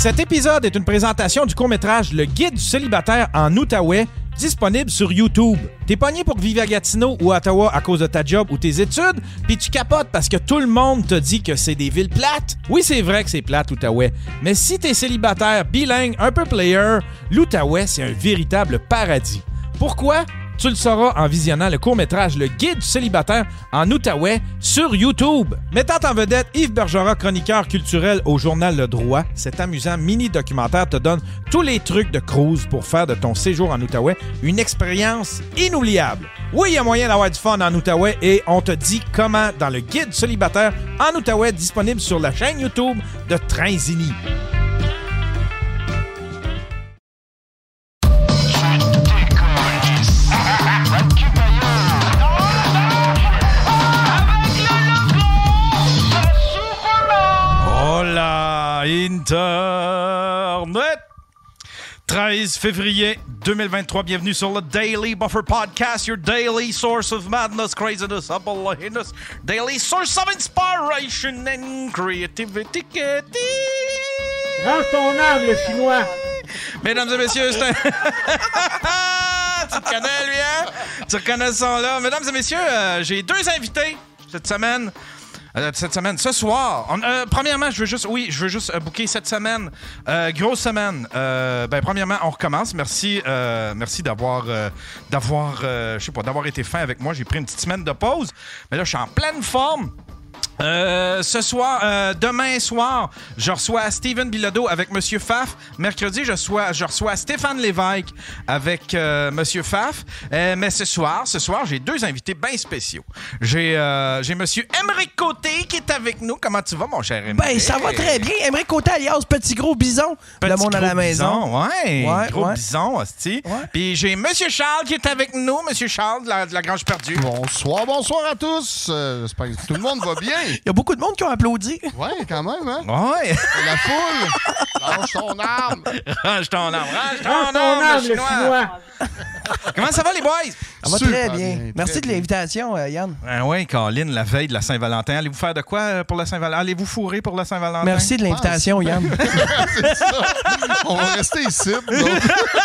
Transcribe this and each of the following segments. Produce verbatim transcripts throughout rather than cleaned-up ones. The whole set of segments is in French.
Cet épisode est une présentation du court-métrage Le Guide du célibataire en Outaouais, disponible sur YouTube. T'es pogné pour vivre à Gatineau ou à Ottawa à cause de ta job ou tes études, puis tu capotes parce que tout le monde te dit que c'est des villes plates. Oui, c'est vrai que c'est plate, l'Outaouais. Mais si t'es célibataire, bilingue, un peu player, l'Outaouais, c'est un véritable paradis. Pourquoi? Tu le sauras en visionnant le court-métrage Le Guide du célibataire en Outaouais sur YouTube. Mettant en vedette Yves Bergerat, chroniqueur culturel au journal Le Droit, cet amusant mini-documentaire te donne tous les trucs de cruise pour faire de ton séjour en Outaouais une expérience inoubliable. Oui, il y a moyen d'avoir du fun en Outaouais et on te dit comment dans Le Guide du célibataire en Outaouais disponible sur la chaîne YouTube de Trinzini. Internet! treize février deux mille vingt-trois, bienvenue sur le Daily Buffer Podcast, your daily source of madness, craziness, unbelievableness, daily source of inspiration and creativity. Range ton âme, le chinois! Mesdames et messieurs, c'est un... tu te connais, lui, hein? Tu reconnais ce son-là. Mesdames et messieurs, euh, j'ai deux invités cette semaine. Euh, cette semaine, ce soir. On, euh, premièrement, je veux juste, oui, je veux juste euh, booker cette semaine. Euh, grosse semaine. Euh, ben, premièrement, on recommence. Merci, euh, merci d'avoir, euh, d'avoir, euh, je sais pas, d'avoir été fin avec moi. J'ai pris une petite semaine de pause, mais là, je suis en pleine forme. Euh, ce soir, euh, demain soir, je reçois Steven Bilodeau avec Monsieur Faf. Mercredi, je reçois, je reçois Stéphane Lévesque avec euh, Monsieur Faf. Euh, mais ce soir, ce soir, j'ai deux invités bien spéciaux. J'ai, euh, j'ai Monsieur Émeric Côté qui est avec nous. Comment tu vas, mon cher Émeric? Ben, ça va très bien. Émeric Côté, alias Petit Gros Bison. Petit le monde à la maison. Bison, ouais. Ouais, gros ouais. bison, hostie. Ouais. Puis j'ai Monsieur Charles qui est avec nous. Monsieur Charles de la, de la Grange Perdue. Bonsoir, bonsoir à tous. Euh, j'espère que tout le monde va bien. Il y a beaucoup de monde qui ont applaudi. Ouais, quand même, hein? Ouais. Et la foule. Range ton arme. Range ton arme. Range ton Range ton arme, âme, le le chinois. chinois! Comment ça va, les boys? Ça va Super très bien. bien, Merci très de bien. l'invitation, euh, Yann. Ah oui, Colin, la veille de la Saint-Valentin. Allez-vous faire de quoi euh, pour la Saint-Valentin? Allez-vous fourrer pour la Saint-Valentin? Merci de l'invitation, Yann. C'est ça. On va rester ici. donc.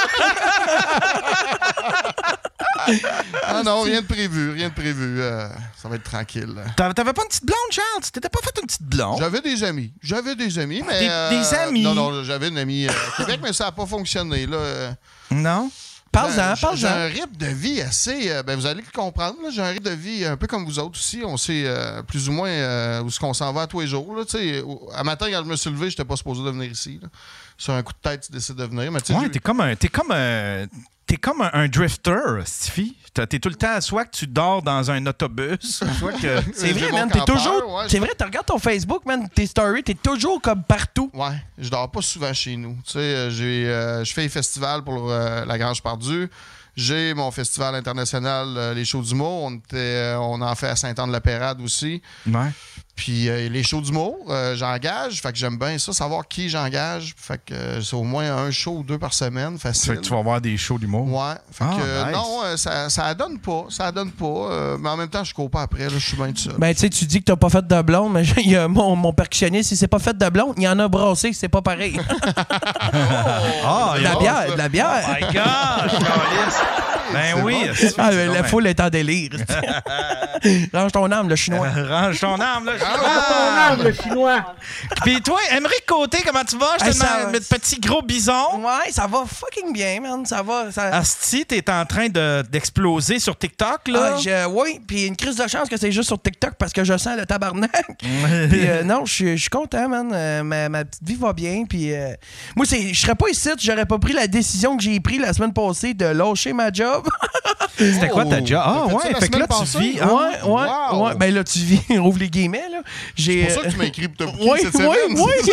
Ah non, rien de prévu, rien de prévu. Euh, ça va être tranquille. T'avais t'avais pas une petite blonde, Charles? Tu t'étais pas fait une petite blonde? J'avais des amis. J'avais des amis, mais... Des- euh, des amis? Non, non, j'avais une amie euh, au Québec, mais ça n'a pas fonctionné, là. Euh, Non? Parle-en, Ben, j'ai- J'ai un parle-en. rythme de vie assez... euh, ben, vous allez le comprendre. là. J'ai un rythme de vie un peu comme vous autres aussi. On sait euh, plus ou moins euh, où est-ce qu'on s'en va tous les jours. Là, tu sais. Au- à matin, quand je me suis levé, j'étais pas supposé de venir ici. Là. Sur un coup de tête, tu décides de venir. Mais, tu sais, Ouais, j'ai- t'es comme un... T'es comme un... T'es comme un, un drifter, Stiffy. T'es t'es tout le temps, soit que tu dors dans un autobus, soit que... C'est j'ai vrai, mon man. T'es campeur, toujours. ouais, C'est je- vrai, tu regardes ton Facebook, man, tes stories, t'es toujours comme partout. Ouais, je dors pas souvent chez nous. Tu sais, euh, j'ai, euh, je fais les festivals pour euh, la Grange Perdue. J'ai mon festival international, euh, les shows d'humour. On, était, euh, on en fait à Saint-Anne-de-la-Pérade aussi. Ouais. Puis euh, les shows d'humour, euh, j'engage. Fait que j'aime bien ça, savoir qui j'engage. Fait que euh, c'est au moins un show ou deux par semaine, Ça facile. fait que tu vas voir des shows d'humour. Ouais. Fait Ah, que euh, nice. non, euh, ça, ça donne pas. Ça donne pas. euh, mais en même temps, je cours pas après. Là, je suis bien tout seul. Ben, tu sais, tu dis que t'as pas fait de blonde, mais il y a mon, mon percussionniste, il s'est pas fait de blonde, il y en a brassé, c'est pas pareil. Ah, De la bon, bière, ça. de la bière. my God! Caliste. Ben C'est oui. bon. c'est- Ah, c'est la donc foule est en délire. Range ton âme, le chinois. ben- Range ton âme, là. Range ton âme, le chinois! Puis toi, Émeric Côté, comment tu vas? Je te Hey, ça- demande, notre petit gros bison. Ouais, ça va fucking bien, man. Ça va. Ça... Asti, t'es en train de, d'exploser sur TikTok, là. Ah, je- oui, puis une crise de chance que c'est juste sur TikTok parce que je sens le tabarnak. Puis euh, non, je suis- je suis content, man. Euh, ma, ma petite vie va bien. Puis euh, moi, c'est- je serais pas ici si j'aurais pas pris la décision que j'ai prise la semaine passée de lâcher ma job. C'était quoi ta job? Ah, T'as fait ouais, ça la fait que là, semaine tu passée? vis. Ah, ouais, ouais, wow. ouais. Ben là, tu vis, rouvre les guillemets, là. J'ai, C'est pour ça euh, que tu m'as écrit pour te booker Oui, cette oui, semaine. oui.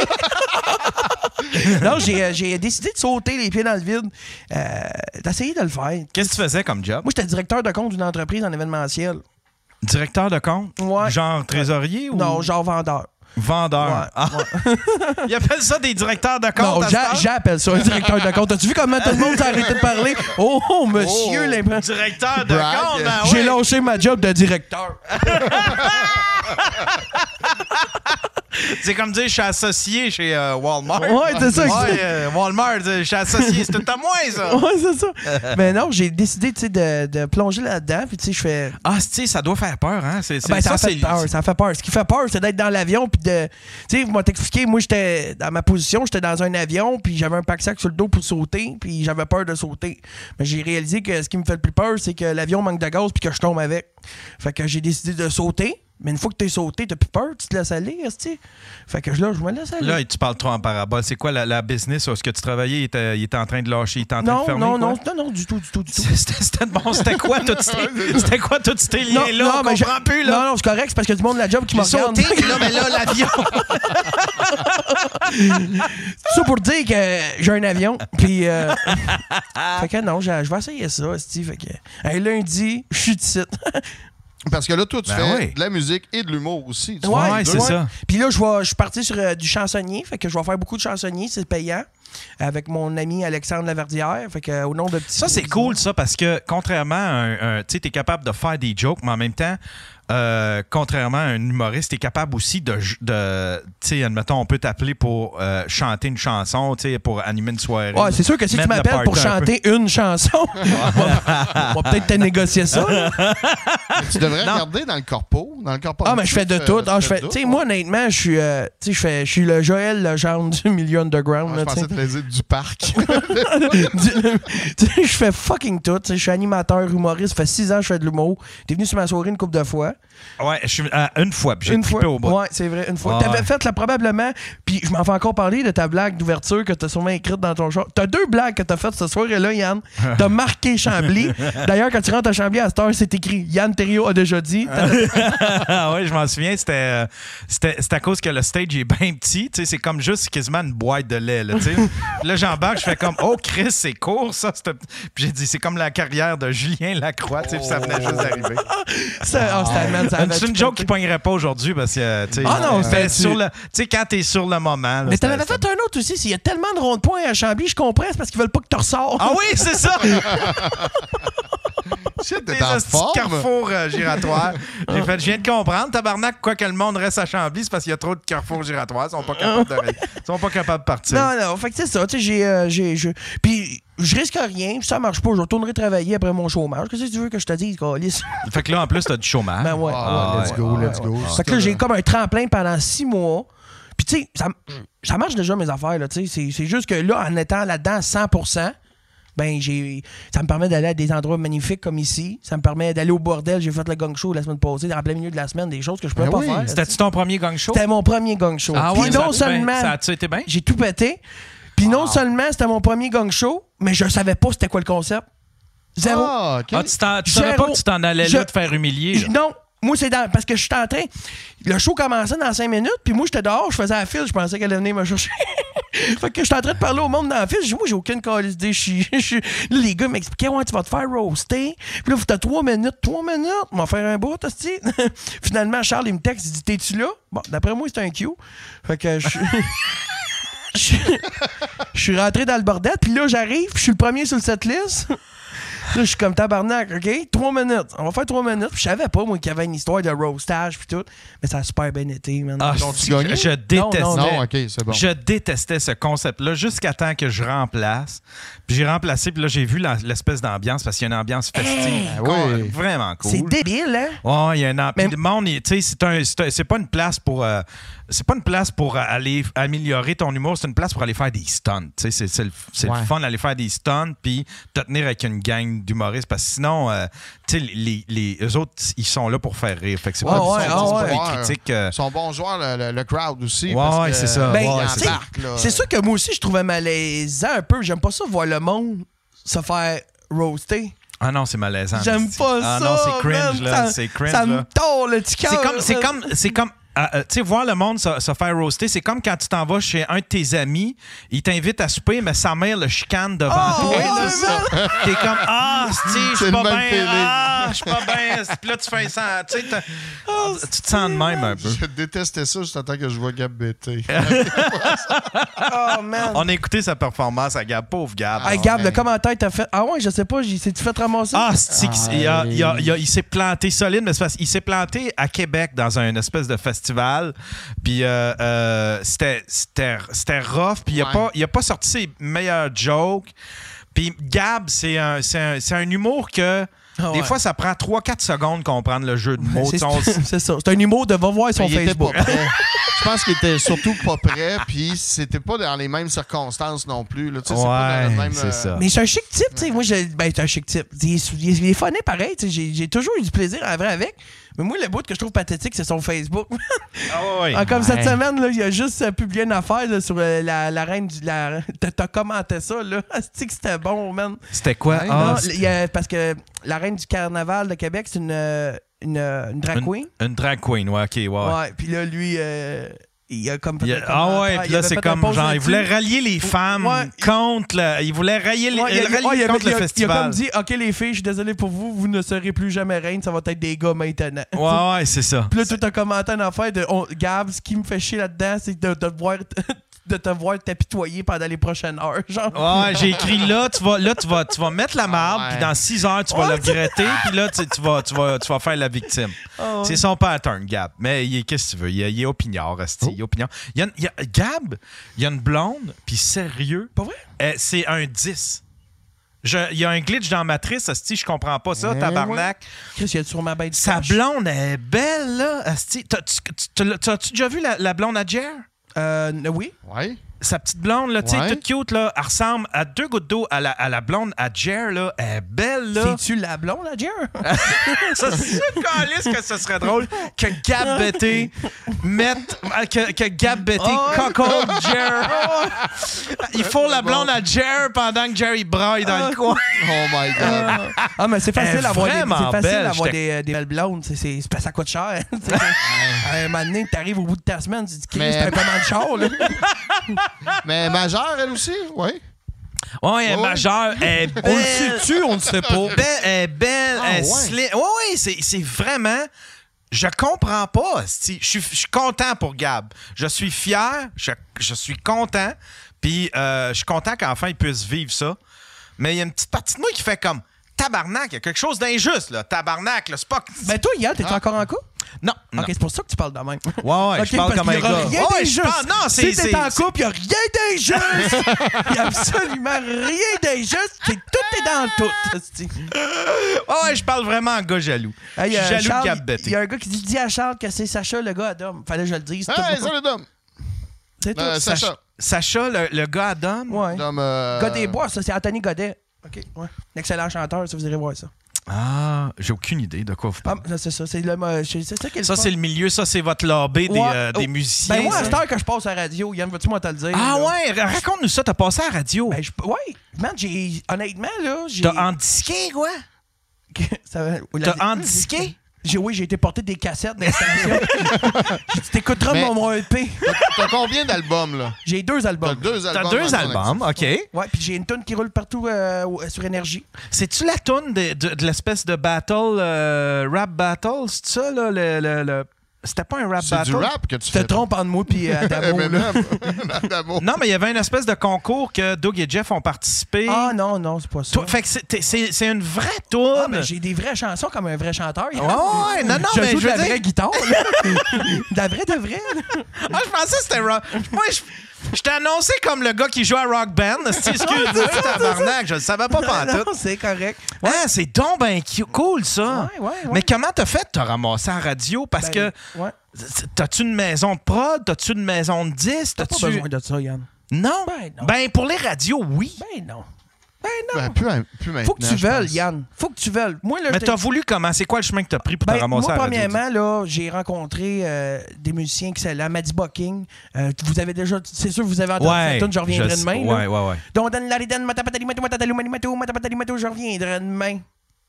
Non, j'ai, euh, j'ai décidé de sauter les pieds dans le vide, euh, d'essayer de le faire. Qu'est-ce que tu faisais comme job? Moi, j'étais directeur de compte d'une entreprise en événementiel. Directeur de compte? Ouais. Genre trésorier ou Non, genre vendeur. vendeur? Ouais, Ah. Ils appellent ça des directeurs de compte. Non, à j'a- cette heure? j'appelle ça un directeur de compte. As-tu vu comment tout le monde s'est arrêté de parler? Oh, oh monsieur, Oh. l'imp- Directeur de Brag. compte, ben j'ai ouais. lâché ma job de directeur. C'est comme dire, je suis associé chez euh, Walmart. Ouais, c'est ça. Ouais, euh, Walmart, je suis associé, c'est tout à moi, ça. Ouais, c'est ça. Mais non, j'ai décidé, tu sais, de, de plonger là-dedans. Puis, tu sais, je fais. Ah, tu sais, ça doit faire peur, hein? C'est, c'est, Ben, ça, ça, fait c'est... peur, ça fait peur. Ce qui fait peur, c'est d'être dans l'avion. Puis de. Tu sais, vous m'avez expliqué, moi, j'étais dans ma position, j'étais dans un avion. Puis j'avais un pack-sac sur le dos pour sauter. Puis j'avais peur de sauter. Mais j'ai réalisé que ce qui me fait le plus peur, c'est que l'avion manque de gaz. Puis que je tombe avec. Fait que j'ai décidé de sauter. Mais une fois que t'es sauté, t'as plus peur, tu te laisses aller, esti. Fait que là, je me laisse aller. Là, tu parles trop en parabole. C'est quoi la, la business où est-ce que tu travaillais? Il était, il était en train de lâcher, il était en train non, de fermer? non, quoi? non, non, non, du tout, du tout, du tout. C'était, c'était bon, c'était quoi tous ces, c'était quoi tous ces liens-là? non, On mais comprend je- plus, là. Non, non, c'est correct, c'est parce qu'il y a du monde de la job qui me J'ai regarde. sauté, puis là, mais là, l'avion. C'est ça pour dire que j'ai un avion. Puis, euh, fait que non, je je vais essayer ça, esti. Fait que, un lundi, je suis de site. Parce que là, toi, tu Ben fais oui. de la musique et de l'humour aussi. Tu Ouais, fais les ouais, deux. c'est ça. Puis là, je vais- je suis parti sur euh, du chansonnier. Fait que je vais faire beaucoup de chansonniers, c'est payant. Avec mon ami Alexandre Laverdière. Fait que, euh, au nom de petits. Ça, c'est cool, ça, parce que contrairement à un. un- tu sais, t'es capable de faire des jokes, mais en même temps, euh, contrairement à un humoriste, t'es capable aussi de. de tu sais, admettons, on peut t'appeler pour euh, chanter une chanson, tu sais, pour animer une soirée. Ouais, c'est sûr que si tu Mettre le m'appelles pour party un chanter une chanson, on va, on va peut-être te négocier ça. là. Tu devrais Non. regarder dans le corpo. Dans le corpo. Ah, mais je fais de tout. Ah, je fais, de tu sais, tout. moi, honnêtement, je suis, euh, tu sais, je fais, je suis le Joël Legendre du milieu underground. Ah, là, je tu sais. pensais te le dire du parc. Tu sais, je fais fucking tout. Tu sais, je suis animateur, humoriste. Ça fait six ans que je fais de l'humour. T'es venu sur ma soirée une couple de fois. Ouais, je suis euh, une fois, puis j'ai Une trippé fois. au bout. Ouais, c'est vrai, une fois. Ouais. T'avais fait là probablement. Puis je m'en fais encore parler de ta blague d'ouverture que t'as sûrement écrite dans ton show. T'as deux blagues que t'as faites cette soirée-là, Yann. T'as marqué Chambly. D'ailleurs, quand tu rentres à Chambly à cette heure, c'est écrit Yann Thériault a déjà dit. Ah ouais, je m'en souviens, c'était, euh, c'était, c'était à cause que le stage est bien petit. Tu sais, c'est comme juste quasiment une boîte de lait. Là, tu sais. Puis là, j'embarque, je fais comme, oh Chris, c'est court ça. C'était... Puis j'ai dit, c'est comme la carrière de Julien Lacroix. Tu sais, puis ça venait juste d'arriver. Ça, oh, c'était- man, ça avait C'est une tout joke pété. qui pognerait pas aujourd'hui parce que, tu sais, Ah non, c'était c'était- sur le, tu sais, quand t'es sur le moment. Là, Mais c'était- t'en avais fait c'était- un autre aussi. S'il y a tellement de ronds de points à Chambly, je comprends, c'est parce qu'ils veulent pas que tu ressors. Ah oui, c'est ça! Shit, Des t'es en hosties de forme. carrefour euh, giratoires. J'ai fait, je viens de comprendre, tabarnak, quoi que le monde reste à Chambly, c'est parce qu'il y a trop de carrefours giratoires. Ils sont pas capables de, ils sont pas capables de partir. Non, non, fait que c'est ça, tu sais, j'ai, euh, j'ai, je- puis je risque rien, si ça marche pas, je retournerai travailler après mon chômage. Qu'est-ce que tu veux que je te dise, câlisse? Fait que là, en plus, t'as du chômage. Ben ouais. Ah, ouais, let's ouais, go, ouais, let's ouais. go. Fait que là, j'ai comme un tremplin pendant six mois. Puis tu sais, ça, ça marche déjà mes affaires, là, tu sais. C'est, c'est juste que là, en étant là-dedans à cent pour cent, ben j'ai, ça me permet d'aller à des endroits magnifiques comme ici. Ça me permet d'aller au bordel. J'ai fait le gang show la semaine passée, en plein milieu de la semaine, des choses que je pouvais Ben pas oui. faire. C'était-tu ton premier gang show? C'était mon premier gang show. Ah Puis ouais, ça non a-tu bien- seulement... ça a-tu été bien? J'ai tout pété. Puis non seulement c'était mon premier gang show, mais je savais pas c'était quoi le concept. Zéro. Ah, ok. Ah, tu, t'en, tu savais Zéro. pas que tu t'en allais Je- là te faire humilier? Je- Non. Moi, c'est dans, parce que je suis en train. Le show commençait dans cinq minutes, puis moi, j'étais dehors, je faisais la file, je pensais qu'elle allait venir me chercher. Fait que j'étais en train de parler au monde dans la file. J'ai dit, moi, j'ai aucune calice d'idée. Je suis- je suis- Là, les gars m'expliquaient, ouais, tu vas te faire roaster. Puis là, t'as trois minutes, trois minutes. On va faire un bout, hostie. Finalement, Charles, il me texte, il dit, t'es-tu là? Bon, d'après moi, c'est un Q. Fait que je suis. Je suis- je suis rentré dans le bordel, puis là, j'arrive, puis je suis le premier sur le setlist. Là, je suis comme tabarnak, OK? Trois minutes. On va faire trois minutes. Puis je savais pas, moi, qu'il y avait une histoire de roastage puis tout. Mais ça a super bien été, man. Ah, Donc, tu je, gagnais? je détestais. Non, Non, ok, c'est bon. Je détestais ce concept-là jusqu'à temps que je remplace. Puis j'ai remplacé, puis là, j'ai vu la- l'espèce d'ambiance parce qu'il y a une ambiance festive. Ah Con- oui. Vraiment cool. C'est débile, hein? Ouais, il y a un Mais- Puis le monde, il- tu sais, c'est un, c'est un- c'est pas une place pour, euh, c'est pas une place pour euh, aller améliorer ton humour, c'est une place pour aller faire des stunts. Tu sais, c'est c'est le, c'est Ouais. le fun d'aller faire des stunts puis te tenir avec une gang d'humoristes parce que sinon, euh, tu sais, les, les eux autres, ils sont là pour faire rire. Fait que c'est Ouais, pas, ouais, c'est ah pas ouais. des critiques. euh, Ils sont bons joueurs, le, le- le crowd aussi. Ouais, parce ouais, que, c'est ça. euh, Ben, ils ouais, tu sais, embarquent, là. c'est sûr que moi aussi, je trouvais malaisant un peu. J'aime pas ça voir le monde se faire roaster. Ah non, c'est malaisant. J'aime c'est- pas ah ça. non, c'est cringe, man. là. Ça- C'est cringe, Ça me là. tord le petit cœur. C'est comme, c'est man. comme, c'est comme, ah, euh, tu sais, voir le monde se, se faire roaster, c'est comme quand tu t'en vas chez un de tes amis, il t'invite à souper, mais sa mère le chicane devant Ah, toi. ouais, là. c'est ça. T'es comme, ah, si, je C'est suis le pas même bien. feeling. Ah, Ah, je suis pas bien. Puis là, tu fais ça. Tu sais, t'as- tu te sens de même un peu. Je détestais ça juste en tant que je vois Gab bêter. Oh, man. On a écouté sa performance à Gab. Pauvre Gab. Hey, Gab, le commentaire t'a fait. Ah ouais, je sais pas, j'ai- c'est-tu fait ramasser? Ah, c'est il, a- il, a- il, a- il s'est planté solide, mais c'est parce qu'il s'est planté à Québec dans un espèce de festival. Puis euh, euh, c'était, c'était, c'était rough. Puis il a Ouais. pas, il a pas sorti ses meilleurs jokes. Puis Gab, c'est un, c'est un, c'est un humour que Ah des ouais. fois, ça prend trois quatre secondes comprendre le jeu de mots. C'est, Tu sais, on- c'est ça. C'est un humour de va voir son Mais il était Facebook. pas prêt. Je pense qu'il était surtout pas prêt, puis c'était pas dans les mêmes circonstances non plus. Là. Tu sais, c'est pas dans le Ouais, même, c'est euh, ça. Mais c'est un chic type, tu sais. Moi, je, ben, c'est un chic type. Il est, il est, il est funny pareil, tu sais. J'ai, j'ai toujours eu du plaisir à vrai avec. Mais moi, le bout que je trouve pathétique, c'est son Facebook. Ah ouais. Ah, comme cette Ouais. semaine, là, il a juste euh, publié une affaire là, sur euh, la, la reine du. La... T'as, t'as commenté ça, là. Asti que c'était bon, man. C'était quoi? Ouais, Ah, Non, c'est- il y a- parce que la reine du carnaval de Québec, c'est une, euh, une, euh, une drag queen. une, une drag queen, ouais, ok, ouais. Ouais, puis là, lui, euh, il a comme fait Il un a- ah commentaire, ouais, puis il là, avait c'est fait un comme post genre, il là-dessus. voulait rallier les femmes Ouais. contre le. Il voulait rallier, les- Ouais, il, a, rallier ouais, il a- contre il a- le il a festival. comme dit, OK, les filles, je suis désolé pour vous, vous ne serez plus jamais reine, ça va être des gars maintenant. Ouais, ouais, c'est ça. Puis là, tout un commentaire en affaire de on- Gab, ce qui me fait chier là-dedans, c'est de, de, te voir, de te voir t'apitoyer pendant les prochaines heures. Genre. Ouais, j'ai écrit là, tu vas, là, tu vas, tu vas mettre la marde, ouais. puis dans six heures, tu vas Ouais, le regretter, puis là, tu, tu vas, tu, vas, tu vas faire la victime. Ah ouais. C'est son pattern, Gab. Mais il est- qu'est-ce que tu veux? Il est, il est opiniard, esti, il est opiniard. Il y a, une- il y a- Gab, il y a une blonde, puis sérieux, Pas vrai? euh, c'est un dix. Je- Il y a un glitch dans Matrice, esti, je comprends pas ça, Eh tabarnak. Chris, il y a sur ma bête du Sa cash. blonde est belle, là, esti. T'as-tu t'as- t'as-tu déjà vu la, la blonde à Jer? Euh, oui. Ouais. Sa petite blonde, là, tu sais, Ouais. toute cute, là, elle ressemble à deux gouttes d'eau à la, à la blonde à Jer, là. Elle est belle, là. C'est-tu la blonde, la Jer? Ça, c'est calice que ce serait drôle que Gab Betté mette. Que, que Gab Betté Oh, ouais. coco Jer. Il faut la blonde à Jer pendant que Jerry braille dans le coin. Oh my God. Ah, mais c'est facile Elle est d'avoir des, vraiment c'est facile belle, d'avoir j'étais- des, euh, des belles blondes. C'est, c'est, c'est parce que ça coûte cher. Tu sais, à un moment donné, t'arrives au bout de ta semaine, tu te dis, Chris, Mais- c'est un commande char, là. Mais majeure, elle aussi? Oui. Ouais, elle est Ouais. majeure. Elle est belle. On le sait-tu, on ne sait pas. Belle, elle est belle, Ah, elle est ouais. slim. Ouais, ouais, c'est, c'est vraiment. Je comprends pas. esti. Je suis, je suis content pour Gab. Je suis fier. Je, je suis content. Puis euh, je suis content qu'enfin il puisse vivre ça. Mais il y a une petite partie de moi qui fait comme tabarnak. Il y a quelque chose d'injuste, là. Tabarnak, là. C'est pas. Ben, toi, Yann, t'es-tu Ah. encore en couple? Non. non. Ok, c'est pour ça que tu parles de même. Ouais, ouais, Ok, je parle parce comme un qu'il y aura gars. rien Ouais, je d'injuste. parle- Non, c'est. Si t'es c'est- en c'est- couple, il n'y a rien d'injuste. Il n'y a absolument rien d'injuste. C'est- Tout est dans tout. esti. Ouais, ouais, je parle vraiment en gars jaloux. Hey, Je suis euh, jaloux Charles, de Gab Il Betté. y a un gars qui dit, dis à Charles que c'est Sacha, le gars à Dom. Fallait que je le dise. c'est Hey, tout. salut, Dom. C'est tout. Euh, Sacha, Sacha. Sacha, le, le gars à Dom. Ouais. Dom, euh, Gars des bois, ça, c'est Anthony Godet. OK, ouais. Un excellent chanteur, ça, vous irez voir ça. Ah, j'ai aucune idée de quoi vous Ah, parlez. ça, c'est ça. C'est, le, mo- c'est ça qui est le Ça, fun. c'est le milieu, ça, c'est votre lobby des, Ouais. euh, des Oh. musiciens. Ben, moi, à ça. cette heure que je passe à la radio, Yann, veux-tu moi te le dire? Ah là? ouais, raconte-nous ça, t'as passé à la radio. Ben, je, ouais. Man, j'ai. Honnêtement, là, j'ai. T'as endisqué, quoi? Ça va- la- T'as endisqué? J'ai, oui, j'ai été porter des cassettes d'installation. J'ai dit, t'écouteras Mais- mon, mon E P. T'as combien d'albums, là? J'ai deux T'as albums. deux albums. T'as deux dans ton albums, OK. Ouais, puis j'ai une tune qui roule partout euh, au- sur Énergie. C'est-tu la toune de, de- de l'espèce de battle, euh, rap battle? C'est ça, là? Le, le- le- C'était pas un rap C'est battle? du rap que tu Tu te fais. trompes entre moi et euh, Adamo, là. Eminem. Adamo. Non, mais il y avait une espèce de concours que Doug et Jeff ont participé. Ah non, non, c'est pas ça. Toi, fait que c'est, t'es- c'est, c'est une vraie toune. Ah, mais j'ai des vraies chansons comme un vrai chanteur. Ouais, ouais, non, non, je mais joue je de veux la dire- vraie guitare, là. De la vraie, de vraie. là. Ah, je pensais que c'était rock. Moi, je, je t'ai annoncé comme le gars qui joue à Rock Band. C'est excuse-moi, tabarnak. Je le savais pas pantoute. Non, c'est correct. Ah, c'est donc ben cu- cool, ça. Ouais, ouais, ouais. Mais comment t'as fait de te ramasser en radio? Parce Ben, que ouais. t'as-tu une maison de prod? T'as-tu une maison de disques? T'as pas T'as-tu... besoin de ça, Yann. Non? Ben, non. Ben, pour les radios, oui. Ben non. Ben non. Ben, plus, plus maintenant. Faut que tu je veuilles, pense. Yann. Faut que tu veuilles. Moi, là, Mais je t'as te- voulu comment? C'est quoi le chemin que t'as pris pour Ben, te ramasser moi, à la radio? premièrement, là, j'ai rencontré euh, des musiciens qui s'appellent Madi Bucking. Euh, vous avez déjà... C'est sûr que vous avez entendu Ouais. cette tune, je reviendrai je sais- demain. Ouais, là. ouais, ouais. Donc, dans la ridaine, matapatalimato, matadalumanimato, matapatalimato, je reviendrai demain.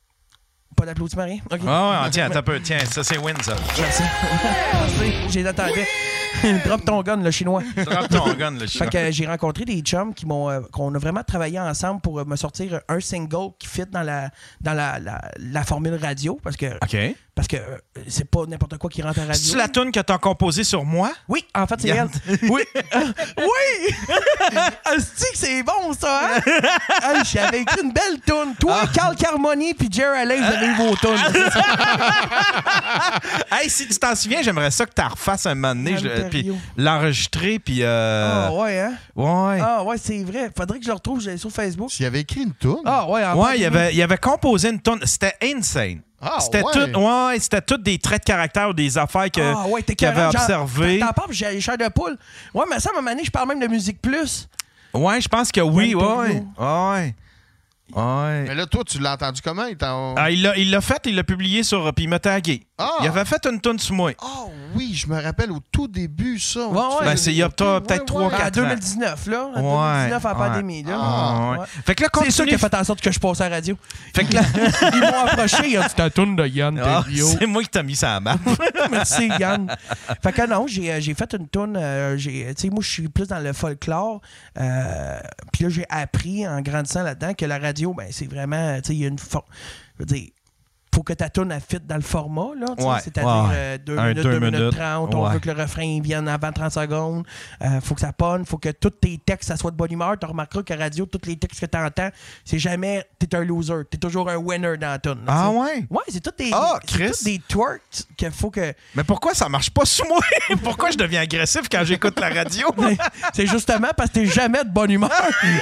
Pas d'applaudissements, rien? OK. Ah ouais, tiens, attends un peu. Tiens, ça, c'est win, ça. Merci. Merci. J'ai attendais. Drop ton gun, le chinois. Drop ton gun, le chinois. Fait que euh, j'ai rencontré des chums qui m'ont, euh, qu'on a vraiment travaillé ensemble pour euh, me sortir un single qui fit dans la, dans la, la, la formule radio. Parce que, OK. parce que euh, c'est pas n'importe quoi qui rentre à radio. C'est-tu la toune que t'as composée sur moi? Oui, en fait, c'est Regarde. elle. Oui. Euh, oui! Asti que c'est bon, ça, hein? Hey, j'avais écrit une belle toune. Toi, Ah. Carl Carmoni puis Jerry Allen, vous avez eu vos tounes. Hey, si tu t'en souviens, j'aimerais ça que tu refasses un moment donné, je- Ontario. puis l'enregistrer, puis... Euh... Ah, ouais, hein? Ouais. Ah, ouais, c'est vrai. Faudrait que je le retrouve j'allais sur Facebook. S'il avait écrit une toune. Ah, ouais, en Ouais, il avait, il avait composé une toune. C'était insane. Ah, C'était ouais. tout, ouais, c'était tout des traits de caractère ou des affaires que, Ah, ouais, t'es qu'il avait carré, genre, observées. T'en parles, j'ai les chairs de poule. Ouais, mais ça, à un moment donné, je parle même de Musique Plus. Ouais, je pense que oui, ouais. Ontario. Ouais. Ouais. Mais là, toi, tu l'as entendu comment? Il t'en- Ah, il l'a il l'a fait, il l'a publié sur. Puis il m'a tagué. Ah. Il avait fait une toune sur moi. Ah oui, je me rappelle au tout début, ça. Ouais, ouais. Ben, c'est il y a peut- peut-être Ouais, trois ouais. En quatre ans. deux mille dix-neuf, là. En Ouais, deux mille dix-neuf, en ouais. pandémie, là. Ah, ouais. Ouais. Fait que là, C'est ça continue. qui a fait en sorte que je passe à la radio. Fait que là. Ils m'ont approché, ils ont dit ta toune de Yann Ah, Terriot. c'est moi qui t'ai mis ça à map. Merci, Yann. Fait que non, j'ai, euh, j'ai fait une toune. Euh, j'ai- tu sais, moi, je suis plus dans le folklore. Euh, Puis là, j'ai appris en grandissant là-dedans que la radio, ben, c'est vraiment. Tu sais, il y a une. For... Je veux dire, faut que ta toune elle fit dans le format, là. tu sais, Ouais, c'est-à-dire ouais. euh, deux Un minutes, deux deux minutes minutes. trente. On Ouais. veut que le refrain vienne avant trente secondes. Euh, faut que ça ponne. Faut que tous tes textes, ça soit de bonne humeur. Tu remarqueras qu'à radio, tous les textes que tu entends, c'est jamais t'es un loser. T'es toujours un winner dans la toune. là, Ah tu sais. ouais? Ouais, c'est tout des, Ah, c'est Chris. tout des twerks qu'il faut que. Mais pourquoi ça marche pas sur moi? Pourquoi je deviens agressif quand j'écoute la radio? C'est justement parce que t'es jamais de bonne humeur.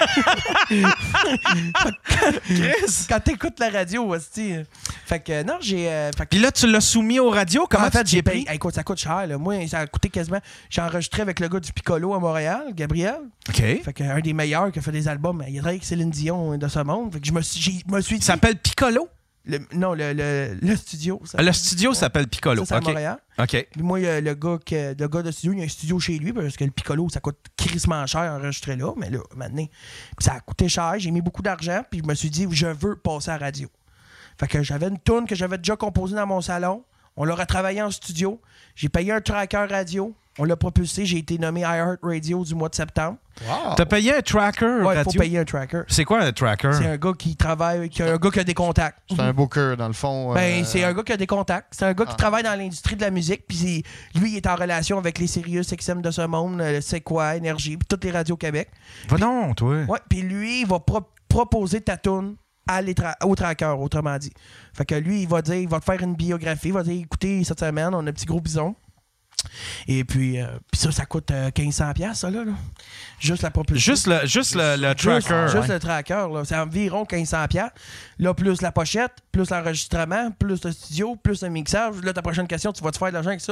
Chris! Quand t'écoutes la radio, hostie. Fait que non, j'ai. euh, fait que- Puis là, tu l'as soumis aux radios? Comment en fait, tu j'ai j'ai payé. pris? Hey, écoute, ça coûte cher. Là. Moi, ça a coûté quasiment. J'ai enregistré avec le gars du Piccolo à Montréal, Gabriel. OK. Fait que un des meilleurs qui a fait des albums. Il y a avec Céline Dion de ce monde. Fait que je me suis, j'ai- me suis Il dit. s'appelle Piccolo? le- non, le, le, le studio. ça. Le studio s'appelle Piccolo. Ça, c'est à OK. Montréal. OK. Puis moi, il y a le gars, que, le gars de studio, il y a un studio chez lui parce que le Piccolo, ça coûte crissement cher à enregistrer là. Mais là, maintenant, ça a coûté cher. J'ai mis beaucoup d'argent. Puis je me suis dit, je veux passer à la radio. Fait que j'avais une toune que j'avais déjà composée dans mon salon. On l'a retravaillé en studio. J'ai payé un tracker radio. On l'a propulsé. J'ai été nommé iHeart Radio du mois de septembre. Wow. T'as payé un tracker Ouais, il radio? faut payer un tracker. C'est quoi un tracker? C'est un gars qui travaille, qui a un gars qui a des contacts. C'est un booker, dans le fond. Ben, euh, c'est un gars qui a des contacts. C'est un gars qui Ah. travaille dans l'industrie de la musique. Puis c'est- lui, il est en relation avec les Sirius X M de ce monde, euh, C'est quoi, Énergie, puis toutes les radios Québec. Va non, toi. Ouais, puis lui, il va pro- proposer ta toune à les tra- au tracker, autrement dit. Fait que lui, il va dire, il va te faire une biographie. Il va dire, écoutez, cette semaine, on a un petit gros bison. Et puis, euh, puis ça, ça coûte euh, quinze cents piastres, ça, là, là. Juste la propulsion. Juste le, juste le, le Juste- tracker. Juste ouais. le tracker, là. C'est environ quinze cents piastres. Là, plus la pochette, plus l'enregistrement, plus le studio, plus le mixage. Là, ta prochaine question, tu vas te faire de l'argent avec ça?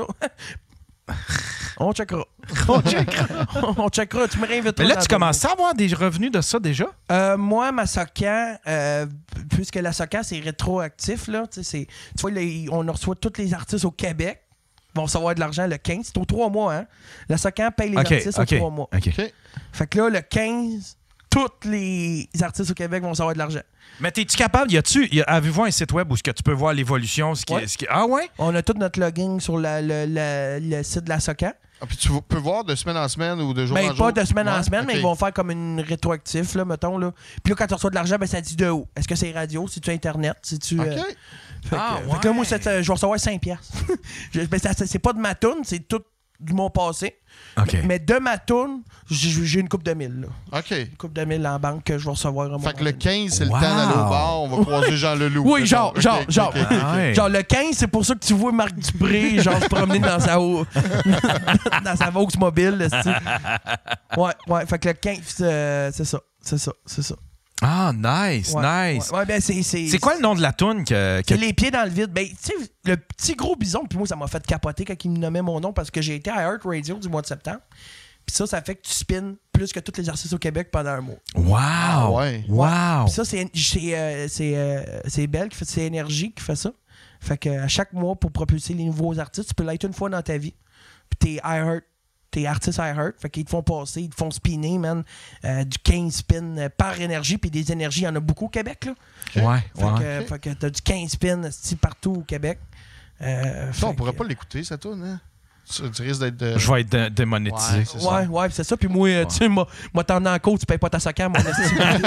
On checkera. On checkera. On checkera. Tu me réinviteras. Mais là, dans tu ton- commences à avoir des revenus de ça déjà? Euh, moi, ma Socan, euh, puisque la Socan, c'est rétroactif, là, tu sais, c'est- tu vois, les- on reçoit tous les artistes au Québec vont recevoir de l'argent le quinze. C'est aux trois mois, hein? La Socan paye les OK, artistes OK. aux trois mois. OK. OK. Fait que là, le quinze, tous les artistes au Québec vont recevoir de l'argent. Mais es-tu capable? Y a-tu, y a- avez-vous un site web où ce que tu peux voir l'évolution? Ce qui, Ouais. ce qui, ah ouais? On a tout notre login sur la- le, le- le site de la Socan. Ah, puis tu peux voir de semaine en semaine ou de jour Ben, en jour? pas de semaine en Ouais, semaine, mais OK. ils vont faire comme une rétroactif, là, mettons. Là. Puis là, quand tu reçois de l'argent, ben, ça dit de où? Est-ce que c'est radio? C'est-tu Internet? C'est-tu. OK. euh, Fait, Ah, que, fait que là, moi, ouais. c'est, euh, je vais recevoir cinq piastres. Je- ben, ça- ça- c'est pas de ma toune, c'est tout du mon passé. OK. Mais de ma toune, j'ai, j'ai une coupe de mille. Là. OK. Une coupe de mille en banque que je vais recevoir. à un moment Fait que le donné. quinze, c'est Wow. le temps d'aller au bar. On va croiser Jean Leloup. Oui, genre, OK, genre, OK, genre. OK, OK, Ah ouais. Genre, le quinze, c'est pour ça que tu vois Marc Dupré, genre, se promener dans sa, dans sa Volksmobile. là, c'est-tu. Ouais, ouais. Fait que le quinze, euh, c'est ça. C'est ça. C'est ça. Ah, nice, Ouais, nice. Ouais, ouais, ben, c'est, c'est, C'est quoi le nom de la toune que. que- C'est les pieds dans le vide. Ben, tu sais, le petit gros bison, puis moi, ça m'a fait capoter quand il me nommait mon nom parce que j'ai été à iHeart Radio du mois de septembre. Puis ça, ça fait que tu spins plus que tous les artistes au Québec pendant un mois. Wow! Ah ouais. Wow! Puis ça, c'est, c'est, euh, c'est, euh, c'est Belle qui fait, c'est Énergie qui fait ça. Fait que à chaque mois, pour propulser les nouveaux artistes, tu peux l'être une fois dans ta vie. Puis t'es iHeart, t'es artiste iHeart. Fait qu'ils te font passer, ils te font spinner, man, euh, du quinze spins euh, par énergie. Puis des énergies, il y en a beaucoup au Québec, là. Ouais, Fait ouais. que, fait que t'as du quinze spins esti, partout au Québec. Euh, Ça, on fait pourrait que- pas l'écouter, ça tourne, hein? tu, tu risques d'être. De... Je vais être dé- démonétisé. Ouais, c'est ça. Ouais, ouais, c'est ça. Puis moi, euh, tu sais, moi, moi t'en as en cause, tu payes pas ta soccer, mon estime.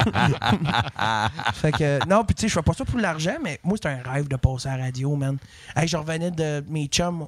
Fait que, non, puis tu sais, je fais pas ça pour l'argent, mais moi, c'est un rêve de passer à la radio, man. Hey, je revenais de mes chums,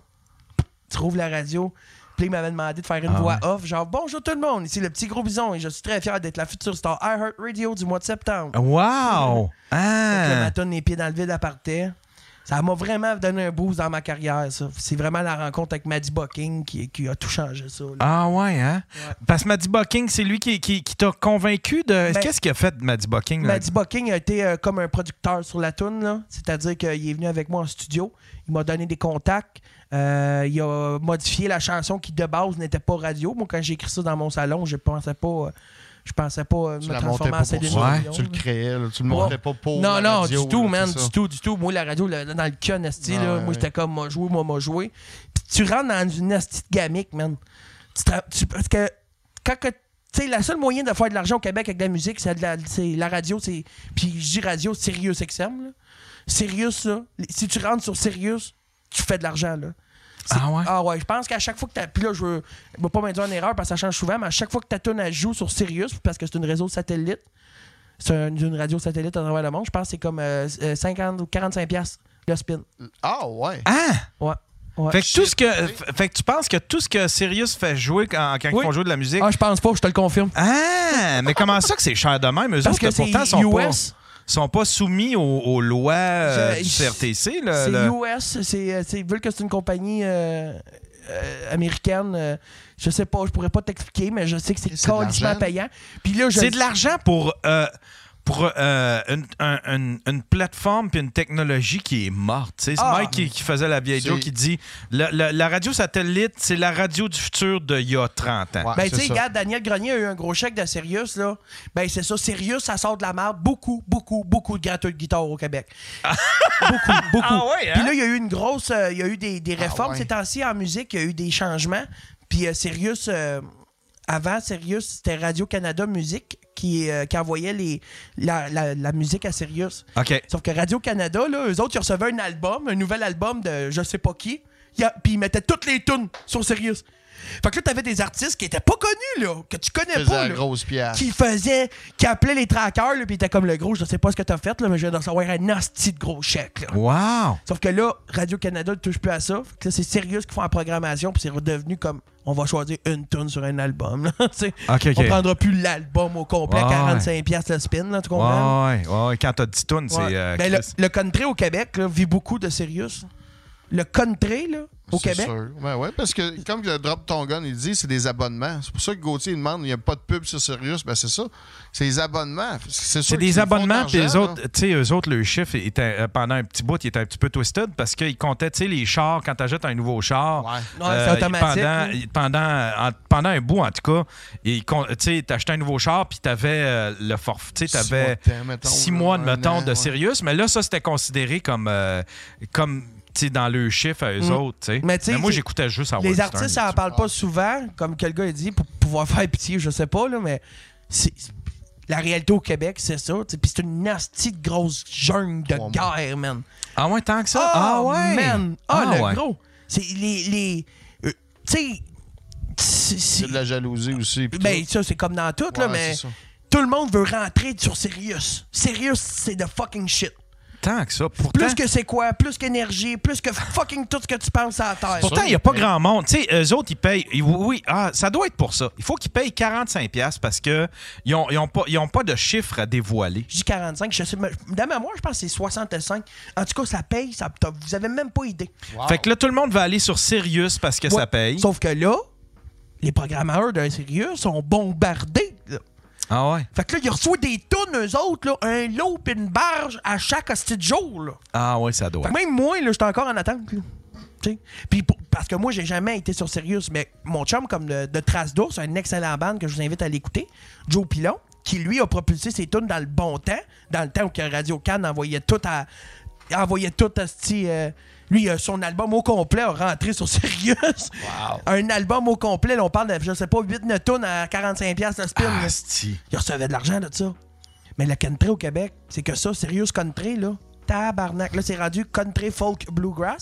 tu trouves la radio, puis il m'avait demandé de faire une Ah voix ouais. off, genre, bonjour tout le monde, ici le petit gros bison, et je suis très fier d'être la future star iHeartRadio du mois de septembre. Wow! Fait que là, Ah! ma tonne les pieds dans le vide à partait. Ça m'a vraiment donné un boost dans ma carrière, ça. C'est vraiment la rencontre avec Maddie Bucking qui, qui a tout changé, ça. là. Ah ouais, hein? Ouais. Parce que Maddie Bucking, c'est lui qui, qui, qui t'a convaincu de... Ben, Qu'est-ce qu'il a fait, Maddie Bucking? là? Maddie Bucking a été euh, comme un producteur sur la toune, là. C'est-à-dire qu'il est venu avec moi en studio. Il m'a donné des contacts. Euh, il a modifié la chanson qui, de base, n'était pas radio. Moi, quand j'ai écrit ça dans mon salon, je pensais pas... euh, je pensais pas euh, Tu me la montais transformer pas en pour Céline ça. Dion, Tu le là. créais, là. Tu le montais pas pour Non, la non, radio, du tout, là, man, c'est ça. du tout, du tout. Moi, la radio, là, dans le cul, esti, Ah, là, ouais, moi, ouais. j'étais comme, m'a joué, moi, m'a joué. Puis tu rentres dans une esti de gamique, man. Tu tra- tu- parce que, quand que, tu sais, la seule moyen de faire de l'argent au Québec avec de la musique, c'est de la, c'est la radio, c'est. Puis je dis radio, Sirius X M, là. Sirius, là. Si tu rentres sur Sirius, tu fais de l'argent, là. C'est- Ah ouais? Ah ouais, je pense qu'à chaque fois que t'as. Puis là, je veux, je veux pas m'induire en erreur parce que ça change souvent, mais à chaque fois que ta tune elle joue sur Sirius, parce que c'est une réseau satellite, c'est un- une radio satellite à travers le monde, je pense que c'est comme euh, euh, cinquante ou quarante-cinq piastres le spin. Ah, ouais. Ah! Ouais. ouais. Fait que, tout ce que, f- fait que tu penses que tout ce que Sirius fait jouer quand, quand Oui. ils font jouer de la musique... Ah, je pense pas, je te le confirme. Ah! Mais comment ça que c'est cher de même? Eux Parce autres, que c'est pourtant, sont pas, U S. sont pas soumis aux, aux lois euh, Je- du C R T C. Là, C'est le- U S, c'est, euh, c'est, vu que c'est une compagnie euh, euh, américaine, euh, je sais pas, je pourrais pas t'expliquer, mais je sais que c'est C'est de carrément l'argent. payant. Puis là, je C'est de l'argent pour, euh, pour euh, une, un- une- une plateforme puis une technologie qui est morte. tu sais. C'est Ah. Mike qui, qui faisait la vieille C'est- joke qui dit la, la- la radio satellite, c'est la radio du futur d'il y a trente ans. Ouais, Ben, c'est tu sais, ça. regarde, Daniel Grenier a eu un gros chèque de Sirius, là. Ben, c'est ça. Sirius, ça sort de la merde. Beaucoup, beaucoup, beaucoup de gratteux de guitare au Québec. beaucoup, beaucoup. Ah ouais, hein? Puis là, il y a eu une grosse. euh, Il y a eu des, des réformes ouais. ces temps-ci en musique. Il y a eu des changements. Puis euh, Sirius, euh, avant, Sirius, c'était Radio-Canada Musique qui, euh, qui envoyait les, la, la, la musique à Sirius. OK. Sauf que Radio-Canada, là, eux autres, ils recevaient un album, un nouvel album de je sais pas qui. Il y a- Puis ils mettaient toutes les tunes sur Sirius. Fait que là, t'avais des artistes qui étaient pas connus, là, que tu connais Faisait pas, la là, grosse pièce. qui faisaient, qui appelaient les trackers, là, puis ils étaient comme le gros, je sais pas ce que t'as fait, là, mais je viens de recevoir un hostie de gros chèque, là. Wow! Sauf que là, Radio-Canada ne touche plus à ça. Fait que là, c'est Sirius qui font la programmation, puis c'est redevenu comme on va choisir une tune sur un album. Là, tu sais. OK, OK. On prendra plus l'album au complet, Ouais. quarante-cinq piastres le spin, là, tu comprends? Ouais, ouais, ouais. Quand t'as dix tonnes, Ouais. c'est. euh, Ben, le, Chris. le country au Québec là, vit beaucoup de Sirius. Le country, là, au C'est Québec. sûr. Ben ouais, parce que comme le Drop Ton Gun, il dit, c'est des abonnements. C'est pour ça que Gauthier il demande, il n'y a pas de pub sur Sirius. Ben c'est ça. C'est des abonnements. C'est sûr C'est qu'ils des font abonnements, de puis eux l'argent, autres, tu sais, eux autres, le chiffre était, euh, pendant un petit bout, il était un petit peu twisted parce qu'ils comptaient, tu sais, les chars, quand tu achètes un nouveau char. là. Ouais. Ouais, c'est automatique, Pendant, là. pendant, en- pendant un bout, en tout cas, ils con- tu sais, t'achetais un nouveau char, puis t'avais euh, le forfait, tu sais, Six mois t'avais de temps, mettons, six là, mois, un mettons, an, de ouais. Sirius, mais là, ça, c'était considéré comme, euh, comme tu sais, dans le chiffre à eux Mm. autres, tu sais. Mais tu sais, moi, c'est- j'écoutais juste à Les Western, artistes, ça tu en sais. parle pas souvent, comme que le gars a dit, pour pouvoir faire pitié, je sais pas, là, mais c'est. La réalité au Québec, c'est ça. t'sais, Puis c'est une nasty de grosse jungle de Ouais, guerre, man. Ah ouais, tant que ça? Ah, Ah, ouais! man! Ah, Ah le ouais. gros! C'est les. les euh, tu sais. c'est- c'est- C'est de la jalousie aussi. puis Ben, tout. ça, c'est comme dans tout, là, Ouais, mais c'est ça. tout le monde veut rentrer sur Sirius. Sirius, c'est de fucking shit. Tant que ça. Pourtant, Plus que c'est quoi, plus qu'énergie, plus que fucking tout ce que tu penses à la terre. Pourtant, il n'y a pas grand monde. Tu sais, eux autres, ils payent. ils- oui, oui, ah, ça doit être pour ça. Il faut qu'ils payent quarante-cinq piastres parce qu'ils n'ont ils ont pas, ils ont pas de chiffres à dévoiler. Je dis quarante-cinq, je sais, mais dans ma mémoire, je pense que c'est soixante-cinq. En tout cas, ça paye, ça, t'as- vous avez même pas idée. Wow. Fait que là, tout le monde va aller sur Sirius parce que Ouais. ça paye. Sauf que là, les programmeurs d'un Sirius sont bombardés. là. Ah ouais? Fait que là, ils reçoivent des tonnes, eux autres, là, un lot pis une barge à chaque hostie de jour. Là. Ah ouais, ça doit. Fait que même moi, là, j'étais encore en attente. là. Tu sais. Puis pour- parce que moi, j'ai jamais été sur Sirius, mais mon chum, comme de, de Trace d'ours, un excellent band que je vous invite à l'écouter, Joe Pilon, qui lui a propulsé ses tunes dans le bon temps, dans le temps où que Radio Cannes envoyait tout à. envoyait tout à sti, euh, lui, euh, son album au complet a rentré sur Sirius. Wow. Un album au complet, là, on parle de, je sais pas, huit neuf tonnes à quarante-cinq piastres le spin. Ah, là. sti. Il recevait de l'argent de ça. Mais le country au Québec, c'est que ça, Sirius Country, là, tabarnak. Là, c'est rendu country folk bluegrass.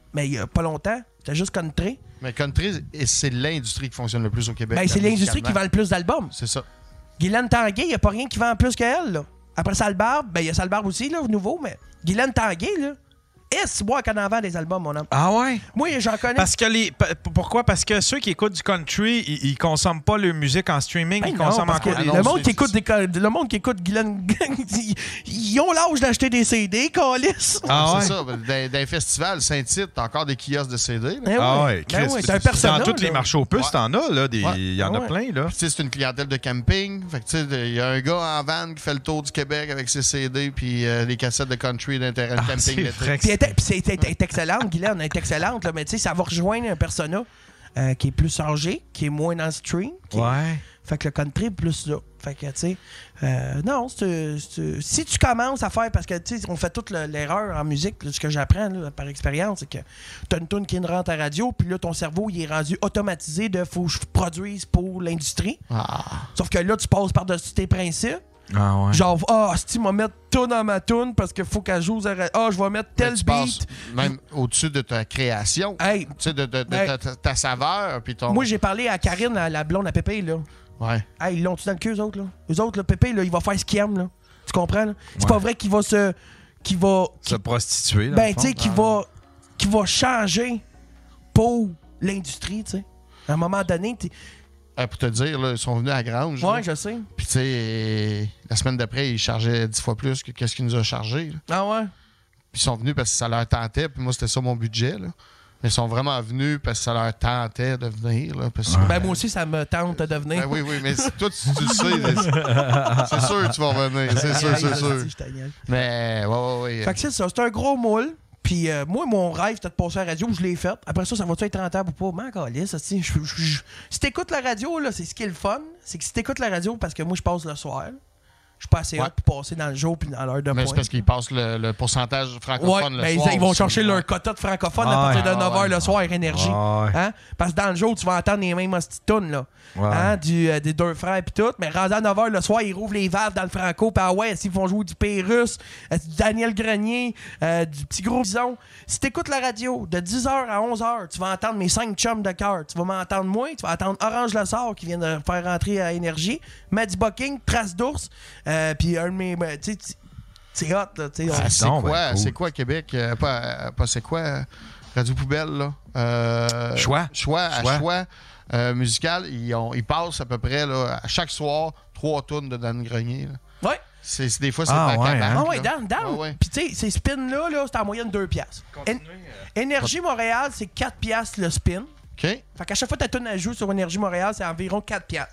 mais il y a pas longtemps, c'était juste country. Mais country, c'est l'industrie qui fonctionne le plus au Québec. Ben, c'est l'industrie qui vend le plus d'albums. C'est ça. Guylaine Tanguay, il n'y a pas rien qui vend plus qu'elle, là. Après Salbarbe, ben il y a Salbarbe aussi, là, nouveau, mais Guylaine Tanguay, là, est-ce moi qu'on en vend des albums, mon homme? Ah ouais? Moi, j'en connais. Parce que les. p- Pourquoi? Parce que ceux qui écoutent du country, ils, ils consomment pas leur musique en streaming, Ben ils non, consomment parce encore que des. le, monde qui écoute des, le monde qui écoute Guylaine, ils, ils ont l'âge d'acheter des C D, câlisse. Ah ouais? C'est ça. Dans, dans les festivals, Saint-Tite, t'as encore des kiosques de C D. là. Ben Ah oui. ouais, Ben Chris, oui, c'est un personnage. Dans tous les là. marchés aux puces, Ouais. t'en as, là. des- Il Ouais. y en a Ouais. plein, là. Puis, tu sais, c'est une clientèle de camping. Fait que, tu sais, il y a un gars en van qui fait le tour du Québec avec ses C D puis euh, les cassettes de country d'un terrain de Ah, camping. c'est l'été. vrai que Puis elle était- puis c'est- elle est excellente, Guylaine, elle est excellente, là, mais tu sais, ça va rejoindre un persona euh, qui est plus âgé, qui est moins dans le stream. qui est- Ouais. Fait que le country est plus là. Fait que, tu sais, euh, non, c'est, c'est- si tu commences à faire, parce que, tu sais, on fait toute le- l'erreur en musique, là, ce que j'apprends là, par expérience, c'est que t'as une tune qui rentre à radio, puis là, ton cerveau, il est rendu automatisé de faut que je produise pour l'industrie. Ah. Sauf que là, tu passes par-dessus tes principes. Ah ouais. Genre, ah, si tu vas mettre tune dans ma tune parce qu'il faut qu'elle joue aux ara- Ah, je vais mettre tel Mais tu beat. passes même au-dessus de ta création. Hey, Tu sais, de, de- de Hey. ta, ta- ta saveur. Puis ton... moi, j'ai parlé à Karine, à la blonde à Pépé, là. Ouais. Hey, ils l'ont-tu dans le cul, eux autres, là? Eux autres, là, Pépé, là, il va faire ce qu'il aime, là. Tu comprends, là? C'est Ouais. pas vrai qu'il va se... qu'il va... Se prostituer, là. Ben, tu sais, qu'il va... qu'il va changer pour l'industrie, tu sais. À un moment donné, t'es... Euh, pour te dire, là, ils sont venus à la grange. Ouais, là. je sais. Puis, tu sais, euh, la semaine d'après, ils chargeaient dix fois plus que ce qu'ils nous ont chargé. là. Ah ouais? Puis, ils sont venus parce que ça leur tentait. Puis, moi, c'était ça mon budget. Là. Mais ils sont vraiment venus parce que ça leur tentait de venir. Là, parce que- Ben, moi aussi, ça me tente de venir. Ben oui, oui, mais c'est- toi, tu, tu le sais. là, c'est- c'est sûr que tu vas revenir. C'est sûr, c'est sûr. Je t'agnole. Mais, ouais, ouais, ouais. Fait que c'est ça, c'est un gros moule. Puis euh, moi, mon rêve, c'était de passer à la radio, je l'ai fait. Après ça, ça va-tu être rentable ou pas? Man, câlisse, si je- je- je- si t'écoutes la radio, là, c'est ce qui est le fun. C'est que si t'écoutes la radio, parce que moi, je passe le soir, je suis pas assez Ouais. hot pour passer dans le jour puis dans l'heure de Mais c'est pointe. parce qu'ils passent le, le pourcentage Ouais, francophone le mais ils- soir. ils vont aussi. chercher leur quota de francophone Ah à partir ouais. de neuf heures le soir, énergie. Ah ouais. Hein? Parce que dans le jour, tu vas entendre les mêmes hosties de tunes, là. Ouais. Hein? Du, euh, des deux frères puis tout. Mais rendu à neuf heures le soir, ils rouvrent les valves dans le franco. Puis ah ouais, s'ils font jouer du Pérus, euh, du Daniel Grenier, euh, du petit gros bison. Si t'écoutes la radio de dix heures à onze heures, tu vas entendre mes cinq chums de cœur. Tu vas m'entendre moi, tu vas entendre Orange Le Sort qui vient de faire rentrer à Énergie, Maddie Bucking, Trace d'ours, euh, puis un de mes... ben, tu sais, tu- c'est hot, là. tu sais, on- Ah, c'est Non, quoi, ben, cool. c'est quoi Québec? Euh, pas, euh, pas c'est quoi? euh, Radio Poubelle, là. Euh, Choix. Choix, à Choix. choix euh, musical. Ils, ont, ils passent à peu près, là, à chaque soir, trois tonnes de Dan Grenier. là. Ouais. C'est, c'est- des fois, c'est Ah, pas ouais, capable, hein? Ah ouais, là. down, down. Ouais, ouais. Puis tu sais, ces spins-là, là, c'est en moyenne deux piastres. En- Énergie Montréal, c'est quatre piastres le spin. OK? Fait qu'à chaque fois que ta tune à jouer sur Énergie Montréal, c'est environ quatre piastres.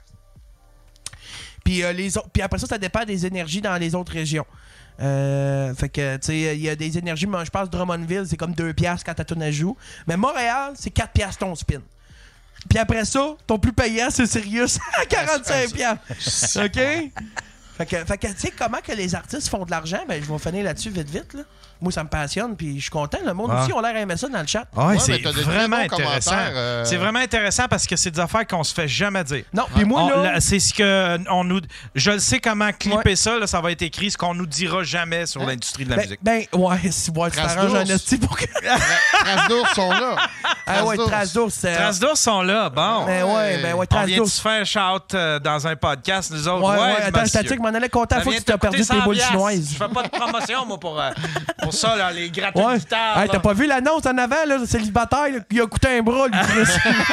Puis, euh, les autres- puis après ça, ça dépend des énergies dans les autres régions. Euh, fait que, tu sais, il y a des énergies, moi, je pense Drummondville, c'est comme deux piastres quand ta tune à joue. Mais Montréal, c'est quatre piastres ton spin. Puis après ça, ton plus payant, c'est Sirius à quarante-cinq piastres. OK? Fait que, fait que tu sais, comment que les artistes font de l'argent? Ben, je vais finir là-dessus vite, vite, là. Moi, ça me passionne, puis je suis content. Le monde Ah. aussi, on a l'air d'aimer ça dans le chat. Ah ouais, Ouais, c'est mais t'as des vraiment très bons intéressant. commentaires, euh. C'est vraiment intéressant parce que c'est des affaires qu'on se fait jamais dire. Non, puis moi, On- là... là, c'est ce que on nous. Je le sais comment clipper Ouais. ça. Là, ça va être écrit ce qu'on nous dira jamais sur l'industrie de la Ben, musique. ben, ouais, si ouais, tu Trace t'arranges un d'ours. esti pour que... Traces d'ours sont là. Ah ouais, d'ours. Trace d'ours, c'est... Traces d'ours sont là. Bon. Ben ouais, ben ouais, on Trace vient de d'ours. se faire shout euh, dans un podcast, nous autres. Ouais, ouais, attends, monsieur. statique, m'en allais compter la Ça fois vient que tu de t'as perdu coûter tes cent boules piastres. chinoises. Je fais pas de promotion, moi, pour, euh, pour ça, là, les gratuits Ouais. de guitare. Hey, là. t'as pas vu l'annonce en avant, là? Célibataire, là, il a coûté un bras, lui, Chris.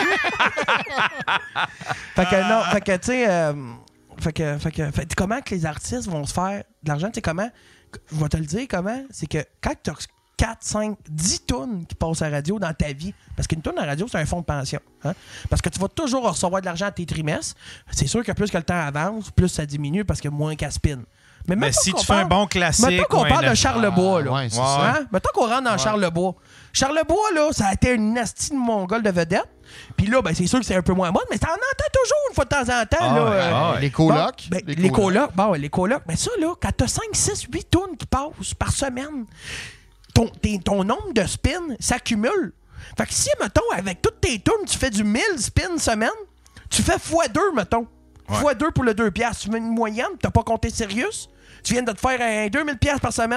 Fait que, non, fait que, tu sais, euh, fait que, fait que, fait, comment que les artistes vont se faire de l'argent? Tu sais, comment? Je vais te le dire, comment? C'est que quand t'as quatre, cinq, dix tonnes qui passent à la radio dans ta vie, parce qu'une tonne à la radio, c'est un fonds de pension. Hein? Parce que tu vas toujours recevoir de l'argent à tes trimestres. C'est sûr que plus que le temps avance, plus ça diminue parce que moins qu'à spin. Mais, Mais mettons si qu'on tu fais un parle- bon classique. Mettons qu'on ou un parle de neuf- Charlebois, là. Ah, ouais, c'est Ouais. ça. Hein? Mettons qu'on rentre dans Charlebois. Charlebois, là, ça a été une nasty de mongol de vedette. Puis là, ben, c'est sûr que c'est un peu moins mode, mais t'en entends toujours une fois de temps en temps. Ah là, ouais, euh, ah ouais. Les colocs. Bon, ben, les colocs. Bon, ouais, les colocs. Mais ça, là, quand t'as cinq, six, huit tonnes qui passent par semaine, ton, tes- ton nombre de spins s'accumule. Fait que si, mettons, avec toutes tes tonnes, tu fais du mille spins semaine, tu fais fois deux, mettons. Ouais. Fois deux pour le deux piastres. Tu mets une moyenne, t'as pas compté Sirius. Tu viens de te faire un deux mille piastres par semaine.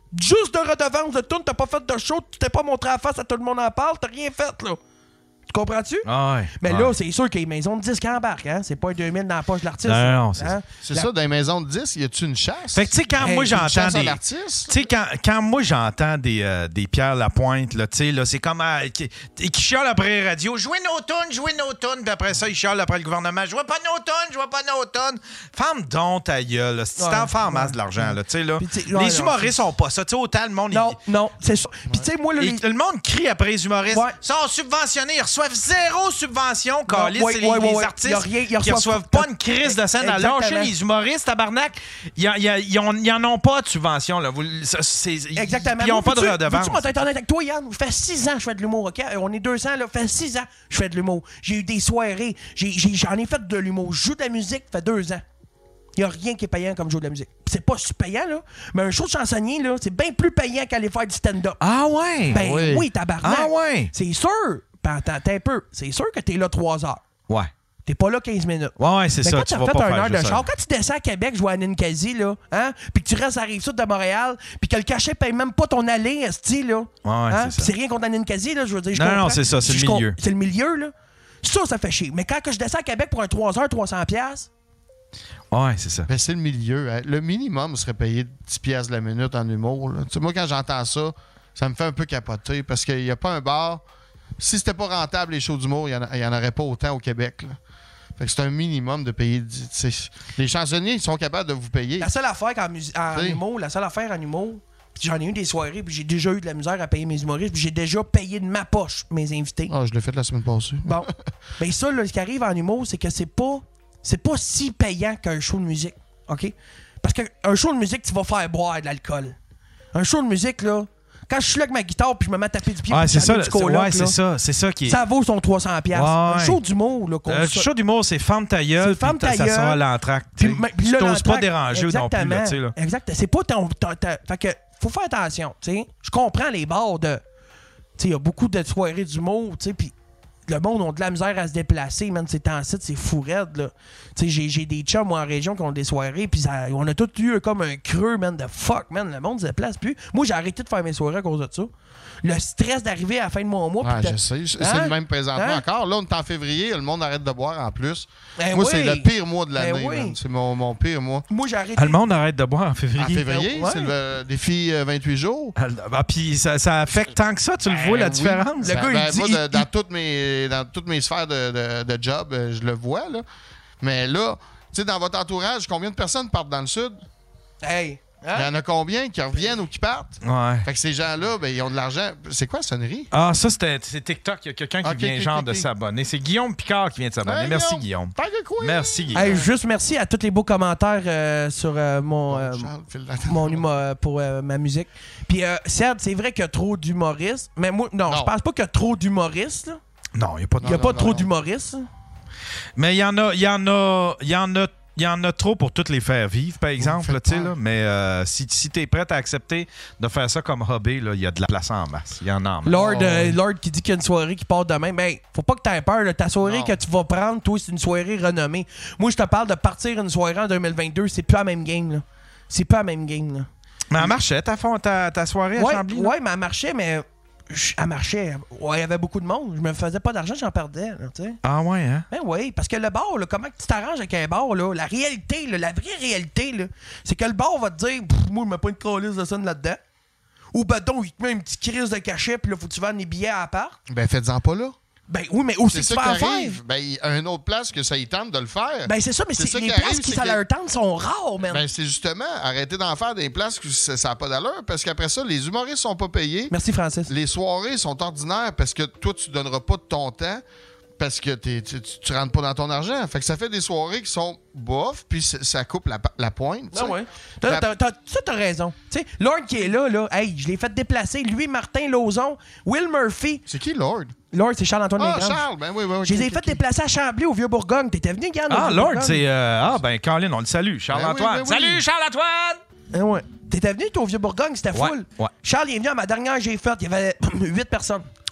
Juste de redevance de tune, t'as pas fait de show, tu t'es pas montré à la face à tout le monde en parle, t'as rien fait, là. Tu comprends-tu? Ah ouais. Mais ouais. là, c'est sûr qu'il y a une maison de disques qui embarque, hein? C'est pas un deux mille dans la poche de l'artiste. Non, non, c'est hein? C'est La... ça, dans les maisons de disques, y a-tu une chasse? Fait que, tu sais, quand Hey, moi une j'entends chasse à des. l'artiste? Tu sais, quand, quand moi j'entends des, euh, des Pierre Lapointe, là, tu sais, là, c'est comme. Euh, qui, qui chialent après les radios. Jouez nos tunes, jouez nos tunes. Puis après ça, ils chialent après le gouvernement. Jouez pas nos tunes, jouez pas nos tunes. Ferme donc ta gueule, là. Si tu t'en Ouais, fais en masse ouais. de l'argent, là, tu sais, là. Puis, tu sais, ouais, Les non, humoristes sont pas ça. Tu sais, autant le monde. Non, il- non, c'est sûr. Puis, tu sais, moi, là, Et les... le monde crie après les humoristes. Ouais. Ils sont subventionnés. Ils reçoivent zéro subvention, Calice. ouais, C'est les, ouais, ouais, les ouais. artistes Y a rien, ils qui reçoivent- reçoivent pas une crise de scène à lâcher. Exactement. Les humoristes, tabarnak, ils en ont pas de subvention. Là. Vous, ça, c'est, Exactement. Ils n'ont pas de Veux-tu- redevance. veux-tu m'entendre honnête avec toi, Yann? Ça fait six ans que je fais de l'humour, OK? On est deux cents, là. Ça fait six ans que je fais de l'humour. J'ai eu des soirées. J'ai, j'ai, j'en ai fait de l'humour. Je joue de la musique, ça fait deux ans. Il n'y a rien qui est payant comme jouer de la musique. C'est pas super payant, là. Mais un show de chansonnier, là, c'est bien plus payant qu'aller faire du stand-up. Ah ouais? Ben oui, oui. tabarnak. Ah ouais? C'est sûr. Ben, attends, attends un peu. C'est sûr que t'es là trois heures. Ouais. T'es pas là quinze minutes. Ouais, ouais, c'est Mais ça. quand Tu tu vas as fait pas un faire heure de juste char, ça. quand tu descends à Québec jouer à Ninkasi, là, hein, puis que tu restes à Rive-Sud de Montréal, puis que le cachet paye même pas ton allée, esti, là. Ouais, hein, c'est puis ça. c'est rien contre la Ninkasi, là, je veux dire, je Non, comprends. non, c'est ça, c'est le Je com- milieu. C'est le milieu, là. Ça, ça fait chier. Mais quand que je descends à Québec pour un trois heures, trois cents piastres, Ouais, c'est ça. Ben, c'est le milieu. Hein. Le minimum serait payé dix piastres la minute en humour. Là. Tu sais, moi, quand j'entends ça, ça me fait un peu capoter parce qu'il n'y a pas un bar. Si c'était pas rentable, les shows d'humour, il n'y en, en aurait pas autant au Québec. Là. Fait que c'est un minimum de payer. dix, tu sais, les chansonniers, ils sont capables de vous payer. la seule affaire qu'en musi- en T'sais. humour, la seule affaire en humour, puis j'en ai eu des soirées, puis j'ai déjà eu de la misère à payer mes humoristes, puis j'ai déjà payé de ma poche mes invités. Ah, je l'ai fait la semaine passée. Bon. Ben ça, là, ce qui arrive en humour, c'est que c'est pas c'est pas si payant qu'un show de musique. OK? Parce qu'un show de musique, tu vas faire boire de l'alcool. Un show de musique, là, quand je suis là avec ma guitare puis je me mets à taper du pied Ouais, puis c'est je ça. du c'est- coloc, Ouais, là, c'est ça. C'est ça qui est. ça vaut son trois cents piastres. Ouais. Un show d'humour, là, qu'on Le ça- show d'humour, c'est ferme ta gueule. C'est ferme puis ta ça gueule. sera l'entracte. Puis, tu sais. mais- puis Tu là, t'oses pas l'entraque- déranger non plus, là, tu sais, là. Exact. C'est pas ton. ton- ta- fait que, faut faire attention, tu sais. Je comprends les bars de. Tu sais, il y a beaucoup de soirées d'humour, tu sais, puis le monde a de la misère à se déplacer, man. C'est en site, c'est fou raide, là. Tu sais, j'ai, j'ai des chums, moi, en région, qui ont des soirées, puis ça- on a tous eu comme un creux, man, de fuck, man. Le monde se déplace plus. Moi, j'ai arrêté de faire mes soirées à cause de ça. Le stress d'arriver à la fin de mon mois. Ouais, puis de- je sais. C'est Hein? le même présentement Hein? encore. Là, on est en février, le monde arrête de boire en plus. Ben moi, oui. c'est le pire mois de Ben l'année. oui. man. C'est mon, mon pire mois. Moi, j'ai arrêté. Ah, le monde arrête de boire en février. En février, Ouais. c'est le défi euh, vingt-huit jours. Ah, ah, puis ça, ça affecte tant que ça, tu le vois, la oui. différence? Le Ben, gars, il ben, dit- moi, il- de- dans, il- toutes mes, dans toutes mes sphères de, de- de job, euh, je le vois. Là. Mais là, tu sais, dans votre entourage, combien de personnes partent dans le sud? Hey! Il y Hein? en a combien qui reviennent ou qui partent? Ouais. Fait que ces gens-là, ben, ils ont de l'argent. C'est quoi, la sonnerie? Ah, ça, c'était, c'est TikTok. Il y a quelqu'un qui Ok, vient ok, genre ok, de ok. s'abonner. C'est Guillaume Picard qui vient de s'abonner. Hey, Merci, Guillaume. Guillaume. Fait que quoi? Merci, Guillaume. Hey, juste merci à tous les beaux commentaires euh, sur euh, mon, Bon, euh, Charles, file la- mon humour euh, pour euh, ma musique. Puis, euh, certes, c'est vrai qu'il y a trop d'humoristes, mais moi, non, Non. je pense pas qu'il y a trop d'humoristes. là. Non, il n'y a pas de. Il y a Non, pas non, trop non. d'humoristes. là. Mais il y en a, il y en a, il y en a, il y en a trop pour toutes les faire vivre, par exemple, faites là, tu sais, peur. là. Mais euh, si, si tu es prêt à accepter de faire ça comme hobby, là, il y a de la place en masse. Il y en a en masse. Lord, Oh, euh, oui. Lord qui dit qu'il y a une soirée qui part demain, ben, faut pas que tu aies peur. là. Ta soirée Non. que tu vas prendre, toi, c'est une soirée renommée. Moi, je te parle de partir une soirée en deux mille vingt-deux, c'est plus la même game. là. C'est pas la même game. Là. Mais elle marchait, ta, fond- ta, ta soirée à Ouais, Chambly? là? ouais, mais elle marchait, mais je- elle marchait. Ouais, il y avait beaucoup de monde. Je me faisais pas d'argent, j'en perdais. là, tu sais. Ah ouais, hein? Ben oui, parce que le bar, là, comment tu t'arranges avec un bar, là, la réalité, là, la vraie réalité, là, c'est que le bar va te dire, Pff, moi, je mets pas une calice de scène là-dedans. Ou ben donc, il te met une petite crise de cachet, puis là, faut que tu vendes les billets à part. Ben, faites-en pas là. Ben oui, mais où c'est C'est que tu ça vas qui en faire? arrive. Ben, il y a une autre place que ça y tente de le faire. Ben c'est ça, mais C'est c'est ça les qui places arrive, qui c'est ça que- leur tente sont rares, man. Ben, c'est justement arrêter d'en faire des places que ça n'a pas d'allure parce qu'après ça, les humoristes sont pas payés. Merci, Francis. Les soirées sont ordinaires parce que toi, tu donneras pas de ton temps parce que t'es- tu, tu, tu rentres pas dans ton argent. Fait que ça fait des soirées qui sont bof, puis ça, ça coupe la, la pointe. tu Ah sais. ouais. T'as, La- t'as, t'as, ça, t'as raison. Tu sais, Lord qui est là, là, hey, je l'ai fait déplacer. Lui, Martin Lauzon, Will Murphy. C'est qui, Lord? Lord, c'est Charles-Antoine Ah, Desgranges. Charles! Ben oui, oui, oui. Je les ai ok, fait ok. déplacer à Chambly, au Vieux-Bourgogne. T'étais venu, Yann? Ah, au Lord, Vieux-Bourgogne? c'est. euh, Ah, ben, Colin, on le salue. Charles-Antoine. Ben oui, ben oui. Salut, Charles-Antoine! Ah ouais. T'étais venu, toi, au Vieux-Bourgogne, c'était Ouais, full. ouais. Charles, il est venu à ma dernière que j'ai faite. Il y avait huit personnes.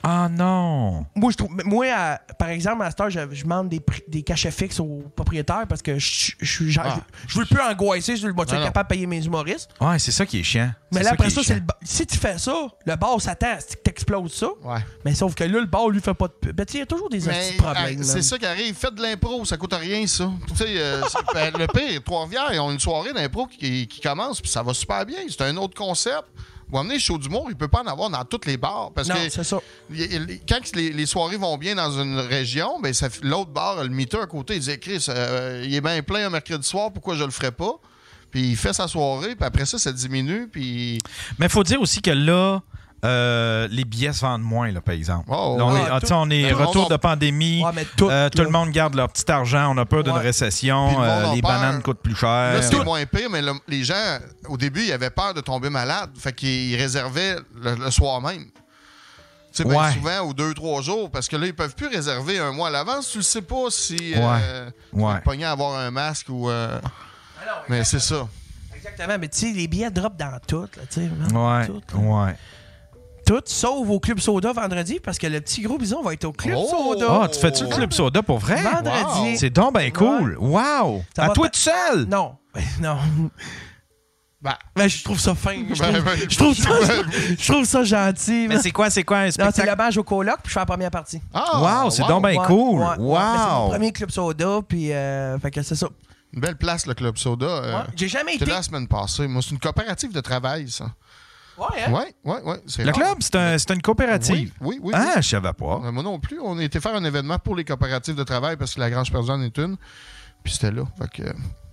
Ah non! Moi, je trouve, moi à, par exemple, à cette heure, je, je demande des, prix- des cachets fixes aux propriétaires parce que je, je, je, genre, Ah. je, je veux plus angoisser sur le moi, tu es Non, non. capable de payer mes humoristes. Ouais, c'est ça qui est chiant. Mais C'est là, après qui ça, est c'est chiant. le ba- si tu fais ça, le bar s'attend, c'est que t'exploses ça. Ouais. Mais sauf que là, le bar, lui, fait pas de pub. Ben, tu sais, il y a toujours des Mais petits problèmes. ah, c'est man. ça qui arrive. Faites de l'impro, ça coûte rien, ça. Tu sais, euh, c'est- ben, le pire, Trois-Rivières, ils ont une soirée d'impro qui, qui commence, puis ça va super bien. C'est un autre concept. Vous amenez le show d'humour, il peut pas en avoir dans tous les bars. Parce Non, que c'est ça. y- y- quand les, les soirées vont bien dans une région, ben ça fait- l'autre bar, le meter à côté, il dit Chris, euh, il est bien plein un mercredi soir, pourquoi je le ferais pas? Puis il fait sa soirée, puis après ça, ça diminue, puis. Mais il faut dire aussi que là, euh, les billets se vendent moins, là, par exemple. Oh, Là, on ouais. est, ah, tu sais, on est Mais retour on- de pandémie. Ouais, mais tout, Euh, tout là. le monde garde leur petit argent. On a peur d'une Ouais. Puis récession. le monde euh, a les peur. bananes coûtent plus cher. Là, c'est Ouais. moins pire, mais le- les gens, au début, ils avaient peur de tomber malade. Fait qu'ils réservaient le, le soir même. Tu sais, bien Ouais. souvent, ou deux, trois jours, parce que là, ils peuvent plus réserver un mois à l'avance. Tu ne sais pas si euh, tu vas Ouais. te pogner à avoir un masque ou. euh, Ah non, Mais c'est ça. Exactement, mais tu sais, les billets drop dans tout, là, tu sais. man. Ouais, Tout, là. ouais. Tout, sauf au Club Soda vendredi, parce que le petit gros bison va être au Club Oh! Soda. Ah, tu fais-tu le club soda pour vrai? Vendredi. C'est donc bien cool. Wow! Ça À va toi ta- tout seul? Non, ben, non. Ben, Ben, je trouve ça fin. Je Ben, trouve, ben, je trouve ça, je trouve ça gentil. Mais man. c'est quoi, c'est quoi un Non, c'est spectacle? l'hommage au coloc, puis je fais la première partie. ah, Wow, c'est donc bien Ouais, cool. ouais, ouais. Mais c'est mon Wow! premier Club Soda, puis euh, fait que c'est ça. Une belle place, le Club Soda. euh, Ouais. J'ai jamais J'étais été. là la semaine passée. Moi, c'est une coopérative de travail, ça. Ouais, hein? Oui, oui, oui. Le club, c'est un, c'est une coopérative. Oui, oui, oui. Ah, oui. je savais pas. Euh, Moi non plus. On a été faire un événement pour les coopératives de travail parce que la Grange Perdue en est une. Puis c'était là. Fait que,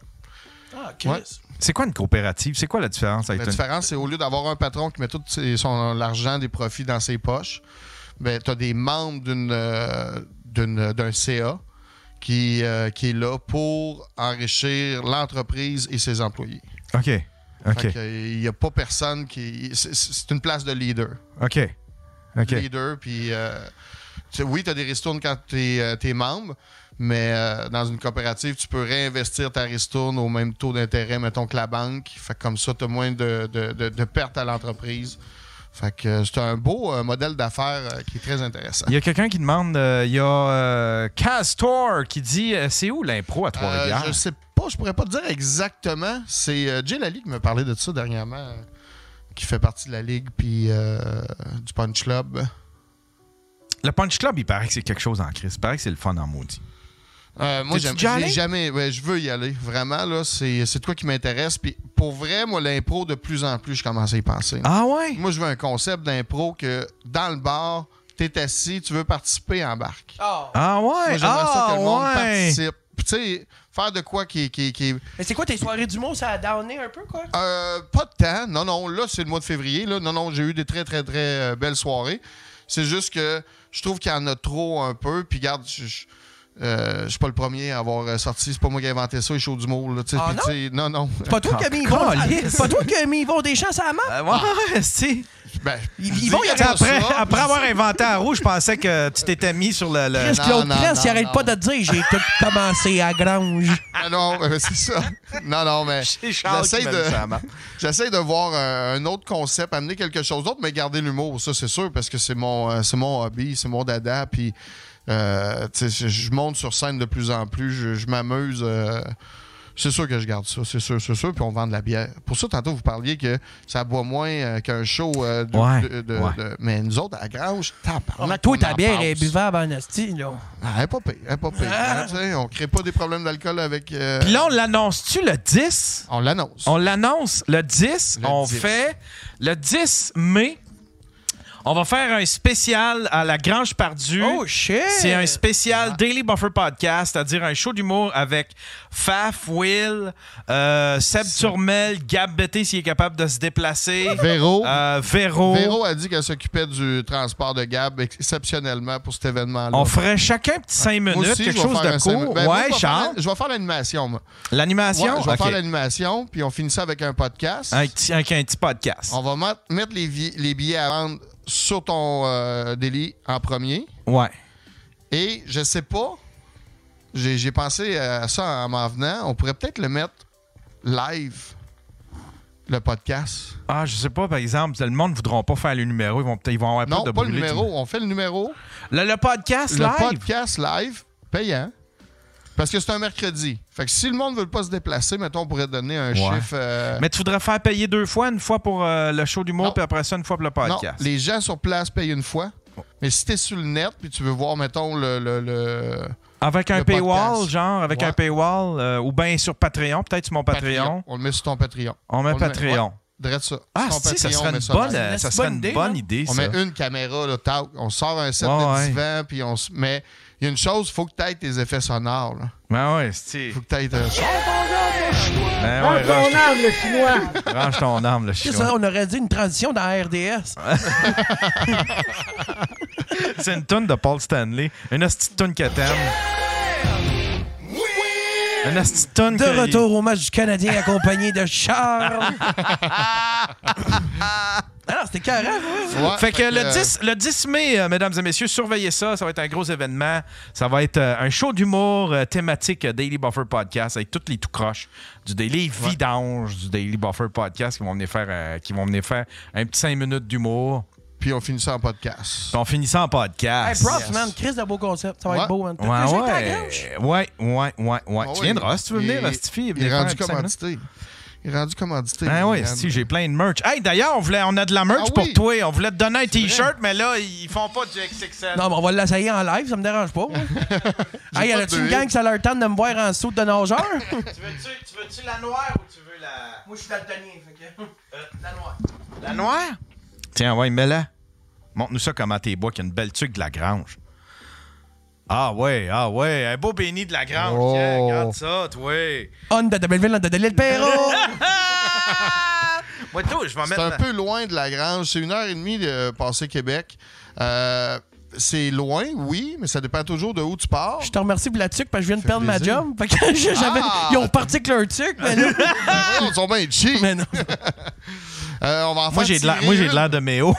Ah, Chris. Ouais. C'est quoi une coopérative? C'est quoi la différence avec la une... différence, c'est au lieu d'avoir un patron qui met tout ses- son l'argent des profits dans ses poches, ben, tu as des membres d'une, euh, d'une- d'un C A qui, euh, qui est là pour enrichir l'entreprise et ses employés. OK. OK. Fait que, il n'y a pas personne qui. C'est, c'est une place de leader. OK. OK. Leader, puis. euh, tu sais, oui, tu as des ristournes quand tu es membre, mais euh, dans une coopérative, tu peux réinvestir ta ristourne au même taux d'intérêt, mettons, que la banque. Fait que comme ça, tu as moins de, de, de, de pertes à l'entreprise. Fait que euh, c'est un beau euh, modèle d'affaires euh, qui est très intéressant. Il y a quelqu'un qui demande, euh, il y a euh, Castor qui dit, euh, c'est où l'impro à Euh, Trois-Rivières? je sais pas, je pourrais pas te dire exactement. C'est euh, Jay Lally qui me parlait de ça dernièrement, euh, qui fait partie de la Ligue puis euh, du Punch Club. Le Punch Club, il paraît que c'est quelque chose en crise. Il paraît que c'est le fun en maudit. Euh, moi, T'es-tu j'aime, déjà j'ai allé? jamais. Ouais, je veux y aller. Vraiment, là, c'est, c'est de quoi qui m'intéresse. Puis pour vrai, moi, l'impro, de plus en plus, je commence à y penser. Ah ouais? Moi, je veux un concept d'impro que dans le bar, t'es assis, tu veux participer, embarque. Ah. Ah ouais? Moi, j'aimerais ça ah que le monde ouais! participe. Puis, tu sais, faire de quoi qui, qui, qui, Mais c'est quoi tes soirées d'humour? Ça a downé un peu, quoi? Euh, pas de temps. Non, non. Là, c'est le mois de février. Là. Non, non, j'ai eu des très, très, très euh, belles soirées. C'est juste que je trouve qu'il y en a trop un peu. Puis, regarde, je je- euh, je suis pas le premier à avoir euh, sorti. C'est pas moi qui ai inventé ça, les shows d'humour. Là, tu sais. Ah Puis, non? tu sais, non, non. C'est pas toi qui as mis Yvon. Calisse. C'est pas toi qui as mis Yvon Deschamps à la main? Euh, ouais, c'est... Ben, Ils- je ils vont dis y que aller Après, ça, après avoir inventé la roue, je pensais que tu t'étais mis sur le... le- Chris non, Claude non, Presse, non, il arrête non. pas de te dire j'ai tout commencé à Grange. Ah non, ben, c'est ça. Non, non, mais C'est Charles j'essaie qui m'a de, mis ça à la main. j'essaie de voir un, un autre concept, amener quelque chose d'autre, mais garder l'humour, ça c'est sûr, parce que c'est mon, euh, c'est mon hobby, c'est mon dada, puis euh, tu sais, je, je monte sur scène de plus en plus, je, je m'amuse. euh, c'est sûr que je garde ça, c'est sûr, c'est sûr, puis on vend de la bière. Pour ça, tantôt, vous parliez que ça boit moins euh, qu'un show euh, de, Ouais, de- de- ouais. de- Mais nous autres, à la Grange, tabarnak, Toi, on ta en bière passe. est buvable en esti, là. Ah, elle est pas pire, elle est pas pire. hein, tu sais, on crée pas des problèmes d'alcool avec... euh, Puis là, on l'annonce-tu le dix? on l'annonce. On l'annonce le dix. Le on dix. fait le dix mai. On va faire un spécial à la Grange Perdue. Oh, shit! C'est un spécial Daily Buffer Podcast, c'est-à-dire un show d'humour avec Faf, Will, euh, Seb Turmel, Gab Betté s'il est capable de se déplacer, Véro. euh, Véro. Véro a dit qu'elle s'occupait du transport de Gab exceptionnellement pour cet événement-là. On ferait chacun petit cinq Moi minutes, aussi, quelque je vais chose faire de un cinq court. minutes. Ben, moi, ouais, je vais faire Charles. la- Je vais faire l'animation, moi. L'animation? Ouais, je vais Ok. faire l'animation, puis on finit ça avec un podcast. Un petit- avec un petit podcast. On va mat- mettre les, vi- les billets à vendre sur ton euh, délit en premier. Ouais. Et je sais pas, j'ai j'ai pensé à ça en m'en venant, on pourrait peut-être le mettre live Le podcast. Ah, je sais pas, par exemple, le monde ne voudront pas faire le numéro. Ils vont peut-être ils vont avoir Non, peur de pas le brûler numéro. du- On fait le numéro. Le, le podcast Le live? podcast live, payant. Parce que c'est un mercredi. Fait que si le monde ne veut pas se déplacer, mettons, on pourrait donner un Ouais. chiffre... euh, Mais tu voudrais faire payer deux fois, une fois pour euh, le show d'humour, Non. puis après ça, une fois pour le Non, podcast. les gens sur place payent une fois. Mais si t'es sur le net puis tu veux voir, mettons, le... le, le Avec un le paywall, podcast. genre, avec Ouais. un paywall, euh, ou bien sur Patreon, peut-être sur mon Patreon. On le met sur ton Patreon. On met le met- Patreon. ouais, dresse ça. Ah, Sur ton si, ça Patreon, serait on met une ça bonne, live. euh, ça C'est serait une une bonne bonne idée, idée, On ça. met une caméra, là, tac, on sort un set Ouais, de ouais. divan, puis on se... Mais il y a une chose, il faut que tu aies tes effets sonores. Il Ben ouais, c'est... faut que tu aies... Ben Range ouais, ton range, arme, le chinois. range ton arme, le Ça, chinois. on aurait dit une transition dans R D S. C'est une toune de Paul Stanley. Une petite toune que t'aimes. Une petite toune De que... retour au match du Canadien accompagné de Charles. Alors, c'était carré, oui. Ouais, Fait que le euh, dix, le dix mai, euh, mesdames et messieurs, surveillez ça. Ça va être un gros événement. Ça va être euh, un show d'humour euh, thématique euh, Daily Buffer Podcast avec toutes les tout croches du Daily Vidange du Daily Buffer Podcast qui vont venir faire, euh, qui vont venir faire un petit cinq minutes d'humour. Puis on finit ça en podcast. Puis on finit ça en Hey, podcast. props, Yes. man. Chris de beau concept. Ça va Ouais. être beau, man. T'as Ouais, déjà été à la ouais. grange? Ouais, ouais, ouais, ouais. Ah Tu ouais, viendras si tu veux il- venir, Stifi. Il est rendu commandité. Il est rendu commandité. Ah oui, Yann. si, j'ai plein de merch. Hey, d'ailleurs, on, voulait, on a de la merch Ah pour oui. toi. On voulait te donner un T-shirt, mais là, ils font pas du X X L. Non, mais on va l'essayer en live, ça me dérange pas. moi. Hey, y pas a-tu de une deux gang qui ça leur tente de me voir en saut de nageur? Tu veux-tu, tu veux-tu la noire ou tu veux la... Moi, je suis daltonien, fait que... la noire. La noire? Tiens, ouais, mets-la. Montre-nous ça comment t'es bois, qu'il y a une belle tuque de la grange. Ah ouais, ah ouais, un beau béni de la grange. Oh. Tiens, regarde ça, toi. On de Belleville, on de l'île Perrault. Moi, tout, je vais C'est mettre... un ma- peu loin de la grange. C'est une heure et demie de passer Québec. Euh, c'est loin, oui, mais ça dépend toujours de où tu pars. Je te remercie pour la tuque parce que je viens de fait perdre ma plaisir. job. Fait que j'avais... Ah! Ils ont parti avec leur tuque, mais là... Oh, ils sont bien cheap. mais non. Euh, on va en Moi, faire j'ai de l'air- tirer moi, j'ai une. de l'air de Méo.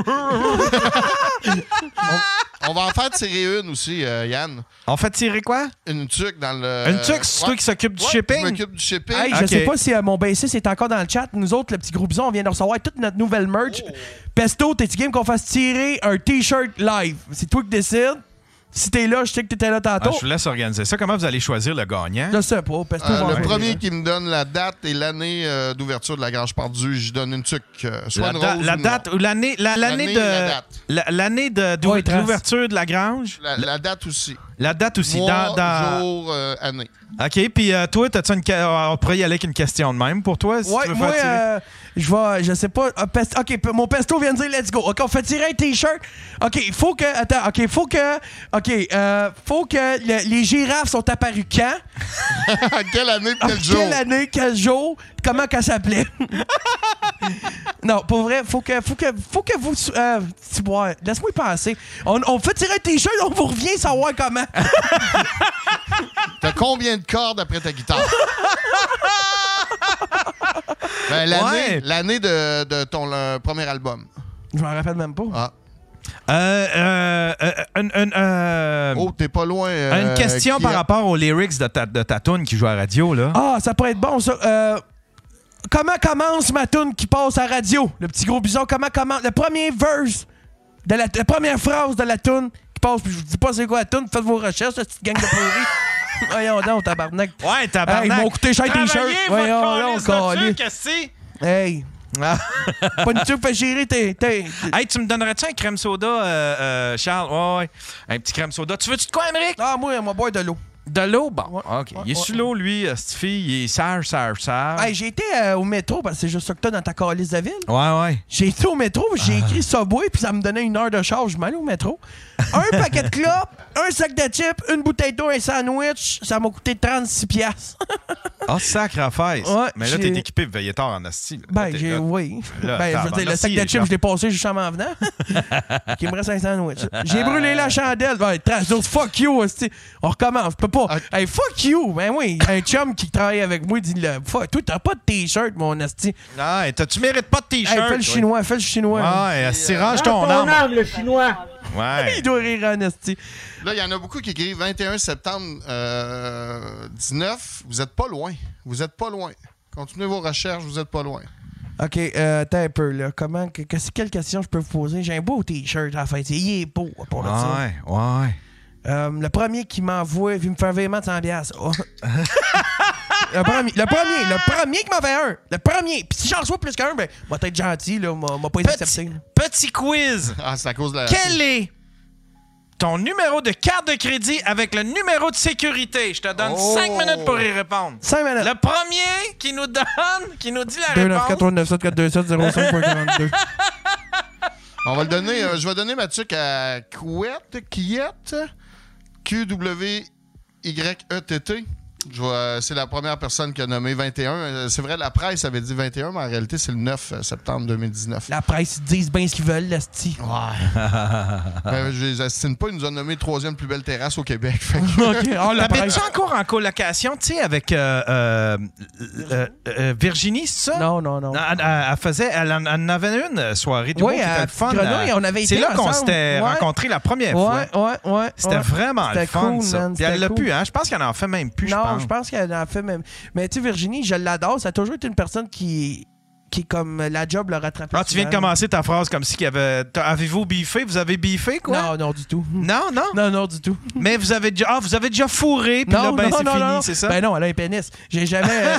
On va en faire tirer une aussi, euh, Yann. On fait tirer quoi? Une tuque dans le. Une tuque, c'est ouais. toi qui s'occupe du Ouais, shipping? Je m'occupe du shipping. Hey, Ok. je sais pas si euh, mon bassiste est encore dans le chat. Nous autres, le petit gros bison, on vient de recevoir toute notre nouvelle merch. Pesto, t'es-tu game qu'on fasse tirer un T-shirt live? C'est toi qui décides. Si t'es là, je sais que t'étais là Ah, tantôt. je vous laisse organiser ça. Comment vous allez choisir le gagnant? Je sais pas. Pesto Euh, va en le faire. premier qui me donne la date et l'année euh, d'ouverture de la Grange Perdue, je donne une tuque. euh, soit La, une da- rose la ou une date noire. ou l'année la- l'année L'année de et la date. la- l'année de d'ou- Ouais, de l'ouverture de la grange. La, la date aussi. La date aussi. Mois, dans, dans- jour, euh, année. OK, puis euh, toi, t'as-tu une... ca- on pourrait y aller avec une question de même pour toi, si Ouais, tu veux moi, faire tirer. euh, je vais, je sais pas. euh, pest- OK, p- mon pesto vient de dire let's go. OK, on fait tirer un T-shirt. OK, il faut que. Attends, OK, il faut que. OK, euh, faut que le- les girafes sont apparues quand? Quelle année, Ah, quel jour? Quelle année, quel jour, comment qu'elle s'appelait? Non, pour vrai, faut que, faut que, faut que vous. Euh, tu vois, laisse-moi y penser. On, on fait tirer un T-shirt, on vous revient savoir comment. T'as combien de cordes après ta guitare? Ben, l'année, Ouais. l'année de, de ton euh, premier album. Je m'en rappelle même pas. Ah. Euh, euh, euh, une, une, euh, Oh, t'es pas loin. euh, une question qui par a- rapport aux lyrics de ta, de ta tune qui joue à la radio, là. Ah, ça pourrait être bon, ça. Euh, comment commence ma tune qui passe à radio? Le petit gros bison, comment commence? Le premier verse, de la, la première phrase de la tune qui passe, puis je vous dis pas c'est quoi la tune, faites vos recherches, cette petite gang de pourris. Voyons donc, tabarnak. Ouais, tabarnak. Hey, ils m'ont coûté cher t-shirt. Travaillez Voyons votre donc, calice de câlisse. tuque, esti. Hey, Ah. pas une tuque fait gérer tes... tes- Hey, tu me donnerais-tu un crème soda, euh, euh, Charles? Ouais, ouais. Un petit crème soda. Tu veux-tu de quoi, Émeric? Ah, moi, on va boire de l'eau. De l'eau? Bon, Ouais, OK. ouais, il est ouais, sous l'eau, lui, euh, cette fille. Il est sage, sage, sage. Hey, j'ai été euh, au métro, parce que c'est juste ça que t'as dans ta calice de ville. Ouais, ouais. J'ai été au métro, j'ai écrit Subway, puis ça me donnait une heure de charge. Je m'allais au métro. Un paquet de clopes, un sac de chips, une bouteille d'eau, un sandwich. Ça m'a coûté trente-six piastres. Ah, sacre affaire. Ouais, Mais là, j'ai- t'es équipé de veiller tard en asti. là. Ben, Là, t'es- j'ai, là- oui. là, Ben, je veux tabarnak, dire, le sac de merci, chips, je l'ai passé juste en m'en venant. Il me reste un sandwich. J'ai brûlé la chandelle. Ben, trace d'autres, fuck you, hostie. On recommence. Je peux pas. Ok. Hey, fuck you. Ben oui, un chum qui travaille avec moi, il dit, le, fuck, toi, t'as pas de t-shirt, mon hostie. Ah, et t'as- tu mérites pas de Hey, t-shirt. fais le chinois, fais le chinois. Ouais, asti, range Range ton ton arme. arme, le chinois. Ouais. Il doit rire en hostie. Là, il y en a beaucoup qui écrivent vingt et un septembre euh, dix-neuf. Vous êtes pas loin. Vous êtes pas loin. Continuez vos recherches, vous êtes pas loin. OK, euh, attends un peu, là. Comment, que, que, quelle question je peux vous poser? J'ai un beau T-shirt, en fait. Il est beau, pour ça. Ouais, ouais. Euh, le premier qui m'envoie, il me fait un virement de cent piastres. Oh. le premier, le premier, le premier qui m'en fait un. Le premier. Puis si j'en reçois plus qu'un, ben, moi, être gentil, là. M'a pas été accepté. Là. Petit quiz. Ah, c'est à cause de la... Quel est ton numéro de carte de crédit avec le numéro de sécurité? Je te donne Oh. cinq minutes pour y répondre. cinq minutes. Le premier qui nous donne, qui nous dit la deux neuf réponse. quatre trois neuf sept quatre deux sept zéro cinq quarante-deux. On va le donner, euh, je vais donner ma tuque à Kouette, Kiette, Q W Y E T T. Je vais, euh, c'est la première personne qui a nommé vingt et un. Euh, c'est vrai, la presse avait dit vingt et un, mais en réalité, c'est le neuf septembre deux mille dix-neuf. La presse, ils disent bien ce qu'ils veulent, l'asti. Ouais. ben, je les estime pas. Ils nous ont nommé troisième plus belle terrasse au Québec. Fait que... OK. Oh, la presse. T'habites-tu encore en colocation, tu sais, avec euh, euh, euh, euh, Virginie, c'est ça? Non, non, non. Elle, elle- elle faisait, elle en, elle en avait une soirée du Oui, qui était à le fun. Grenouille, euh, on avait C'est été là qu'on ensemble. s'était Ouais. rencontrés la première Ouais, fois. ouais, ouais. C'était ouais. vraiment le C'était fun, cool, ça. man, Puis elle c'était l'a cool. plus, hein? Je pense qu'elle en fait même plus, je Non, pense. je pense qu'elle en fait même. Mais tu sais, Virginie, je l'adore. Ça a toujours été une personne qui, qui comme la job l'a rattrapé. Ah, tu viens de commencer ta phrase comme si qu'il y avait... T'as- Avez-vous biffé? Vous avez biffé, quoi? Non, non, du tout. Non, non. Non, non, du tout. Mais vous avez déjà... Ah, vous avez déjà fourré, puis là, ben, c'est fini, c'est ça? Ben non, elle a un pénis. J'ai jamais. euh,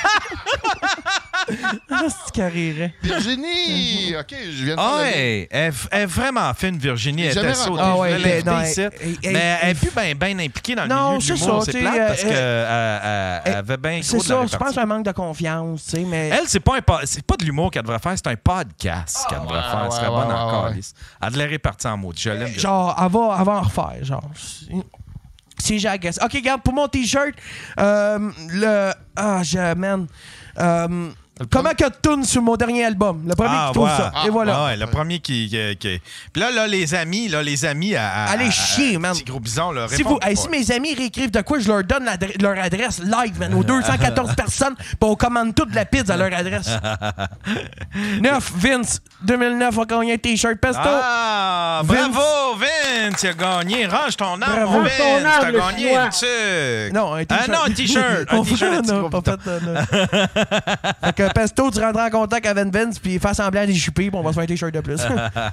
Ah, c'est carré. Virginie! OK, je viens de Ah faire le- ouais, elle, elle est vraiment fine, Virginie. Elle J'ai était jamais sautée. rencontré. Ah ouais, Je voulais ben, non, l'inviter elle- ici. elle- Mais elle- elle est plus bien ben impliquée dans le Non, milieu c'est de l'humour. ça, C'est tu sais, plate parce euh, qu'elle elle- avait bien C'est trop de la ça, je pense répartie. un manque de confiance, tu sais, mais. Elle, c'est pas, un po- c'est pas de l'humour qu'elle devrait faire, c'est un podcast qu'elle devrait ouais, faire. Elle ouais, serait ouais, bonne ouais, encore. ouais. Alice. Elle de la répartie en mots. Je l'aime. bien. Genre, elle va, elle va en refaire, genre. Si j'ai la guess. OK, regarde, pour mon T-shirt, euh, le... Ah, je... Man. Euh, comment que tu tournes sur mon dernier album? Le premier Ah, qui trouve ouais. ça. Ah, Et voilà. Ah ouais, le premier qui. qui, qui- Puis là, là, les amis, là, les amis à. à- Allez à- chier, à- man. Petit gros bison, là. Si, vous, répondez hey, pas. si mes amis réécrivent de quoi, je leur donne l'adre- leur adresse live, man, aux deux cent quatorze personnes, puis on commande toute la pizza à leur adresse. neuf, Vince, deux mille neuf, on a gagné un T-shirt Pesto. Ah, Vince. bravo, Vince, il a gagné. Range ton arme, Bravo. mon Range Vince. ton arme, T'as le gagné Chinois. une tuque. Non, un T-shirt. Ah non, un T-shirt. Un On T-shirt de fait- petit non, gros pas bouton. fait, euh, non. Fait que Pesto, tu rentres en contact avec Vince, puis fais semblant d'y chipper, puis on va se faire un T-shirt de plus.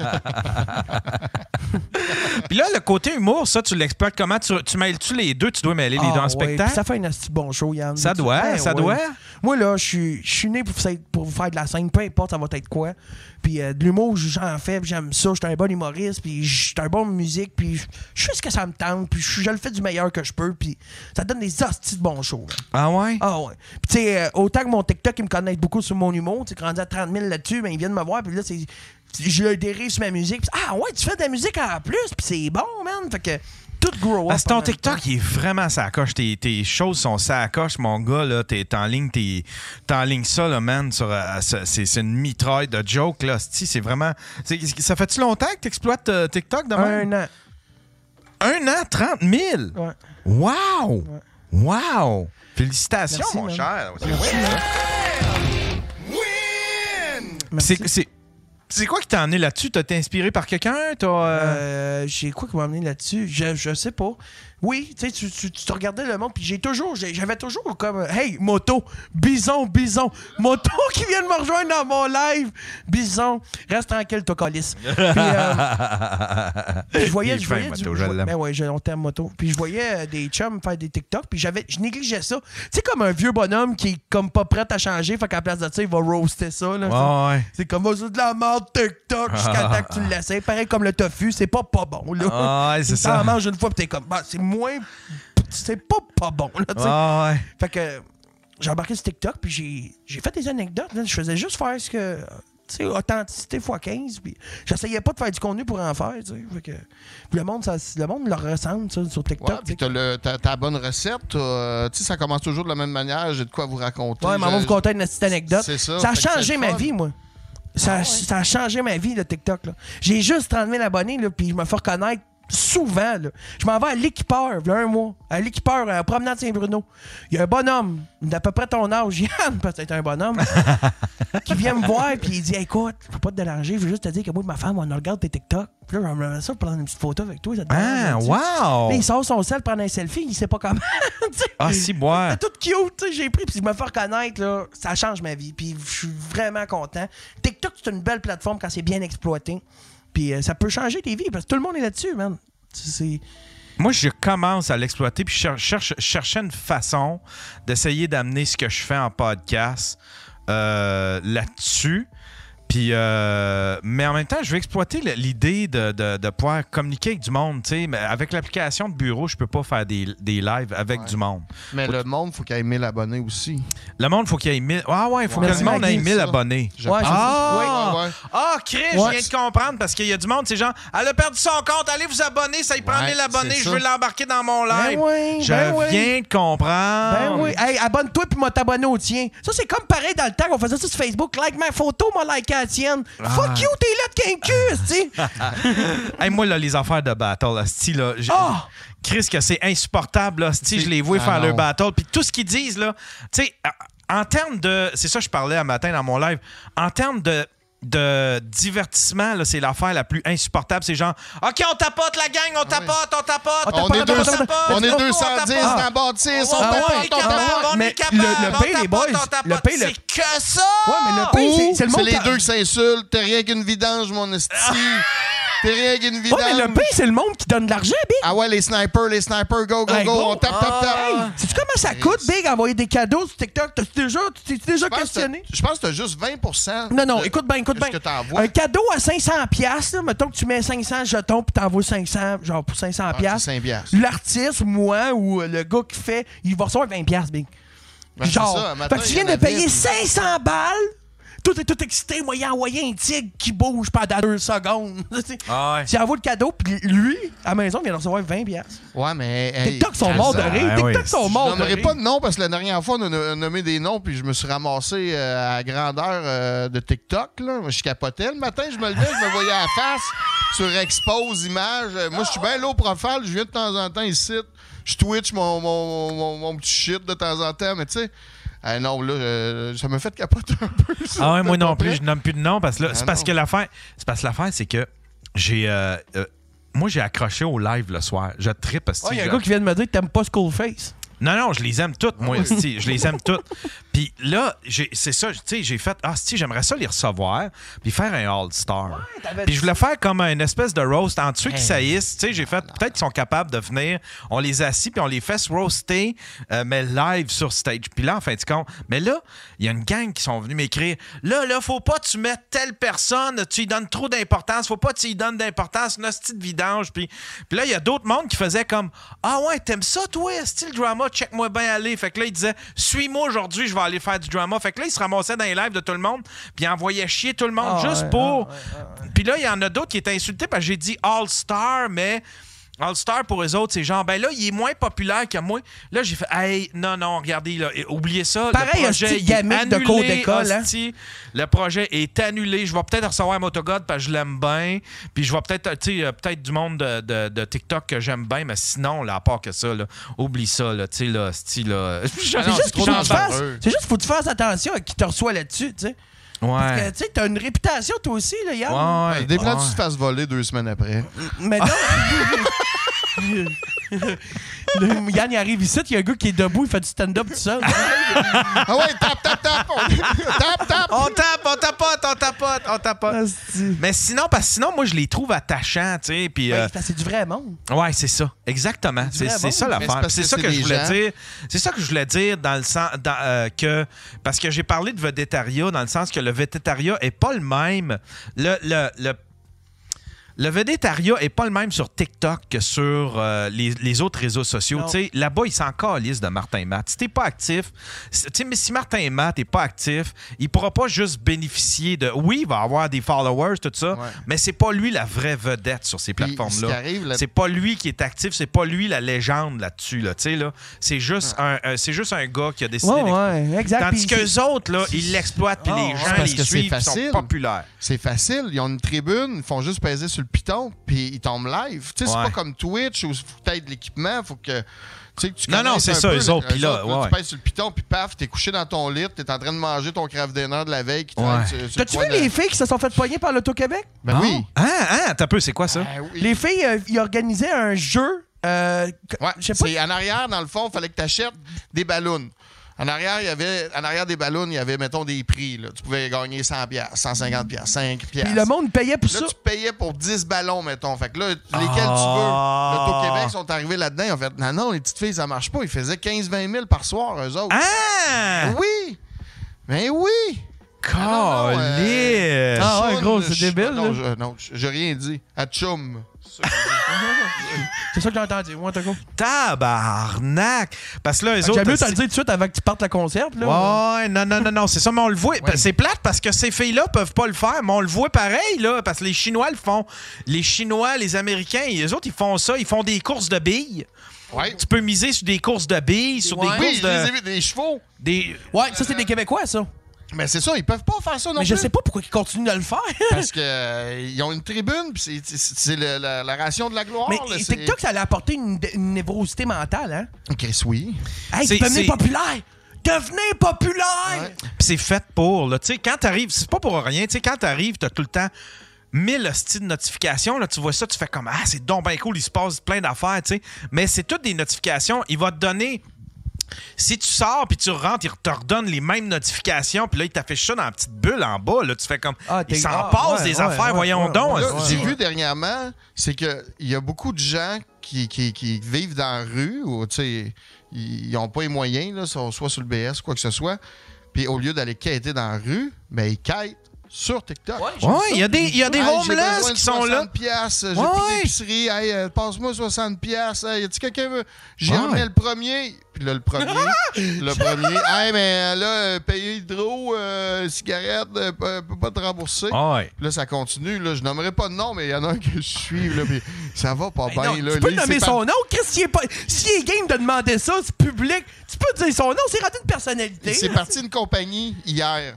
Puis là, le côté humour, ça, tu l'exploites comment? Tu, tu mêles-tu les deux? Tu dois mêler les Ah, deux en ouais, spectacle? puis ça fait un asti bon show, Yann. Ça Tu- doit, Ben ça ouais. doit. Moi, là, je suis je suis né pour, faire- pour faire de la scène, peu importe ça va être quoi. Puis euh, de l'humour, j'en fais, puis j'aime ça. Je suis un bon humoriste, puis je suis un bon musique, puis je je fais ce que ça me tente, puis je je le fais du meilleur que je peux, puis ça donne des hosties de bons shows. là. Ah ouais? Ah ouais. Puis tu sais, euh, autant que mon TikTok, ils me connaissent beaucoup sur mon humour, tu sais, rendu à trente mille là-dessus, ben ils viennent me voir, puis là, c'est. Je leur dérive sur ma musique. Puis, ah ouais, tu fais de la musique en plus, puis c'est bon, man. Fait que tout grow up. Parce que ton en même TikTok, temps. il est vraiment sacoche. Tes, tes choses sont sacoches, mon gars. Là. T'es, t'es en ligne, t'es, t'es en ligne ça, là, man. Sur, euh, c'est, c'est une mitraille de jokes, là. C'ti, c'est vraiment... c'est- ça fait-tu longtemps que t'exploites euh, TikTok de même? Un an. Un an, trente mille? Ouais. Wow! Wow! Félicitations, Merci, mon man. cher. C'est, Merci, ouais, man. ça. Merci. c'est, c'est, c'est quoi qui t'a amené là-dessus? T'as été inspiré par quelqu'un? T'as, euh... Euh, j'ai quoi qui m'a amené là-dessus? Je, je sais pas. Oui, tu sais, tu, tu, tu te regardais le monde, puis j'ai toujours, j'ai- j'avais toujours comme, euh, hey, moto, bison, bison, moto qui vient de me rejoindre dans mon live, bison, reste tranquille, toi, calice. Puis, euh, je voyais, Il est je fin, voyais Moto, du, je je- l'aime. ben ouais, je, on t'aime, moto. Puis je voyais euh, des chums faire des TikTok, puis j'avais, je négligeais ça. Tu sais, comme un vieux bonhomme qui est comme pas prêt à changer, fait qu'à la place de ça, il va roaster ça, là. Ouais, ouais. C'est comme, oh, c'est de la merde TikTok jusqu'à temps que tu l'essayes. Pareil comme le tofu, c'est pas pas bon, là. Ah, ouais, c'est Tu ça. t'en manges une fois, pis t'es comme, bah, c'est moins. C'est pas pas bon, là, tu sais. Ah, ouais. Fait que j'ai embarqué sur TikTok, puis j'ai, j'ai fait des anecdotes, là. Je faisais juste faire ce que. Tu sais, authenticité fois quinze, puis j'essayais pas de faire du contenu pour en faire, tu sais. Fait que. Puis le monde, ça, le monde leur ressemble, ça, sur TikTok. Ouais, tu puis sais. t'as, le, t'as ta bonne recette. t'as, euh, Tu sais, ça commence toujours de la même manière. J'ai de quoi vous raconter. Ouais, mais on va J'ai- vous conter une petite anecdote. C'est ça. Ça a Fait que changé c'est le ma fun. vie, moi. Ça, a- ça a changé ma vie, le TikTok, là. J'ai juste trente mille abonnés, là, puis je me fais reconnaître souvent. Là. Je m'en vais à l'équipeur, il y a un mois. À l'équipeur, à la promenade Saint-Bruno. Il y a un bonhomme d'à peu près ton âge, Yann, parce que c'est un bonhomme, qui vient me voir puis il dit hey, écoute, faut pas te déranger, je veux juste te dire que moi et ma femme, on regarde tes TikTok. Puis là, j'aimerais ça prendre une petite photo avec toi. Ça te Ah, dérange, wow! là, il sort son sel, prendre un selfie, il sait pas comment. Ah, si, boire. C'est tout cute, tu sais, j'ai pris, puis je me fais reconnaître, là, ça change ma vie, puis je suis vraiment content. TikTok, c'est une belle plateforme quand c'est bien exploité, puis euh, ça peut changer tes vies, parce que tout le monde est là-dessus, man. C'est... Moi, je commence à l'exploiter, puis je cher- cherche, cherchais une façon d'essayer d'amener ce que je fais en podcast euh, là-dessus. Puis, euh, mais en même temps, je vais exploiter l'idée de, de, de pouvoir communiquer avec du monde. Mais avec l'application de bureau, je peux pas faire des, des lives avec ouais. du monde. Mais faut le monde, il faut qu'il y ait mille abonnés aussi. Le monde, il faut qu'il y ait mille. Ah ouais, il faut ouais, que le monde ait mille abonnés. Ouais, ah, ouais, ouais, ouais. ah, Chris, ouais. je viens de comprendre parce qu'il y a du monde, c'est genre, elle a perdu son compte, allez vous abonner, ça y prend ouais, mille abonnés, je veux l'embarquer dans mon live. Ben ouais, je ben viens ouais. de comprendre. Ben oui. Hey, abonne-toi puis moi t'abonner au tien. Ça, c'est comme pareil dans le temps qu'on faisait ça sur Facebook. Like ma photo, moi like la tienne. Ah. Fuck you, t'es là de qu'un cul, tu hey, moi, là, les affaires de battle, là, style, là, oh! Chris, que c'est insupportable, là, style, je les vois ah faire non. leur battle, puis tout ce qu'ils disent, là, tu sais, en termes de... C'est ça que je parlais un matin dans mon live. En termes de... de divertissement, là, c'est l'affaire la plus insupportable. C'est genre, OK, on tapote la gang, on tapote, on tapote. On, on est deux cent dix dans la bâtisse, on tapote, on tapote. On est capable, le pays, les boys, le pays, c'est que ça! Ouais, mais le pays, c'est le monde... C'est les deux qui s'insultent. T'es rien qu'une vidange, mon esti. T'es rien qu'une vidange. Ouais, mais le pays, c'est le monde qui donne de l'argent, Big. Ah ouais, les snipers, les snipers, go, go, hey, go. go. On tape, tape, tape. Hey, sais-tu comment ça coûte, Big, envoyer des cadeaux sur TikTok? T'as déjà, tu t'es déjà questionné? Je pense que t'as juste vingt pour cent. Non, non, écoute bien, écoute bien. Un cadeau à cinq cents piastres, mettons que tu mets cinq cents jetons puis t'envoies cinq cents, genre pour cinq cents piastres. Ah, l'artiste, moi, ou le gars qui fait, il va recevoir vingt piastres, Big. Ben, genre, ça, matin, fait que tu viens de payer cinq cents balles. Tout est tout excité. Moi, il a envoyé un tigre qui bouge pendant deux secondes. Ah ouais. Tu envoies le cadeau, puis lui, à la maison, il vient de recevoir vingt piastres. Ouais, mais... Hey, TikTok sont morts de rire. Ah, TikTok oui. sont morts de rire. Je nommerai pas de nom, parce que la dernière fois, on a nommé des noms, puis je me suis ramassé euh, à grandeur euh, de TikTok. Là. Je capotais. Le matin, je me levais, je me voyais à la face sur Expose Images. Moi, je suis bien low profile. Je viens de temps en temps ici. Je twitch mon, mon, mon, mon petit shit de temps en temps, mais tu sais... Ah non, là, euh, ça m'a fait capoter un peu. Ah ouais, moi non plus, je nomme plus de nom parce que là, ah c'est parce non. que l'affaire, c'est parce que l'affaire, c'est que j'ai, euh, euh, moi j'ai accroché au live le soir. Je trippe. Il oh, y a un gars qui vient de me dire que t'aimes pas Skullface. Non, non, je les aime toutes, moi, ah oui. Je les aime toutes. Puis là, j'ai, c'est ça, tu sais, j'ai fait, ah, si, j'aimerais ça les recevoir, puis faire un All-Star. Ouais, puis je voulais faire comme une espèce de roast entre ceux hey. qui saillissent. Tu sais, j'ai fait, peut-être qu'ils sont capables de venir, on les assit, puis on les fait se roaster, euh, mais live sur stage. Puis là, en fin de compte, mais là, il y a une gang qui sont venus m'écrire, là, là, faut pas que tu mettes telle personne, tu lui donnes trop d'importance, faut pas que tu lui donnes d'importance, une hostie de vidange. Puis, puis là, il y a d'autres mondes qui faisaient comme, ah ouais, t'aimes ça, toi, style drama? Check-moi bien aller. Fait que là, il disait, suis-moi aujourd'hui, je vais aller faire du drama. Fait que là, il se ramassait dans les lives de tout le monde, puis il envoyait chier tout le monde oh, juste ouais, pour. Ouais, ouais, ouais. Puis là, il y en a d'autres qui étaient insultés parce que j'ai dit All-Star, mais All-Star pour eux autres, c'est genre, ben là, il est moins populaire que moi. Là, j'ai fait, hey, non, non, regardez, là, oubliez ça. Pareil, le projet est annulé. De cours d'école, hein? Le projet est annulé. Je vais peut-être recevoir Motogod parce que je l'aime bien. Puis je vais peut-être, tu sais, peut-être du monde de, de, de TikTok que j'aime bien, mais sinon, là, à part que ça, là, oublie ça, là, tu sais, là, style, là. C'est juste qu'il faut que tu fasses, c'est juste faut que tu fasses attention à qui te reçoit là-dessus, tu sais. Ouais. Parce que, tu sais, t'as une réputation, toi aussi, là, Yann. Ouais, ouais. Des plans, ouais. tu te fasses voler deux semaines après. Mais non. Le, Yann, il arrive ici, il y a un gars qui est debout, il fait du stand-up tout seul. Ah ouais, tape, tape, tape. Tape, tape. On tape, on tapote, on tapote, on tapote. Mais sinon, parce que sinon, moi, je les trouve attachants, tu sais. Puis, euh... ouais, c'est du vrai monde. Ouais, c'est ça. Exactement. C'est, c'est ça l'affaire. C'est, c'est ça que, que je voulais gens. dire. C'est ça que je voulais dire dans le sens dans, euh, que. Parce que j'ai parlé de végétariat dans le sens que le végétariat est pas le même. Le. le, le Le végétariat est pas le même sur TikTok que sur euh, les, les autres réseaux sociaux. Là-bas, ils s'en calissent de Martin Matt. Si t'es pas actif, mais si Martin Matt est pas actif, il pourra pas juste bénéficier de... Oui, il va avoir des followers, tout ça, ouais. mais c'est pas lui la vraie vedette sur ces plateformes-là. Là... C'est pas lui qui est actif, c'est pas lui la légende là-dessus. Là, là. C'est juste, ouais. un, un, c'est juste un gars qui a décidé ouais, ouais, exact. Tandis qu'eux autres, là, ils l'exploitent, puis oh, les gens les suivent, ils sont populaires. C'est facile. Ils ont une tribune, ils font juste peser sur sur le piton, puis il tombe live. Tu sais, c'est Ouais. pas comme Twitch où il faut que tu aies de l'équipement, faut que... Tu sais, que tu Non, non, connaisses c'est un ça, peu, eux autres, puis là, autres, ouais, ouais. tu pèses sur le piton, puis paf, t'es couché dans ton lit, t'es en train de manger ton craft dinner de la veille qui traîne Ouais. sur, sur le T'as-tu coin vu de- les filles qui se sont fait pogner par l'Auto-Québec? Ben oui. Ah, ah, t'as peu, c'est quoi ça? Ben oui. Les filles, euh, ils organisaient un jeu. Euh, que- Ouais, je sais pas. c'est en arrière, dans le fond, il fallait que tu achètes des ballons. En arrière, il y avait, en arrière des ballons, il y avait, mettons, des prix. Là. Tu pouvais gagner cent piastres, cent cinquante piastres, cinq piastres. Puis le monde payait pour Là, ça. tu payais pour dix ballons, mettons. Fait que là, lesquels Ah. tu veux. L'Auto-Québec sont arrivés là-dedans. Ils ont fait, non, non, les petites filles, ça marche pas. Ils faisaient quinze à vingt mille par soir, eux autres. Ah! Oui! Ben oui! Caliste! Ah ouais, Chum, gros, c'est je- débile, Non, là. je- non, j'ai rien dit. À chum. C'est ça que j'ai entendu. Ouais, t'as quoi? Tabarnak! Parce que là, les autres... J'aime mieux te c'est- le dire tout de suite avant que tu partes la concert. Là. Ouais, non, non, non, non, c'est ça, mais on le voit. C'est plate parce que ces filles-là peuvent pas le faire, mais on le voit pareil, là, parce que les Chinois le font. Les Chinois, les Américains, les autres, ils font ça, ils font des courses de billes. Ouais. Tu peux miser sur des courses de billes, sur Ouais. des Oui, courses je les ai de... vus, des chevaux. Des... Ouais, ça, c'est des Québécois, ça. Mais c'est ça, ils peuvent pas faire ça non Mais plus. je sais pas pourquoi ils continuent de le faire. Parce que euh, ils ont une tribune, puis c'est- c'est c'est le- la, la ration de la gloire. Mais là, c'est- TikTok, ça allait apporter une, une névrosité mentale, hein? Chris, oui. Hey, C'est- devenez c'est- populaire! Devenez populaire! Ouais. Puis c'est fait pour, là. Tu sais, quand t'arrives, c'est pas pour rien. Tu sais, quand t'arrives, t'as tout le temps mille hosties de notifications. Là, tu vois ça, tu fais comme, ah, c'est donc bien cool, il se passe plein d'affaires, tu sais. Mais c'est toutes des notifications. Il va te donner. Si tu sors puis tu rentres, il te redonne les mêmes notifications, puis là, il t'affiche ça dans la petite bulle en bas. Là, tu fais comme. Ah, t'es- il s'en ah, passe ouais, des ouais, affaires, ouais, voyons ouais, donc. ouais, Là, hostie. j'ai vu dernièrement, c'est qu'il y a beaucoup de gens qui, qui, qui vivent dans la rue, ou tu sais, ils n'ont pas les moyens, là, sont soit sur le B S, quoi que ce soit. Puis au lieu d'aller quêter dans la rue, ben, ils quêtent sur TikTok. Ouais, il y a des, il y a des Hey, j'ai homeless besoin de qui sont là. soixante piastres, j'ai Ouais. pris l'épicerie, hey, euh, passe-moi soixante piastres. Hey, y a-tu quelqu'un veut? J'ai Ouais. emmené le premier. Puis là, le premier, le premier, hey, mais là, euh, payer hydro, euh, cigarette, euh, peut peut pas te rembourser. Ouais. Puis là, ça continue. Là, je nommerai pas de nom, mais il y en a un que je suis. Là, puis ça va pas Ben bien. non, là. tu peux Là, il nommer s'est son nom. Chris, s'il est, pas... s'il est game de demander ça, c'est public. Tu peux dire son nom, c'est rendu une personnalité. Il s'est parti d'une compagnie hier.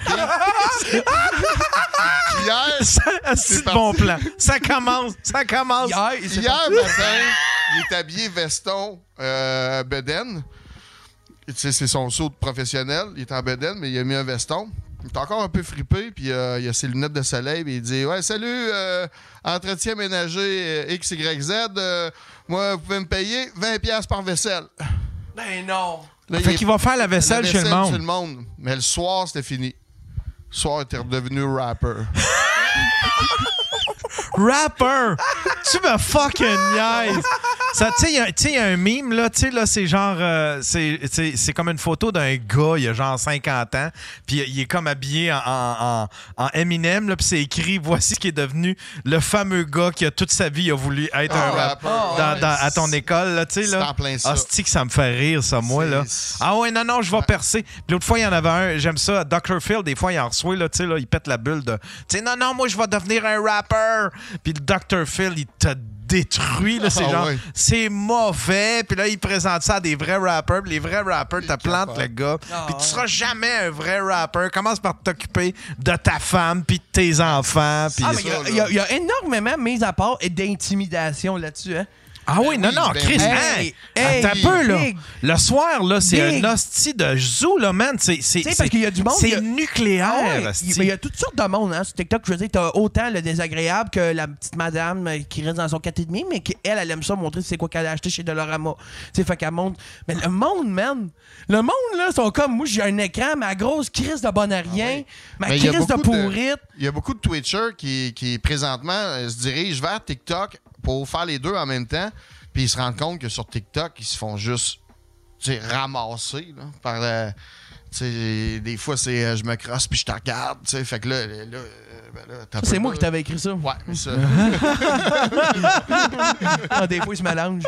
Hier, C'est parti. bon plan. Ça commence. Ça commence. Hier, il s'est Hier parti- matin, il est habillé veston euh, bedaine. Tu sais, c'est son saut de professionnel. Il est en bedaine, mais il a mis un veston. Il est encore un peu fripé, puis euh, il a ses lunettes de soleil, puis il dit « Ouais, salut, euh, entretien ménager euh, X Y Z, euh, moi, vous pouvez me payer vingt piastres par vaisselle. Ben non. » Là, Fait il est- qu'il va faire la la vaisselle chez le vaisselle monde. chez le monde. Mais le soir, c'était fini. Le soir, il était redevenu rapper. Rapper! Tu me fucking niaises! Ça, tu sais, il y a- tu sais, il y a un meme, là, tu sais, là, c'est genre, euh, c'est, c'est, c'est comme une photo d'un gars, il a genre cinquante ans, puis il est comme habillé en, en, en, en Eminem, là, puis c'est écrit, voici ce qui est devenu le fameux gars qui a toute sa vie a voulu être Ah, un rapper, rapper ouais. dans- dans- à ton école, là, tu sais, C'est là. en plein ça. Ah, c'est que ça me fait rire, ça, moi, C'est- là. Ah ouais, non, non, je vais percer. Puis l'autre fois, il y en avait un, j'aime ça, docteur Phil, des fois, il en reçoit, là, tu sais, là, il pète la bulle de, tu sais, non, non, moi, je vais devenir un rapper. Puis le docteur Phil, il te détruit, là, c'est Ah genre, ouais. c'est mauvais. Puis là, il présente ça à des vrais rappers. Puis les vrais rappers te plantent le gars. Ah, Puis tu ouais. seras jamais un vrai rapper. Commence par t'occuper de ta femme, puis de tes enfants. Puis... Ah, C'est mais il y a- ça, il y, a- là. il y a énormément, mis à part, et d'intimidation là-dessus, hein? Ah oui, non, oui, non, ben Chris, oui. hey, Hey, attends un peu, là. big. Le soir, là, c'est Big. un hostie de zoo, là, man. C'est, c'est, Tu sais, c'est- parce qu'il y a du monde, il y C'est a- nucléaire, Ah ouais, hostie. il mais il y a toutes sortes de monde hein, sur TikTok. Je veux dire, t'as autant le désagréable que la petite madame euh, qui reste dans son quatre et demi, mais qu'elle, elle aime ça montrer c'est quoi qu'elle a acheté chez Dolorama. Tu sais, fait qu'elle montre. Mais le monde, man, le monde, là, sont comme moi, j'ai un écran, ma grosse crise de bon à rien, ma Mais il y a crise de beaucoup de- pourrite. Il y a beaucoup de Twitchers qui, qui présentement, euh, se dirigent vers TikTok pour faire les deux en même temps. Puis ils se rendent compte que sur TikTok, ils se font juste tu sais, ramasser là, par euh, tu sais, des fois, c'est euh, je me crosse puis je te regarde. tu sais. Fait que là, là, là, euh, ben là, t'as Ça, pas c'est moi là. qui t'avais écrit ça. Ouais, mais ça. Ah, des fois, ils se mélangent.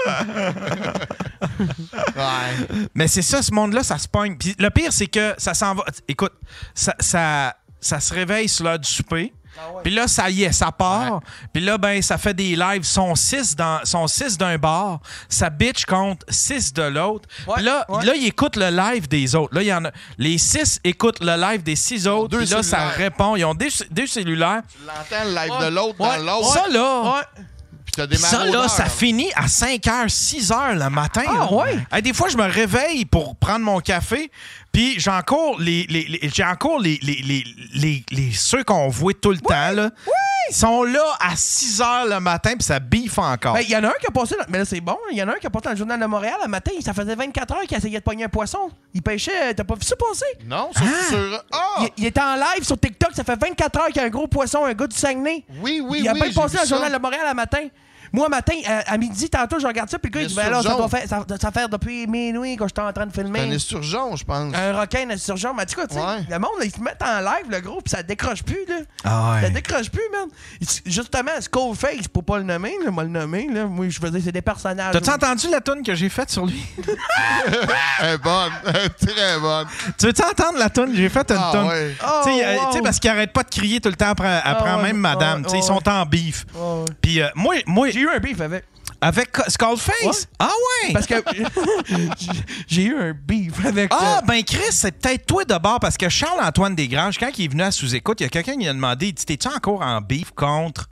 ouais. Mais c'est ça, ce monde-là, ça se pogne. Puis le pire, c'est que ça s'en va. Écoute, ça, ça, ça se réveille sur l'heure du souper. Ah ouais. Puis là, ça y est, ça part. Puis là, ben, ça fait des lives. Sont six dans, sont six d'un bar. Ça bitch contre six de l'autre. Ouais, Puis là, ouais. là, ils écoutent le live des autres. Là, il y en a. Les six écoutent le live des six autres. deux Puis là, ça cellulaires. répond. Ils ont deux, deux cellulaires. Tu l'entends le live Ouais. de l'autre Ouais. dans l'autre. Ça, là. Ouais. Puis t'as des Ça, là, maraudeurs, ça là. finit à cinq heures, six heures le matin. Ah, là. ouais? Hey, des fois, je me réveille pour prendre mon café, puis j'ai encore les, les, les- j'ai encore les, les, les, les, les- ceux qu'on voit tout le temps, là. Ils sont là à six heures le matin, puis ça biffe encore. Ben, il y en a un qui a passé, dans... mais là c'est bon, il y en a un qui a passé dans le journal de Montréal le matin, ça faisait vingt-quatre heures qu'il essayait de pogner un poisson. Il pêchait, t'as pas vu ça passer? Non, sur... sur... Ah! Il, il était en live sur TikTok, ça fait vingt-quatre heures qu'il y a un gros poisson, un gars du Saguenay. Oui, oui, il a oui, bien j'ai passé vu dans le ça. journal de Montréal le matin. Moi, matin, à, à midi, tantôt, je regarde ça, puis le gars, il dit, ben là, ça doit faire, ça, ça fait depuis minuit que j'étais en train de C'est un filmer. esturgeon, je pense. Un requin, un surgeon. Mais tu sais, tu sais, Ouais. le monde, là, ils se mettent en live, le gros, puis ça décroche plus, là. Ah Ça ouais. décroche plus, man. Il- Justement, Skullface, pour pas le nommer, là, moi le nommer, là, moi, je faisais, c'est des personnages. T'as-tu entendu la toune que j'ai faite sur lui? Elle est bonne. Elle est très bonne. Tu veux-tu entendre la toune? J'ai fait une Ah toune. ouais. Oh, Tu sais, euh, wow. tu sais, parce qu'ils arrêtent pas de crier tout le temps après, après ouais. même madame. Ouais, Tu sais, ils ouais. sont en beef. Ouais, ouais. Puis euh, moi, moi, J'ai eu un beef avec. avec Skullface? Ouais. Ah ouais? Parce que j'ai eu un beef avec. Ah, euh, ben Chris, c'est peut-être toi de bord, parce que Charles-Antoine Desgranges, quand il est venu à sous-écoute, il y a quelqu'un qui lui a demandé, il dit, t'es-tu encore en beef contre...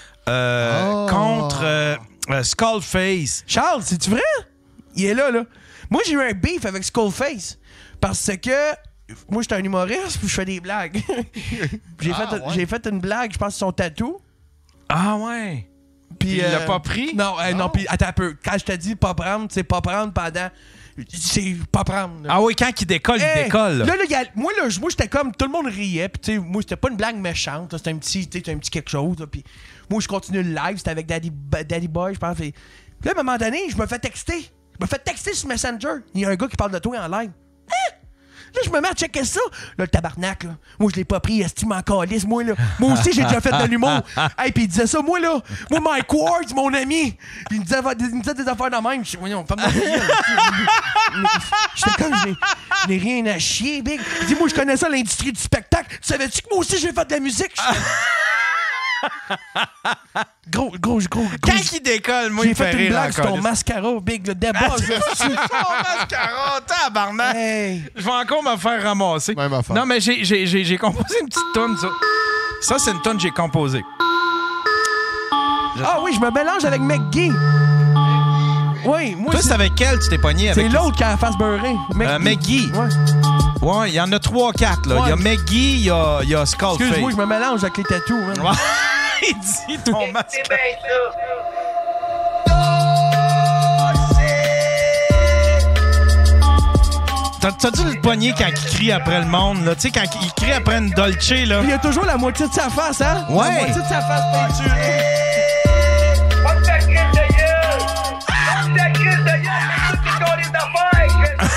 euh, Oh. contre euh, euh, Skullface? Charles, c'est-tu vrai? Il est là, là. Moi, j'ai eu un beef avec Skullface. Parce que. Moi, j'étais un humoriste, puis je fais des blagues. j'ai, Ah, fait, ouais. j'ai fait une blague, je pense, sur son tatou. Ah ouais? Puis Il l'a euh, pas pris? Non, euh, non, Non. puis attends un peu. Quand je te dis pas prendre, c'est pas prendre pendant. C'est pas prendre. là. Ah oui, quand il décolle, Hey, il décolle. Là, là, y a- moi, là, moi j'étais comme. Tout le monde riait. Puis, tu sais, moi, c'était pas une blague méchante. là, C'était un petit, tu sais, un petit quelque chose. là, Puis, moi, je continue le live. C'était avec Daddy, Daddy Boy, je pense. Puis là, à un moment donné, je me fais texter. Je me fais texter sur Messenger. Il y a un gars qui parle de toi en live. Hein? Là, je me mets à checker ça. Là, le tabarnak, là. Moi, je l'ai pas pris. Est-ce m'en calisse, moi, là? Moi aussi, j'ai déjà fait de l'humour. Hey, puis il disait ça, moi, là. Moi, Mike Ward, mon ami. Puis il me disait, il me disait des affaires de même. Je dis, voyons, femme de J'étais comme, je n'ai- je n'ai rien à chier, big. Il dit, moi, je connais ça, l'industrie du spectacle. Tu savais-tu que moi aussi, j'ai fait de la musique? Gros, gros, gros, gros. Quand il décolle, moi, il J'ai me fait fait une rire blague sur ton encore. mascara, big, le débat. Son mascara, tabarnak! Hey. Je vais encore me faire ramasser. Même affaire. Non, mais j'ai, j'ai, j'ai, j'ai composé une petite toune, ça. Ça, c'est une toune que j'ai composée. Ah oui, je me mélange avec McGee. Oui, moi, Toi, c'est c'est avec elle, tu t'es pogné avec... c'est l'autre qui a la face beurrée. Euh, McGee. Ouais. Ouais, il y en a trois, quatre, là. Il y a Ouais. McGee, il y a, il y a Skullface. Excuse-moi, je me mélange avec les tatous. man. Ouais. Il dit ton mascara. T'as, t'as dû le pogner quand il crie après le monde, là. Tu sais, quand il crie après une Dolce, là. Il y a toujours la moitié de sa face, hein? Ouais. La moitié de sa face peinturée. Fuck ta crise de gueule! Fuck ta crise de gueule! C'est tout qui connaît d'affaires!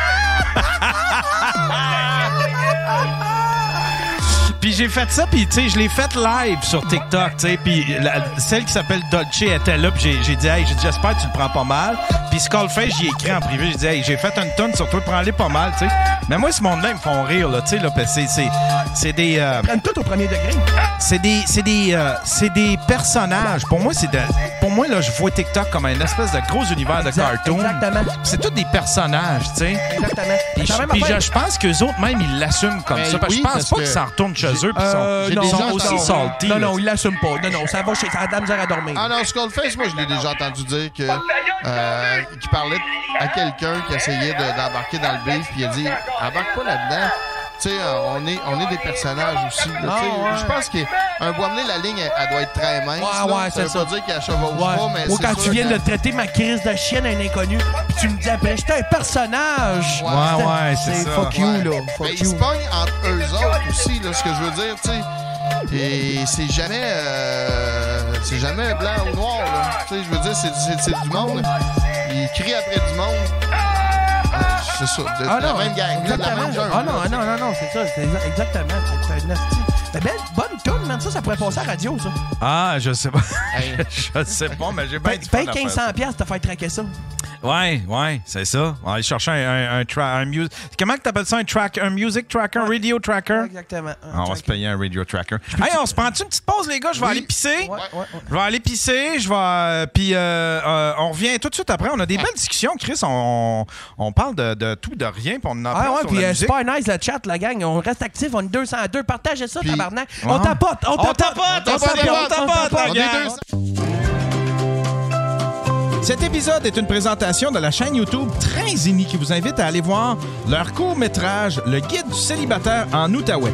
Puis j'ai fait ça, puis tu sais, je l'ai fait live sur TikTok, tu sais, puis la- celle qui s'appelle Dolce était là, puis j'ai, j'ai dit, hey, j'ai dit, j'espère que tu le prends pas mal. Puis Skullface, j'y ai écrit en privé, j'ai dit, hey, j'ai fait une tonne sur toi, prends-les pas mal, tu sais. Mais moi, ce monde-là, ils me font rire, là, tu sais, là, parce que c'est, c'est, c'est des, euh, Prennent tout au premier degré. c'est des, c'est des, euh, c'est des personnages. Pour moi, c'est de, pour moi, là, je vois TikTok comme un espèce de gros univers de Exact- cartoon. exactement. C'est tous des personnages, tu sais. Exactement. Puis C'est je, la même puis affaire. je- je pense qu'eux autres, même, ils l'assument comme Ben ça. Parce que oui, je pense parce pas que qu'ils s'en retournent chez eux, puis ils sont, Euh, J'ai non, déjà non, aussi non. salty. Non, là. non, il l'assume pas. Non, non, ça va chez ça a de la misère à dormir. Ah non, Skullface, moi, je l'ai déjà entendu dire que euh, qu'il parlait à quelqu'un qui essayait de- d'embarquer dans le beef, puis il a dit embarque pas là-dedans. Tu sais, on est, on est des personnages aussi. là, tu sais. Ah, ouais. Je pense qu'un bois la ligne, elle, elle doit être très mince. Ouais, là. ouais, ça c'est veut ça. pas dire qu'elle chevauche Ouais. pas, mais Ou c'est quand sûr tu viens que- de traiter ma crise de chienne à un inconnu, puis tu me dis après, j'étais un personnage. Ouais, ouais, ouais, c'est ça. Fuck you, Ouais. là. Mais Fuck ils se you. pognent entre eux autres aussi, là, ce que je veux dire, tu sais. Et c'est jamais, euh, c'est jamais blanc ou noir, là. Tu sais, je veux dire, c'est, c'est, c'est du monde. Ils crient après du monde. Ah, c'est ça, de, Ah de la non, même gang, de la exactement. même jungle. Ah non, là, ah non, non, non, c'est ça, c'est exa- exactement. C'est un asti. Mais belle, bonne tune, man. Ça, ça pourrait passer à la radio, ça. Ah, je sais pas. Hey. je sais pas, mais j'ai bien Paye du fun paye à faire quinze ça. cents piastres de te faire traquer ça. Ouais, ouais, c'est ça. On va aller chercher un, un, un, tra- un music. Comment que t'appelles ça? Un track, un music tracker, un Ouais. radio tracker? Exactement. Ah, on va se payer un radio tracker. Hey, on se prend-tu une petite pause, les gars? Je vais Oui. aller pisser. Ouais, ouais, ouais. Je vais aller pisser. Je vais. euh, Puis, euh, euh, on revient tout de suite après. On a des belles discussions, Chris. On, on parle de, de tout, de rien. Puis on en Ah parle ouais, sur puis la euh, musique. super nice le chat, la gang. On reste actifs, on est deux cent deux. Partagez ça, Puis- tabarnak. Ouais. On tapote, on On tapote. tapote, on tapote, tapote, on tapote, tapote, la On est gang. deux cents. Cet épisode est une présentation de la chaîne YouTube Trinzini qui vous invite à aller voir leur court-métrage Le Guide du célibataire en Outaouais.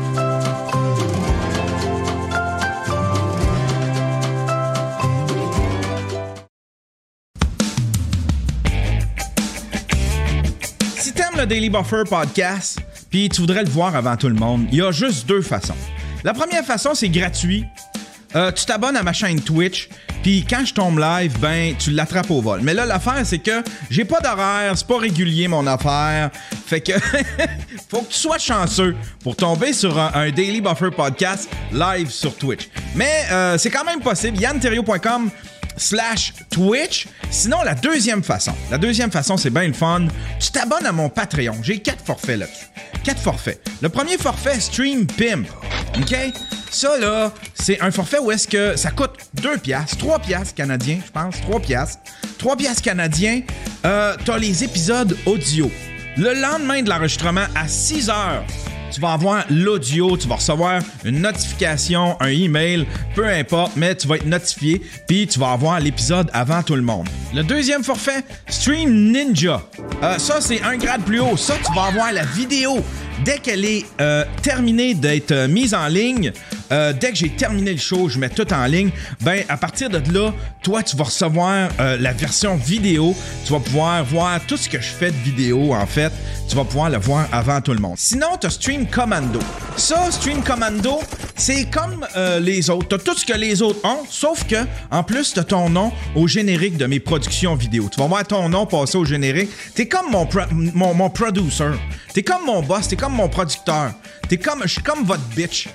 Si t'aimes le Daily Buffer podcast, puis tu voudrais le voir avant tout le monde, il y a juste deux façons. La première façon, c'est gratuit. Euh, tu t'abonnes à ma chaîne Twitch, puis quand je tombe live, ben, tu l'attrapes au vol. Mais là, l'affaire, c'est que j'ai pas d'horaire, c'est pas régulier mon affaire. Fait que faut que tu sois chanceux pour tomber sur un, un Daily Buffer podcast live sur Twitch. Mais euh, c'est quand même possible. yann terriot point com slash Twitch. Sinon, la deuxième façon, la deuxième façon, c'est bien le fun. Tu t'abonnes à mon Patreon. J'ai quatre forfaits là-dessus. Quatre forfaits. Le premier forfait, Stream Pimp. OK? Ça, là, c'est un forfait où est-ce que ça coûte deux piastres, trois piastres canadiens, je pense, trois piastres. trois piastres canadiens, euh, t'as les épisodes audio. Le lendemain de l'enregistrement, à six heures, tu vas avoir l'audio, tu vas recevoir une notification, un email, peu importe, mais tu vas être notifié, puis tu vas avoir l'épisode avant tout le monde. Le deuxième forfait, Stream Ninja. Euh, ça, c'est un grade plus haut. Ça, tu vas avoir la vidéo. Dès qu'elle est euh, terminée d'être euh, mise en ligne, euh, dès que j'ai terminé le show, je mets tout en ligne, ben à partir de là, toi, tu vas recevoir euh, la version vidéo. Tu vas pouvoir voir tout ce que je fais de vidéo, en fait. Tu vas pouvoir le voir avant tout le monde. Sinon, tu as Stream Commando. Ça, Stream Commando, c'est comme euh, les autres. Tu as tout ce que les autres ont, sauf que, en plus, tu as ton nom au générique de mes productions vidéo. Tu vas voir ton nom passer au générique. T'es comme mon, pro- mon, mon producer. T'es comme mon boss. T'es comme mon producteur. T'es comme... Je suis comme votre bitch.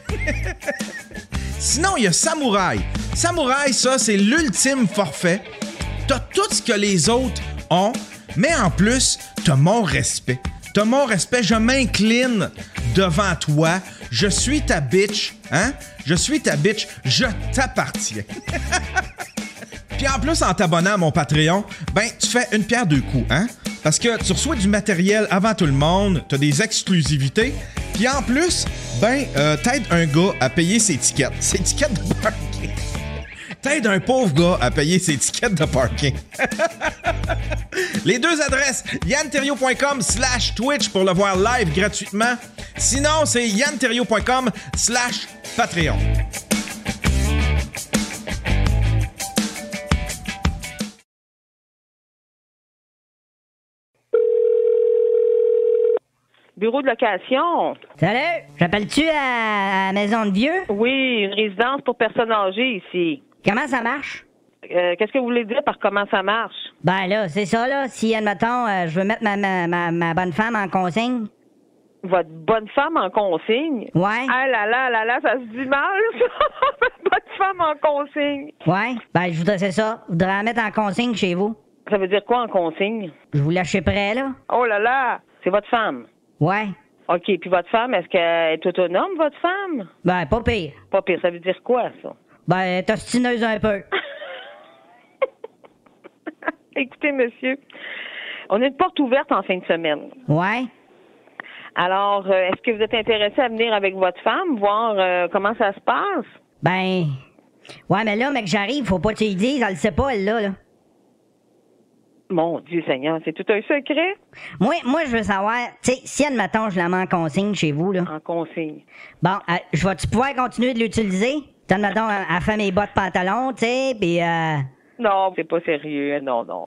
Sinon, il y a Samouraï. Samouraï, ça, c'est l'ultime forfait. T'as tout ce que les autres ont, mais en plus, t'as mon respect. T'as mon respect, je m'incline devant toi. Je suis ta bitch, hein? Je suis ta bitch, je t'appartiens. Puis en plus, en t'abonnant à mon Patreon, ben, tu fais une pierre deux coups, hein? Parce que tu reçois du matériel avant tout le monde, t'as des exclusivités, puis en plus, ben, euh, t'aides un gars à payer ses tickets. Ses tickets de parking. T'aides un pauvre gars à payer ses tickets de parking. Les deux adresses, yann terriot point com slash Twitch pour le voir live gratuitement. Sinon, c'est yann terriot point com slash Patreon. Bureau de location. Salut, j'appelle-tu à la maison de vieux? Oui, une résidence pour personnes âgées ici. Comment ça marche? Euh, Qu'est-ce que vous voulez dire par comment ça marche? Ben là, c'est ça, là. Si, admettons, euh, je veux mettre ma, ma, ma, ma bonne femme en consigne. Votre bonne femme en consigne? Ouais. Ah là là là là, ça se dit mal, ça! Votre femme en consigne. Ouais. Ben, je voudrais, c'est ça. Je voudrais la mettre en consigne chez vous. Ça veut dire quoi en consigne? Je vous lâche prêt, là. Oh là là, c'est votre femme. Ouais. OK, puis votre femme, est-ce qu'elle est autonome, votre femme? Ben, pas pire. Pas pire, ça veut dire quoi, ça? Ben, t'ostineuse un peu. Écoutez, monsieur, on a une porte ouverte en fin de semaine. Ouais. Alors, euh, est-ce que vous êtes intéressé à venir avec votre femme, voir euh, comment ça se passe? Ben. Ouais, mais là, mec, j'arrive, faut pas que tu y dises, elle le sait pas, elle, là, là. Mon Dieu Seigneur, c'est tout un secret? Moi, moi, je veux savoir, tu sais, si, admettons, je la mets en consigne chez vous, là. En consigne. Bon, euh, je vais-tu pouvoir continuer de l'utiliser? Admettons, elle, elle fait mes bottes pantalons, tu sais, pis euh... Non, c'est pas sérieux. Non, non.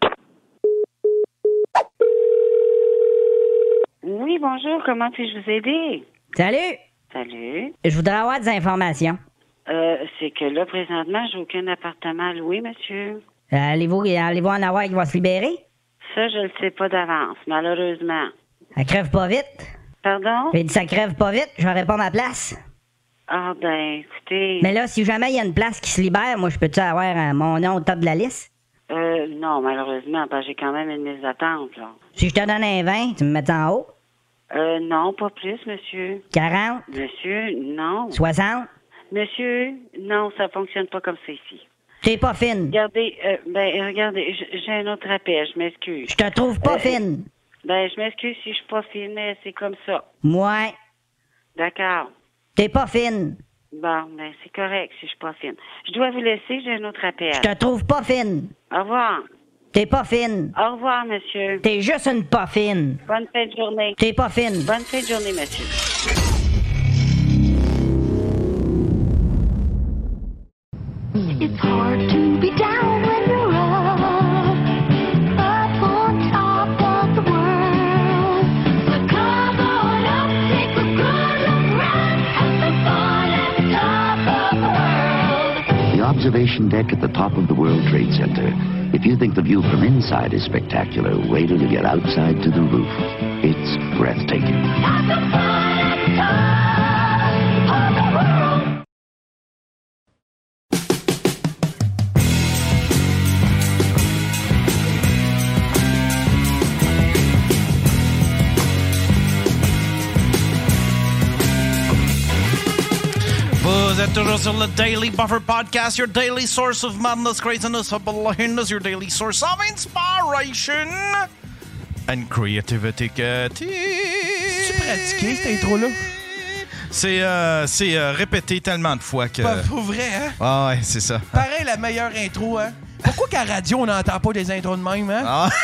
Oui, bonjour. Comment puis-je vous aider? Salut! Salut. Je voudrais avoir des informations. Euh, c'est que là, présentement, j'ai aucun appartement à louer, monsieur. Euh, allez-vous, allez-vous en avoir qui va se libérer? Ça, je le sais pas d'avance, malheureusement. Ça crève pas vite. Pardon? J'ai dit ça crève pas vite, j'aurai pas ma place. Ah, ben, écoutez... Mais là, si jamais il y a une place qui se libère, moi, je peux-tu avoir euh, mon nom au top de la liste? Euh, non, malheureusement, ben, j'ai quand même une mise d'attente, là. Si je te donne un vingt, tu me mets en haut? Euh, non, pas plus, monsieur. quarante? Monsieur, non. soixante? Monsieur, non, ça fonctionne pas comme ça ici. T'es pas fine. Regardez, euh, ben, regardez, j- j'ai un autre appel, je m'excuse. Je te trouve pas Euh, fine. Ben, je m'excuse si je suis pas fine, mais c'est comme ça. Ouais. D'accord. T'es pas fine. Bon, ben, c'est correct si je suis pas fine. Je dois vous laisser, j'ai un autre appel. Je te trouve pas fine. Au revoir. T'es pas fine. Au revoir, monsieur. T'es juste une pas fine. Bonne fin de journée. T'es pas fine. Bonne fin de journée, monsieur. It's hard to be down when you're up, up on top of the world. So come on up, take a good look round, have some fun at the top of the world. The observation deck at the top of the World Trade Center. If you think the view from inside is spectacular, wait till you get outside to the roof. It's breathtaking. Have some fun at the top of the world. Vous êtes toujours sur le Daily Buffer Podcast, your daily source of madness, craziness, blindness, your daily source of inspiration and creativity. C'est pratiqué, cette intro-là? C'est euh, c'est euh, répété tellement de fois que... Pas pour vrai, hein? Ah ouais, c'est ça. Pareil, la meilleure intro, hein? Pourquoi qu'à radio, on n'entend pas des intros de même, hein? Ah.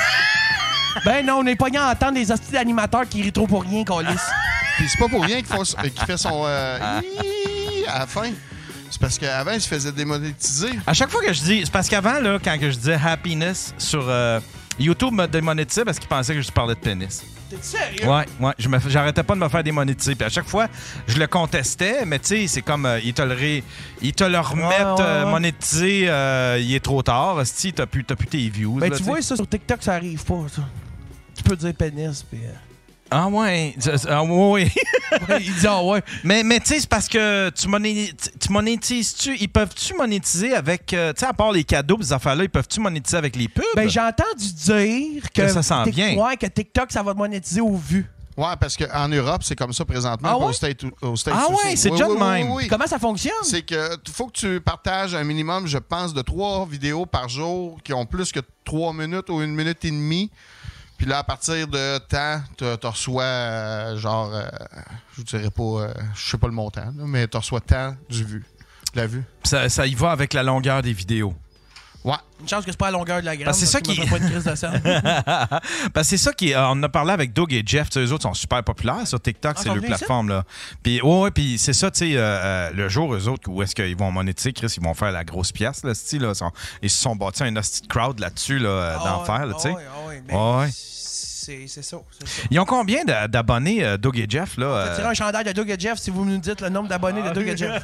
Ben non, on est pas à entendre des hosties d'animateurs qui rient trop pour rien, qu'on lisse. Puis c'est pas pour rien qu'il faut- qu'il fait son... euh, à la fin. C'est parce qu'avant, il se faisait démonétiser. À chaque fois que je dis... C'est parce qu'avant, là, quand que je disais happiness sur... Euh, YouTube me démonétisait parce qu'il pensait que je parlais de pénis. T'es sérieux? Ouais, ouais. Je me, j'arrêtais pas de me faire démonétiser. Puis à chaque fois, je le contestais, mais tu sais, c'est comme euh, ils te le ré, ils te le remettent ouais, ouais. euh, monétisé, euh, il est trop tard. Si t'as plus, t'as plus tes views. Ben là, tu t'sais. vois, ça, sur TikTok, ça arrive pas, ça. Tu peux dire pénis, pis... euh, Ah ouais, ah ouais. ouais, il dit ah ouais. Mais, mais tu sais, c'est parce que tu, moné, tu monétises-tu, ils peuvent-tu monétiser avec, euh, tu sais, à part les cadeaux et ces affaires-là, ils peuvent-tu monétiser avec les pubs? Ben j'ai entendu dire que... Que ça s'en Tic- vient. Ouais, que TikTok, ça va te monétiser aux vues. Ouais, parce qu'en Europe, c'est comme ça présentement. Ah puis ouais? Aux States, aux States Ah aussi. ouais, c'est Oui, déjà oui, de oui, même. oui, oui. Comment ça fonctionne? C'est que t- faut que tu partages un minimum, je pense, de trois vidéos par jour qui ont plus que trois minutes ou une minute et demie. Puis là, à partir de temps, tu reçois, euh, genre, euh, je dirais pas, euh, je sais pas le montant, là, mais tu reçois tant du vu, de la vue. Ça, ça y va avec la longueur des vidéos. Ouais. Une chance que c'est pas à la longueur de la graine. Parce que c'est ça parce qui- me ferait pas une crise de sang. Parce que c'est ça qui. euh, on en a parlé avec Doug et Jeff. Tu sais, eux autres sont super populaires sur TikTok, Ah, c'est sont leur venus plateforme. Là. Puis, ouais, ouais, puis c'est ça, tu sais, euh, euh, le jour, eux autres, où est-ce qu'ils vont monétiser, Chris, ils vont faire la grosse pièce, là, style, là. Sont- Ils se sont bâtis un hostie de crowd là-dessus, là, euh, Ah d'enfer, là, tu sais. ouais, ah ouais, ben, Ouais, ouais. C'est c'est ça, c'est ça. Ils ont combien d'a- d'abonnés, euh, Doug et Jeff, là? On fait euh? tirer un chandail de Doug et Jeff si vous nous dites le nombre d'abonnés de Doug et Jeff.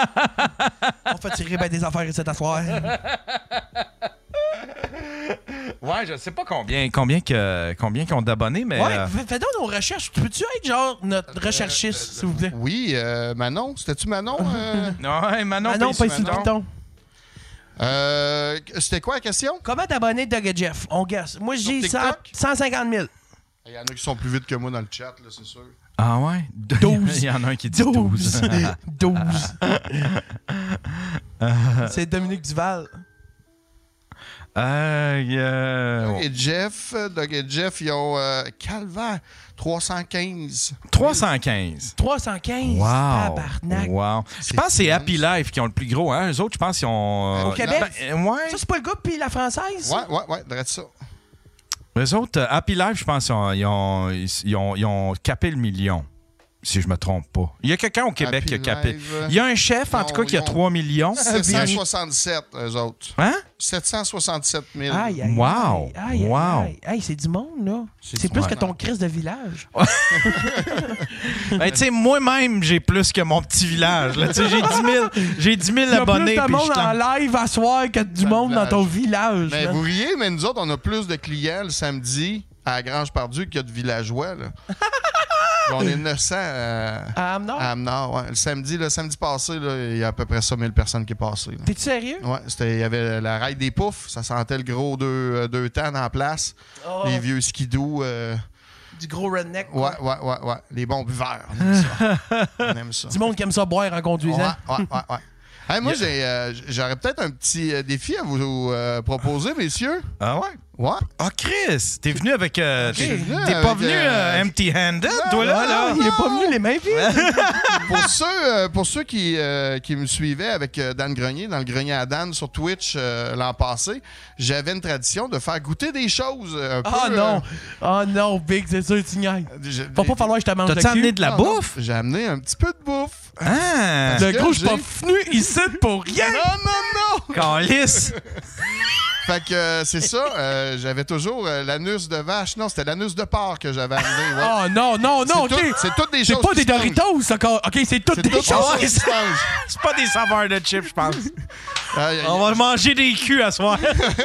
On fait tirer ben des affaires ici à soir. Ouais, je sais pas combien, combien, que, combien qu'ils ont d'abonnés, mais. Ouais, euh, fais fais donc nos recherches. Peux-tu être genre notre recherchiste, s'il vous plaît? Oui, euh, Manon, c'était-tu Manon? euh? Ouais, Manon, Ah non, paye pas sur ici le Manon. piton. Euh, c'était quoi la question? Comment t'abonner Doug et Jeff? On gasse. Moi, Sur j'ai TikTok? cent cinquante mille. Il y en a qui sont plus vite que moi dans le chat, là, c'est sûr. Ah ouais? douze. Il y en a un qui dit douze. douze. C'est Dominique Duval. Euh, yeah. Doug et Jeff, Doug et Jeff, ils ont euh, calvaire, trois cent quinze. trois cent quinze. trois cent quinze. Wow. Tabarnak. Wow. Je C'est pense que c'est immense. Happy Life qui ont le plus gros. Hein? Eux autres, je pense qu'ils ont. Au euh, Québec? ben, ouais. Ça, c'est pas le gars puis la française? Ouais, ouais, ouais, drette ça. Eux autres, euh, Happy Life, je pense qu'ils ont, ils ont, ils ont, ils ont capé le million. Si je me trompe pas. Il y a quelqu'un au Québec Happy qui a capé. Life, Il y a un chef, en non, tout cas, qui a ils ont- trois millions. sept cent soixante-sept, eux autres. Hein? sept cent soixante-sept mille. Aïe, aïe, Wow. aïe, aïe, Wow. aïe. Hey, c'est du monde, là. C'est C'est du plus monde. que ton Christ de village. Ben, tu sais, moi-même, j'ai plus que mon petit village. là. Tu sais, J'ai dix mille, j'ai dix mille Il y a abonnés. plus de puis monde je en t'en- live à soir que du monde dans ton village. Mais man. vous riez, mais nous autres, on a plus de clients le samedi à la Grange-Pardue qu'il y a de villageois. Là. On est neuf cents euh, à Amenard? À Amenard, ouais. Le samedi, le samedi passé, là, il y a à peu près ça mille personnes qui est passées. là. T'es-tu sérieux? Ouais, c'était, il y avait la raille des poufs, ça sentait le gros deux, euh, deux temps en place. Oh. Les vieux skidoo. Euh, Du gros redneck. ouais, quoi. ouais, ouais, ouais. Les bons buveurs. On aime ça. On aime ça. Du monde qui aime ça boire en conduisant. Ouais, ouais, ouais, ouais. Hey, moi, j'ai, euh, j'aurais peut-être un petit euh, défi à vous euh, proposer, messieurs. Ah ouais? Ouais. Ah, Chris, t'es venu avec... euh, Okay. t'es, Venu t'es pas avec, venu euh, euh, empty-handed, toi, là? Ah, là? non, il est pas venu les mains vides. pour ceux, euh, pour ceux qui, euh, qui me suivaient avec euh, Dan Grenier, dans le Grenier à Dan sur Twitch euh, l'an passé, j'avais une tradition de faire goûter des choses euh, un peu... Ah non. euh, Ah non, Big, c'est sûr, tu niaises. j'ai- Va pas falloir que je te mange le T'as-tu cul. amené de la non, non, bouffe? J'ai amené un petit peu de bouffe. Ah! Le que gros, je suis pas j'ai- venu ici pour rien. Non, non, non! Calice! Fait que euh, c'est ça, euh, j'avais toujours euh, l'anus de vache. Non, c'était l'anus de porc que j'avais amené. Ouais. Oh non, non, non, C'est ok. tout- c'est toutes des C'est choses pas qui des se mangent. Doritos, encore. Ok, c'est toutes C'est des toutes des choses. choses qui se mangent. C'est pas des saveurs de chips, je pense. Aïe, aïe, On va manger des culs à soir.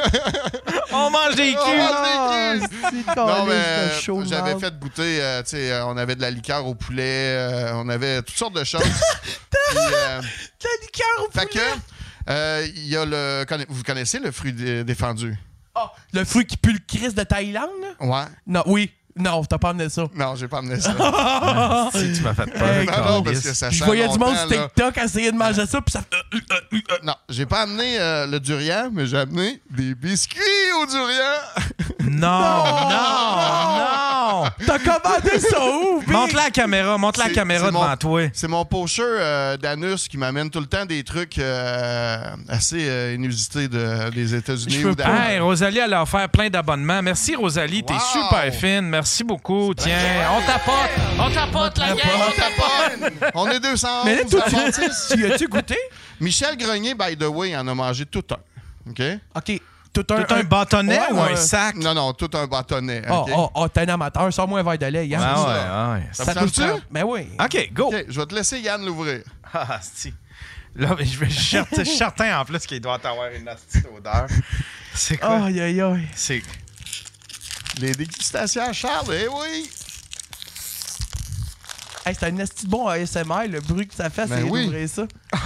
On mange des On culs. mange des culs. Non, Non, mais euh, j'avais fait goûter, euh, tu sais, euh, on avait de la liqueur au poulet, euh, on avait toutes sortes de choses. Puis, euh, La liqueur au fait poulet. que, euh, il y a le. conna- Vous connaissez le fruit dé- défendu? Ah, le fruit qui pue le Christ de Thaïlande, là? Ouais. Non, oui. Non, t'as pas amené ça. Non, j'ai pas amené ça. Si tu m'as fait peur. Hey, non, non, parce que ça Je sent voyais du monde longtemps, sur là. TikTok essayer de manger ça, puis ça fait. euh, euh, euh, euh. Non, j'ai pas amené euh, le durian, mais j'ai amené des biscuits au durian. Non, non, non. T'as commandé ça où, Big? Montre la caméra, montre la C'est- caméra c'est devant mon- toi. C'est mon pocheur euh, d'anus qui m'amène tout le temps des trucs euh, assez euh, inusités de, des États-Unis. Je peux ou pas. d'Amérique. Hey, Rosalie, elle a offert plein d'abonnements. Merci, Rosalie. T'es Wow. super fine. Merci beaucoup. Tiens, on tapote. On tapote, la gang. On taponne. On est deux cents. Mais là, tout tu y as-tu goûté? Michel Grenier, by the way, en a mangé tout un. OK? OK. Tout un, Tout un bâtonnet Ouais, ou un ouais. sac? Non, non, tout un bâtonnet. Oh, OK? oh, oh, t'es un amateur, sors-moi un verre de lait, Yann. Ah ouais, ça. ah ouais. Ça Ça vous coûte tente-tu? cher. Ben oui. OK, go. OK, je vais te laisser Yann l'ouvrir. Ah, si. Là, je vais- je suis certain- je suis certain en plus qu'il doit avoir une petite odeur. C'est quoi? Aïe, aïe, aïe. C'est... Les dégustations à Charles, eh oui! Hey, c'est un esti bon A S M R, le bruit que ça fait, Ben c'est oui. d'ouvrir ça.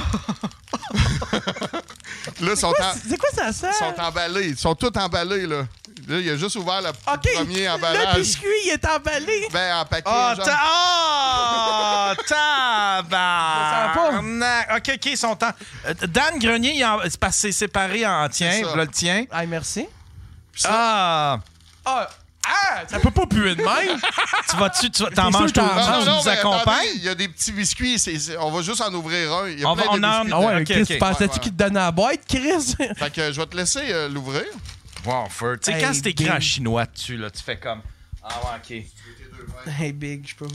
Là, ils sont, Quoi, en- c'est c'est quoi ça sent? ils sont emballés. Ils sont tous emballés, là. Là, il a juste ouvert le OK, premier le emballage. biscuit, il est emballé. Ben, en paquet, Oh, genre. ta... oh tabarnak! OK, OK, ils sont en... Euh, Dan Grenier, il en... c'est parce que c'est séparé en tien. C'est ça. Voilà le tien. Hey, merci. Ah! Ah, ah, ça peut pas puer de même. Tu vas-tu... Tu vas... T'en T'es sûr manges que tout t'en le manges? temps, tu nous mais attendez, accompagnes? il y a des petits biscuits. c'est- c'est- on va juste en ouvrir un. Il y a On plein va- de on en- biscuits Ah ouais, OK, Chris, OK. tu pensais-tu Ouais, ouais. qu'il te donnait la boîte, Chris? Fait que je vais te laisser euh, l'ouvrir. Wow, Fur. Tu sais, Hey, quand c'est écrit en Big. chinois dessus, là, tu fais comme... Ah ouais, OK. Hey, Big, je peux.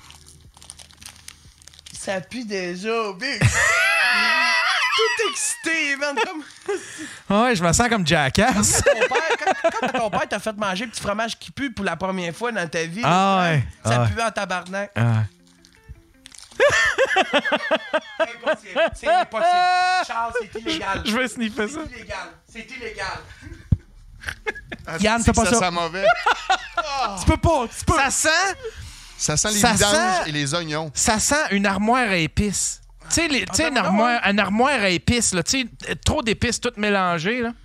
Ça pue déjà, Big. Tout excité, man. Comme Ah ouais, je me sens comme Jackass. ton père, quand, quand ton père t'a fait manger petit fromage qui pue pour la première fois dans ta vie. Ah là, ouais. Ça Ah ouais. pue en tabarnak. Ah. Impossible. C'est impossible. Charles, c'est illégal. Je vais sniffer ça. C'est illégal. C'est illégal. Ah, Yann, c'est fais pas que ça. Ça sent mauvais. Tu peux pas. Tu peux. Ça sent... Ça sent les Ça vidanges sent- et les oignons. Ça sent une armoire à épices. Tu sais, les- tu sais, une, ben, armoire, une armoire à épices, là. Tu sais, euh, trop d'épices toutes mélangées, là.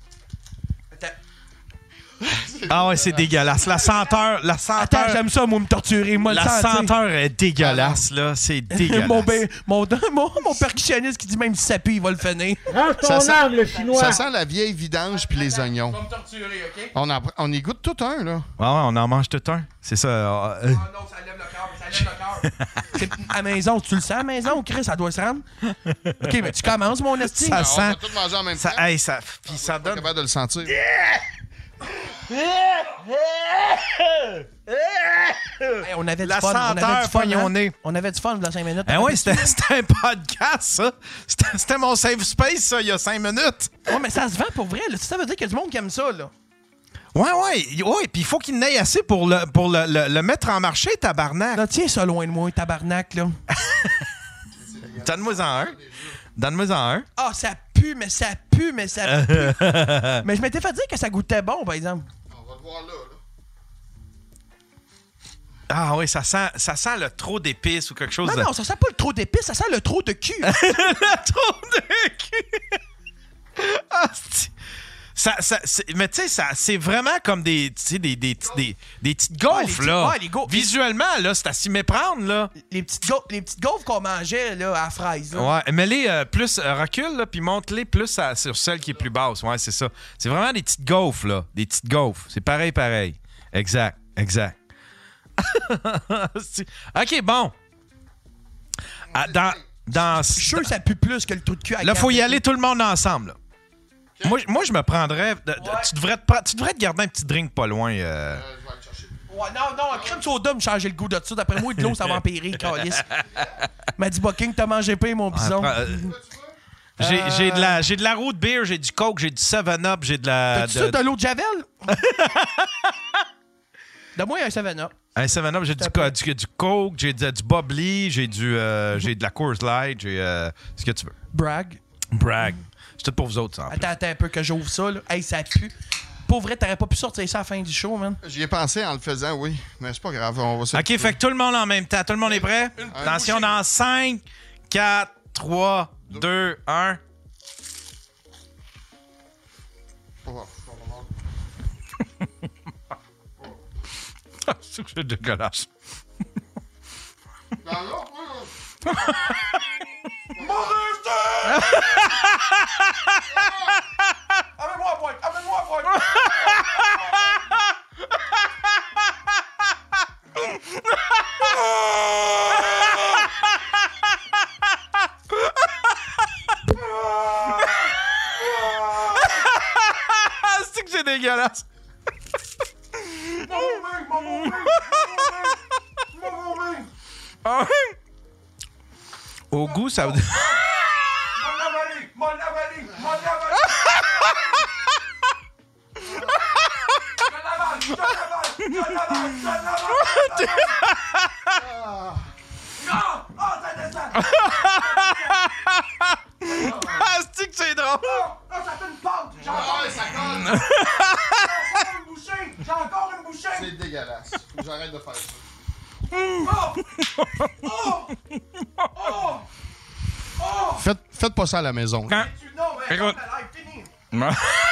Ah ouais, c'est dégueulasse. La senteur, la Attends, senteur, j'aime ça, moi, me torturer. Moi, le la sentir. senteur est dégueulasse, là. C'est dégueulasse. mon, ben- mon, mon, mon percussionniste qui dit même si ça pue, il va le finir. Range Ça ton sent- arme, le chinois. Ça sent la vieille vidange puis les oignons. me torturer, OK? On, en, on y goûte tout un, là. Ouais, ouais, on en mange tout un. C'est ça. euh, euh, Ah non, ça lève le cœur, ça lève le cœur. C'est à la maison, tu le sens à la maison, Chris, ça doit se rendre. OK, mais tu commences, mon esti. Ça on sent- va tout manger en même ça, temps. hey, ça, puis ça On est donne. capable de le sentir. Hey, on avait du La fun, on senteur avait du fun, poignonnée. hein? On avait du fun dans cinq minutes. Ben oui, c'était c'était un podcast, ça. C'était c'était mon safe space, ça, il y a cinq minutes. Ouais, mais ça se vend pour vrai. Là. Ça veut dire qu'il y a du monde qui aime ça, là. Ouais, ouais, ouais. Puis il faut qu'il n'aille assez pour, le, pour le, le, le mettre en marché, tabarnak. Là, tiens ça loin de moi, tabarnak, là. Donne-moi-en un. Donne-moi-en un. Ah, ça pue, mais ça pue, mais ça pue. Mais je m'étais fait dire que ça goûtait bon, par exemple. On va le voir là. là. Ah oui, ça sent, ça sent le trop d'épices ou quelque chose Non, de... non, ça sent pas le trop d'épices, ça sent le trop de cul. le trop de cul! Ah, c'est... Ça, ça, c'est... Mais tu sais, ça, c'est vraiment comme des, des, des, des, des, des petites gaufres, ouais, là. Ouais, les gaufres. Visuellement, là, c'est à s'y méprendre, là. Les petites gaufres, les petites gaufres qu'on mangeait, là, à la fraise. Là. Ouais, mets-les euh, plus, euh, recule, là, puis monte-les plus à, sur celle qui est plus basse. Ouais, c'est ça. C'est vraiment des petites gaufres, là. Des petites gaufres. C'est pareil, pareil. Exact, exact. OK, bon. Ah, dans... dans Je suis sûr que ça pue plus que le trou de cul à là, faut y Gap. aller tout le monde ensemble, là. Okay. Moi, moi, je me prendrais... De, de, ouais. tu, devrais te, tu devrais te garder un petit drink pas loin. Euh... Euh, je vais aller chercher. Ouais, non, non, crème soda me changeait le goût de ça. D'après moi, de l'eau, ça va empirer, calice. M'a dit Bucking, t'as mangé pas, mon bison. Ah, euh, j'ai, euh... j'ai de la j'ai de la root beer, j'ai du Coke, j'ai du seven up, j'ai de la... T'as-tu ça de l'eau de Javel? Donne-moi un seven up. Un seven up, j'ai du, du, du Coke, j'ai de, du Bubbly, j'ai du euh, j'ai de la Coors Light, j'ai euh, ce que tu veux. Bragg. Bragg. C'est tout pour vous autres, ça. Attends, attends un peu que j'ouvre ça, là. Hey, ça pue. Pour vrai, t'aurais pas pu sortir ça à la fin du show, man. J'y ai pensé en le faisant, oui. Mais c'est pas grave, on va se... OK, fait que tout le monde en même temps. Tout le monde est prêt? Une, Attention, dans cinq, quatre, trois, deux, un. Oh, c'est que c'est dégueulasse. Amène-moi un point! Amène-moi un point! C'est que c'est dégueulasse. Au goût, ça veut dire... Mon avalé! Mon avalé! Mon avalé! Je l'avale! Je l'avale! Je l'avale! Je l'avale! Non! Oh, ça descend! Ah, c'est que c'est drôle! Oh, ça fait une pente! J'ai encore ça colle! J'ai encore une bouchée! J'ai encore une bouchée! C'est dégueulasse. Faut que j'arrête de faire ça. Oh! Oh! Oh! Oh! Faites, faites pas ça à la maison. Quand... Non, mais Écoute. fini!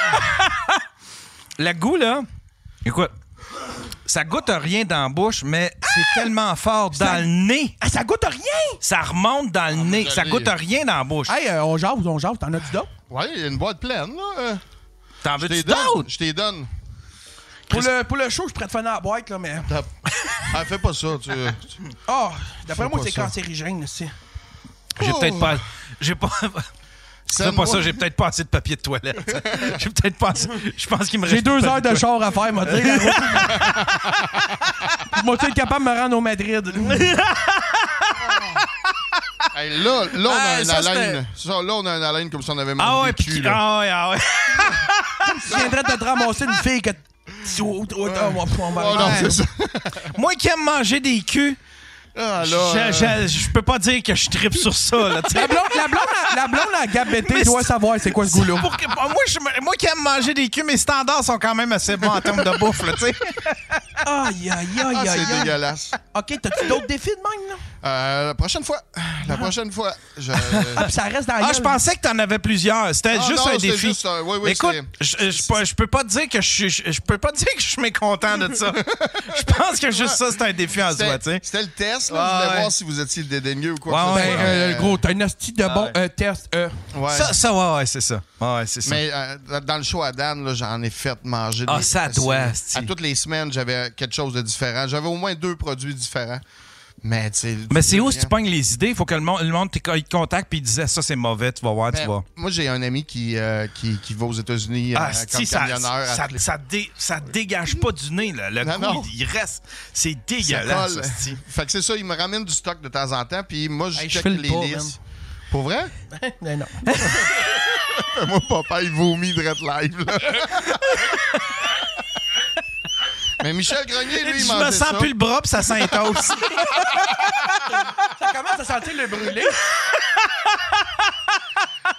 Le goût, là, écoute, ça goûte à rien dans la bouche, mais c'est tellement fort dans Ça- le nez. Ah, ça goûte à rien! Ça remonte dans le nez. Ça désolé. goûte à rien dans la bouche. Hey, euh, on jase, on jase, t'en as du d'autres? Ouais, il y a une boîte pleine, là. T'en Je t'ai veux-tu donne. d'autres? Je t'ai donne. Pour le, pour le show, je pourrais te finir la boîte, là, mais... T'as- Ah, fais pas ça, tu... tu- Oh, d'après Fais moi, pas c'est ça. cancérigène, c'est... J'ai Oh. peut-être pas... J'ai pas... C'est Scène-moi. pas ça, j'ai peut-être pas assez de papier de toilette. J'ai peut-être pas assez... Je pense qu'il me reste... J'ai deux plus heures de papier char à faire, m'a dit. Moi, tu es capable de me rendre au Madrid. Hey, là, là, on a Ah, une ça, haleine. Ça, là, on a une haleine comme si on avait Ah mangé ouais, des puis... culs, là. Ah ouais, ah ouais. Tu viendrais de te ramasser une fille que... Oh, oh, oh, on va- Oh non, c'est ça. Moi qui aime manger des culs, Ah, là, je, euh, je, je peux pas dire que je tripe sur ça, là, tu sais. La blonde, la blonde, à- la blonde à Gab Bété Mais doit c'est- savoir c'est quoi ce goût-là. Pour que- moi, je, moi qui aime manger des culs, mes standards sont quand même assez bons en termes de bouffe, là, tu sais. Aïe, aïe, aïe, ah, aïe, c'est aïe. dégueulasse. OK, t'as-tu d'autres défis de même, là? Euh, la prochaine fois. La prochaine fois. Je... Ah, puis ça reste dans la Ah, gueule. je pensais que t'en avais plusieurs. C'était Ah, juste non, un c'était défi. juste un- oui, oui, Écoute, c'était- je, je, peux- je peux pas te dire que je suis, je, je peux pas te dire que je suis mécontent de ça. Je pense que juste ça, c'est un défi en soi, C'était tu sais. c'était le test, là. Ah, je voulais ouais. voir si vous étiez dédaigneux ou quoi. Ouais, que ce ouais, soit. Ben, euh, Mais, gros, t'as une hostie de bon ouais. euh, test. Euh. ouais. Ça, ça, ouais, ouais, c'est ça. Ouais, ouais, c'est ça. Mais euh, dans le show à Dan, là, j'en ai fait manger. Ah, des- ça doit, c'est- c'ti. À toutes les semaines, j'avais quelque chose de différent. J'avais au moins deux produits différents. Mais, tu sais. Mais c'est où rien. si tu pognes les idées? Il faut que le monde, le monde te il te contacte puis il disait ça, c'est mauvais, tu vas voir, Ben, tu vas. moi, j'ai un ami qui, euh, qui, qui va aux États-Unis Ah, euh, si, comme ça, camionneur. à ça, toutes les- ça, dé- ça dégage pas du nez, là. Le Non, goût, non. il reste. C'est Ça dégueulasse, colle. hostie. Fait que c'est ça, il me ramène du stock de temps en temps, puis moi, je Hey, je check file les pas, listes. Pour vrai? Mais non. Moi, papa, il vomit de live, là. Mais Michel Grenier, lui, il Je mangeait me sens ça. plus le bras pis ça s'intosse. Ça commence à sentir le brûlé.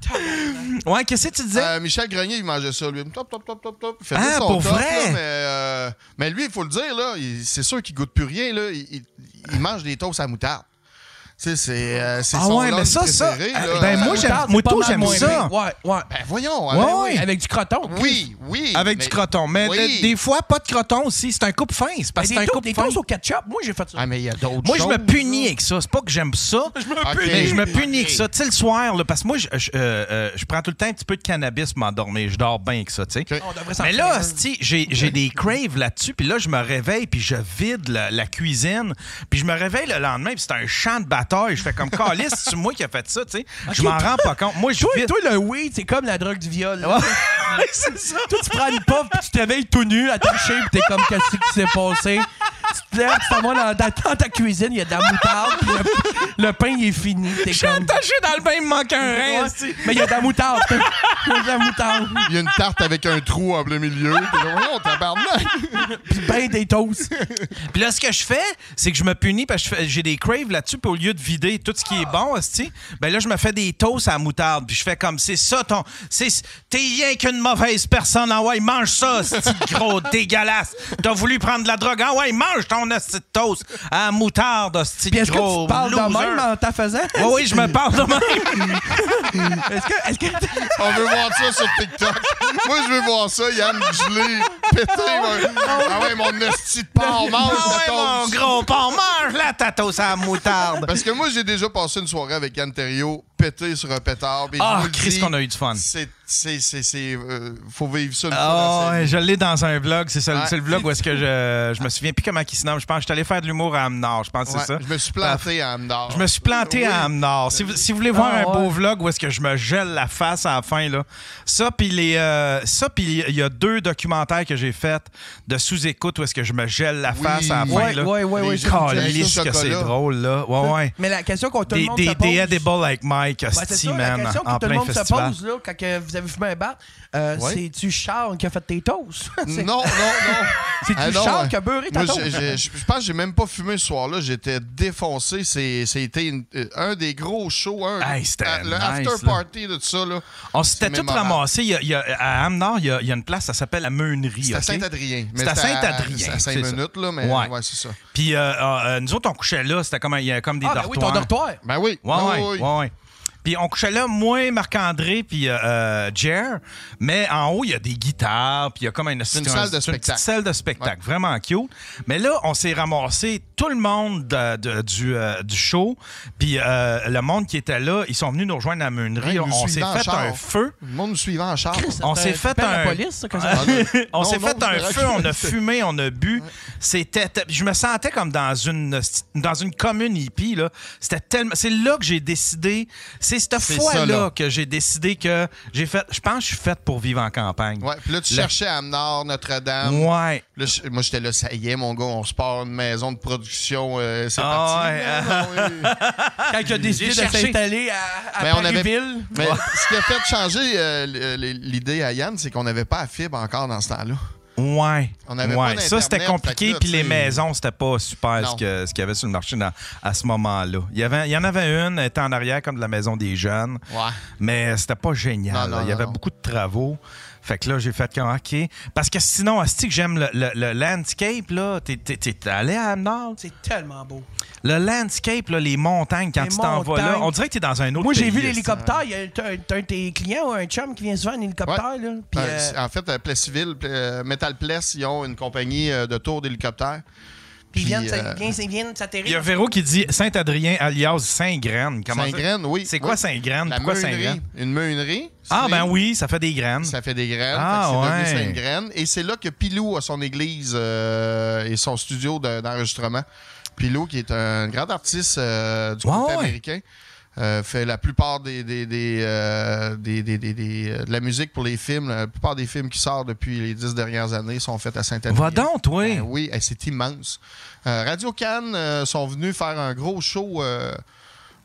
Ouais, qu'est-ce que tu disais? Euh, Michel Grenier, il mangeait ça, lui. Top, top, top, top, top. Il faisait Ah, son pour top, vrai? là, mais, euh, mais lui, il faut le dire, là, il- c'est sûr qu'il goûte plus rien. Là. Il, il- il mange des toasts à moutarde. Tu sais, c'est euh, c'est Ah son ouais, mais lunch ça, ça. préféré, euh, là. Ben moi, Moutarde, j'aime, c'est moi pas tout, mal j'aime moins ça. pire. Ouais, ouais. Ben voyons. Ouais, ben ouais. oui. Avec du croton. Oui, oui. Avec mais- du croton. Mais Oui. de- des fois, pas de croton aussi. C'est un coupe fin. C'est parce que c'est Des, un to- coupe des fin. toasts au ketchup, moi, j'ai fait ça. Ah, mais il y a d'autres Moi, je choses. me punis avec ça. C'est pas que j'aime ça. Je me punis. Mais je me punis Ok. avec ça. Tu sais, le soir, là, parce que moi, je, je, euh, euh, je prends tout le temps un petit peu de cannabis pour m'endormir. Je dors bien avec ça, tu sais. Ok. On devrait s'en Mais faire là, un. asti, j'ai j'ai des craves là-dessus, puis là, je me réveille, puis je vide la, la cuisine, puis je me réveille le lendemain, puis c'est un champ de bataille. Je fais comme calice, c'est moi qui a fait ça, tu sais. Je m'en rends pas compte. Moi, je Toi, vide. toi, le weed, c'est comme la drogue du viol. là. Ouais, c'est ça. Toi, tu prends une puff puis tu te réveilles tout nu, attaché, puis t'es comme, qu'est-ce qui s'est passé? Tu te lèves, tu t'en vas dans, dans- dans ta cuisine, il y a de la moutarde, puis le, le pain, il est fini. T'es Je suis comme... attaché dans le bain, il me manque un rein, Ouais, asti. mais il y a de la moutarde. Il y a de la moutarde. Il y a une tarte avec un trou en plein milieu. T'es là, voyons, tabarnak. Puis ben des toasts. Puis là, ce que je fais, c'est que je me punis parce que je fais- j'ai des craves là-dessus, puis au lieu de vider tout ce qui est bon, asti, ben là, je me fais des toasts à la moutarde, puis je fais comme, c'est ça ton... c'est- T'es rien qu'une mauvaise personne, ah ouais, mange ça, asti de gros dégueulasse. T'as voulu prendre de la drogue, ah ouais, mange ton asti de toast à la moutarde, asti Puis de est-ce que gros tu parles de loser. même en t'en faisant? Oui, oui, je me parle de même. Est-ce que... Est-ce que... On veut voir ça sur TikTok. Moi, je veux voir ça, Yann, gelé, pété. moi. Ah ouais, mon esti de porc, mange Ah ta ouais, mon toast. gros porc, mange la ta toast à la moutarde. Parce que moi, j'ai déjà passé une soirée avec Yann Terriot pété sur un pétard. puis je Ah, vous le Chris, dis, qu'on a eu du fun. C'est... c'est, c'est, c'est euh, faut vivre ça une Ah, fois dans sa ouais, vie. je l'ai dans un vlog. C'est ça, Ouais. c'est le vlog où est-ce que je, je me souviens plus comment il se nomme. Je pense que je suis allé faire de l'humour à Amenard. Je pense que Ouais, c'est ça. je me suis planté à Amdor. Je me suis planté Oui. à Amenard. Si, vous- si vous voulez voir Ah, un beau ouais. vlog où est-ce que je me gèle la face à la fin, là. Ça, puis les, euh, ça, puis il y a deux documentaires que j'ai faits de sous-écoute où est-ce que je me gèle la Oui. face à la fin, Ouais, là. ouais, ouais, Les ouais. gens qui Calisse achètent que au c'est chocolat. drôle, là. Ouais, ouais. Mais la question qu'on tout le Des, monde des, se pose... des edibles like Mike, Ouais, c'est hostie, ça, la man, question que en tout le plein monde festival. se pose là, quand que vous avez fumé un bat, euh, Ouais. c'est-tu Charles qui a fait tes toasts? C'est- Non, non, non. C'est-tu Ah non, Charles ouais. qui a beurré ta Moi, toast? j'ai- j'ai- je pense que j'ai même pas fumé ce soir-là. J'étais défoncé. C'est- C'était une- euh, un des gros shows. Un, Hey, c'était euh, le nice, after là. party de tout ça. Là. On s'était C'est tout mémorable. ramassé. Il y a, il y a- à Amenard, il y a, il y a une place, ça s'appelle la Meunerie. C'est à ok? Saint-Adrien. mais C'est à Saint-Adrien, C'est à cinq c'est ça. minutes, là, mais Ouais. ouais, c'est ça. Puis euh, euh, nous autres, on couchait là. C'était comme, il y a comme des Ah, ben oui, ton dortoirs. dortoir. Ben oui. Ouais, Ben ouais, oui. ouais, ouais. Puis on couchait là, moi, Marc-André, puis euh, euh, Jer. Mais en haut, il y a des guitares, puis il y a comme une, C'est une salle de c'est une petite spectacle. salle de spectacle, vraiment cute. Mais là, on s'est ramassé tout le monde de- de- du, euh, du show, puis euh, le monde qui était là, ils sont venus nous rejoindre à la meunerie. Ouais, ils nous on s'est suivaient en fait char. un feu. Le monde nous suivant en char. On Ça s'est te fait rappelle un... la police, ça, quand ça- Ah, non. On Non, s'est non, fait un c'est feu, on a correct. fumé, on a bu. C'était, je me sentais comme dans une dans une commune hippie là. C'était tellement, c'est là que j'ai décidé. C'est cette C'est fois ça, là là. que j'ai décidé que j'ai fait. Je pense que je suis faite pour vivre en campagne. Ouais, puis là, tu Le- cherchais à Amnord, Notre-Dame. Ouais. Là, je- moi, j'étais là, ça y est, mon gars, on se part une maison de production, euh, c'est Ah parti. ouais. Ah oui. Quand il a décidé de J'ai cherché. s'installer à, à Mais on avait- Parisville. Mais ce qui a fait changer euh, l'idée à Yann, c'est qu'on n'avait pas la fibre encore dans ce temps-là. Ouais. On n'avait ouais. pas Ça, c'était d'Internet, compliqué. fait que là, Puis les tu sais- maisons, c'était pas super Non. ce que- ce qu'il y avait sur le marché dans- à ce moment-là. Il y, avait, il y en avait une, elle était en arrière comme de la maison des jeunes. Ouais. Mais c'était pas génial. Non, là. non, Il y non, avait non. beaucoup de travaux. Fait que là, j'ai fait comme OK. Parce que sinon, asti que j'aime le, le- le landscape, là. T'es, t'es- t'es allé à Nord? C'est tellement beau. Le landscape, là, les montagnes, quand Les tu t'en vas là, montagnes. on dirait que t'es dans un autre Moi, j'ai pays, vu asti. l'hélicoptère. Il y a t'as un t'as un de tes clients ou un chum qui vient souvent en hélicoptère. Là, puis, Euh, euh, c'est- En fait, à Plessisville, euh, Metal Pless, ils ont une compagnie euh, de tours d'hélicoptère. puis ils viennent, puis, ça- euh, ils viennent, ils viennent Il y a s'atterrir. Véro qui dit Saint-Adrien alias Saint-Graine. Comment ça? Saint-Graine, oui. C'est quoi Oui. Saint-Graine? La Pourquoi meunerie. Saint-Graine? Une meunerie. Ah, c'est- ben oui, ça fait des graines. Ça fait des graines. Ah, Fait que c'est ouais. devenu Sainte-Graine. Et c'est là que Pilou a son église euh, et son studio de- d'enregistrement. Pilou, qui est un grand artiste euh, du Ouais, côté ouais. américain, euh, fait la plupart des, des, des, euh, des- des- des- des, euh, de la musique pour les films. La plupart des films qui sortent depuis les dix dernières années sont faits à Saint-Adrien. Va donc, toi. Ben oui, hey, c'est immense. Euh, Radio Cannes euh, sont venus faire un gros show euh,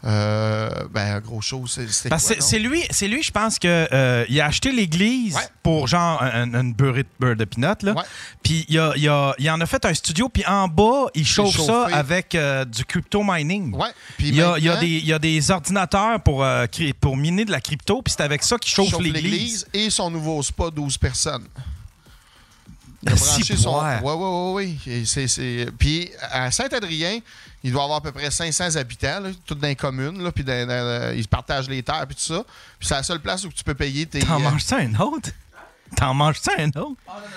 Euh, ben, un gros show, c'est, c'était Parce quoi, que non? c'est lui, c'est lui, je pense que euh, il a acheté l'église Ouais. pour genre un- une beurrée de beurre de pinot, là. Ouais. Puis il, a, il, a, il en a fait un studio, puis en bas, il chauffe ça chauffé. avec euh, du crypto mining. Ouais. Puis Il y, a, il, y a maintenant, des, il y a des ordinateurs pour, euh, cri- pour miner de la crypto, puis c'est avec ça qu'il chauffe, chauffe l'église. l'église et son nouveau spa, douze personnes. Il a Le branché son. ciboire. Oui, oui, oui, oui. C'est, c'est... Puis à Saint-Adrien, il doit avoir à peu près cinq cents habitants, là, toutes dans les communes, là, puis dans- dans- ils partagent les terres, puis tout ça. Puis c'est la seule place où tu peux payer tes. T'en euh, manges ça un autre? T'en manges ça un autre?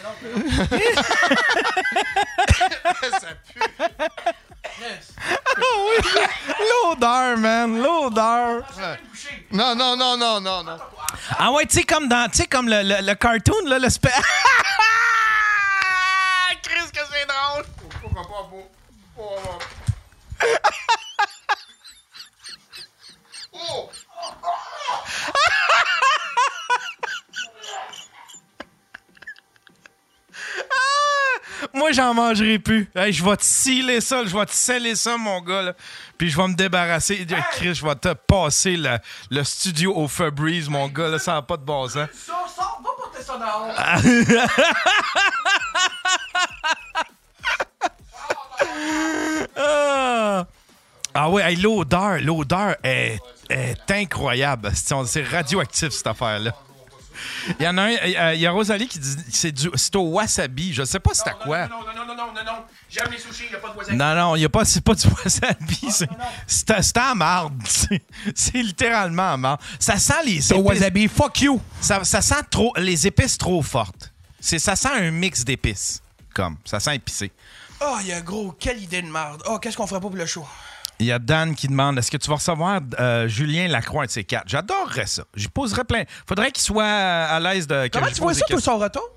Ça pue. Ah oui! L'odeur, man! L'odeur! Non, non, non, non, non, non. Ah ouais, tu sais, comme dans, tu sais, comme le, le, le cartoon, là, le spé... Chris, que c'est drôle! Pourquoi pas, beau? Oh! Oh! Moi, j'en mangerai plus. Hey, je vais te sceller ça, je vais te sceller ça, mon gars, là. Puis je vais me débarrasser. Chris, je vais te passer le, le studio au Febreze, mon gars, là, ça n'a pas de bon sens. Sors, sors, va porter ça dehors. Ah, ah ouais, hey, l'odeur, l'odeur est, est incroyable. C'est c'est radioactif, cette affaire-là. Il y en a un, euh, il y a Rosalie qui dit c'est du c'est au wasabi. Je sais pas c'est à quoi. Non, non, non, non, non, non, non. J'aime les sushis, il n'y a pas de wasabi. Non, non, il y a pas, c'est pas du wasabi. C'est, c'est, à- c'est à marde. C'est, c'est littéralement à marde. Ça sent les épices. Au wasabi, fuck you. Ça, ça sent trop, les épices trop fortes. C'est, ça sent un mix d'épices. Comme, ça sent épicé. Oh, il y a gros, quelle idée de merde. Oh, qu'est-ce qu'on ferait pas pour le show? Il y a Dan qui demande est-ce que tu vas recevoir euh, Julien Lacroix, un de ces quatre. J'adorerais ça. J'y poserais plein. Faudrait qu'il soit à l'aise de. que Comment je tu vois pose ça, des toi, questions. son retour?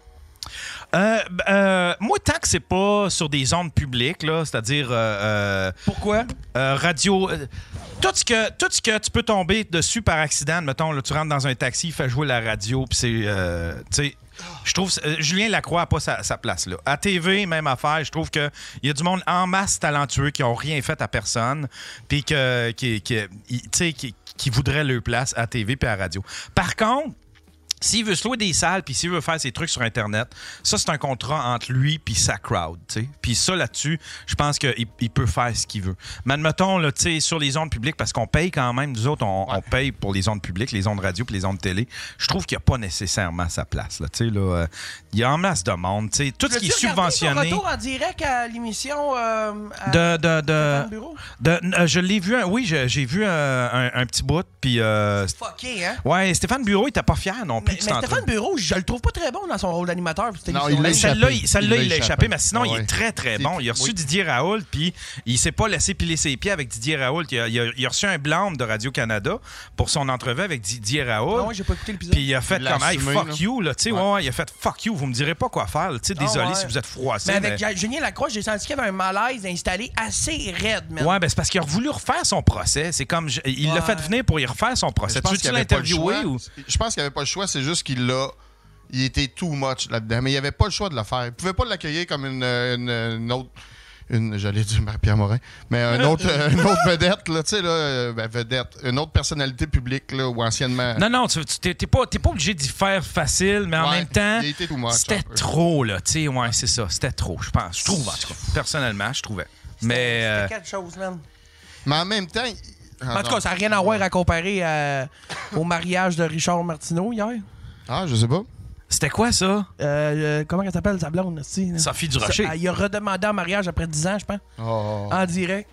Euh, b- euh, moi, tant que c'est pas sur des ondes publiques, là, c'est-à-dire euh, euh, Pourquoi? euh, radio. euh, tout ce que tout ce que tu peux tomber dessus par accident, mettons, là, tu rentres dans un taxi, il fait jouer la radio, puis c'est. euh, tu sais. Je trouve euh, Julien Lacroix n'a pas sa, sa place là. À T V, même affaire. Je trouve qu'il y a du monde en masse talentueux qui n'ont rien fait à personne, puis que, qui, qui, il- tu sais, qui, qui voudraient leur place à T V puis à la radio. Par contre, s'il veut se louer des salles puis s'il veut faire ses trucs sur Internet, ça, c'est un contrat entre lui puis sa crowd, tu sais. Puis ça, là-dessus, je pense qu'il il peut faire ce qu'il veut. Mais admettons, là, tu sais, sur les ondes publiques, parce qu'on paye quand même, nous autres, on, on paye pour les ondes publiques, les ondes radio puis les ondes télé, je trouve qu'il n'y a pas nécessairement sa place, là, tu sais, là. euh, Il y a en masse de monde, tu sais. Tout ce qui est Veux-tu regarder subventionné... Son retour en direct à l'émission euh, à De, de, de, Stéphane Bureau? de- euh, je l'ai vu, un- oui, je- j'ai vu euh, un, un petit bout, puis... euh, Fucké, hein? ouais, Stéphane Bureau, il était pas fier non plus. Mais, de mais cet Stéphane entrevue. Bureau, je le trouve pas très bon dans son rôle d'animateur. Cette Non, émission-là. il l'a Mais échappé. celle-là, il, celle-là, Il il l'a l'a échappé, échappé. mais sinon, Ah il ouais. est très, très C'est- bon. Il a reçu oui. Didier Raoult, puis il s'est pas laissé piler ses pieds avec Didier Raoult. Il a, il a- il a reçu un blâme de Radio-Canada pour son entrevue avec Didier Raoult. Ah ouais, j'ai pas écouté l'épisode. Puis il a fait Il l'a comme, hey, assumé, fuck là. you, là. Tu sais, ouais. Ouais. ouais, il a fait fuck you, vous me direz pas quoi faire. Tu sais, Ah désolé ouais. si vous êtes froissé. Mais avec mais- Julien Lacroix, j'ai senti qu'il y avait un malaise installé assez raide, man. Ouais, ben c'est parce qu'il a voulu refaire son procès. C'est comme, je- il l'a Ouais. fait venir pour y refaire son Je procès. pense Tu qu'il veux-tu avait pas le l'interviewer choix. ou... Je pense qu'il n'y avait pas le choix, c'est juste qu'il l'a. Il était too much là-dedans, mais il n'y avait pas le choix de le faire. Il pouvait pas l'accueillir comme une, une, une autre. Une, j'allais dire Marie-Pierre Morin, mais un autre, euh, une autre vedette, là, tu sais, là, euh, ben, vedette, une autre personnalité publique, là, ou anciennement. Non, non, tu tu- t'es t'es pas, t'es pas obligé d'y faire facile, mais en Ouais, même temps, il a été too much, c'était un peu. trop, là. Tu sais, ouais, c'est ça. C'était trop, je pense. Je trouve, en tout cas. Personnellement, je trouvais. Mais. euh, C'était quelque chose, man. Mais en même temps. il- Ah, En tout non. cas, ça n'a rien à voir à comparer à- au mariage de Richard Martineau hier. Ah, je sais pas. C'était quoi, ça? Euh, euh, comment elle s'appelle, sa blonde? aussi, là? Sophie Durocher. Ça- Il a redemandé en mariage après dix ans, je pense. Oh. En direct.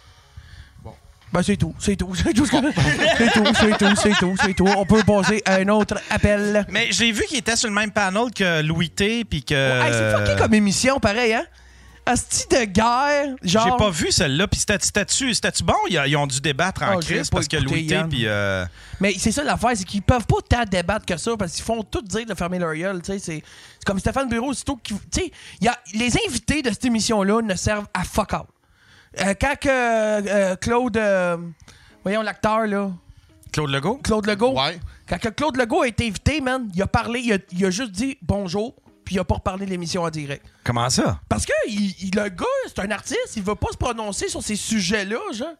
Bon. Ben, c'est tout, c'est tout. C'est tout, ce que- c'est tout, c'est tout, c'est tout, c'est tout. On peut passer à un autre appel. Mais j'ai vu qu'il était sur le même panel que Louis T, puis que. Hey, c'est fucké comme émission, pareil, hein? Asti de guerre, genre. J'ai pas vu celle-là, puis c'était- c'était-tu c'était-tu bon? Ils, ils ont dû débattre en Oh, je l'ai crise pas parce que écouté, Louis T, Yann. puis. euh, Mais c'est ça l'affaire, c'est qu'ils peuvent pas tant débattre que ça parce qu'ils font tout dire de fermer leur gueule. Tu sais, c'est c'est comme Stéphane Bureau, c'est tout. Tu sais, il y a les invités de cette émission-là ne servent à fuck all. Euh, quand que, euh, Claude, euh, voyons l'acteur là, Claude Legault? Claude Legault, Ouais. quand que Claude Legault a été invité, man, il a parlé, il a, il a juste dit bonjour, puis il a pas reparlé de l'émission en direct. Comment ça? Parce que il, il- le gars, c'est un artiste, il veut pas se prononcer sur ces sujets-là, genre.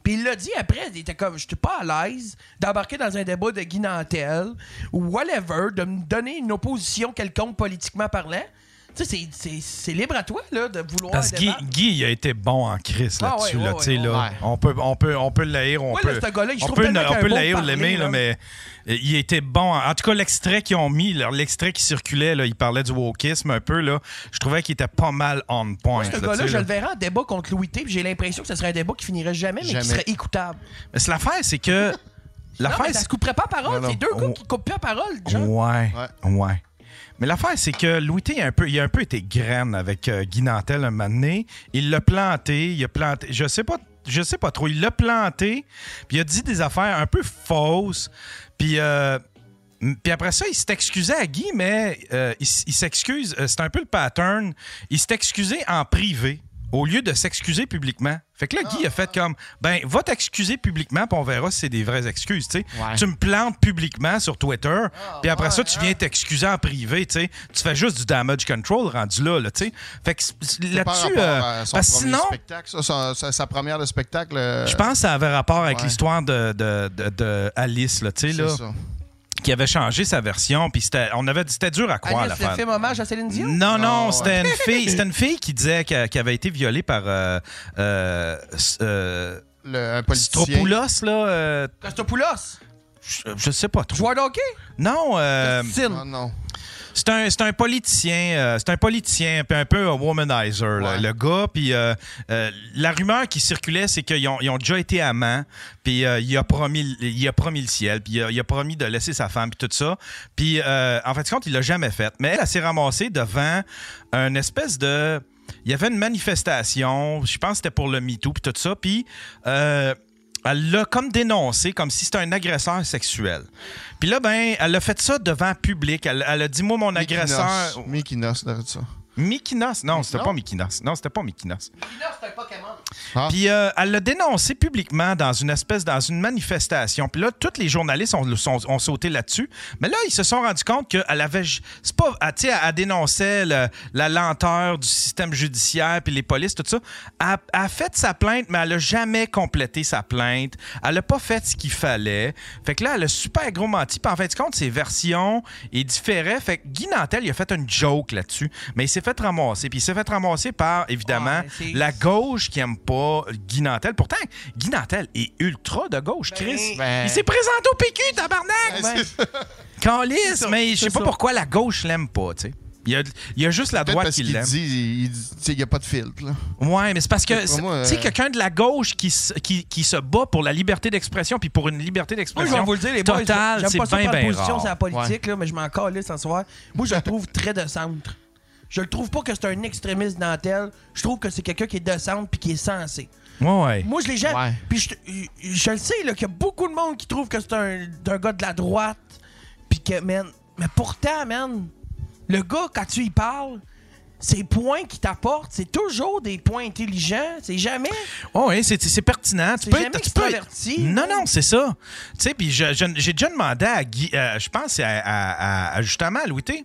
Puis il l'a dit après, il était comme, je suis pas à l'aise d'embarquer dans un débat de Guy Nantel ou whatever, de me donner une opposition quelconque politiquement parlant. Tu sais, c'est, c'est, c'est libre à toi là, de vouloir. Parce que Guy, Guy, il a été bon en crise Ah là-dessus. ouais, là, ouais, tu sais, ouais, là, ouais. On peut, on peut, on peut l'haïr, on Ouais, peut, là, ce gars-là, je on trouve peut, tellement on qu'il a peut un bon l'haïr ou parler, l'aimer, là, là. mais il était bon. En tout cas, l'extrait qu'ils ont mis, là, l'extrait qui circulait, là, il parlait du wokisme un peu. Là, je trouvais qu'il était pas mal on point. Ce là, gars-là, tu sais, je là. le verrais en débat contre Louis T. Puis j'ai l'impression que ce serait un débat qui finirait jamais, mais Jamais. qui serait écoutable. Mais c'est l'affaire, c'est que. Non, L'affaire, mais ça c'est- se couperait pas à parole. Non, non. C'est deux gars Oh. qui coupent plus à parole, genre. Ouais, ouais. Mais l'affaire, c'est que Louis T, il a un peu, il a un peu été graine avec euh, Guy Nantel un moment donné. Il l'a planté, il a planté. Je sais pas, je sais pas trop. Il l'a planté, puis il a dit des affaires un peu fausses. Puis, euh, m- puis après ça, il s'est excusé à Guy, mais euh, il, s- il s'excuse. euh, c'est un peu le pattern. Il s'est excusé en privé au lieu de s'excuser publiquement. Fait que là, Guy a fait comme, ben, va t'excuser publiquement, puis on verra si c'est des vraies excuses, tu sais. Ouais. Tu me plantes publiquement sur Twitter, puis après ça, tu viens t'excuser en privé, tu sais. Tu fais juste du damage control rendu là, là, tu sais. Fait que c- C'est par là-dessus, rapport euh, à son parce que premier sinon, spectacle, ça, sa, sa- sa première de spectacle. euh, je pense que ça avait rapport avec ouais. l'histoire de, de, de, de Alice, là, tu sais, C'est là. ça. Qui avait changé sa version, puis c'était, on avait dit c'était dur à croire, Alice, le l'affaire. film hommage à Céline Dion? Non, non, Ah, c'était ouais. une fille, c'était une fille qui disait qu'elle, qu'elle avait été violée par euh, euh, euh, Le, un politicien. Stropoulos, là. euh, Costopoulos? je, je sais pas trop. Joueur de hockey? Non, euh, Non, non. c'est un, c'est un politicien, euh, c'est un politicien un peu, un peu un womanizer, là, Ouais. le gars. Puis euh, euh, la rumeur qui circulait, c'est qu'ils ont, ils ont déjà été amants. Puis euh, il a promis, il a promis le ciel. Puis il a, il a promis de laisser sa femme, puis tout ça. Puis euh, en fait, de compte, il l'a jamais fait. Mais elle, elle s'est ramassée devant une espèce de, il y avait une manifestation. Je pense que c'était pour le MeToo, puis tout ça. Puis euh, elle l'a comme dénoncé, comme si c'était un agresseur sexuel. Puis là, ben, elle a fait ça devant public. Elle, elle a dit, moi, mon agresseur... Mikinos, ça. Mikinos? Non, c'était Non? pas Mikinos. Non, c'était pas Mikinos. c'est un Pokémon. Ah. Puis euh, elle l'a dénoncé publiquement dans une espèce, dans une manifestation. Puis là, tous les journalistes ont, sont- ont sauté là-dessus. Mais là, ils se sont rendus compte qu'elle avait... C'est pas... Elle, tu sais, elle dénonçait le- la lenteur du système judiciaire puis les polices, tout ça. Elle, elle a fait sa plainte, mais elle a jamais complété sa plainte. Elle a pas fait ce qu'il fallait. Fait que là, elle a super gros menti. Puis en fait, compte, ses versions et différaient. Fait que Guy Nantel, il a fait une joke là-dessus. Mais il s'est fait ramasser. Puis il s'est fait ramasser par, évidemment, Ouais, c'est- la gauche qui aime pas Guy Nantel. Pourtant, Guy Nantel est ultra de gauche, Chris. Ben- Il s'est présenté au P Q, tabarnak! Ben, c'est- Calice, C'est ça, mais je sais c'est pas ça. pourquoi la gauche l'aime pas, tu sais. Il y a, il y a juste la Peut-être droite parce qui qu'il l'aime. dit, il, il dit, tu sais, il n'y a pas de filtre, là. Ouais, mais c'est parce que, Pour moi, tu sais, euh, quelqu'un de la gauche qui, se- qui, qui se bat pour la liberté d'expression puis pour une liberté Moi, je d'expression vais vous le dire, les boys, totale, j'aime c'est pas ça bien, prendre bien position rare. sur la politique, là, mais je m'en calisse ce soir. Moi, je le trouve très de centre. Je le trouve pas que c'est un extrémiste Nantel. Je trouve que c'est quelqu'un qui est de centre puis qui est sensé. Ouais, ouais. Moi, je les jette. Ouais. Puis je, je, je le sais, là, qu'il y a beaucoup de monde qui trouve que c'est un, un gars de la droite. Puis que, man... Mais pourtant, man, le gars, quand tu y parles, ces points qu'il t'apporte, c'est toujours des points intelligents. C'est jamais... Oh, oui, c'est, c'est pertinent. Tu C'est peux jamais être, tu peux être- extraverti. Non, non, c'est ça. Tu sais, puis je- je- j'ai déjà demandé à Guy, euh, je pense à, à- à- à- justement à Louis T.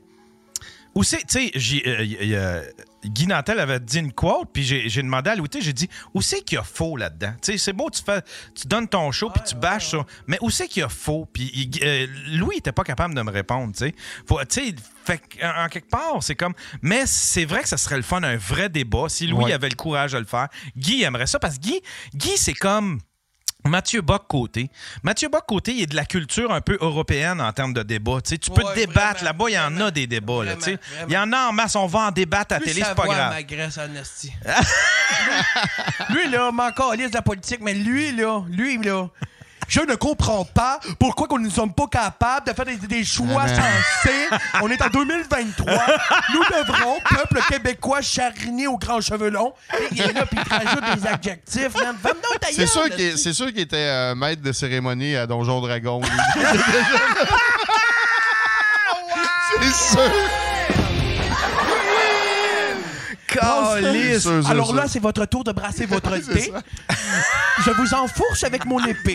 Où c'est, tu sais, j'ai, euh, y- euh, Guy Nantel avait dit une quote, puis j'ai, j'ai demandé à Louis T, j'ai dit, où c'est qu'il y a faux là-dedans? Tu sais, c'est beau, tu fais, tu donnes ton show, puis tu bâches ça, mais où c'est qu'il y a faux? Puis il- euh, Louis était pas capable de me répondre, tu sais. Faut- Tu sais, fait qu'en- en quelque part, c'est comme, mais c'est vrai que ça serait le fun, un vrai débat, si Louis Ouais. avait le courage de le faire. Guy aimerait ça, parce que Guy, Guy c'est comme... Mathieu Bock-Côté. Mathieu Bock-Côté, il est de la culture un peu européenne en termes de débat. Tu sais, tu peux Ouais, te débattre. vraiment, Là-bas, il y en vraiment, a des débats. Là, tu sais. vraiment, Il y en a en masse. On va en débattre à la Lui, télé, sa c'est pas voix grave. m'agresse en esti. Lui, là, m'encore liste de la politique, mais lui, là, lui, là, je ne comprends pas pourquoi qu'on ne sommes pas capables de faire des, des choix Ah, sensés. On est en deux mille vingt-trois. Nous devrons, peuple québécois charigné au grand cheveux longs. Et il est là, puis il te rajoute des adjectifs. Man. Va-moi donc ta C'est gueule, sûr là, qu'il c'est sûr qu'il était euh, maître de cérémonie à Donjon Dragon. lui. C'est sûr. Calisse. sûr, sûr, Alors sûr. là, c'est votre tour de brasser votre C'est thé. ça. Je vous enfourche avec mon épée.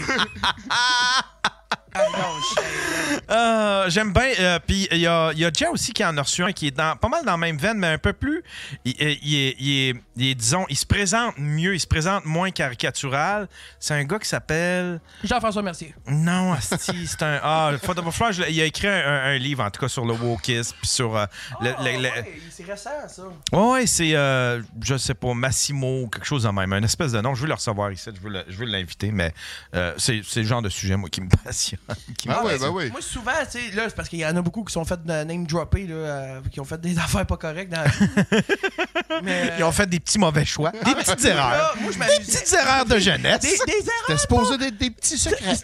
Ah non, je- Euh, j'aime bien. euh, Puis il y a, il y a Jay aussi qui en a reçu un qui est dans, pas mal dans la même veine, mais un peu plus. Il, il est, il est- il est, disons, il se présente mieux, il se présente moins caricatural. C'est un gars qui s'appelle... Jean-François Mercier. Non, asti, c'est un... Ah, faut, faut, faut, je, il a écrit un, un, un livre, en tout cas, sur le wokisme, puis sur... Euh, oh, le, le, le... ouais, c'est récent, ça. Ouais, c'est, euh, je sais pas, Massimo ou quelque chose de même, un espèce de nom. Je veux le recevoir ici, je veux, le, je veux l'inviter, mais euh, c'est, c'est le genre de sujet, moi, qui me passionne. Qui ah me ouais, passionne. ben oui. Moi, souvent, tu sais, là, c'est parce qu'il y en a beaucoup qui sont fait de name-dropper, là, euh, qui ont fait des affaires pas correctes dans la vie. Mais, euh... Ils ont fait des petits mauvais choix, des petites erreurs. Là, moi, je des petites erreurs de jeunesse. Des, des erreurs. C'était supposé d'être des petits secrets.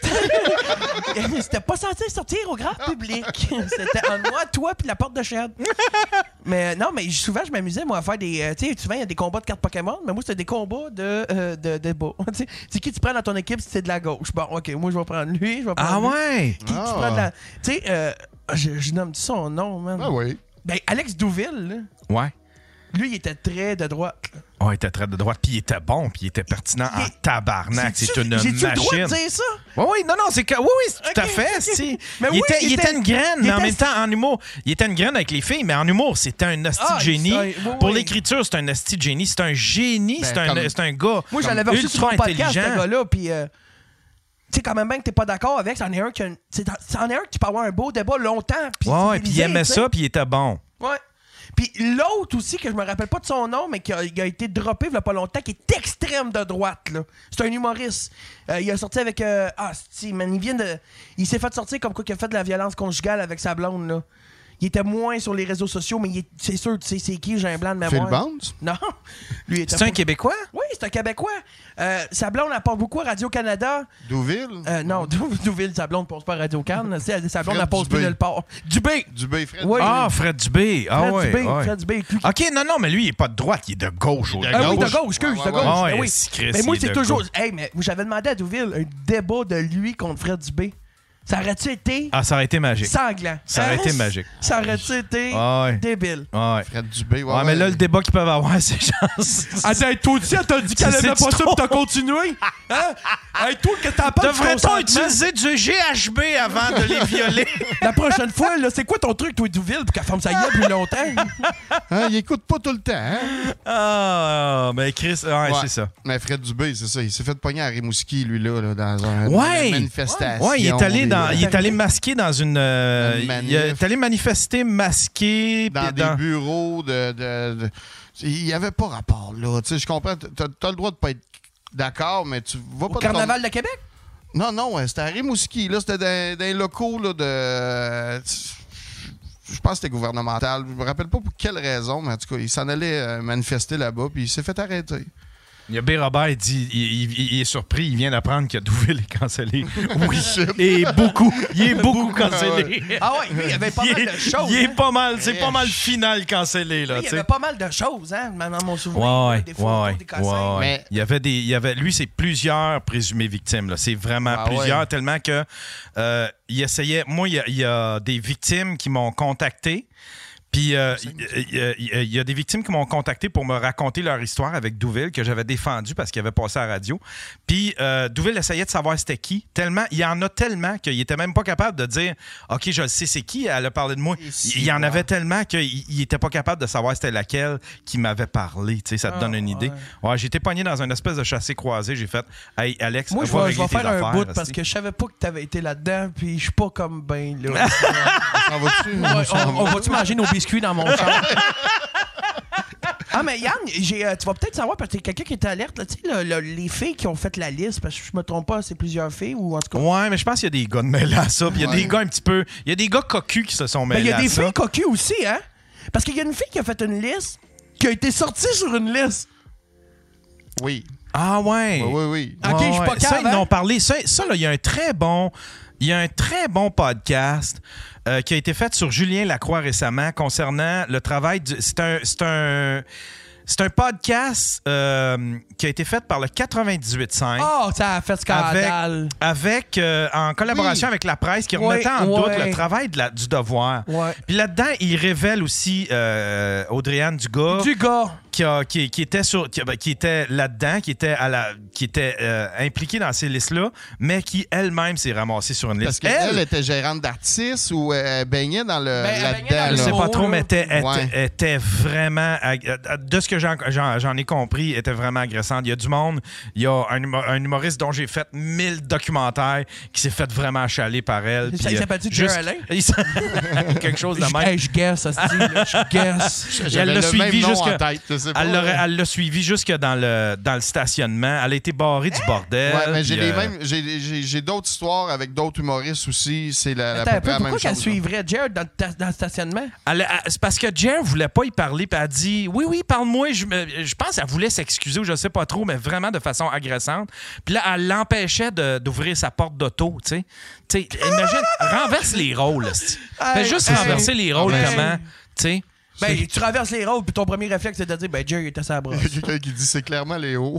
C'était pas censé sortir au grand public. C'était en moi, toi, puis la porte de Shed. Mais non, mais souvent, je m'amusais, moi, à faire des. Euh, tu sais, souvent, il y a des combats de cartes Pokémon, mais moi, c'était des combats de euh, de débat. Tu sais, c'est qui tu prends dans ton équipe si c'est de la gauche? Bon, OK, moi, je vais prendre lui, je vais prendre Ah lui. ouais? Qui ah. tu prends de la. Tu sais, euh, je, je nomme son nom, man. Ah oui. Ben, Alex Douville, là. Ouais. Lui, il était très de droite. Là. Oh, il était très de droite, puis il était bon, puis il était pertinent Il en est... tabarnak. C'est-tu... C'est une J'ai-tu machine. le droit de dire ça? Oui, oui, non, non, c'est que. Oui, oui, c'est tout okay, à fait. Okay. Si. Mais il, oui, était, il, était, était une graine, mais était... en même temps, en humour. Il était une graine avec les filles, mais en humour, c'était un asti ah, de génie. oui, Pour oui. l'écriture, c'est un asti de génie. C'est un génie, Ben, c'est, un, comme... c'est un gars. Moi, j'en avais reçu sur mon podcast, intelligent. ce gars-là, puis. Euh... Tu sais, quand même bien que t'es pas d'accord avec, c'en est un qui a une... c'en est un qui peut avoir un beau débat longtemps. Ouais, ouais, puis il aimait ça, puis il était bon. Ouais. Puis l'autre aussi, que je me rappelle pas de son nom, mais qui a, qui a été droppé il y a pas longtemps, qui est extrême de droite, là. C'est un humoriste. Euh, il a sorti avec... Euh... Ah, si, man, il vient de... Il s'est fait sortir comme quoi qu'il a fait de la violence conjugale avec sa blonde, là. Il était moins sur les réseaux sociaux, mais il est... c'est sûr, tu sais, c'est qui, j'ai un blanc de mémoire. Phil Bounds? Non. Lui, il était C'est un pas... Québécois? Oui, c'est un Québécois. Euh, sa blonde apporte beaucoup à Radio-Canada. Douville? Euh, non, Douville, sa blonde ne pose pas à Radio-Can. Sa blonde ne pose Dubé. plus nulle part. Dubé! Dubé, Fred. Oui. Ah, Fred Dubé. Ah, Fred ouais. Dubé, ouais. Fred Dubé. Lui- OK, non, non, mais lui, il est pas de droite, il est de gauche. Il est de Ah oui, de gauche. gauche, excuse, Ouais, de ouais, gauche. ouais. Ben oui. Si, Chris, Mais moi, il est c'est de toujours. gauche. Hey, mais j'avais demandé à Douville un débat de lui contre Fred Dubé. Ça aurait-tu été Ah, ça aurait été magique. sanglant? Ça aurait Hein? été magique. Ça aurait-tu été Ah ouais. débile? Ouais. Fred Dubé, ouais. Ouais, mais là, le débat qu'ils peuvent avoir, c'est genre. Attends, toi aussi, elle t'a dit qu'elle C'est aimait pas ça, trop. pis t'as continué? Hein? Hey, toi, que t'en penses du Devrait-on consentement? utiliser du G H B avant de les violer? La prochaine fois, là, c'est quoi ton truc, toi, Douville, pour qu'elle ferme sa gueule plus longtemps? Hein, il écoute pas tout le temps, hein? Ah, ben Chris, ouais, Ouais. c'est ça. Mais Fred Dubé, c'est ça. Il s'est fait pogner à Rimouski, lui, là, là dans un, Ouais. une manifestation. Ouais, il est allé des- dans, il est allé masqué dans une, euh, Une manif. il est allé manifester masqué dans puis des dans- bureaux de... de, de- il n'y avait pas rapport, là. Tu sais, je comprends. T'as, t'as le droit de pas être d'accord, mais tu vas pas... Au te Carnaval prom- de Québec? Non, non, ouais, c'était à Rimouski. Là, c'était dans, dans les locaux, là, de... Je pense que c'était gouvernemental. Je me rappelle pas pour quelle raison, mais en tout cas, il s'en allait euh, manifester là-bas, puis il s'est fait arrêter. Il y a B. Robert, il dit, il, il- il est surpris, il vient d'apprendre que Douville est cancellé. Oui, et beaucoup. Il est beaucoup cancellé. Ah ouais, lui, il y avait pas Il mal est, de choses. il est hein. pas mal, c'est pas mal final cancellé, là, Lui, il tu y sais. avait pas mal de choses, hein, dans mon souvenir. Ouais, là, ouais, des photos, ouais, des cossins. ouais, ouais. Mais- Il y avait des, il y avait, lui, c'est plusieurs présumées victimes. Là. C'est vraiment Ah plusieurs, ouais. tellement que euh, il essayait. Moi, il y, a, il y a des victimes qui m'ont contacté. Puis euh, il y, a- il y a des victimes qui m'ont contacté pour me raconter leur histoire avec Douville, que j'avais défendu parce qu'il avait passé à la radio. Puis euh, Douville essayait de savoir c'était qui. Tellement, il y en a tellement qu'il était même pas capable de dire « OK, je le sais, c'est qui? » Elle a parlé de moi. si, Il y en ouais. avait tellement qu'il il était pas capable de savoir c'était laquelle qui m'avait parlé. Tu sais, ça te Ah, donne une idée. ouais. Ouais, j'ai été pogné dans une espèce de chassé-croisé. J'ai fait « Hey, Alex, Moi, je va vais, je régler vais tes faire un affaires, bout esti. parce que je savais pas que t'avais été là-dedans, puis je suis pas comme ben là. On va-tu? Ouais, on, on va-tu manger nos biscuits dans mon char? Ah, mais Yann, j'ai, euh, tu vas peut-être savoir, parce que t'es quelqu'un qui était alerte, là, tu sais, le- le- les filles qui ont fait la liste, parce que je me trompe pas, c'est plusieurs filles, ou en tout cas... Ouais, mais je pense qu'il y a des gars de mêlés à ça. Puis il y a Ouais. des gars un petit peu... Il y a des gars cocus qui se sont Mais mêlés il y a à des ça. filles coquilles aussi, hein? Parce qu'il y a une fille qui a fait une liste, qui a été sortie sur une liste. Oui. Ah ouais. Oui, oui, oui. Ok, je suis pas Ça, cave, ils en hein? ont parlé. Ça, ça, là, il y a un très bon... Il y a un très bon podcast euh, qui a été fait sur Julien Lacroix récemment concernant le travail du... C'est un... C'est un... C'est un podcast euh, qui a été fait par le quatre-vingt-dix-huit cinq. Oh, ça a fait scandale. Avec, euh, en collaboration Oui. avec la presse qui Ouais, remettait en ouais. doute le travail de la- du devoir. Ouais. Puis là-dedans, il révèle aussi euh, Audrey-Anne Dugas. Du gars. qui, a, qui, qui était sur, qui, qui était là-dedans, qui était à la, qui était euh, impliquée dans ces listes-là, mais qui elle-même s'est ramassée sur une liste. Parce qu'elle elle était gérante d'artistes ou elle baignait dans le Ben, là-dedans. Je sais là. pas trop, mais était, était, Ouais. était vraiment, ag- de ce que j'en, j'en, j'en ai compris, était vraiment agressante. Il y a du monde, il y a un, humo- un humoriste dont j'ai fait mille documentaires qui s'est fait vraiment chaler par elle. Ça, puis, il euh, s'appelle-tu juste- Jerry Alain? il s- Quelque chose de Je- même. hey, je guess, hostie, là, je guess. Elle J'avais l'a le suivi même nom jusque- en tête, je sais pas. Elle l'aurait- elle l'a suivi jusque dans le, dans le stationnement. Elle a été barrée du bordel. Ouais, mais j'ai puis, les euh, mêmes- j'ai- j'ai j'ai d'autres histoires avec d'autres humoristes aussi. C'est la, la, Attends à un peu peu, près la pourquoi même qu'elle chose. suivrait Jared dans, le ta- dans le stationnement? Elle- elle- c'est parce que Jer voulait pas y parler, puis elle a dit oui, oui, parle-moi. Je, me- je pense qu'elle voulait s'excuser ou je sais pas trop, mais vraiment de façon agressante. Puis là, elle l'empêchait de- d'ouvrir sa porte d'auto, tu sais. Tu sais, imagine, renverse les rôles. esti. Fais Hey, juste hey, renverser les rôles, hey. comment, tu sais. Ben, tu traverses les rôles, puis ton premier réflexe, c'est de dire, ben, Jerry était sa brosse. Il y a quelqu'un qui dit c'est clairement Léo.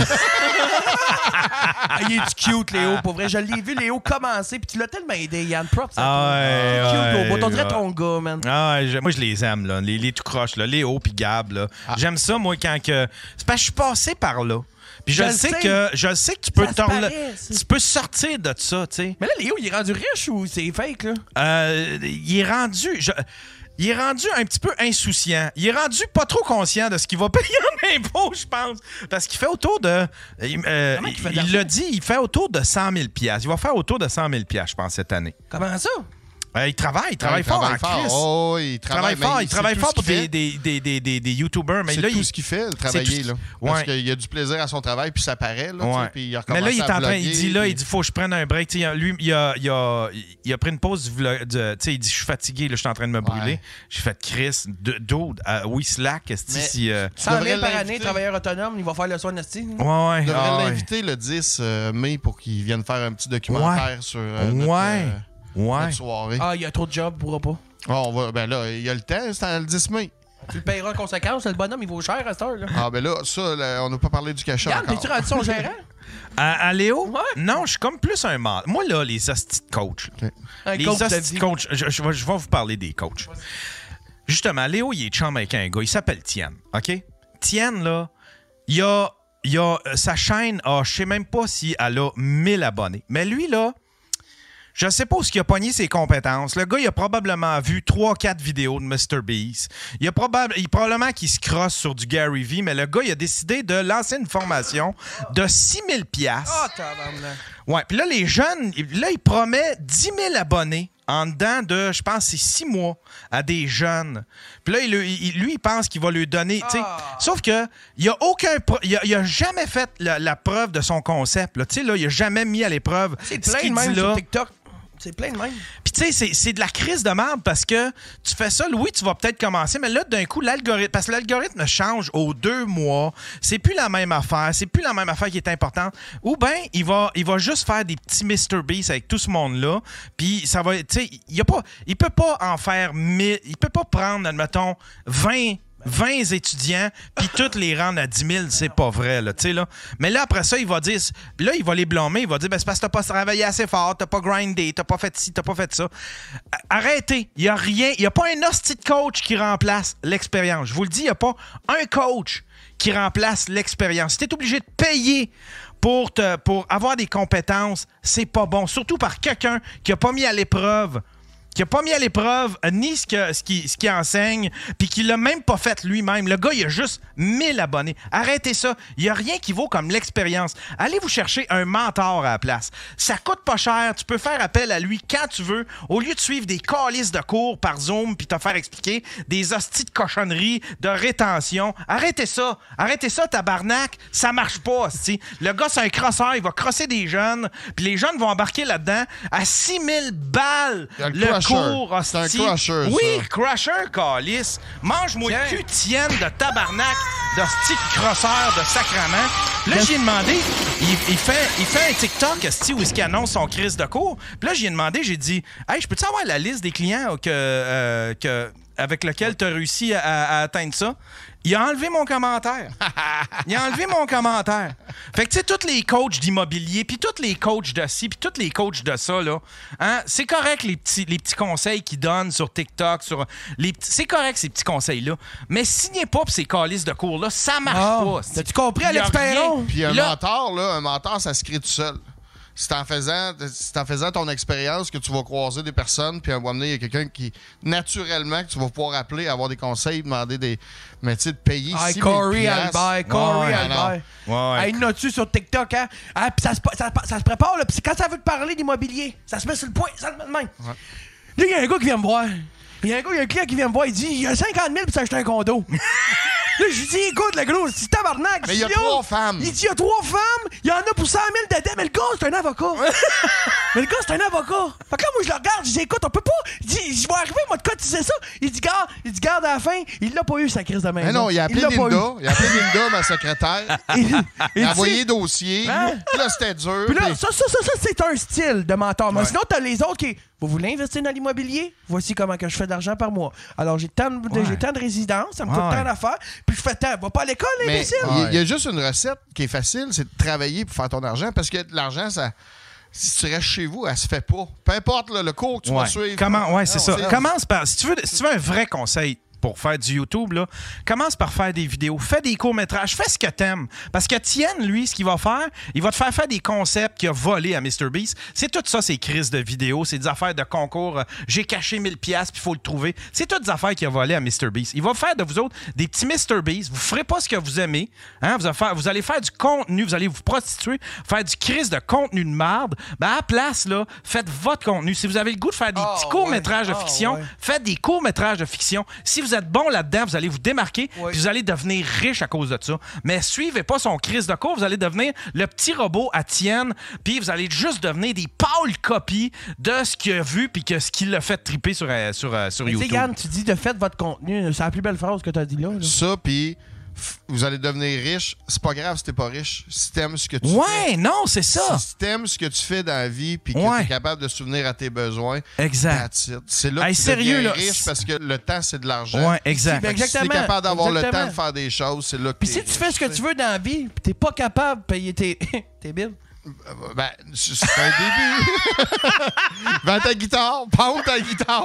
Ah, il est cute, Léo, pour vrai. Je l'ai vu, Léo, commencer, puis tu l'as tellement aidé, Yann. Props. à Ah toi. ouais, Ah, cute, ouais, au bout. On dirait ouais. ton gars, man. Ah, ouais, je- moi, je les aime, là. Les, les tout croches, là. Léo puis Gab, là. Ah. J'aime ça, moi, quand que. C'est parce que je suis passé par là. Puis je, Je le le sais sais. que je sais que tu peux Ça se t'en- paraît, ça. tu peux sortir de ça, tu sais. Mais là, Léo, il est rendu riche ou c'est fake, là? Euh, il est rendu. je- il est rendu un petit peu insouciant. Il est rendu pas trop conscient de ce qu'il va payer en impôts, je pense. Parce qu'il fait autour de. euh, Comment il fait de il l'argent? l'a dit, il fait autour de cent mille piastres. Il va faire autour de cent mille piastres, je pense, cette année. Comment ça? Euh, il travaille, il travaille Il fort travaille en fort. crise. Oh, il Il travaille, travaille fort, mais il c'est travaille tout fort ce pour qu'il des, fait. des, des, des, des, des YouTubers. Mais C'est là, tout il... ce qu'il fait, c'est travailler. tout- Là. Parce Ouais. qu'il a du plaisir à son travail, puis ça paraît. Là, Ouais. tu sais, puis il a Mais là, il est en recommencé à train, il vlogger, dit là, puis- il dit faut que je prenne un break. Tu sais, lui, il a, il, a, il a pris une pause du vlog. de- tu sais, il dit je suis fatigué, là, je suis en train de me brûler. Ouais. J'ai fait Chris, de- dude, euh, oui, Slack, est-ce Mais- si. euh, cent mille devrais par année, l'inviter. travailleur autonome, il va faire le soin de style. Ouais, ouais. On devrait ah ouais. l'inviter le dix euh, mai pour qu'il vienne faire un petit documentaire sur euh, notre, Ouais. euh, Ouais. notre soirée. Ah, il y a trop de jobs, il pourra pas. Ah, on va, ben là, il y a le temps, c'est le dix mai. Tu le payeras en conséquence, le bonhomme, il vaut cher à cette heure, là. Ah, ben là, ça, là, on n'a pas parlé du cachet Regarde, encore. t'es-tu rendu son gérant? À, à Léo? Ouais. Non, je suis comme plus un mal. Moi, là, les hosties de coach. là. Un Les coach de hosties vie. de coach. Je, je vais, je vais vous parler des coachs. Justement, Léo, il est chum avec un gars. Il s'appelle Tienne. OK? Tienne, là, il a, il a. Sa chaîne a, je sais même pas si elle a mille abonnés. Mais lui, là, je sais pas où il a pogné ses compétences. Le gars, il a probablement vu trois quatre vidéos de mister Beast. Il a probable, il, probablement qu'il se crosse sur du Gary Vee, mais le gars, il a décidé de lancer une formation de six mille piastres. Ah, tabarnak. Ouais, puis là, les jeunes, il- là, il promet dix mille abonnés en dedans de, je pense, c'est six mois à des jeunes. Puis là, il, il- lui, il pense qu'il va lui donner, tu sais. Ah. Sauf que, il a aucun, pro- il a, il a jamais fait la, la preuve de son concept, là. Tu sais, là, il a jamais mis à l'épreuve C'est ce plein qu'il de même dit sur là. TikTok. C'est plein de même. Puis tu sais, c'est- c'est de la crise de merde parce que tu fais ça, oui, tu vas peut-être commencer, mais là, d'un coup, l'algorithme, parce que l'algorithme change aux deux mois, c'est plus la même affaire, c'est plus la même affaire qui est importante. Ou bien, il va, il va juste faire des petits mister Beast avec tout ce monde-là, puis ça va, tu sais, il y a pas, il peut pas en faire mille, il peut pas prendre, admettons, vingt vingt étudiants, puis toutes les rendre à dix mille, c'est pas vrai, là, tu sais, là. Mais là, après ça, il va dire, là, il va les blâmer, il va dire, ben, c'est parce que t'as pas travaillé assez fort, t'as pas grindé, t'as pas fait ci, t'as pas fait ça. Arrêtez, il y a rien, il y a pas un hostie de coach qui remplace l'expérience. Je vous le dis, il y a pas un coach qui remplace l'expérience. Si t'es obligé de payer pour, te, pour avoir des compétences, c'est pas bon, surtout par quelqu'un qui a pas mis à l'épreuve qui a pas mis à l'épreuve euh, ni ce qu'il ce qui, ce qui enseigne, puis qui l'a même pas fait lui-même. Le gars, il a juste mille abonnés. Arrêtez ça. Il y a rien qui vaut comme l'expérience. Allez vous chercher un mentor à la place. Ça coûte pas cher. Tu peux faire appel à lui quand tu veux. Au lieu de suivre des calices de cours par Zoom puis te faire expliquer des hosties de cochonneries, de rétention. Arrêtez ça. Arrêtez ça, tabarnak. Ça marche pas, hostie. Le gars, c'est un crosseur. Il va crosser des jeunes, puis les jeunes vont embarquer là-dedans à six mille balles. Il y a le Le crusher. cours, C'est un hostie. crusher, Oui, ça. crusher, calice. Mange-moi Tiens. le cul, tienne de tabarnak, de stick crosseur de sacrament. Là, j'ai demandé, il, il, fait, il fait un TikTok, hostie, où est-ce qu'il annonce son crise de cours. Puis là, j'ai demandé, j'ai dit, hey, je peux-tu avoir la liste des clients que, euh, que, avec lesquels tu as réussi à, à atteindre ça? Il a enlevé mon commentaire. Il a enlevé mon commentaire. Fait que, tu sais, tous les coachs d'immobilier, puis tous les coachs de ci, puis tous les coachs de ça, là, hein, c'est correct les petits, les petits conseils qu'ils donnent sur TikTok, sur les petits, c'est correct ces petits conseils-là. Mais signez pas pour ces calices de cours-là, ça marche Ah, pas. t'as-tu compris, Y a Alex rien. Perron? Puis un Là- mentor, là, un mentor, ça se crée tout seul. C'est en faisant, c'est en faisant ton expérience que tu vas croiser des personnes, puis à un moment donné, il y a quelqu'un qui, naturellement, que tu vas pouvoir appeler, avoir des conseils, demander des. Mais tu sais, de payer Ah, six mille Corey piastres. Albert, Corey Ouais, Albert. Ouais. Hey, n'as-tu sur TikTok, hein? Ah, puis ça, se- ça, ça se prépare, là. Puis quand ça veut te parler d'immobilier, ça se met sur le point, ça le met de même. Là, il y a un gars qui vient me voir. Il y a un gars, il y a un client qui vient me voir, il dit il y a cinquante mille pour s'acheter un condo. Là, je lui dis écoute, le gros, c'est tabarnak. Mais il y a Je dis, trois oh. femmes. Il dit il y a trois femmes, il y en a pour cent mille de dettes, mais le gars, c'est un avocat. Mais le gars, c'est un avocat. Fait que là, moi, je le regarde, je dis écoute, on peut pas. Il dit je vais arriver, moi, de cotiser ça. Il dit garde, il dit garde à la fin, il l'a pas eu, sa crise de maison. Mais non, il a appelé l'a pas Linda. Il a appelé Linda, ma secrétaire. eu. Il- Il il a envoyé dit- les dossiers. Hein? Puis là, c'était dur. Puis là, puis- ça, ça, ça, ça, c'est un style de mentor. Mais sinon, t'as les autres qui. Vous voulez investir dans l'immobilier? Voici comment que je fais de l'argent par mois. Alors, j'ai tant de, Ouais. j'ai tant de résidences, ça me coûte Ouais. tant d'affaires, puis je fais tant. Va pas à l'école, Mais imbécile! il il y a juste une recette qui est facile, c'est de travailler pour faire ton argent, parce que l'argent, ça. Si tu restes chez vous, elle se fait pas. Peu importe là, le cours que tu Ouais. vas suivre. Comment, ouais, c'est Non, ça. Commence par. Si tu, veux, si tu veux un vrai conseil pour faire du YouTube, là, commence par faire des vidéos. Fais des courts-métrages. Fais ce que t'aimes. Parce que Tienne, lui, ce qu'il va faire, il va te faire faire des concepts qu'il a volés à MrBeast. C'est tout ça, ces crises de vidéos. C'est des affaires de concours. euh, J'ai caché mille piastres, puis il faut le trouver. C'est toutes des affaires qu'il a volées à MrBeast. Il va faire de vous autres des petits MrBeast. Vous ferez pas ce que vous aimez. Hein? Vous, allez faire, vous allez faire du contenu. Vous allez vous prostituer. Faire du crise de contenu de marde. Ben, à la place, là, faites votre contenu. Si vous avez le goût de faire des Ah, petits courts-métrages ouais. de Ah, fiction, ouais. faites des courts-métrages de fiction. Si vous êtes bon là-dedans, vous allez vous démarquer, Oui. puis vous allez devenir riche à cause de ça. Mais suivez pas son crise de cours, vous allez devenir le petit robot à Tienne, puis vous allez juste devenir des pâles copies de ce qu'il a vu, puis que ce qu'il a fait triper sur, euh, sur, euh, sur Mais tu sais, YouTube. Yann, tu dis de faites votre contenu. C'est la plus belle phrase que t'as dit là. là. Ça, puis f- vous allez devenir riche. C'est pas grave si t'es pas riche. Si t'aimes ce que tu fais. Ouais, non, c'est ça. Si t'aimes ce que tu fais dans la vie, puis que Ouais. t'es capable de souvenir à tes besoins, Exact. that's it. C'est là que Hey, tu sérieux, deviens là, riche c'est- parce que le temps, c'est de l'argent. Ouais, exact. Ben, Fait que si exactement. t'es capable d'avoir le Exactement. temps de faire des choses, c'est là que Puis t'es si tu fais ce que riche, tu veux dans la vie, pis t'es pas capable de payer tes, tes billes. Euh, Ben, c'est c'est un début. Vends ta guitare, pente ta guitare.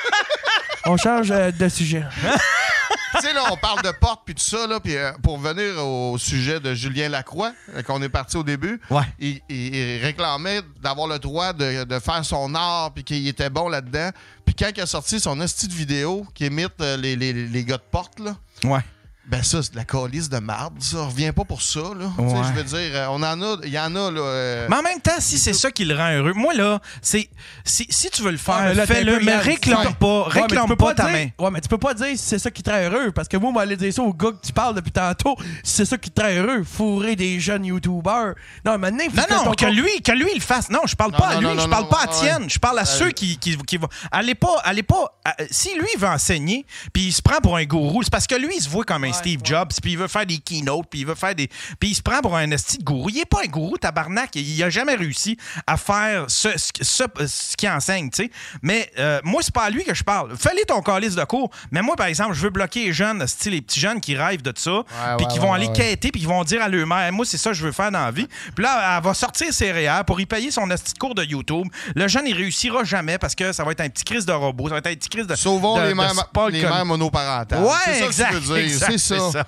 On change euh, de sujet. Tu sais, là, on parle de porte puis tout ça, là, puis euh, pour venir au sujet de Julien Lacroix, euh, qu'on est parti au début, Ouais. il, il- il réclamait d'avoir le droit de, de faire son art puis qu'il était bon là-dedans. Puis quand il a sorti son hostie de vidéo qui imite euh, les, les, les gars de porte, là, Ouais. ben ça, c'est de la calice de marde, ça. Reviens pas pour ça, là. Tu sais, Ouais. je veux dire, euh, on en a, il y en a, là. euh, Mais en même temps, si c'est ça qui le rend heureux, moi, là, c'est si, si tu veux le faire, Ouais, mais là, t'es un fais-le, peu mais Yann. réclame Ouais. pas, Ouais, mais tu réclame peux pas ta dire- main. Ouais, mais tu peux pas dire si c'est ça qui te rend heureux. Parce que moi, on m'allait dire ça au gars que tu parles depuis tantôt. Si c'est ça qui te rend heureux, fourrer des jeunes YouTubers. Non, maintenant, il faut Non, que non, ton que compte- lui, que lui, il le fasse. Non, je parle Non, pas à non, lui, non, je non, parle non, pas à ouais. Tienne. Je parle à Euh, ceux qui, qui, qui vont. Allez pas, allez pas. à- si lui, il veut enseigner, puis il se prend pour un gourou, c'est parce que lui, il se voit comme un Steve Jobs, puis il veut faire des keynotes, puis il veut faire des. Puis il se prend pour un esti de gourou. Il est pas un gourou, tabarnak. Il a jamais réussi à faire ce, ce, ce, ce qu'il enseigne, tu sais. Mais euh, moi, c'est pas à lui que je parle. Fais-les ton calice de cours. Mais moi, par exemple, je veux bloquer les jeunes, esti, les petits jeunes qui rêvent de ça, puis ouais, qui vont ouais, aller ouais. quêter, puis qui vont dire à leur mère, moi, c'est ça que je veux faire dans la vie. Puis là, elle va sortir ses réels pour y payer son esti de cours de YouTube. Le jeune, il réussira jamais parce que ça va être un petit crise de robot, ça va être un petit crise de. Sauvons de- les de mères, Paul les Con- mères monoparentales. Ouais, c'est ça exact, que tu veux dire. exact, c'est ça.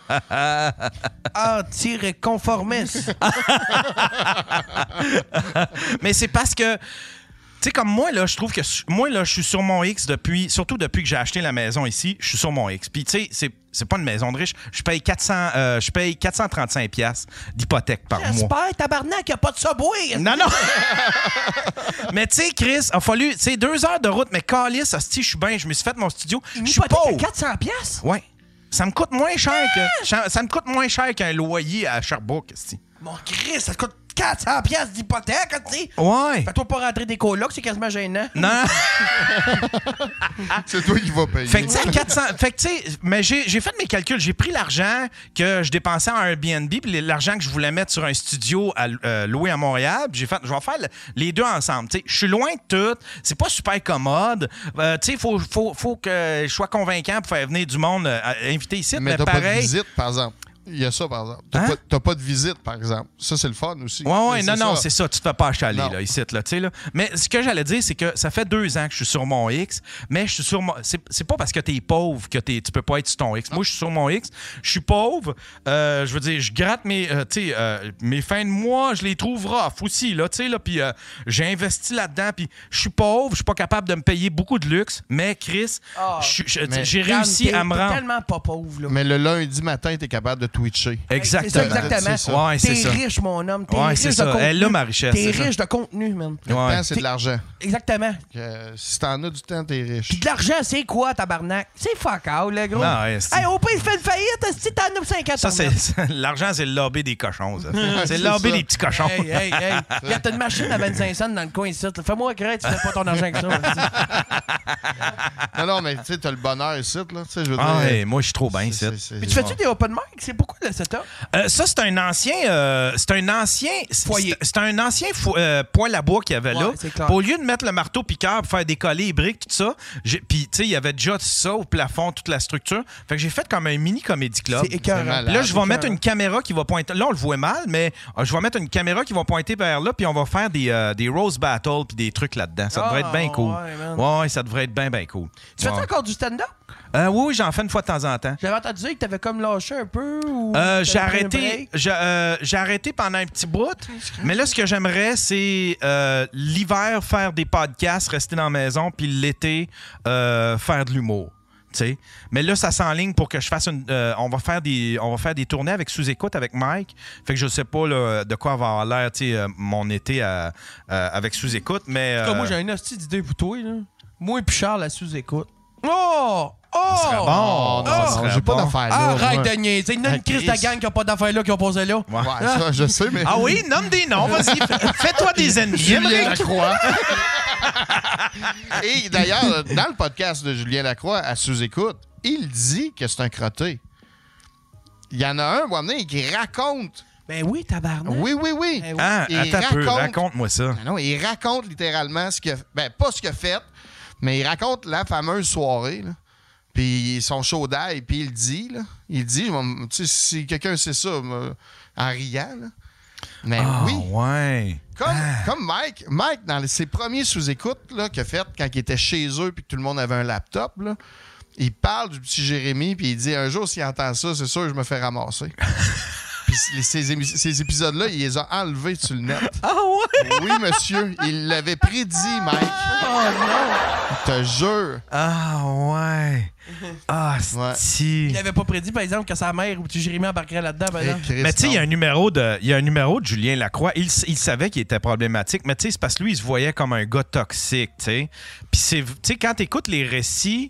Anti-réconformiste. Mais c'est parce que. Tu sais, comme moi, là, je trouve que su- moi, là, je suis sur mon X depuis, surtout depuis que j'ai acheté la maison ici, je suis sur mon X. Puis, tu sais, c'est, c'est pas une maison de riche. Je paye quatre cents, euh, je paye quatre cent trente-cinq piastres d'hypothèque par mois. J'espère, tabarnak, qu'il n'y a pas de subway. Non, non! Mais tu sais, Chris, il a fallu, tu sais, deux heures de route, mais calice, hostie, je suis bien, je me suis fait mon studio. Une Je suis hypothèque à pauvre. quatre cents piastres? Ouais. Ça me coûte moins cher que. ça- Ça me coûte moins cher qu'un loyer à Sherbrooke, hostie. Mon Christ, ça te coûte quatre cents piastres d'hypothèque, tu sais. Ouais. Fais-toi pas rentrer des colocs, c'est quasiment gênant. Non. C'est toi qui vas payer. Fait que, tu sais, quatre cents. Fait que, tu sais, mais j'ai, j'ai fait mes calculs. J'ai pris l'argent que je dépensais en Airbnb, puis l'argent que je voulais mettre sur un studio à euh, louer à Montréal. Puis j'ai fait, je vais faire le- les deux ensemble. Tu sais, je suis loin de tout. C'est pas super commode. Euh, tu sais, il faut, faut, faut que je sois convaincant pour faire venir du monde euh, à- invité ici. mais Mais t'as pas de pareil. visite, par exemple. Il y a ça, par exemple. T'as Hein? pas, t'as pas de visite, par exemple. Ça, c'est le fun aussi. Ouais, ouais, C'est non, non, ça. c'est ça. Tu te fais pas achaler, Non. là, ici, là, tu sais, là. Mais ce que j'allais dire, c'est que ça fait deux ans que je suis sur mon X, mais je suis sur mon. C'est, c'est pas parce que t'es pauvre que t'es, tu peux pas être sur ton X. Moi, je suis sur mon X, je suis pauvre, euh, je veux dire, je gratte mes, euh, tu sais, euh, mes fins de mois, je les trouve rough aussi, là, tu sais, là, puis euh, j'ai investi là-dedans, puis je suis pauvre, je suis pas capable de me payer beaucoup de luxe, mais Chris, Ah. je suis- je- Mais- j'ai Calme, réussi t'es- à me t'es rendre. tellement pas pauvre, là. Mais le lundi matin, t'es capable de twitcher. Exactement. C'est ça, exactement. C'est ça. Ouais, c'est T'es ça. riche, mon homme. T'es Ouais, riche c'est de ça. contenu. Elle a ma richesse, T'es c'est ça. riche de contenu, man. Le Ouais. temps, c'est de l'argent. Exactement. Que, si t'en as du temps, t'es riche. Puis de l'argent, c'est quoi, tabarnak? C'est fuck out, le gros. Non, ouais, c'est- Hey, au pire, il fait une faillite, si t'en as cinquante. Ça, c'est, c'est- l'argent, c'est le lobby des cochons, ça. C'est le C'est lobby ça. des petits cochons. Hey, hey, hey. Regarde, t'as une machine à vingt-cinq cents dans le coin ici. Fais-moi créer, tu fais pas ton argent avec ça. Non, non, mais tu sais, t'as le bonheur ici, là. Tu sais, je veux Ah, dire. ouais, moi, je suis trop bien, c'est- c'est. c'est- Puis tu fais-tu des open mic? C'est pourquoi le setup? Euh, ça, c'est un ancien. euh, c'est un ancien. c'est- Foyer. C'est un ancien fo- euh, poêle à bois qu'il y avait là. Ouais, c'est clair. Puis au lieu de mettre le marteau piqueur pour faire décoller les briques, tout ça, j'ai- puis tu sais, il y avait déjà ça au plafond, toute la structure. Fait que j'ai fait comme un mini comédie club. C'est écœurant. malade. Puis là, je vais C'est mettre écœurant. une caméra qui va pointer. Là, on le voit mal, mais euh, je vais mettre une caméra qui va pointer vers là, puis on va faire des, euh, des Rose Battle puis des trucs là-dedans. Ça devrait Ah, être bien cool. ouais, man. Ouais, ouais, ça devrait être bien, bien cool. Tu fais-tu Ouais. encore du stand-up? Euh, oui, oui, j'en fais une fois de temps en temps. J'avais entendu dire que t'avais comme lâché un peu ou. Euh, t'avais j'ai pris un arrêté, break? j'ai, euh, j'ai arrêté pendant un petit bout, mais là, ce que j'aimerais, c'est euh, l'hiver faire des podcasts, rester dans la maison, puis l'été euh, faire de l'humour. T'sais. Mais là, ça s'enligne pour que je fasse une. euh, on va faire des, on va faire des tournées avec sous-écoute avec Mike. Fait que je sais pas là, de quoi va avoir l'air, t'sais, euh, mon été à- euh, avec sous-écoute, mais. En tout cas, euh, moi, j'ai une hostie d'idée pour toi, là. Moi et puis Charles, la sous-écoute. Oh! Oh! ça serait bon. Non, ça non, serait j'ai pas bon. d'affaires là. Arrête moi. de niaiser. Il y en a Ah, une crise de Chris. gang qui a pas d'affaires là qui ont posé là. Ouais, ça, je sais, mais. Ah oui, nomme des noms, vas-y. Fais-toi des ennemis. Julien Émeric. Lacroix. Et d'ailleurs, dans le podcast de Julien Lacroix, à sous-écoute, il dit que c'est un crotté. Il y en a un, à un moment donné, qui raconte. Ben oui, tabarnak. Oui, oui, oui. Eh oui. Ah, Il attends un peu, raconte- raconte-moi ça. Ah non, il raconte littéralement ce qu'il a. Ben, pas ce qu'il a fait, mais il raconte la fameuse soirée, là. Puis son show d'ail, puis il dit, là. Il dit, tu sais, si quelqu'un sait ça, me- en riant, là. Mais Ah, oui. ouais. Comme, comme Mike, Mike, dans les- ses premiers sous-écoutes là, qu'il a fait quand il était chez eux puis que tout le monde avait un laptop, là, il parle du petit Jérémy puis il dit un jour s'il entend ça, c'est sûr que je me fais ramasser. Puis c- ces, émi- ces épisodes-là, il les a enlevés sur le net. Ah ouais? Oui, monsieur, il l'avait prédit, Mike. Oh non! Je te jure. Ah ouais. Ah, Ouais. si. Il avait pas prédit, par exemple, que sa mère ou petit Jérémy embarquerait là-dedans, par Eh, exemple. Christ, Mais tu sais, il y a non. un numéro de, il y a un numéro de Julien Lacroix. Il, s- il savait qu'il était problématique, mais tu sais, c'est parce que lui, il se voyait comme un gars toxique, tu sais. Puis c'est, tu sais, quand t'écoutes les récits,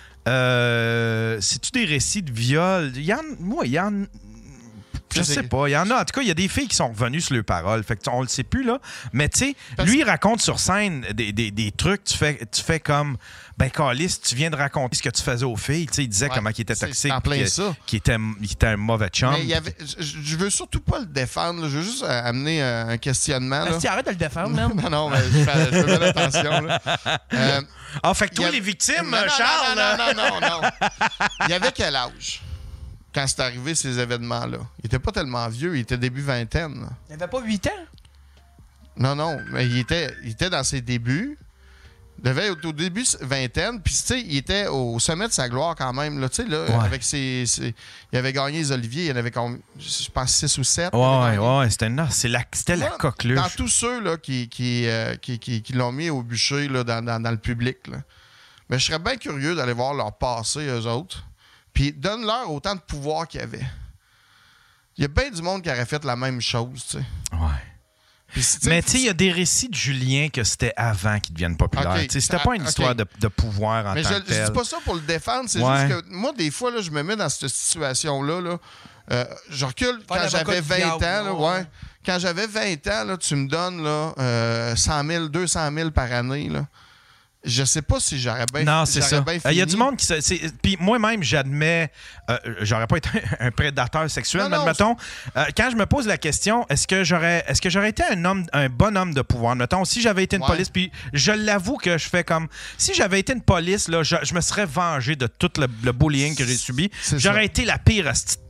euh, c'est-tu des récits de viol? Il y en, moi, il y en, je C'est- sais pas. Il y en a, en tout cas, il y a des filles qui sont revenues sur leurs paroles. Fait que on le sait plus, là. Mais tu sais, Parce- lui, il raconte sur scène des, des, des trucs. Tu fais, tu fais comme, ben, Calice, tu viens de raconter ce que tu faisais aux filles. Tu sais, il disait Ouais, comment il était c'est- toxique. c'est en plein puis que- ça. Qu'il était, qu'il était un mauvais chum. Mais il y avait, je, je veux surtout pas le défendre. là. Je veux juste euh, amener euh, un questionnement. là. Asti, arrête de le défendre, man. Non, non, mais je fais, je fais bien attention. Là. Euh, Ah, fait que il y toi, a- les victimes, Non, non, Charles. Non, non, non, non, non. Il avait quel âge quand c'est arrivé ces événements-là? Il était pas tellement vieux, il était début vingtaine. là. Il avait pas huit ans? Non, non, mais il était, il était dans ses débuts. Il devait être au début vingtaine, puis tu sais, il était au sommet de sa gloire quand même. Là, tu sais, là, Ouais. avec ses, ses- il avait gagné les Oliviers, il y en avait, comme, je pense, six ou sept. Ouais, ouais, c'était une- c'est la, c'était la Dans coqueluche. tous ceux là, qui, qui, euh, qui, qui, qui l'ont mis au bûcher là, dans, dans, dans le public, là. Mais je serais bien curieux d'aller voir leur passé, eux autres. Puis donne-leur autant de pouvoir qu'il y avait. Il y a bien du monde qui aurait fait la même chose, tu sais. Ouais. Puis, tu sais, Mais tu sais, il y a des récits de Julien que c'était avant qu'ils deviennent populaires. Ok. Tu sais, c'était pas une Ah, ok. histoire de, de pouvoir en Mais tant je, que je tel. dis pas ça pour le défendre, c'est Ouais. juste que moi, des fois, là, je me mets dans cette situation-là. Là, Euh, je recule quand l'avocat j'avais du vingt diable, ans. Là, là, ouais. ouais. Quand j'avais vingt ans, là, tu me donnes là, euh, cent mille, deux cent mille par année. Là. Je sais pas si j'aurais bien Non, c'est j'aurais ça. bien Il y a fini. du monde qui... se- c'est- Puis moi-même, j'admets... euh, j'aurais pas été un prédateur sexuel, Non, mais non, admettons, euh, quand je me pose la question, est-ce que j'aurais est-ce que j'aurais été un homme, un bon homme de pouvoir? Admettons, si j'avais été une Ouais. police, puis je l'avoue que je fais comme... Si j'avais été une police, là, je, je me serais vengé de tout le, le bullying que j'ai subi. C'est J'aurais ça. été la pire asti de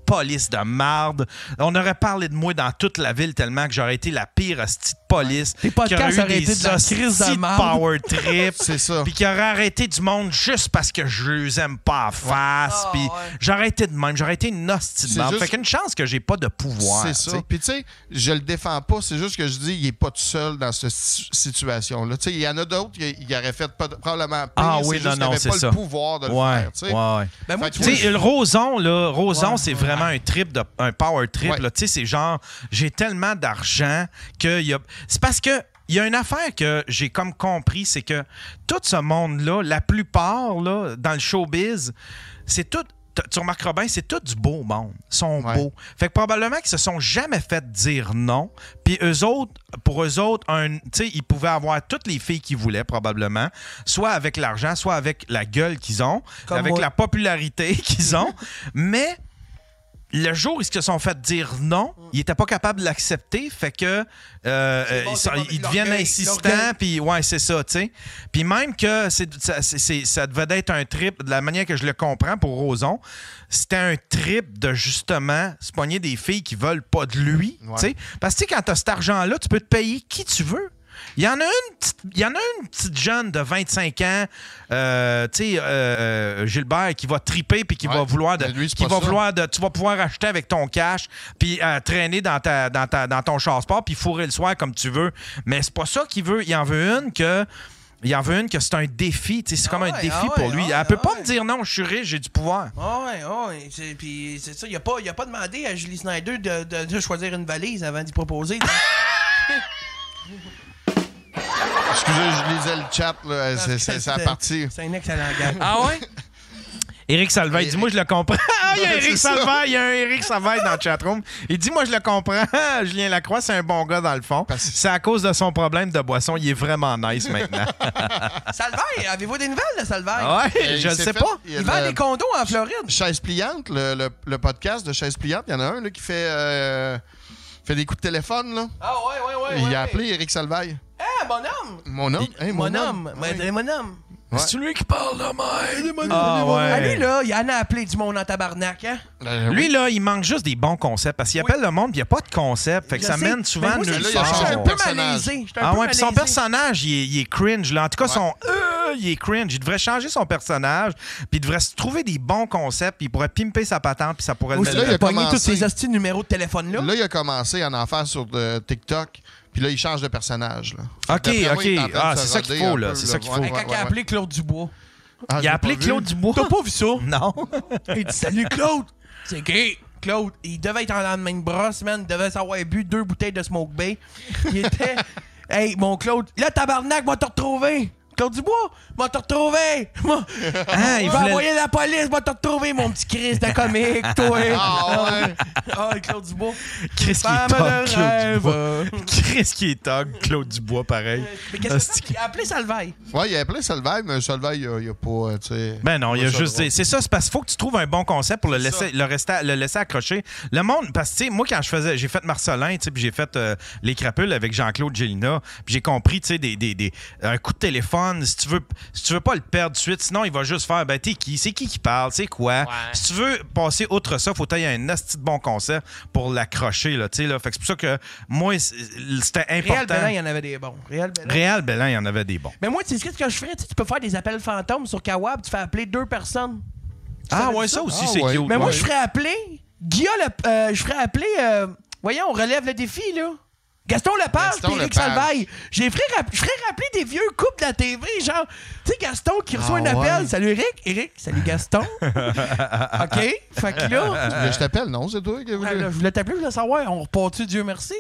police de marde. On aurait parlé de moi dans toute la ville tellement que j'aurais été la pire hostie de police. Tes podcasts auraient été de la crise de marde. Power trip. C'est ça. Puis qui aurait arrêté du monde juste parce que je les aime pas à face. Ouais. Puis Ah, ouais. j'aurais été de même. J'aurais été une hostie de C'est marde. juste- Fait qu'une chance que j'ai pas de pouvoir. C'est ça. t'sais. Puis, tu sais, je le défends pas. C'est juste que je dis, il est pas tout seul dans cette si- situation-là. Tu sais, il y en a d'autres qui qui auraient fait pas- probablement pire. Ah c'est oui, juste non, qu'il non, avait c'est pas ça. le pouvoir de le Ouais, faire. Tu sais. ouais, ouais. Ben, moi, Fait tu que Tu vois, sais, le Roson, là, Roson, Ouais, c'est ouais. vraiment un trip, de, un power trip. Ouais. là. Tu sais, c'est genre, j'ai tellement d'argent que y a... C'est parce que il y a une affaire que j'ai comme compris, c'est que tout ce monde-là, la plupart, là, dans le showbiz, c'est tout... t- Tu remarqueras bien, c'est tout du beau monde. Ils sont Ouais. beaux. Fait que probablement qu'ils se sont jamais fait dire non. Puis eux autres, pour eux autres, un, tu sais, ils pouvaient avoir toutes les filles qu'ils voulaient, probablement. Soit avec l'argent, soit avec la gueule qu'ils ont, Comme avec moi. la popularité qu'ils ont. Mais le jour où ils se sont fait dire non, ils n'étaient pas capables de l'accepter, fait que euh, C'est bon, ils, c'est sont- bon, ils deviennent l'orgueil, insistants, l'orgueil. puis ouais, c'est ça, tu sais. Puis même que c'est, ça, c'est- c'est- ça devait être un trip, de la manière que je le comprends pour Roson, c'était un trip de justement se pogner des filles qui veulent pas de lui, Ouais. tu sais. Parce que tu sais, quand tu as cet argent-là, tu peux te payer qui tu veux. Il y en a une petite, il y en a une petite jeune de vingt-cinq ans, euh, tu sais, euh, euh, Gilbert, qui va triper puis qui Ouais, va vouloir de, mais lui, c'est qui pas va ça. vouloir de, tu vas pouvoir acheter avec ton cash puis euh, traîner dans ta, dans ta, dans ton char-sport puis fourrer le soir comme tu veux. Mais c'est pas ça qu'il veut. Il en veut une que. Il en veut une que c'est un défi. tu sais, C'est Ah comme un ouais, défi ah ouais, pour lui. ah Elle peut ouais, pas ah me dire non, je suis riche, j'ai du pouvoir. Ah ouais, ah ouais. C'est- Puis c'est ça, il a pas, il a pas demandé à Julie Snyder de, de- de choisir une valise avant d'y proposer. Excusez, je lisais le chat. Là. C'est, c'est, c'est la partie. C'est un excellent gars. Ah ouais? Éric Salvaille, dis-moi, je le comprends. Ah, il y a Ouais, Éric c'est ça. Salvaille, il y a un Éric Salvaille dans le chatroom. Il dit, moi, je le comprends. Julien Lacroix, c'est un bon gars dans le fond. Parce- C'est à cause de son problème de boisson. Il est vraiment nice maintenant. Salvaille, avez-vous des nouvelles de Salvaille? Ouais, je Il le s'est sais fait- pas. il y a Il vend le- des condos en Floride. Chaise pliante, le, le, le podcast de Chaise pliante, il y en a un là, qui fait, euh, fait des coups de téléphone. Là. Ah ouais, ouais, ouais. il ouais, a ouais. appelé Éric Salvaille. Ah, mon homme! Mon homme. Hey, Mon homme! Ouais. Ouais, Mon homme! Ouais. C'est lui qui parle de même. Ah, Ah, ouais. lui, là, il en a appelé du monde en tabarnak, hein? Euh, Lui, oui. là, il manque juste des bons concepts parce qu'il Oui. appelle le monde, puis il n'y a pas de concept. Fait que Je ça sais. mène souvent Mais moi, c'est nulle là, il ça, a je part. suis changé un de peu personnage. malaisé. Je suis un Ah peu ouais, puis son malaisé. personnage, il est, il est cringe. Là. En tout cas, Ouais. son euh, il est cringe. Il devrait changer son personnage, puis il devrait se trouver des bons concepts, puis il pourrait pimper sa patente, puis ça pourrait le Ou mettre là, il il a a pogné commencé. tous ces hosties de numéros de téléphone-là. Là, il a commencé à en faire sur de TikTok. Puis là, il change de personnage. Là. OK, D'après moi, OK. il est en train de Ah, se c'est ça qu'il roder faut, un là. peu, C'est ça qu'il Ouais, faut. ouais, Quand il ouais, a appelé Claude Dubois. Ah, Il j'ai a pas appelé vu. Claude Dubois. T'as pas vu ça? Non. Il dit salut Claude. C'est gay. Claude, il devait être en lendemain de brosse, man. Il devait s'avoir bu deux bouteilles de Smoke Bay. Il était. Hey, mon Claude, là, tabarnak, va te retrouver. Claude Dubois, va te retrouver. Moi, Ah, il va voulait- envoyer la police, va te retrouver, mon petit Chris de comique, toi. Ah ouais. Ah, Claude Dubois. Chris qui Femme est tog, de Claude rêve. Dubois. Chris qui est tog, Claude Dubois, pareil. Mais qu'est-ce qu'il a appelé Salvaille? Ouais, il a appelé Salvaille, mais Salvaille, il a, il a pas, euh, tu sais... Ben non, il y a pas ça juste. drôle. C'est ça, c'est parce qu'il faut que tu trouves un bon concept pour le laisser, le, rester, le laisser accrocher. Le monde, parce que tu sais, moi, quand je faisais, j'ai fait Marcelin, tu sais, puis j'ai fait euh, Les Crapules avec Jean-Claude Gélina, puis j'ai compris, tu sais, des, des, des, un coup de téléphone, si tu veux, si tu veux pas le perdre tout de suite, sinon il va juste faire, ben t'es qui, c'est qui qui parle, c'est quoi. Si tu veux passer outre ça, faut tailler un asti de bon concept pour l'accrocher, là, tu sais, là. Fait que c'est pour ça que moi, c'est- c'était important. Réal Bellin, il y en avait des bons. Réal Bellin. Réal Bellin, il y en avait des bons. Mais moi, tu sais ce que je ferais? Tu sais, tu peux faire des appels fantômes sur Kawab, tu fais appeler deux personnes. Ah savais ouais, ça? ça aussi, Ah c'est ouais. cute. Mais moi, ouais. je ferais appeler Guilla le. euh, je ferais appeler. euh, voyons, on relève le défi, là. Gaston Lepage Gaston et Éric Lepage. Salvaille. J'ai ferais rapp- je ferais rappeler des vieux couples de la T V, genre, tu sais, Gaston qui reçoit Ah un appel. ouais. Salut Éric. Éric, salut Gaston. OK. Fait que là. Mais je t'appelle, non? C'est toi qui as Ouais, voulu... là, je voulais t'appeler, je voulais savoir, on repart-tu, Dieu merci?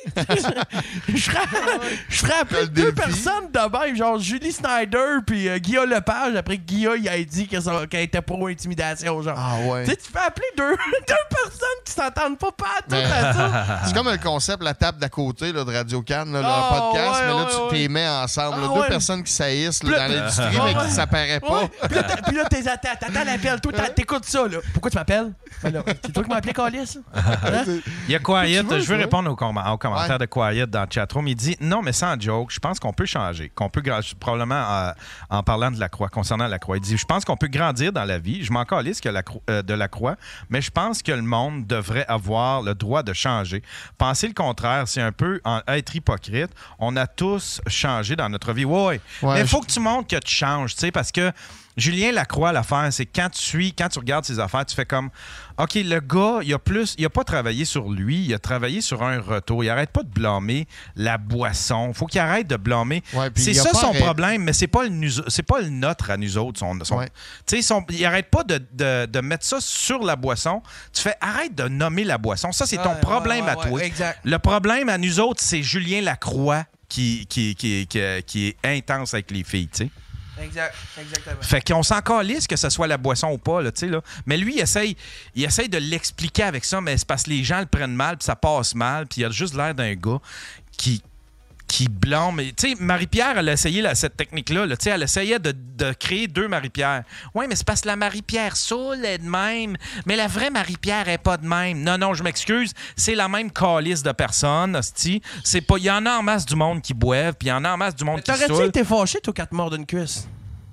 je ferais, je ferais appeler Quel deux défi. personnes de même, genre Julie Snyder puis euh, Guilla Lepage, après que Guilla il a dit que ça- qu'elle était pro-intimidation, genre. Ah ouais. Tu sais, tu fais appeler deux, deux personnes qui s'entendent pas pas à tout Mais- à ça. C'est comme le concept, la table d'à côté, là, de Radio-Can, là, leur Oh, podcast, ouais, mais là, ouais, tu ouais. t'es mets ensemble. Ah, là, deux ouais. personnes qui saillissent là, Puis dans là- l'industrie, Ah, mais ouais. qui s'apparaissent pas. Ouais. Puis là, t'as- puis là, t'es attends, t'attends l'appel. Toi, t'as- t'écoutes ça, là. Pourquoi tu m'appelles? Ben là, c'est toi qui m'as appelé, Calis? Hein? Il y a Quiet, Tu veux, je veux toi? répondre aux, com- aux commentaires Ouais. de Quiet dans le chatroom. Il dit non, mais sans joke, je pense qu'on peut changer, qu'on peut gra- probablement euh, en parlant de la croix, concernant la croix. Il dit je pense qu'on peut grandir dans la vie. Je m'en calisse que la cro- euh, de la croix, mais je pense que le monde devrait avoir le droit de changer. Penser le contraire, c'est un peu en- être hypocrite. On a tous changé dans notre vie. Ouais, ouais. Ouais, mais il faut je- que tu montres que tu changes, tu sais, parce que Julien Lacroix, l'affaire, c'est quand tu suis, quand tu regardes ses affaires, tu fais comme OK, le gars, il a plus, il a pas travaillé sur lui, il a travaillé sur un retour. Il arrête pas de blâmer la boisson. Faut qu'il arrête de blâmer. Ouais, puis c'est il a ça pas son arrêté. problème, mais c'est pas le nous- c'est pas le nôtre à nous autres. Son, son- Ouais. tu sais, son- il arrête pas de, de- de mettre ça sur la boisson. Tu fais arrête de nommer la boisson. Ça, c'est ton Ouais, problème ouais, à ouais, toi. ouais, exact. Le problème à nous autres, c'est Julien Lacroix qui, qui, qui, qui, qui est intense avec les filles, tu sais. Exact, exactement. Fait qu'on s'en calisse que ce soit la boisson ou pas, là, tu sais, là. Mais lui, il essaye, il essaye de l'expliquer avec ça, mais c'est parce que les gens le prennent mal, puis ça passe mal, puis il a juste l'air d'un gars qui qui blâme. Tu sais, Marie-Pierre, elle a essayé là, cette technique-là. Là, tu sais, elle essayait de, de créer deux Marie-Pierre. Oui, mais c'est parce que la Marie-Pierre saoule est de même, mais la vraie Marie-Pierre est pas de même. Non, non, je m'excuse, c'est la même calice de personnes, hostie. C'est pas... Il y en a en masse du monde qui boivent, puis il y en a en masse du monde qui T'aurais-tu saoule. été fâché, toi, quatre morts d'une cuisse?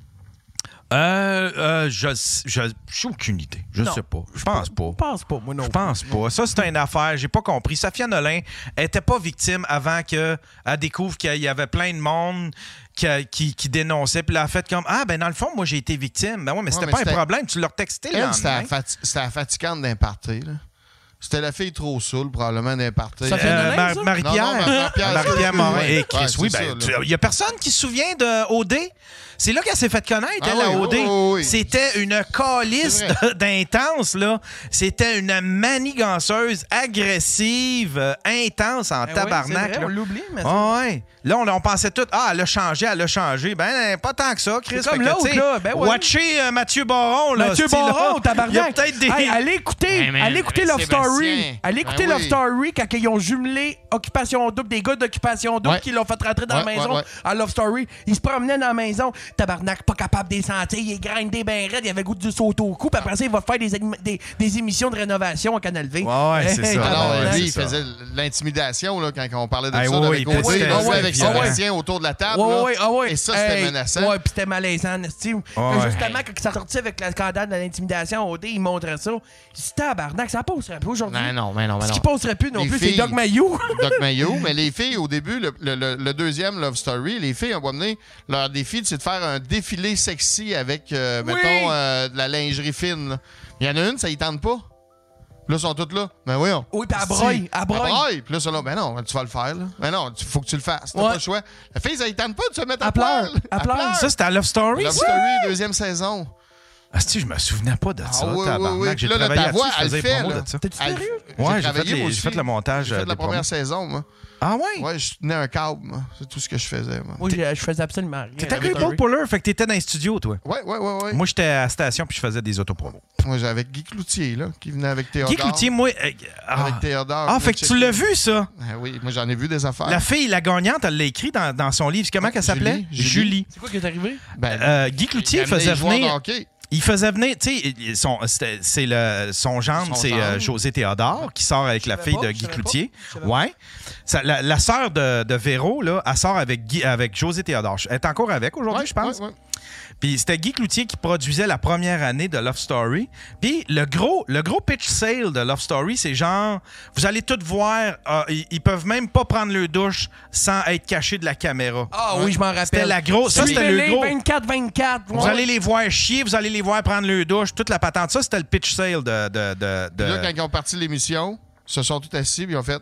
Euh, euh, je, je, j'ai aucune idée. Je Non. sais pas. Je pense pas. Je pense pas, moi non Je plus. pense pas. Ça, c'est une affaire. J'ai pas compris. Safia Nolin était pas victime avant qu'elle découvre qu'il y avait plein de monde qui, qui, qui dénonçait. Puis elle a fait comme ah, ben dans le fond, moi, j'ai été victime. Ben ouais, mais c'était mais pas c'était- un problème. Tu leur textais le Elle, c'était la, lendemain. fati- c'était la fatigante d'un party, là. C'était la fille trop saoule, probablement, d'un party. Ça fait Euh, Nolin, Mar- ça? Marie-Pierre. Non, non, Marie-Pierre, Marie-Pierre c'est- Morin. ouais. Et Chris, Ouais, oui, c'est ben, ça, là. il y a personne qui se souvient de O D. C'est là qu'elle s'est fait connaître, Ah elle, la oui, O D. oui, oui, oui. C'était une calice C'est vrai. de- d'intense, là. C'était une maniganceuse, agressive, euh, intense en Ben oui, tabarnak. c'est vrai, là. on l'oublie, mais c'est- Ah ouais. Là, on, on pensait tout, ah, elle a changé, elle a changé. Ben, pas tant que ça, Chris. C'est comme Fait que, l'autre, tu sais, là. Ben ouais. Watchez euh, Mathieu Baron, là. Mathieu c'ti, là. Baron, tabarnak! Il y a peut-être des... Hey, allez écouter, Hey, man, allez écouter avec Love Story. Sébastien. Allez écouter Ben Love oui. Story quand ils ont jumelé Occupation Double, des gars d'Occupation Double Ouais. qui l'ont fait rentrer dans Ouais, la maison ouais, ouais. à Love Story. Ils se promenaient dans la maison, tabarnak, pas capable de les sentir, il est grindé ben raide, il avait goût du sauter au cou, puis après ça, il va faire des, anim- des, des émissions de rénovation à Canal V. Ouais, ouais, c'est ça. Alors, Ah, ouais, lui, il c'est ça. faisait l'intimidation là, quand on parlait de Ah, ça. oui, là, oui, avec puis O D, c'était- là, ouais, avec violent. Sébastien autour de la table. Ouais, là. ouais, ah ouais. Et ça, c'était Hey, menaçant. Ouais, puis c'était malaisant, Steve. Ouais. Justement, quand ça sortit avec le scandale de l'intimidation au D, il montrait ça. Il dit tabarnak, ça passerait plus aujourd'hui. Non, non, mais non, mais Ce non. qui passerait plus non Les plus, filles- c'est Doc Mayou. Doc Mayo, mais les filles, au début, le, le- le- le deuxième Love Story, les filles ont amené leur défi, c'est de faire un défilé sexy avec, euh, Oui. mettons, euh, de la lingerie fine. là. Il y en a une, ça y tente pas. Là, ils sont toutes là. Ben oui, on. Oui, puis elle broye, elle broye. Puis là, ils sont là. Ben non, tu vas le faire, là. Ben non, il faut que tu le fasses. T'as Ouais. pas le choix. La fille, ça y tente pas de se mettre à Elle pleure, poil. elle pleure. Ça, c'était à Love Story, Love ça? Story, deuxième saison. Ah, si, je me souvenais pas de ça, Ah oui, oui, tabarnak. oui. J'ai Puis là, travaillé ta voix, là-dessus, je elle faisais fait, les promos là. de ça. T'es-tu Elle- sérieux? j'ai Ouais, j'ai travaillé, fait les- moi j'ai fait aussi. le montage, J'ai euh, fait la des première promos. saison, moi. Ah ouais? Ouais, je tenais un câble, moi. C'est tout ce que je faisais, moi. Moi, je je faisais absolument rien. T'étais avec Great Ball Story. Puller, fait que t'étais dans les studios, toi. Ouais, ouais, ouais, ouais. Moi, j'étais à la station puis je faisais des autopromos. Moi, j'avais Guy Cloutier, là, qui venait avec Théodore. Guy Cloutier, moi... euh, ah, Avec Théodore. Ah, venait fait que tu checker. l'as vu, ça? Ah oui, moi, j'en ai vu des affaires. La fille, la gagnante, elle l'a écrit dans, dans son livre. Comment Ouais, qu'elle s'appelait? Julie. Julie. C'est quoi qui est arrivé? Ben, Euh, Guy Cloutier il amenait faisait les joueurs de venir... hockey. Il faisait venir, tu sais, il- son, c'était- c'est le, son gendre, Son c'est gendre. euh, José Théodore, qui sort avec Je la savais fille pas, de je Guy savais Cloutier. pas, je savais Ouais. Ça, la la sœur de, de Véro, là, elle sort avec, Guy, avec José Théodore. Elle est encore avec aujourd'hui, Ouais, je pense. ouais, ouais. Puis c'était Guy Cloutier qui produisait la première année de Love Story. Puis le gros, le gros pitch sale de Love Story, c'est genre, vous allez tout voir, euh, ils, ils peuvent même pas prendre le douche sans être cachés de la caméra. Ah oui, je m'en rappelle. C'était la grosse. Ça, c'était le gros. vingt-quatre vingt-quatre. Vous allez les voir chier, vous allez les voir prendre le douche, toute la patente. Ça, c'était le pitch sale de. de, de, de- Puis là, quand ils ont parti l'émission, ils se sont tous assis et ils ont fait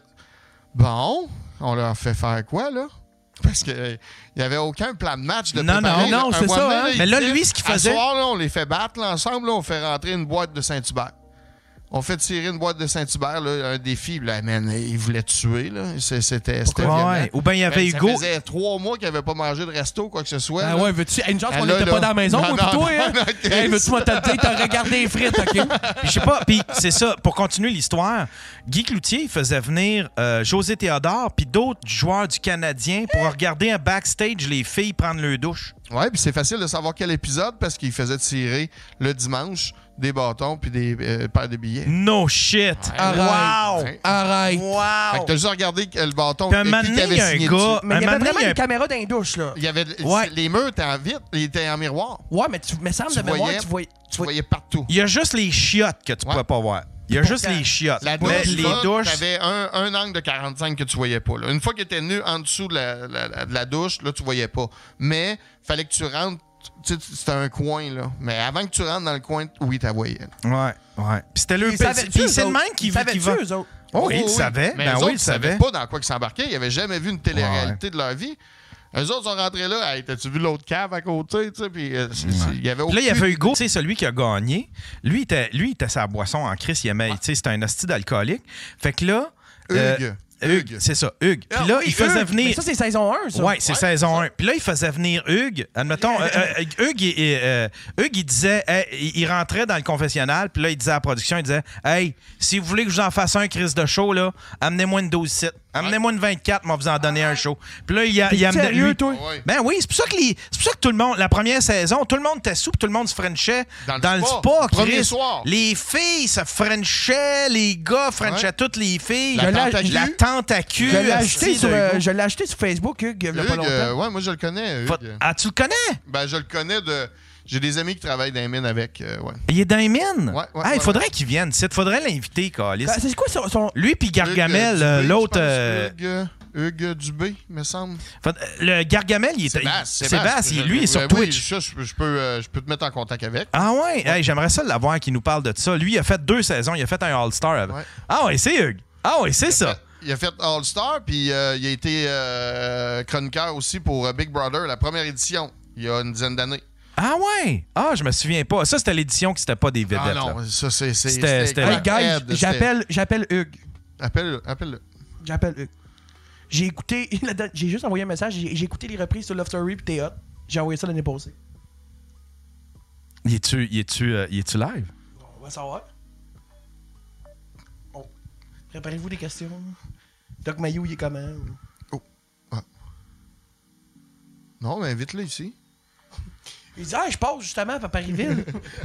bon, on leur fait faire quoi, là? Parce qu'il n'y avait aucun plan de match de Non, préparer, non, là. non, Un c'est moment ça, donné, hein. il Mais là, disait, lui, ce qu'il à faisait- soir, là, on les fait battre là, ensemble, là, on fait rentrer une boîte de Saint-Hubert. on fait tirer une boîte de Saint-Hubert, là, un défi. Là, man, il voulait tuer. Là. C'est- C'était c'était Ouais. violent. Ou bien il y avait Ben, Hugo. Ça faisait trois mois qu'il n'avait pas mangé de resto, quoi que ce soit. Ah là. ouais, veux-tu. Hey, une chance Ah, qu'on là, n'était là. pas dans la maison, Non, moi, pis non, toi, non, hein? non, Hey, veux-tu moi te le dire? T'as regardé les frites, OK? Puis je sais pas, puis c'est ça, pour continuer l'histoire, Guy Cloutier il faisait venir euh, José Théodore puis d'autres joueurs du Canadien pour regarder un backstage les filles prendre leur douche. Ouais, puis c'est facile de savoir quel épisode parce qu'il faisait tirer le dimanche des bâtons puis des euh, paires de billets. No shit! Arrête. Wow! Ouais. Arrête. Fait que Wow! t'as juste regardé le bâton Puis un qui moment qui donné, avait il y a un signé gars- dessus. Mais il y Un avait moment donné, vraiment il y a- une caméra dans les douches, là. Il y avait, Ouais. Les murs étaient en vitre, ils étaient en miroir. Ouais, mais tu me semble Tu de mémoire, voyais- tu voyais. Tu voyais partout. Il y a juste les chiottes que tu Ouais. pouvais pas voir. Il y a juste les chiottes. La Mais douche, les là, douches. t'avais un, un angle de quarante-cinq que tu voyais pas. Là. Une fois qu'il était nu en dessous de la, la- la- de la douche, là, tu voyais pas. Mais fallait que tu rentres. Tu sais, c'était un coin, là. Mais avant que tu rentres dans le coin, oui, t'as voyais. Ouais, ouais. Puis c'était le Ils savaient-tu, Puis eux c'est le autres? même qui Ils qui savaient-tu, va. eux autres? Oh, oui, il oui. savait. Mais Ben eux oui, autres, il ils savaient savait. pas dans quoi ils s'embarquaient. Ils avaient jamais vu une télé-réalité de leur vie. Eux autres sont rentrés là. Hey, t'as-tu vu l'autre cave à côté? Tu sais, puis euh, c'est- c'est- il y avait Puis là, il y aucune- avait Hugo, c'est celui qui a gagné. Lui, il était, lui, il était sa boisson en crise. Il aimait, tu sais, c'était un hostie d'alcoolique. Fait que là. euh, Hugues. Hugues, Hugues. c'est ça, Hugues. Puis Ah là, oui, il faisait Hugues. venir. Mais ça, c'est saison un, ça. Ouais, c'est Ouais, saison c'est un. Puis là, il faisait venir Hugues. Admettons, euh, euh, Hugues, il, il, euh, Hugues, il disait, hey, il il rentrait dans le confessionnal, puis là, il disait à la production, il disait, hey, si vous voulez que je vous en fasse un crise de show, là, amenez-moi une douze sites. Amenez-moi une vingt-quatre, moi, vous en donner un show. Puis là, il, a, T'es il amenait. sérieux, lui- toi? Ouais. Ben oui, c'est pour ça que les- c'est pour ça que tout le monde, la première saison, tout le monde était sous, puis tout le monde se frenchait Dans dans, le le spa. spa. Premier Chris. soir. Les filles se frenchaient, les gars frenchaient Ouais. toutes les filles. La Je l'ai- tentacule. La tentacule. Je l'ai asti acheté, de sur, euh, Hugo. je l'ai acheté sur Facebook, Hugues, il y a pas Hugues, longtemps. euh, ouais, moi, je le connais. Hugues. Fa- Ah, tu le connais? Ben, je le connais de. J'ai des amis qui travaillent dans les mines avec. euh, ouais. Il est dans les mines? Ouais, ouais, Ah, il ouais, faudrait qu'il vienne. Il faudrait l'inviter, Calis. Ben, c'est quoi son. son- Lui puis Gargamel, Hugues, euh, Dubé, l'autre. je pense. euh, Hugues, Hugues Dubé, me semble. fa- Le Gargamel, il était. Sébastien. Sébastien, lui, il est sur Ben Twitch. Oui, ça, je, peux- je peux, euh, je peux te mettre en contact avec. Ah ouais? Hey, j'aimerais ça l'avoir qui nous parle de ça. Lui, il a fait deux saisons. Il a fait un All-Star. avec- Ouais. Ah ouais, c'est Hugues. Ah ouais, c'est ça. Il a fait All-Star, puis euh, il a été euh, chroniqueur aussi pour euh, Big Brother, la première édition, il y a une dizaine d'années. Ah ouais? Ah, je me souviens pas. Ça, c'était l'édition qui c'était pas des vedettes. Ah non, là. ça, c'est... c'est- C'était- c'était- Hey, guys, Ed, c'était- j'appelle, j'appelle Hugues. Appelle-le, appelle-le. J'appelle Hugues. J'ai écouté. la dernière- J'ai juste envoyé un message. J'ai j'ai écouté les reprises sur Love Story puis T'es hot. J'ai envoyé ça l'année passée. Y es-tu, y es-tu, euh, y es-tu live? On va savoir. Bon. Préparez-vous des questions. Doc Mayou, il est comment? Non, mais invite-le ici. Il dit, ah, je passe justement à Parisville.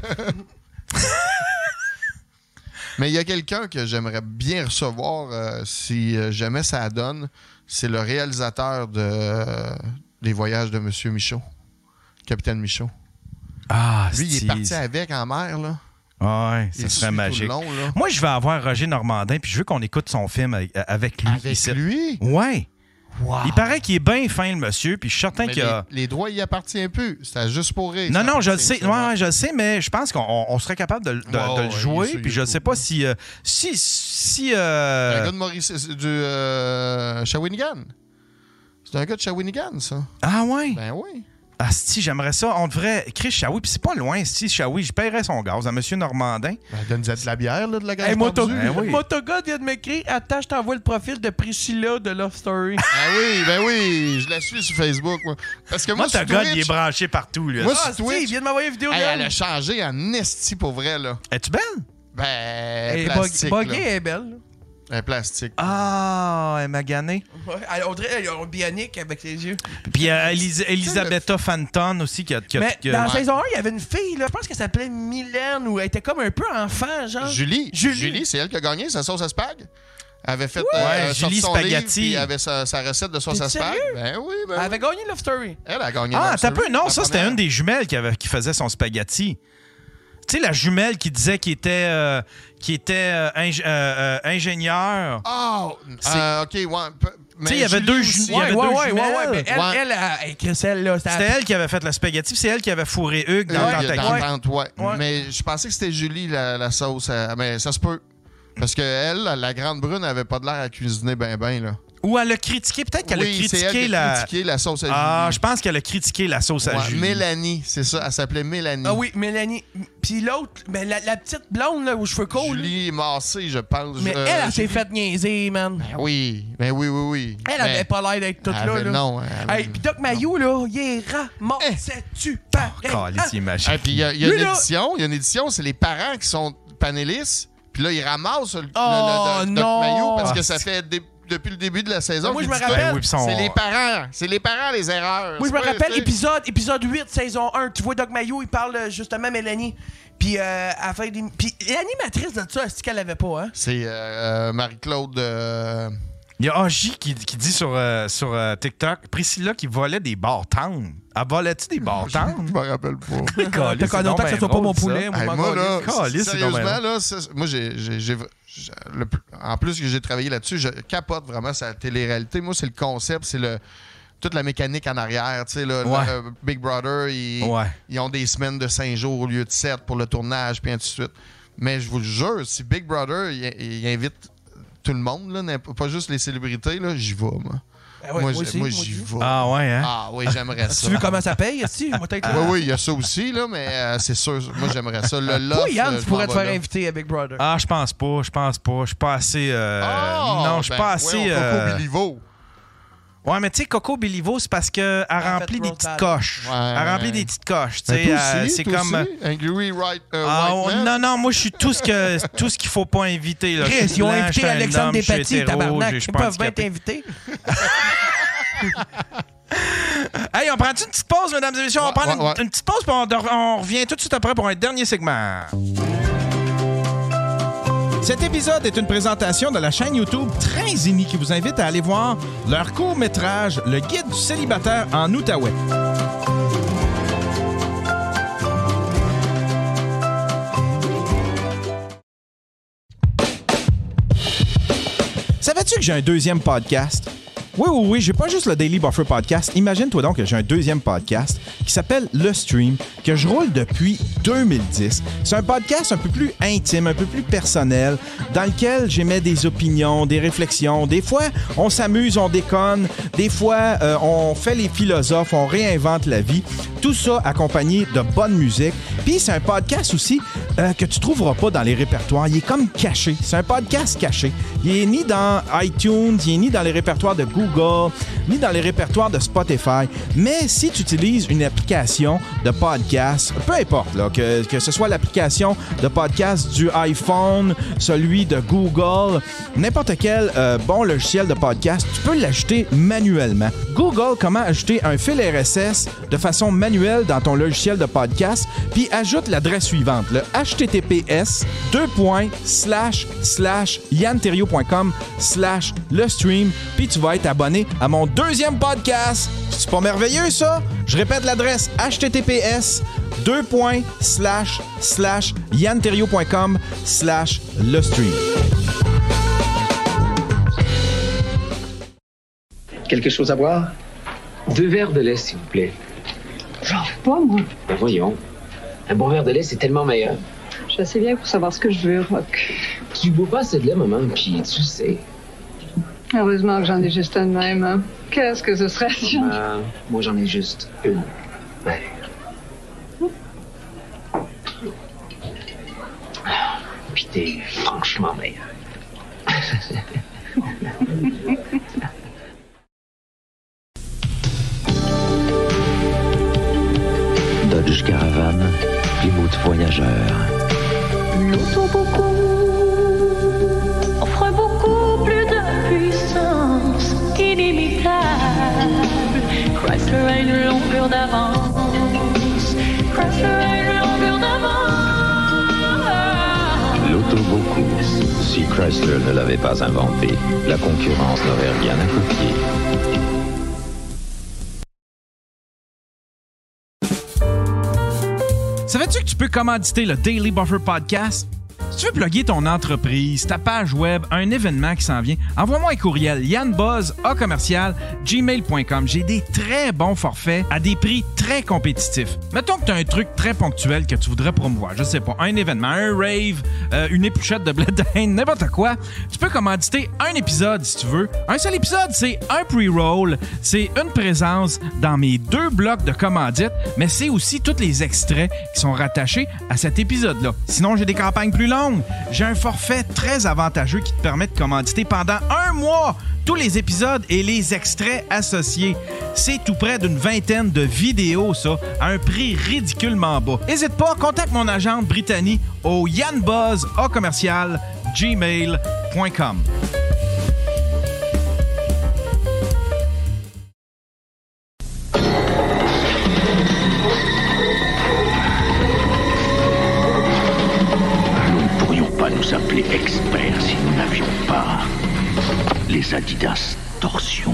Mais il y a quelqu'un que j'aimerais bien recevoir euh, si euh, jamais ça donne. C'est le réalisateur de, euh, des voyages de M. Michaud. Capitaine Michaud. Ah, Lui, il est c'est- parti avec en mer, là. Ah ouais, ça Il serait suit tout le magique. long, là. Moi, je vais avoir Roger Normandin, puis je veux qu'on écoute son film avec, avec lui. Avec ici. lui? Ouais. Wow. Il paraît qu'il est bien fin, le monsieur, puis je suis certain Mais qu'il a... les, les droits, il appartient plus. C'était juste pour rire. Non, ça non, je le appartient, sais. ça, Ouais, ouais, je le sais, mais je pense qu'on on- on serait capable de, de- de Ouais, le ouais, jouer. il est sur Puis je ne sais YouTube. pas si. euh, si. si Un euh, gars de Maurice, c'est du euh, Shawinigan. C'est un gars de Shawinigan, ça. Ah ouais? Ben oui. Ah, si, j'aimerais ça. On devrait. Chris Shawi, puis c'est pas loin, si, Shawi, je paierais son gaz à M. Normandin. Ben, donne-nous de la bière, là, de la Hey, gaz Moto- perdue. Ben oui. Motogod vient de m'écrire. Attends, je t'envoie le profil de Priscilla de Love Story. Ah oui, ben oui, je la suis sur Facebook, moi. Parce que moi, Moi, sur ta gueule, Twitch, il est branché partout, lui. Moi, Ah, sur si, Twitch, il vient de m'envoyer une vidéo hey, elle d'elle. a changé en esti pour vrai, là. Es-tu belle? Ben, Et plastique, Buggy là. est belle. là. Un plastique. Ah, elle m'a gagné. Ouais, elle- on dirait elle a un bionique avec les yeux. Puis euh, Elis- Elisabetta Fanton aussi, qui a. Qui a- Mais qui a- dans la ouais. saison un, il y avait une fille, là, je pense qu'elle s'appelait Mylène, ou elle était comme un peu enfant, genre. Julie. Julie. Julie, c'est elle qui a gagné sa sauce à spag. Elle avait fait Ouais, euh, sorti Julie son Spaghetti. livre, puis elle avait sa, sa recette de sauce T'es à spag. sérieux? Ben oui, ben Elle oui. avait gagné Love Story. Elle a gagné. Ah, Love t'as un peu. Story, Non, la ça, c'était première. une des jumelles qui, avait, qui faisait son spaghetti. Tu sais, la jumelle qui disait qu'il était, euh, qu'il était euh, ing- euh, euh, ingénieur. Oh! C'est- Euh, OK, ouais. pe- mais Tu sais, il y avait Julie deux aussi. ju- il y avait ouais, deux ouais, jumelles. ouais, ouais, mais elle, Ouais. elle, a écrit celle-là. C'était C'était elle qui avait fait le spaghetti, puis c'est elle qui avait fourré Hugues dans Hugues, le tentacule. dans Ouais. le tente, ouais. Ouais. Mais je pensais que c'était Julie, la, la sauce. à- Mais ça se peut. Parce que elle, la, la grande brune, avait pas de l'air à cuisiner ben ben, là. Ou elle a critiqué, peut-être qu'elle oui, a critiqué c'est elle qui a la... critiqué la sauce à Julie. Ah, je pense qu'elle a critiqué la sauce à Ouais, Julie. Mélanie, c'est ça. Elle s'appelait Mélanie. Ah oui, Mélanie. Puis l'autre, ben, la, la petite blonde là, aux cheveux courts. Julie Massé, je pense. Mais euh, elle, elle s'est Julie- faite niaiser, man. Ben oui, ben oui, oui, oui. Elle Ben, avait pas l'air d'être toute elle là. avait- là. non, elle avait- Hey, puis Doc Mayou, là, il est ramassé-tu pareil. Calisse, il imagine. Et puis il y a, il y a Lui, une là- édition, il y a une édition, c'est les parents qui sont panélistes, puis là ils ramassent le, le- Oh, le- le non. Doc Mayou parce que ça fait dé- depuis le début de la saison. Moi, je qu'il me dit rappelle- que Oui, puis son- C'est les parents, c'est les parents les erreurs. Moi, je C'est me pas- rappelle tu sais, épisode, épisode huit, saison un. Tu vois Doc Mayou, il parle euh, justement à Mélanie. Puis, euh, elle fait des... Puis l'animatrice de ça, c'est qu'elle avait pas, hein? C'est euh, Marie-Claude. euh, Il y a A J qui, qui dit sur, euh, sur euh, TikTok, Priscilla qui volait des bartendes. Elle volait-tu des bartendes? Je me rappelle pas. Calisse, T'as c'est longtemps donc que ça bien soit pas drôle, mon ça. poulet, Hey, moi, moi, là, Calisse, c'est donc bien sérieusement, là, c'est- moi, j'ai, j'ai, j'ai- j'ai- le plus- en plus que j'ai travaillé là-dessus, je capote vraiment sa télé-réalité. Moi, c'est le concept, c'est le toute la mécanique en arrière. Tu sais, là, Ouais. le, euh, Big Brother, ils, Ouais. ils ont des semaines de cinq jours au lieu de sept pour le tournage, puis ainsi de suite. Mais je vous le jure, si Big Brother, il, il invite tout le monde, là, n'imp- pas juste les célébrités, là, j'y vais, moi. Ah ouais, moi, moi j'- aussi, moi, moi j'y aussi. vais. Ah ouais, hein? Ah oui, j'aimerais ça. Tu veux comment ça paye, si? Moi, t'as été Oui, là. oui, il y a ça aussi, là, mais euh, c'est sûr. Moi, j'aimerais ça. Le loft, Toi, Yann, euh, tu je pourrais m'en te vais faire là. inviter à Big Brother. Ah, je pense pas, je pense pas. Je suis pas assez... euh, Ah, non, je suis ben, pas assez... voyons, Coco euh, Béliveau. Ouais, mais tu sais, Coco Béliveau, c'est parce qu'elle remplit fait des Rose petites Battle. coches. Ouais. Elle remplit des petites coches. Tu Ben, sais, toi euh, aussi, c'est toi comme... aussi. Angry Right, euh, Ah, White Man. non, non, moi, je suis tout ce que tout ce qu'il faut pas inviter. Là. Chris, ils ont Blanc, je invité suis un Alexandre homme, je suis Despatie, hétéro, tabarnak. je Ils suis pas peuvent bien handicapé. t'inviter. Hey, on prend une petite pause, mesdames et messieurs? On Ouais, prend ouais, une, ouais. une petite pause, puis on, on revient tout de suite après pour un dernier segment. Cet épisode est une présentation de la chaîne YouTube Trinzini qui vous invite à aller voir leur court-métrage Le Guide du célibataire en Outaouais. Savais-tu que j'ai un deuxième podcast? Oui, oui, oui, j'ai pas juste le Daily Buffer Podcast. Imagine-toi donc que j'ai un deuxième podcast qui s'appelle Le Stream, que je roule depuis deux mille dix. C'est un podcast un peu plus intime, un peu plus personnel, dans lequel j'émets des opinions, des réflexions. Des fois, on s'amuse, on déconne. Des fois, euh, on fait les philosophes, on réinvente la vie. Tout ça accompagné de bonne musique. Puis c'est un podcast aussi euh, que tu trouveras pas dans les répertoires. Il est comme caché. C'est un podcast caché. Il est ni dans iTunes, il est ni dans les répertoires de Google, ni dans les répertoires de Spotify. Mais si tu utilises une application de podcast, peu importe, là, que, que ce soit l'application de podcast du iPhone, celui de Google, n'importe quel euh, bon logiciel de podcast, tu peux l'ajouter manuellement. Google, comment ajouter un fil R S S de façon manuelle dans ton logiciel de podcast, puis ajoute l'adresse suivante, le H T T P S deux points slash slash yanterio point com slash le stream, puis tu vas être abonné à mon deuxième podcast. C'est pas merveilleux, ça? Je répète l'adresse H T T P S deux points slash slash yanterio point com slash le stream. Quelque chose à boire? Deux verres de lait, s'il vous plaît. J'en veux pas, moi. Ben voyons. Un bon verre de lait, c'est tellement meilleur. Je suis assez bien pour savoir ce que je veux, Rock. Tu bois pas assez de lait, maman, puis tu sais. Heureusement que j'en ai juste un de même, hein. Qu'est-ce que ce serait si j'en... Euh, moi, j'en ai juste une. Ouais. Puis t'es franchement meilleur. Dodge Caravan, Plymouth Voyageur. L'auto beaucoup offre beaucoup plus de puissance inimitable. Chrysler a une longueur d'avance. Chrysler a une longueur d'avance. L'auto beaucoup. Si Chrysler ne l'avait pas inventé, la concurrence n'aurait rien à copier. Savais-tu que tu peux commanditer le Daily Buffer Podcast? Si tu veux plugger ton entreprise, ta page web, un événement qui s'en vient, envoie-moi un courriel yanbuzz à commercial gmail point com. J'ai des très bons forfaits à des prix très compétitifs. Mettons que tu as un truc très ponctuel que tu voudrais promouvoir. Je sais pas, un événement, un rave, euh, une épluchette de blé d'Inde, n'importe quoi. Tu peux commanditer un épisode si tu veux. Un seul épisode, c'est un pre-roll. C'est une présence dans mes deux blocs de commandites, mais c'est aussi tous les extraits qui sont rattachés à cet épisode-là. Sinon, j'ai des campagnes plus longues. J'ai un forfait très avantageux qui te permet de commanditer pendant un mois tous les épisodes et les extraits associés. C'est tout près d'une vingtaine de vidéos, ça, à un prix ridiculement bas. N'hésite pas, contacte mon agente Brittany au yanbuzz à commercial gmail point com. Nous appeler experts si nous n'avions pas les Adidas Torsion.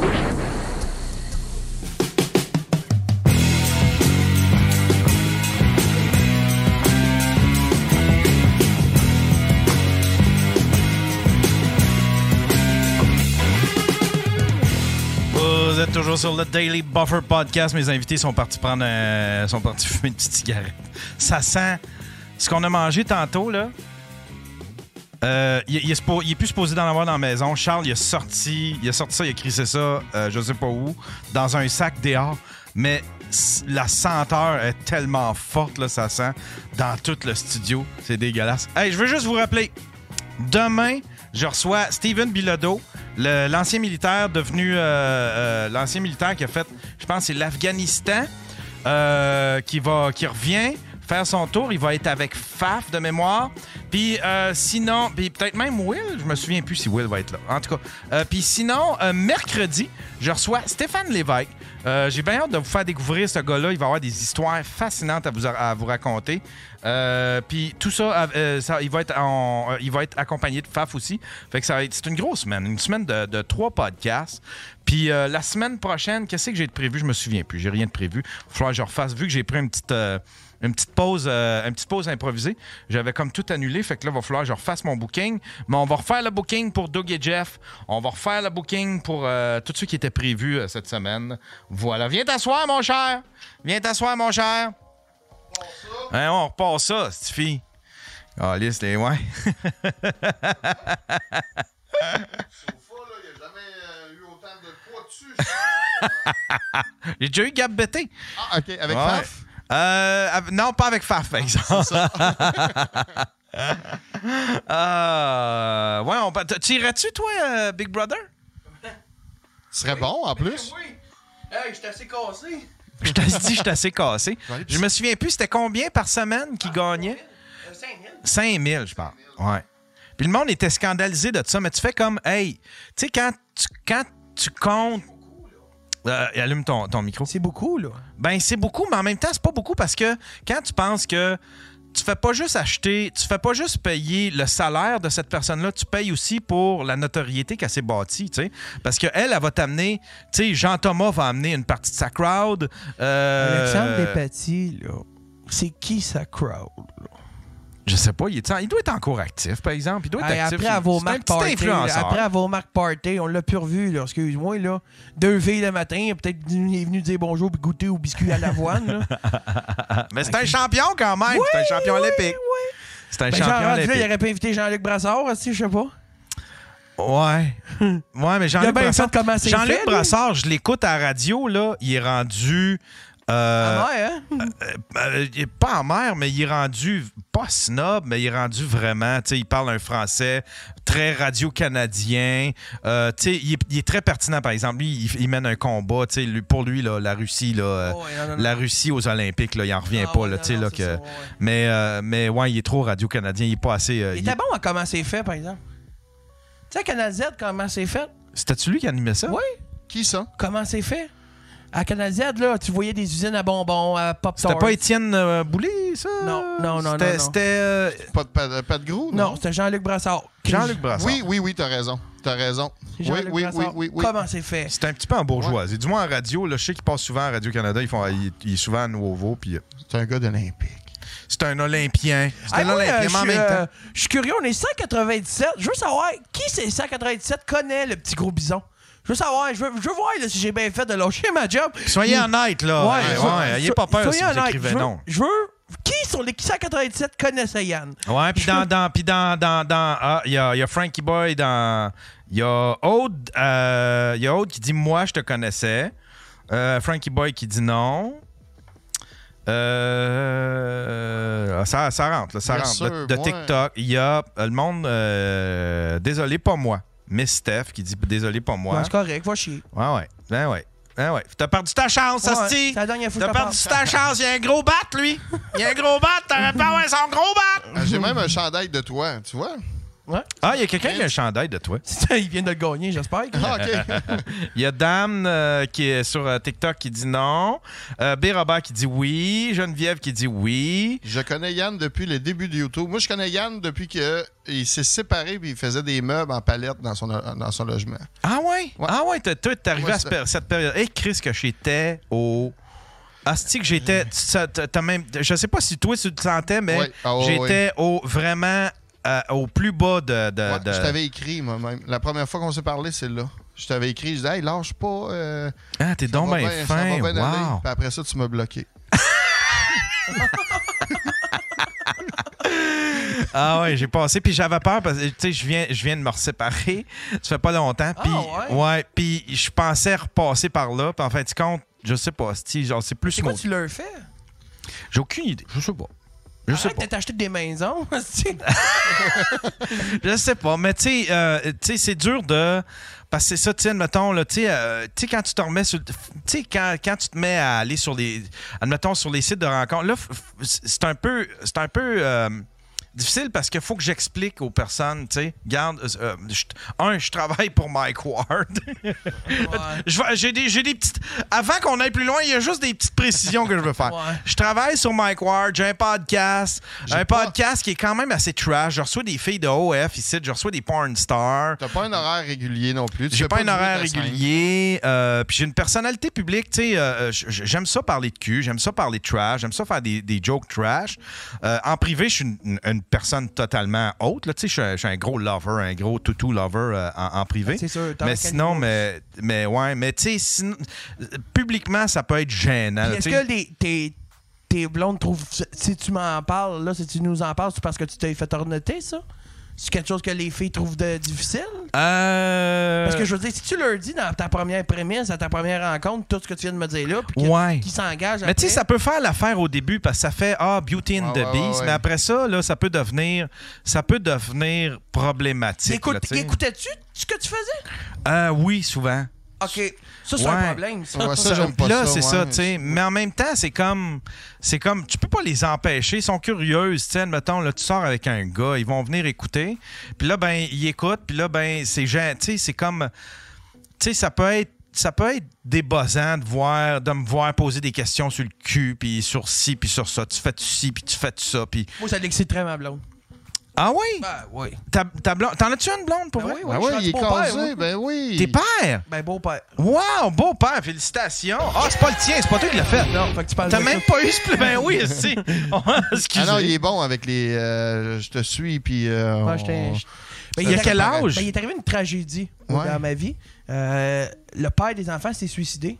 Vous êtes toujours sur le Daily Buffer Podcast. Mes invités sont partis prendre un... sont partis fumer une petite cigarette. Ça sent ce qu'on a mangé tantôt, là. Euh, il, il, est suppo- il est plus supposé d'en avoir dans la maison. Charles, il a sorti, il a sorti ça, il a crissé ça, euh, je sais pas où, dans un sac dehors. Mais la senteur est tellement forte, là, ça sent, dans tout le studio. C'est dégueulasse. Hey, je veux juste vous rappeler, demain, je reçois Steven Bilodeau, le, l'ancien militaire devenu... Euh, euh, l'ancien militaire qui a fait, je pense, c'est l'Afghanistan, euh, qui, va, qui revient faire son tour. Il va être avec Faf de mémoire. Puis euh, sinon, puis peut-être même Will, je me souviens plus si Will va être là. En tout cas, euh, puis sinon, euh, mercredi, je reçois Stéphane Lévesque. Euh, j'ai bien hâte de vous faire découvrir ce gars-là. Il va avoir des histoires fascinantes à vous, à vous raconter. Euh, puis tout ça, euh, ça, il va être en, euh, il va être accompagné de Faf aussi. Fait que ça va être, c'est une grosse semaine, une semaine de, de trois podcasts. Puis euh, la semaine prochaine, qu'est-ce que j'ai de prévu? Je me souviens plus. J'ai rien de prévu. Il va falloir que je refasse. Vu que j'ai pris une petite... Euh, Une petite pause, euh, une petite pause improvisée. J'avais comme tout annulé, fait que là, il va falloir que je refasse mon booking. Mais on va refaire le booking pour Doug et Jeff. On va refaire le booking pour euh, tous ceux qui étaient prévus euh, cette semaine. Voilà. Viens t'asseoir, mon cher. Viens t'asseoir, mon cher. Hein, on repart ça, cette fille. Ah, lisse les ouais. J'ai déjà eu Gab Bété. Ah, OK. Avec ouais. Faf? Euh, non, pas avec Faf, par exemple. euh, ouais, on, tu irais-tu, toi, euh, Big Brother? Ce serait bon, en plus. Oui. Hey, je suis assez cassé. Je t'ai dit, je suis assez cassé. Je me souviens plus, c'était combien par semaine qui gagnait? cinq mille. cinq mille, je pense. Ouais. Puis le monde était scandalisé de ça, mais tu fais comme, hey, tu sais, quand tu, quand tu comptes. Euh, allume ton, ton micro. C'est beaucoup, là. Ben, c'est beaucoup, mais en même temps, c'est pas beaucoup parce que quand tu penses que tu fais pas juste acheter, tu fais pas juste payer le salaire de cette personne-là, tu payes aussi pour la notoriété qu'elle s'est bâtie, tu sais. Parce qu'elle, elle va t'amener, tu sais, Jean-Thomas va amener une partie de sa crowd. Euh... Alexandre Despatie, là, c'est qui sa crowd, là? Je sais pas, il, est, il doit être encore actif, par exemple. Il doit être hey, actif. Après avoir Marc Party, après avoir Marc Party, on l'a plus revu, là. Excuse-moi, là. Deux filles le matin, peut-être il est venu dire bonjour puis goûter au biscuit à l'avoine, là. Mais c'est un champion quand même. Oui, c'est un champion oui, olympique. Oui. C'est un ben, champion genre, olympique. Là, il aurait pas invité Jean-Luc Brassard, aussi, je sais pas. Ouais. Ouais, mais Jean-Luc Brassard. Jean-Luc fait, Brassard, je l'écoute à la radio, là. Il est rendu. Euh, amer, hein? euh, euh, il est pas amer, mais il est rendu, pas snob, mais il est rendu vraiment, tu sais, il parle un français très radio-canadien. Euh, tu sais, il, il est très pertinent, par exemple. Lui, il, il mène un combat, tu sais, pour lui, là, la Russie, là, oh, ouais, non, non, la Russie aux Olympiques, là, il en revient ah, pas, ouais, là, tu sais, là, que... Ça, ouais. Mais, euh, mais, ouais, il est trop radio-canadien, il est pas assez... Euh, il était il... bon à comment c'est fait, par exemple. Tu sais, Canal Z, comment c'est fait? C'était-tu lui qui animait ça? Oui. Qui ça? Comment c'est fait? À Canal Z, là, tu voyais des usines à bonbons, à Pop-Tarts. C'était pas Étienne euh, Boulay, ça? Non, non, non, c'était, non. non. C'était... Euh... Pas de, pas de, pas de Grou, non? Non, c'était Jean-Luc Brassard. Jean-Luc Brassard. Oui, oui, oui, t'as raison. T'as raison. Oui, oui, oui, oui, oui. Comment c'est fait? C'était un petit peu en bourgeois. Ouais. Du moins en radio, là, je sais qu'il passe souvent à Radio-Canada. Ils font, il, il est souvent à Nouveau, puis... C'est un gars d'Olympique. C'est un Olympien. C'est Hey, un moi, Olympien, euh, mais en je suis, même euh, temps. Je suis curieux, on est cent quatre-vingt-dix-sept. Je veux savoir, qui c'est cent quatre-vingt-dix-sept connaît le petit gros bison? Je veux savoir, je veux, je veux voir là, si j'ai bien fait de lâcher ma job. Soyez honnête, là. Ouais, Ouais, je veux- ouais, ayez pas peur soyez si vous honnête. écrivez Je veux- non. Je veux... Qui sur les cent quatre-vingt-dix-sept connaissait Yann? Ouais, puis dans, dans, puis dans, dans, dans, ah, il y a, il y a Frankie Boy dans, il y a Aude, euh, il y a Aude qui dit moi je te connaissais, euh, Frankie Boy qui dit non. Euh, ça, ça rentre, là, ça Bien rentre. sûr, de de moi- TikTok, il y a euh, le monde, euh, désolé pas moi, Miss Steph qui dit désolé pas moi. Ouais, c'est correct, va chier. Ouais, ouais, ben ouais. Ben ouais. T'as perdu ta chance, Ouais, Asti! c'est la dernière fois que T'as je te perdu parle. ta chance, il y a un gros bat, lui! Il y a un gros bat, t'aurais pas avoir son gros bat! Ah, j'ai même un chandail de toi, tu vois? Ouais. Ah, il y a quelqu'un qui a un chandail de toi. Il vient de le gagner, j'espère. Ah, OK. Il y a Dan euh, qui est sur euh, TikTok qui dit non. Euh, B. Robert qui dit oui. Geneviève qui dit oui. Je connais Yann depuis le début de YouTube. Moi, je connais Yann depuis qu'il s'est séparé et il faisait des meubles en palette dans son, dans son logement. Ah ouais? Ouais. Ah ouais, t'es toi, t'es arrivé Ouais, à c'est- cette, cette période. Hé, Chris, que j'étais au... Asti que j'étais... ça, t'as- t'as même, je sais pas si toi, tu te sentais, mais Ouais. Ah ouais, j'étais au vraiment... euh, au plus bas de... de, Ouais, de- Je t'avais écrit, moi-même. La première fois qu'on s'est parlé, c'est là. Je t'avais écrit, je disais, hey, lâche pas. euh, Ah, t'es ça donc va bien bien- ça fin. va bien aller. Wow. Puis après ça, tu m'as bloqué. Ah ouais, j'ai passé. Puis j'avais peur parce que, tu sais, je viens, je viens de me séparer. Ça fait pas longtemps. Puis, Ah ouais? ouais, puis je pensais repasser par là. Puis en fin de compte, je sais pas, si genre, c'est plus C'est quoi smooth. tu leur fais? J'ai aucune idée. Je sais pas. Je sais Arrête pas. de t'acheter des maisons. c'est- Je sais pas. Mais tu sais, euh, tu sais, c'est dur de. Parce que c'est ça, tu sais, admettons, là, tu sais, euh, tu sais, quand tu te remets sur. Tu sais, quand, quand tu te mets à aller sur les. Admettons, sur les sites de rencontres, là, f- f- c'est un peu. C'est un peu. euh, difficile parce qu'il faut que j'explique aux personnes, tu sais, garde, euh, je- un, je travaille pour Mike Ward. Je vais- J'ai des, j'ai des petites... Avant qu'on aille plus loin, il y a juste des petites précisions que je veux faire. Ouais. Je travaille sur Mike Ward, j'ai un podcast, J'ai un pas- podcast qui est quand même assez trash. Je reçois des filles de O F ici, je reçois des porn stars. T'as pas un horaire régulier non plus. Tu J'ai fais pas un du bruit horaire de scène. régulier. euh, Puis j'ai une personnalité publique. Tu sais, euh, j- j'aime ça parler de cul, j'aime ça parler de trash, j'aime ça faire des, des jokes trash. Euh, en privé, je suis une, une- une personne totalement haute. là. Tu sais, je suis un- je suis un gros lover, un gros toutou lover euh, en, en privé. C'est sûr. t'as Mais un sinon, caniveau. mais, mais ouais, mais tu sais, sinon- euh, publiquement, ça peut être gênant. Puis là, est-ce tu sais. que les, tes, tes blondes trouvent. Si tu m'en parles, là, si tu nous en parles, c'est parce que tu t'es fait ornoter, ça? C'est quelque chose que les filles trouvent de difficile? Euh... Parce que je veux dire, si tu leur dis dans ta première prémisse, à ta première rencontre, tout ce que tu viens de me dire là, puis que- Ouais. qu'ils s'engagent Mais tu sais, après, ça peut faire l'affaire au début parce que ça fait ah Beauty and Ouais, the ouais, Beast, ouais, ouais. mais après ça, là, ça peut devenir, ça peut devenir problématique. Écoute, là, tu sais. écoutais-tu ce que tu faisais? Euh, oui, souvent. OK. Ça, c'est Ouais. un problème, ça. Ouais, ça, j'aime pas Là, ça, c'est ça, ouais. tu sais. Mais en même temps, c'est comme, c'est comme, tu peux pas les empêcher. Ils sont curieux, tu sais. Admettons, là, tu sors avec un gars, ils vont venir écouter. Puis là, ben, ils écoutent. Puis là, ben, c'est gênant. Tu sais, c'est comme, tu sais, ça peut être. Ça peut être débossant de voir, de me voir poser des questions sur le cul, puis sur ci, puis sur ça. Tu fais ci, puis tu fais ça, puis... Moi, ça l'exciterait ma blonde. Ah oui? Ben oui. Ta, ta blonde... T'en as-tu une blonde, pour Ben vrai? oui, oui. Ah je oui, suis il est rendu beau-père, casé, moi. ben oui. T'es père? Ben beau-père. Wow, beau-père, félicitations. Ah, c'est pas le tien, c'est pas toi qui l'as fait. Non, fait que tu parles T'as de même ça. pas eu ce... Ben oui, si. Excusez. Ah non, il est bon avec les... euh, je te suis, puis... euh, Ouais, on- j'étais- Ben, Il y a est quel arrivé- âge? ben, il est arrivé une tragédie Ouais. dans ma vie. Euh, le père des enfants s'est suicidé.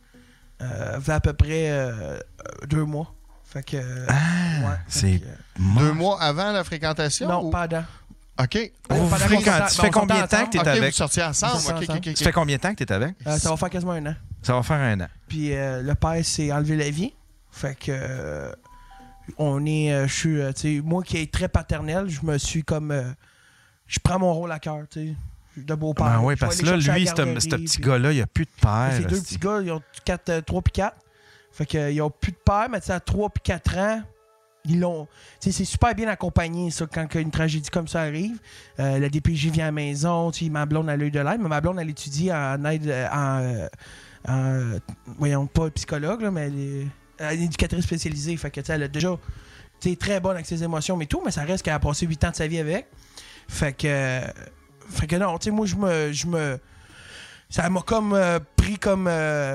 Euh, il y a à peu près euh, deux mois. Fait que. ouais, fait c'est que, euh, Deux mois avant la fréquentation? non, ou- pendant. OK. Vous Pendant fréquentez- qu'on ça s'entend- fait on s'entend combien de temps que t'es ensemble. OK, avec? vous sortiez ensemble. Vous sortez OK, OK, ensemble. OK. Ça fait combien de temps que t'es avec? Euh, ça va faire quasiment un an. Ça va faire un an. Puis euh, le père s'est enlevé la vie. Fait que. euh, on est. euh, je suis. euh, tu sais, moi qui est très paternel, je me suis comme. euh, je prends mon rôle à cœur, tu sais. De beau-père. Ben oui, Je vais parce que aller là, chercher à lui, la ce garderie, ce petit puis- gars-là, il a plus de père. Ces deux esti. petits gars, ils ont quatre, trois puis quatre. Fait que, euh, ils ont plus de père, mais tu sais, à trois puis quatre ans, ils l'ont. Tu sais, c'est super bien accompagné, ça, quand une tragédie comme ça arrive. Euh, la D P J vient à la maison, tu sais, ma blonde a l'œil de l'aide, mais ma blonde, elle étudie en aide. euh, En, euh, en- voyons, pas psychologue, là, mais elle est, elle est éducatrice spécialisée. Fait que, tu sais, elle a déjà. Tu sais, très bonne avec ses émotions, mais tout, mais ça reste qu'elle a passé huit ans de sa vie avec. Fait que. euh, Fait que non, tu sais, moi, je me. Je me ça m'a comme euh, pris comme. euh,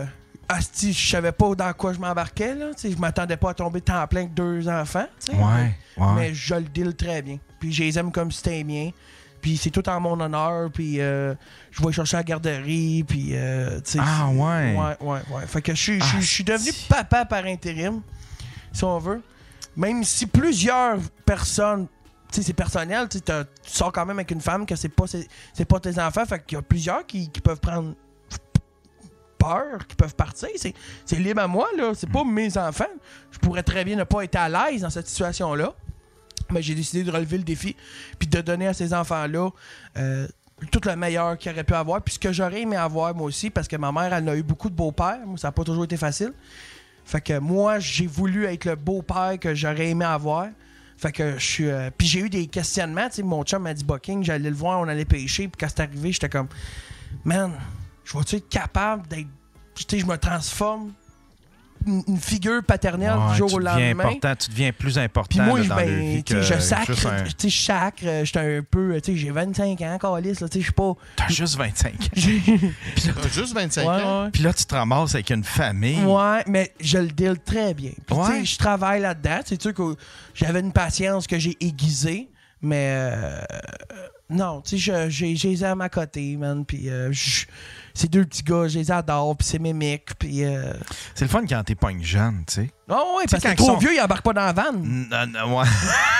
asti, je savais pas dans quoi je m'embarquais, là. T'sais, je m'attendais pas à tomber temps plein avec deux enfants, t'sais. Ouais, ouais. Mais je le deal très bien. Puis je les aime comme si c'était mien. Puis c'est tout en mon honneur. Puis euh, je vais chercher à la garderie. Puis, euh, tu sais. Ah, ouais. Ouais, ouais, ouais. Fait que je suis- je suis- Ah, je suis devenu papa par intérim, si on veut. Même si plusieurs personnes, tu sais, c'est personnel, tu sais, t'as- tu sors quand même avec une femme que c'est pas, c'est, c'est pas tes enfants. Fait qu'il y a plusieurs qui, qui peuvent prendre peur, qui peuvent partir. C'est, c'est libre à moi, là. C'est pas mes enfants. Je pourrais très bien ne pas être à l'aise dans cette situation-là. Mais j'ai décidé de relever le défi puis de donner à ces enfants-là euh, tout le meilleur qu'ils auraient pu avoir. Puis ce que j'aurais aimé avoir, moi aussi, parce que ma mère, elle a eu beaucoup de beaux-pères. Moi, ça n'a pas toujours été facile. Fait que moi, j'ai voulu être le beau-père que j'aurais aimé avoir. Fait que je suis. euh, puis j'ai eu des questionnements. Tu sais, mon chum m'a dit Bucking, j'allais le voir, on allait pêcher. Puis quand c'est arrivé, j'étais comme, man, je vais-tu être capable d'être. Tu sais, je me transforme une, une figure paternelle Ouais, du jour tu au deviens lendemain. important, tu deviens plus important Puis moi, là, je- dans ben, leur vie tu que sais, je sacre, juste un- tu sais, je sacre, euh, j'étais un peu, tu sais, j'ai vingt-cinq ans, câlisse, là, tu sais, je suis pas... T'as juste vingt-cinq ans. T'as juste vingt-cinq Ouais, ans. ouais. Puis là, tu te ramasses avec une famille. Ouais, mais je le deal très bien. Puis, tu Ouais. sais, je travaille là-dedans. C'est sûr que j'avais une patience que j'ai aiguisée, mais euh, non, tu sais, je- j'ai j'ai les aime à côté, man. Puis euh, je- ces deux petits gars, je les adore, puis c'est mémique, puis... Euh... C'est le fun quand t'es pas une jeune, tu sais. Oh, ouais, Tu sais, parce que quand trop ils sont- vieux, ils embarquent pas dans la vanne. Non, non, ouais.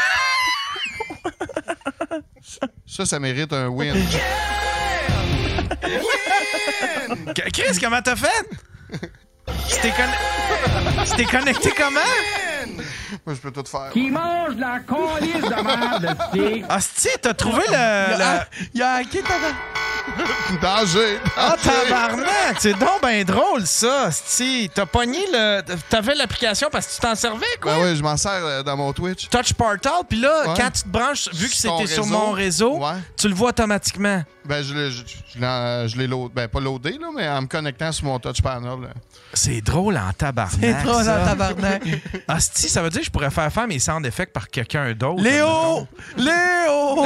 Ça, ça mérite un win. Chris, comment t'as fait? Tu t'es conne- tu t'es connecté comment? Moi, je peux tout faire. Qui mange de la colisse de merde, c'est. Asti, t'as trouvé le... Il y a, la- il y a un kid dans- Danger! Ah, danger. tabarnak! C'est donc ben drôle, ça, asti. T'as pogné le... T'avais l'application parce que tu t'en servais, quoi? Ben oui, je m'en sers euh, dans mon Twitch. Touch Portal, puis là, Ouais. quand tu te branches, vu que Sur ton c'était sur réseau. mon réseau, Ouais. tu le vois automatiquement. Ben, je l'ai, je, je l'ai, euh, je l'ai load, ben, pas loadé, là, mais en me connectant sur mon touch panel. là. C'est drôle en tabarnak. C'est drôle ça. en tabarnak. Asti, ça veut dire que je pourrais faire faire mes sound effects par quelqu'un d'autre. Léo! Léo!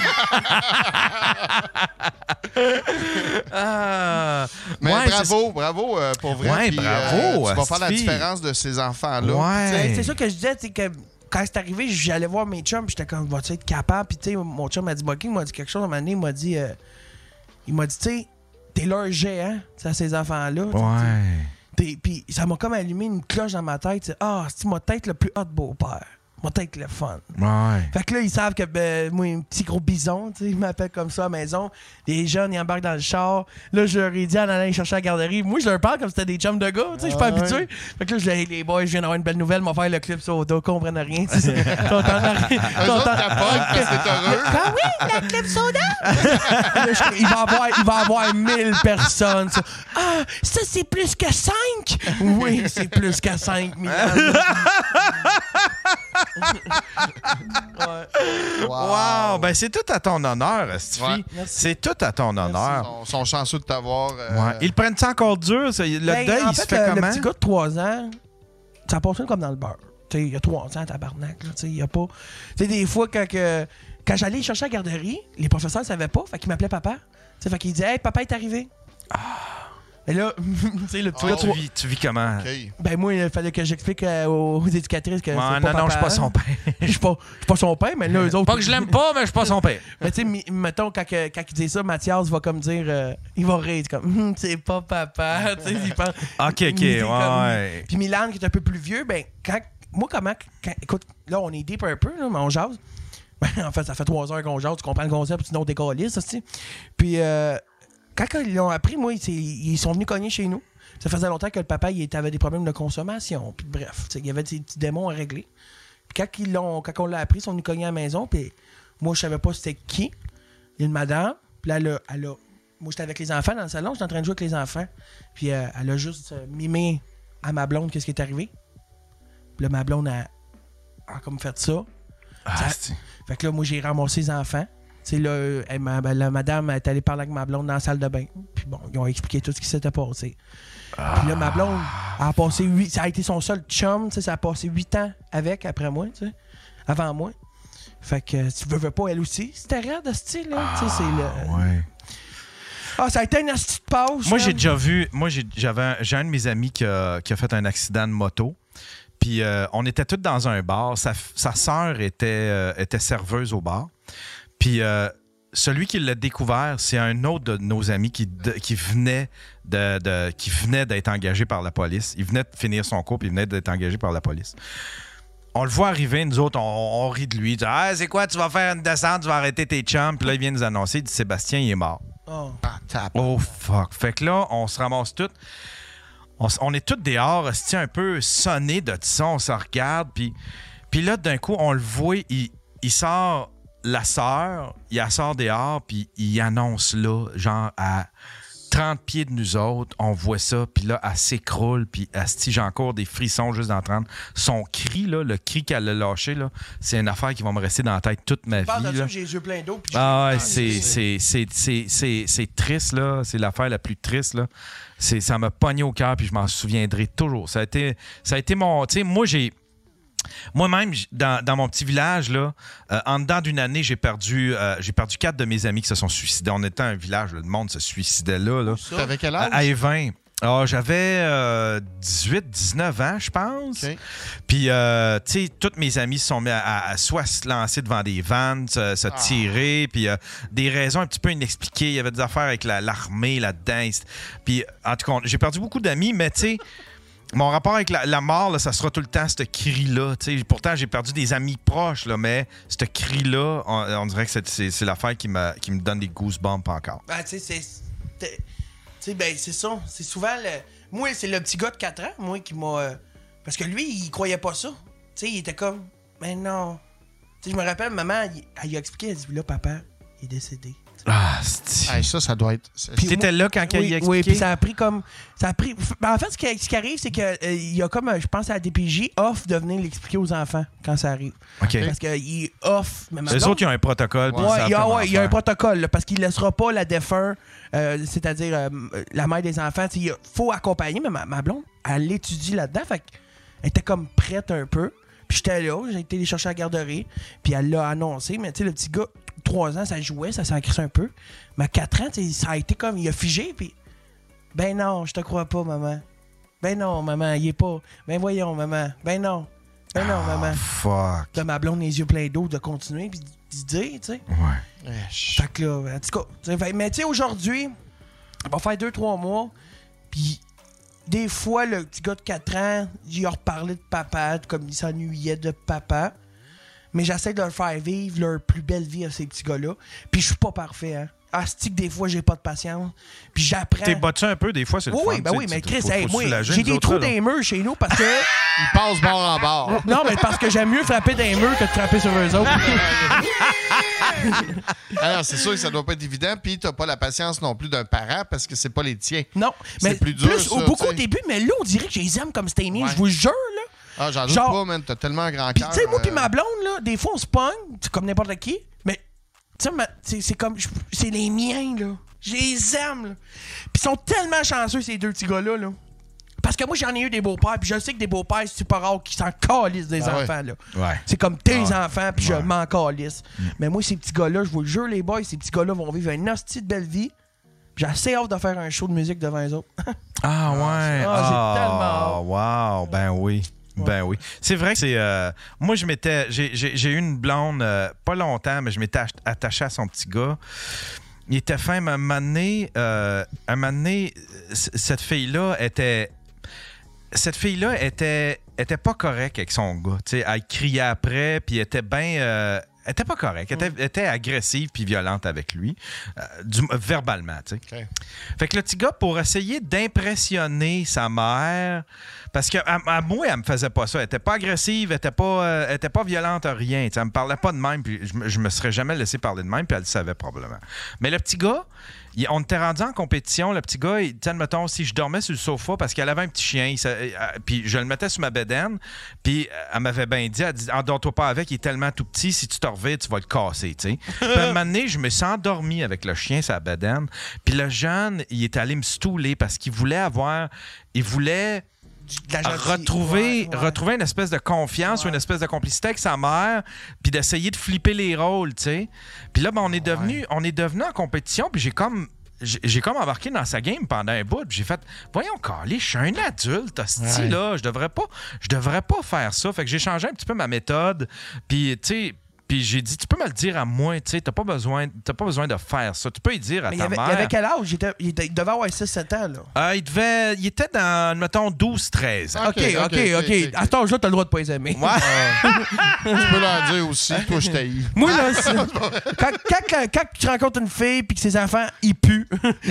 Ah. Mais Ouais, bravo, bravo euh, pour vrai. Ouais, puis, bravo, euh, tu vas faire la Asti. différence de ces enfants-là. Ouais. C'est c'est ça que je disais, c'est que quand c'est arrivé, j'allais voir mes chums, puis j'étais comme, vas-tu être capable? Puis tu sais, mon chum m'a dit, Bucking m'a dit quelque chose, à un moment donné, il m'a dit, euh, il m'a dit, tu sais, t'es leur géant, tu sais, à ces enfants-là. tu sais, Ouais. t'es- Puis ça m'a comme allumé une cloche dans ma tête, tu sais, ah, c'est moi tête le plus hot beau-père. Moi tête le fun. Ouais. Fait que là, ils savent que, ben, moi, un petit gros bison, tu sais, ils m'appellent comme ça à la maison. Les jeunes, ils embarquent dans le char. Là, je leur ai dit en allant les chercher à la garderie. Moi, je leur parle comme si c'était des chums de gars, tu sais, je suis pas Ah, habitué. ouais. Fait que là, je dis, hey, les boys, je viens d'avoir une belle nouvelle, m'ont fait le clip sur le dos, comprennent rien, tu sais. Ils sont en arrière- ils Eux sont en- autres capotent parce que c'est heureux. Ah oui, la clip soda! Là, je- il, va avoir, il va avoir mille personnes. Ça. Ah, ça, c'est plus que cinq? Oui, c'est plus que cinq, Milan. Ouais. Wow. Ben, c'est tout à ton honneur, Asti. Ouais. C'est tout à ton Ils honneur. sont, sont chanceux de t'avoir. euh, Ouais. Ils prennent ça encore dur? ça? Le Ben, deuil, en il se fait, fait le, le comment? petit gars de trois ans, ça passe comme dans le beurre. Tu sais, il y a trois ans, tabarnak. Là, tu sais, il y a pas... Tu sais, des fois, quand, que, quand j'allais chercher à la garderie, les professeurs ne savaient pas, fait qu'ils m'appelaient papa. Tu sais, fait qu'ils disaient « Hey, papa est arrivé. Ah. » Et là, tu sais, le petit Toi, gars de tu trois- vis, tu vis comment? OK. Ben moi, il fallait que j'explique euh, aux, aux éducatrices que Ouais, c'est non, pas non, je suis papa. pas son père. Je suis pas, je suis pas son père, mais là, eux autres... Pas que je l'aime pas, mais je suis pas son père. Mais tu sais, mi- mettons, quand, que- quand il dit ça, Mathias va comme dire... euh, il va rire, comme Hum, c'est pas papa. Tu sais, il pense... OK, OK, il dit ouais, comme- ouais. Puis Milan, qui est un peu plus vieux, ben, quand... Moi, comment... quand- écoute, là, on est deep un peu, là, mais on jase. Ben, en fait, ça fait trois heures qu'on jase, tu comprends le concept, sinon t'es calé, ça, tu sais. Puis, euh, quand ils l'ont appris, moi, ils, ils sont venus cogner chez nous. Ça faisait longtemps que le papa, il avait des problèmes de consommation. Puis bref, tu sais, il y avait des petits démons à régler. Puis quand, ils l'ont, quand on l'a appris, ils sont venus cogner à la maison. Puis moi, je savais pas c'était qui. Il y a une madame. Puis là, elle a, elle a- moi, j'étais avec les enfants dans le salon. J'étais en train de jouer avec les enfants. Puis euh, elle a juste euh, mimé à ma blonde qu'est-ce qui est arrivé. Puis là, ma blonde a, a comme fait ça. Ah, Ça- c'est- Fait que là, moi, j'ai ramassé les enfants. Tu sais, là, euh, elle m'a- ben, la madame est allée parler avec ma blonde dans la salle de bain. Puis bon, ils ont expliqué tout ce qui s'était passé. Puis là, ma blonde a passé huit... Ça a été son seul chum, tu sais, ça a passé huit ans avec, après moi, tu sais, avant moi. Fait que, tu veux, veux pas, elle aussi, c'était raide, ce style, là. Tu sais, c'est le... Ouais. Ah, ça a été un asti de passe. Moi, j'ai déjà vu... Moi, j'ai, j'avais un, j'ai un de mes amis qui a, qui a fait un accident de moto. Puis euh, on était tous dans un bar. Sa, sa sœur était, euh, était serveuse au bar. Puis euh, celui qui l'a découvert, c'est un autre de nos amis qui, de, qui, venait, de, de, qui venait d'être engagé par la police. Il venait de finir son cours, puis il venait d'être engagé par la police. On le voit arriver, nous autres, on, on rit de lui. Il dit, ah, c'est quoi, tu vas faire une descente, tu vas arrêter tes chums. Puis là, il vient nous annoncer, il dit, Sébastien, il est mort. Oh, oh fuck. Fait que là, on se ramasse tous. On, on est tous dehors, un peu sonnés de ça, on se regarde, puis, puis là, d'un coup, on le voit, il, il sort la sœur, il la sort dehors, puis il annonce là, genre à trente pieds de nous autres, on voit ça, puis là, elle s'écroule, puis asti, j'ai encore des frissons juste d'entendre. Son cri, là, le cri qu'elle a lâché, là, c'est une affaire qui va me rester dans la tête toute ma vie. Parle de là. ça, j'ai les yeux pleins d'eau. Ah ouais, c'est, c'est, c'est, c'est, c'est, c'est triste, là. C'est l'affaire la plus triste, là. C'est, ça m'a pogné au cœur, puis je m'en souviendrai toujours. Ça a été, ça a été mon... Tu sais, moi, j'ai... Moi-même, dans, dans mon petit village, là, euh, en dedans d'une année, j'ai perdu, euh, j'ai perdu quatre de mes amis qui se sont suicidés. On était un village, le monde se suicidait là. là. T'avais quel âge? À, à Évin. Ah, j'avais euh, dix-huit dix-neuf ans, je pense. Okay. Puis, euh, tu sais, tous mes amis se sont mis à, à, à soit se lancer devant des vannes, se, se tirer, puis euh, des raisons un petit peu inexpliquées. Il y avait des affaires avec la, l'armée là-dedans. Puis, en tout cas, j'ai perdu beaucoup d'amis, mais tu sais, mon rapport avec la, la mort, là, ça sera tout le temps ce cri-là. T'sais. Pourtant, j'ai perdu des amis proches, là, mais ce cri-là, on, on dirait que c'est, c'est, c'est l'affaire qui, m'a, qui me donne des goosebumps encore. Ben, tu sais, c'est... Tu sais, ben, c'est ça. C'est souvent le... Moi, c'est le petit gars de quatre ans, moi, qui m'a... Euh... Parce que lui, il croyait pas ça. Tu sais, il était comme... Ben non. Tu sais, je me rappelle, maman, elle, elle lui a expliqué, elle dit, là, papa, il est décédé. Ah, c'est... Hey, ça, ça doit être... Puis t'étais là quand oui, il a expliqué? Oui, puis ça a pris comme... Ça a pris... En fait, ce qui, ce qui arrive, c'est qu'il euh, y a comme, je pense, à la D P J, off de venir l'expliquer aux enfants quand ça arrive. OK. Parce qu'il est off. Mais les autres, ils ont un protocole. Ouais, il y a, ouais, y a un protocole, là, parce qu'il ne laissera pas la défunt, euh, c'est-à-dire euh, la mère des enfants. Il faut accompagner, mais ma, ma blonde, elle l'étudie là-dedans. Fait qu'elle était comme prête un peu. Puis j'étais là, j'ai été les chercher à la garderie. Puis elle l'a annoncé. Mais tu sais, le petit gars, trois ans, ça jouait, ça s'en crissait un peu. Mais à quatre ans, ça a été comme, il a figé. Puis, ben non, je te crois pas, maman. Ben non, maman, il est pas. Ben voyons, maman. Ben non. Ben non, oh, maman. Fuck. De ma blonde, les yeux pleins d'eau, de continuer. Puis de dire, tu sais. Ouais. Fait que là, en tout cas. Mais tu sais, aujourd'hui, on va faire deux, trois mois. Puis. Des fois, le petit gars de quatre ans, il a reparlé de papa, comme il s'ennuyait de papa. Mais j'essaie de leur faire vivre leur plus belle vie à ces petits gars-là. Puis je suis pas parfait, hein. Asti que des fois, j'ai pas de patience. Puis j'apprends... T'es battu un peu, des fois, c'est le oui, fun. Oui, ben oui, mais Chris, faut, hey, faut moi, j'ai des trous dans les murs chez nous parce que... Ils passent bord en bord. Non, mais parce que j'aime mieux frapper dans les murs que de frapper sur eux autres. Alors, c'est sûr que ça doit pas être évident. Puis t'as pas la patience non plus d'un parent parce que c'est pas les tiens. Non, c'est mais plus dur, plus, ça, beaucoup t'sais. au début, mais là, on dirait que je les aime comme c'était né. Ouais. Je vous jure, là. Ah, j'en doute Genre, pas, man. T'as tellement un grand Puis, cœur. tu sais, moi, euh... puis ma blonde, là, des fois, on se pogne, comme n'importe qui, mais, tu sais, c'est, c'est comme, c'est les miens, là. Je les aime, là. Puis, ils sont tellement chanceux, ces deux petits gars-là, là. Parce que moi, j'en ai eu des beaux-pères, puis je sais que des beaux-pères, c'est pas rare qu'ils s'en calissent des ah enfants, ouais. là. Ouais. C'est comme tes ouais. enfants, puis ouais. je m'en calisse. Mm. Mais moi, ces petits gars-là, je vous le jure, les boys, ces petits gars-là vont vivre une hostie de belle vie. J'ai assez hâte de faire un show de musique devant eux autres. Ah ouais. Ah, j'ai tellement hâte. Wow. Ben oui. Ouais. Ben oui. C'est vrai que c'est... Euh, moi, je m'étais... J'ai, j'ai, j'ai eu une blonde, euh, pas longtemps, mais je m'étais attaché à son petit gars. Il était fin, mais un moment donné, euh, un moment donné, cette fille-là était... Cette fille-là était, était pas correcte avec son gars. T'sais, elle criait après, puis elle était bien... Euh, elle était pas correcte. Elle était, était agressive puis violente avec lui, euh, du, verbalement, tu sais. Okay. Fait que le petit gars, pour essayer d'impressionner sa mère, parce que à, à moi, elle me faisait pas ça. Elle était pas agressive, elle était pas, euh, elle était pas violente, rien. T'sais, elle me parlait pas de même, puis je, je me serais jamais laissé parler de même, puis elle le savait probablement. Mais le petit gars, il, on était rendu en compétition. Le petit gars, il, admettons, si je dormais sur le sofa parce qu'elle avait un petit chien, il, euh, puis je le mettais sur ma bédaine, puis elle m'avait bien dit, elle dit, endors-toi pas avec, il est tellement tout petit, si tu te reviens, tu vas le casser, tu sais. Puis à un moment donné, je me suis endormi avec le chien sur la bédaine, puis le jeune, il est allé me stouler parce qu'il voulait avoir, il voulait... retrouver, ouais, ouais. retrouver une espèce de confiance ouais. ou une espèce de complicité avec sa mère, puis d'essayer de flipper les rôles, tu sais. Puis là, ben, on est devenu, ouais. on est devenu en compétition, puis j'ai comme, j'ai j'ai comme embarqué dans sa game pendant un bout. Puis j'ai fait, voyons, Carly, je suis un adulte, hostie, Ouais. là. Je devrais pas, je devrais pas faire ça. Fait que j'ai changé un petit peu ma méthode. Puis, tu sais, puis j'ai dit, tu peux me le dire à moi, tu sais, t'as pas besoin, t'as pas besoin de faire ça. Tu peux y dire à Mais il ta avait, mère. il avait quel âge? Il, était- il était- il devait avoir six sept ans, là. Euh, il devait, il était dans, mettons, douze treize ans. OK, OK, OK. À cet âge-là, t'as le droit de pas les aimer. Ouais. Tu peux leur dire aussi, toi, je t'haïs. Moi, là, c'est- quand, quand, quand, quand tu rencontres une fille puis que ses enfants, ils puent.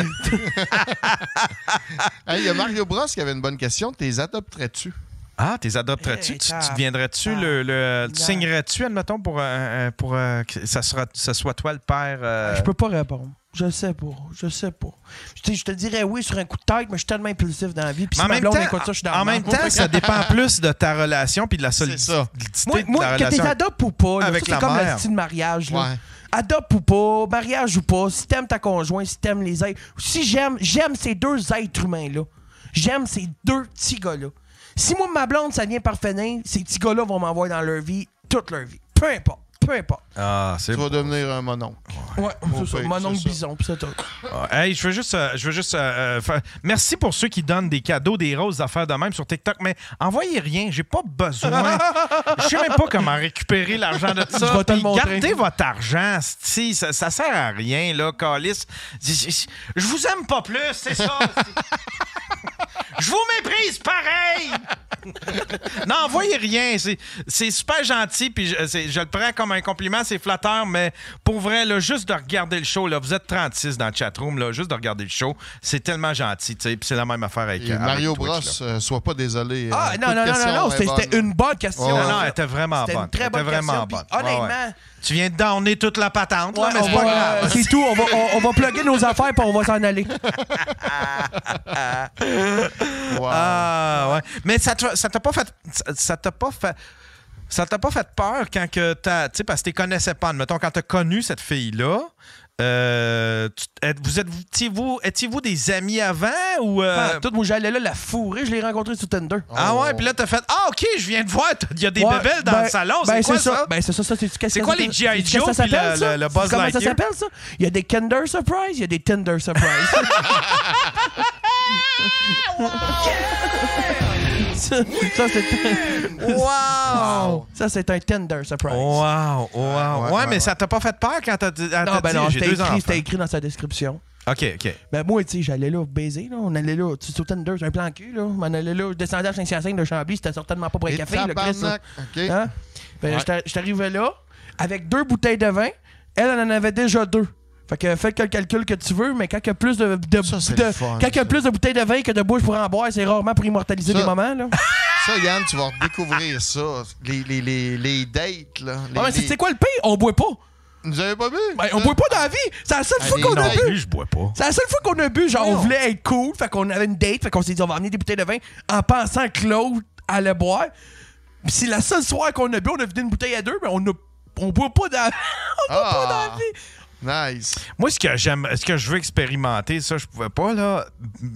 Hey, il y a Mario Bros qui avait une bonne question. T'es adopterais-tu? Ah, t'es adopterais-tu? Hey, tu, t'as- tu deviendrais-tu le, le- Tu Non. signerais-tu, admettons, pour, euh, pour euh, que ça, sera, ça soit toi le père? euh, Je peux pas répondre. Je sais pas. Je sais pas. Je te, je te dirais oui sur un coup de tête, mais je suis tellement impulsif dans la vie. Puis Mais si en ma même blonde temps, écoute ça, je suis dans en la même merde. temps, ça dépend plus de ta relation puis de la solidité ça. Moi, de moi la que t'es relation. adopte ou pas, là, avec ça, la c'est comme mère. le style de mariage. Là. Ouais. Adopte ou pas, mariage ou pas, si t'aimes ta conjointe, si t'aimes les êtres. Si j'aime, j'aime ces deux êtres humains-là. J'aime ces deux petits gars-là. Si moi, ma blonde, ça vient par finir, ces petits gars-là vont m'envoyer dans leur vie, toute leur vie. Peu importe. Peu importe. Ah, c'est Tu vas beau. devenir un mononcle. Ouais, c'est ça. pire, Mon oncle c'est ça. bison, pis c'est tout. Ah, hey, je veux juste, euh, je veux juste euh, euh, faire- merci pour ceux qui donnent des cadeaux, des roses, des affaires de même sur TikTok, mais envoyez rien, j'ai pas besoin. Je sais même pas comment récupérer l'argent de ça. Je vais te le Puis montrer. Gardez votre argent, si ça, ça sert à rien là, calice. Je, je- je vous aime pas plus, c'est ça. Je vous méprise pareil. Non, envoyez rien. C'est, c'est super gentil, puis je, c'est- je le prends comme un compliment, c'est flatteur, mais pour vrai, là, juste de regarder le show, là, vous êtes trente-six dans le chatroom, là, juste de regarder le show, c'est tellement gentil, tu sais, puis c'est la même affaire avec, Et avec Mario Twitch, Bros, là. euh, sois pas désolé. Ah, euh, non, toute non, non, question non, non, est c'était bonne. c'était une bonne question. Ouais, Non, ouais. non, elle était vraiment C'était bonne. une très Elle bonne était vraiment question. bonne. Puis, Ouais, honnêtement, ouais. Tu viens de donner toute la patente, là, ouais, mais on c'est pas va- grave. c'est tout, on va, on, on va plugger nos affaires puis on va s'en aller. Wow. Ah, ouais. Mais ça t'a ça t'a pas fait. Ça, ça t'a pas fait. Ça t'a pas fait peur quand que t'as. Tu sais, parce que tu connaissais pas. Mettons, quand t'as connu cette fille-là, euh, tu- êtes- vous êtes, étiez-vous, étiez-vous des amis avant ou. euh, Ah, tout, moi, j'allais là la fourrer, je l'ai rencontré sur Tinder. Ah ouais, puis là, t'as fait. Ah, OK, je viens de voir, il y a des Ouais, bébelles dans ben- le salon. ben, c'est quoi ça? Ben, c'est ça, ça, c'est qu'est-ce C'est que quoi ça- les G I. qu'est-ce que Joe ça puis s'appelle, le- ça? le- le Buzz Comment Lightyear? ça s'appelle, ça? Il y a des Kinder Surprise, il y a des Tinder Surprise. ça, ça, c'est... Wow! Ça, c'est un Tinder Surprise. Wow, wow. Ouais, ouais, mais ouais. ça t'a pas fait peur quand t'as dit. elle Non, t'a ben dit, non, j'ai c'était deux écrit, enfants. c'était écrit dans sa description. OK, OK. Ben moi, tu sais, j'allais là baiser, là. On allait là, tu sais, sur Tinder, c'est un plan cul, là. On allait là, je descendais à Saint-Hyacinthe de Chambly, c'était certainement pas pour un Et café, le Chris, là. tabarnak. OK. Hein? Ben, Ouais. j'étais- j'étais arrivé là, avec deux bouteilles de vin. Elle, elle en avait déjà deux. Fait que faites le calcul que tu veux, mais quand il y a plus de, de, Ça, c'est de- le fun, quand il y a ça. plus de bouteilles de vin que de bouche pour en boire, c'est rarement pour immortaliser Ça- des moments, là. Ça, Yann, tu vas redécouvrir ça. Les, les, les, les dates, là. Les, Ah, mais c'est les- c'est quoi le pire? On boit pas. Vous avez pas bu? Ben, on boit pas dans la vie. C'est la seule Ah, fois les qu'on a noms. bu. Lui, je bois pas. C'est la seule fois qu'on a bu. Genre, on Non. voulait être cool. Fait qu'on avait une date. Fait qu'on s'est dit, on va amener des bouteilles de vin en pensant que l'autre allait boire. Puis c'est la seule soirée qu'on a bu. On a vidé une bouteille à deux, mais on a, on boit pas dans, on boit pas dans la vie. Nice. Moi, ce que j'aime, ce que je veux expérimenter, ça, je pouvais pas, là.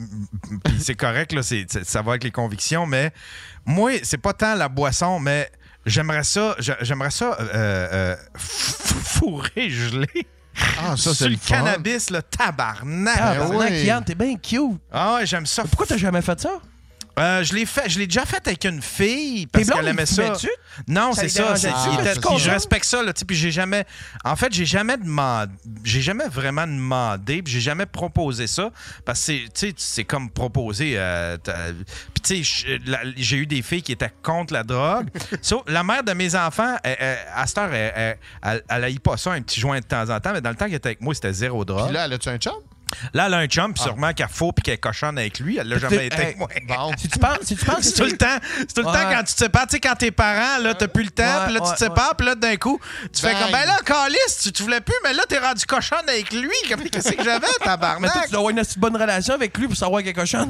Puis c'est correct, là, c'est, c'est- ça va avec les convictions, mais moi, c'est pas tant la boisson, mais j'aimerais ça, j'a- j'aimerais ça euh, euh, f- fourrer gelé. Ah, ça, Sur c'est le le fun. cannabis, le tabarnak. Ah, Ben ben, oui. Yann, t'es bien cute. Ah ouais, j'aime ça. Pourquoi t'as jamais fait ça? Euh, je l'ai fait, je l'ai déjà fait avec une fille Tes parce blondes, qu'elle aimait ils ça. fumaient-tu? Non, Ça c'est les ça. dérangeait-tu? c'est- Ah, il était- c'est puis ça. je respecte ça, là, tu sais, puis j'ai jamais. En fait, j'ai jamais demandé. J'ai jamais vraiment demandé, puis j'ai jamais proposé ça. Parce que c'est, tu sais, c'est comme proposer. euh, t'as- puis tu sais, je- la- j'ai eu des filles qui étaient contre la drogue. So, la mère de mes enfants, elle- elle- à cette heure, elle, elle, elle, elle haït pas ça, un petit joint de temps en temps, mais dans le temps qu'elle était avec moi, c'était zéro drogue. Puis là, elle a-tu un chum? Là, elle a un chum, puis sûrement qu'elle faut puis qu'elle est cochonne avec lui. Elle l'a jamais été avec moi. Bon. Si tu penses, si tu penses C'est tout le temps. C'est tout le Ouais. temps quand tu te sépares. Tu sais, quand tes parents, là, t'as plus le temps, Ouais, puis là, tu ouais, te sépares, puis là, d'un coup, tu fais Bang. comme, ben là, calice, tu, tu voulais plus, mais là, t'es rendu cochonne avec lui. Comme, Qu'est-ce que j'avais, Mais toi, tabarnak? tu dois avoir une assez bonne relation avec lui pour savoir qu'il est cochonne.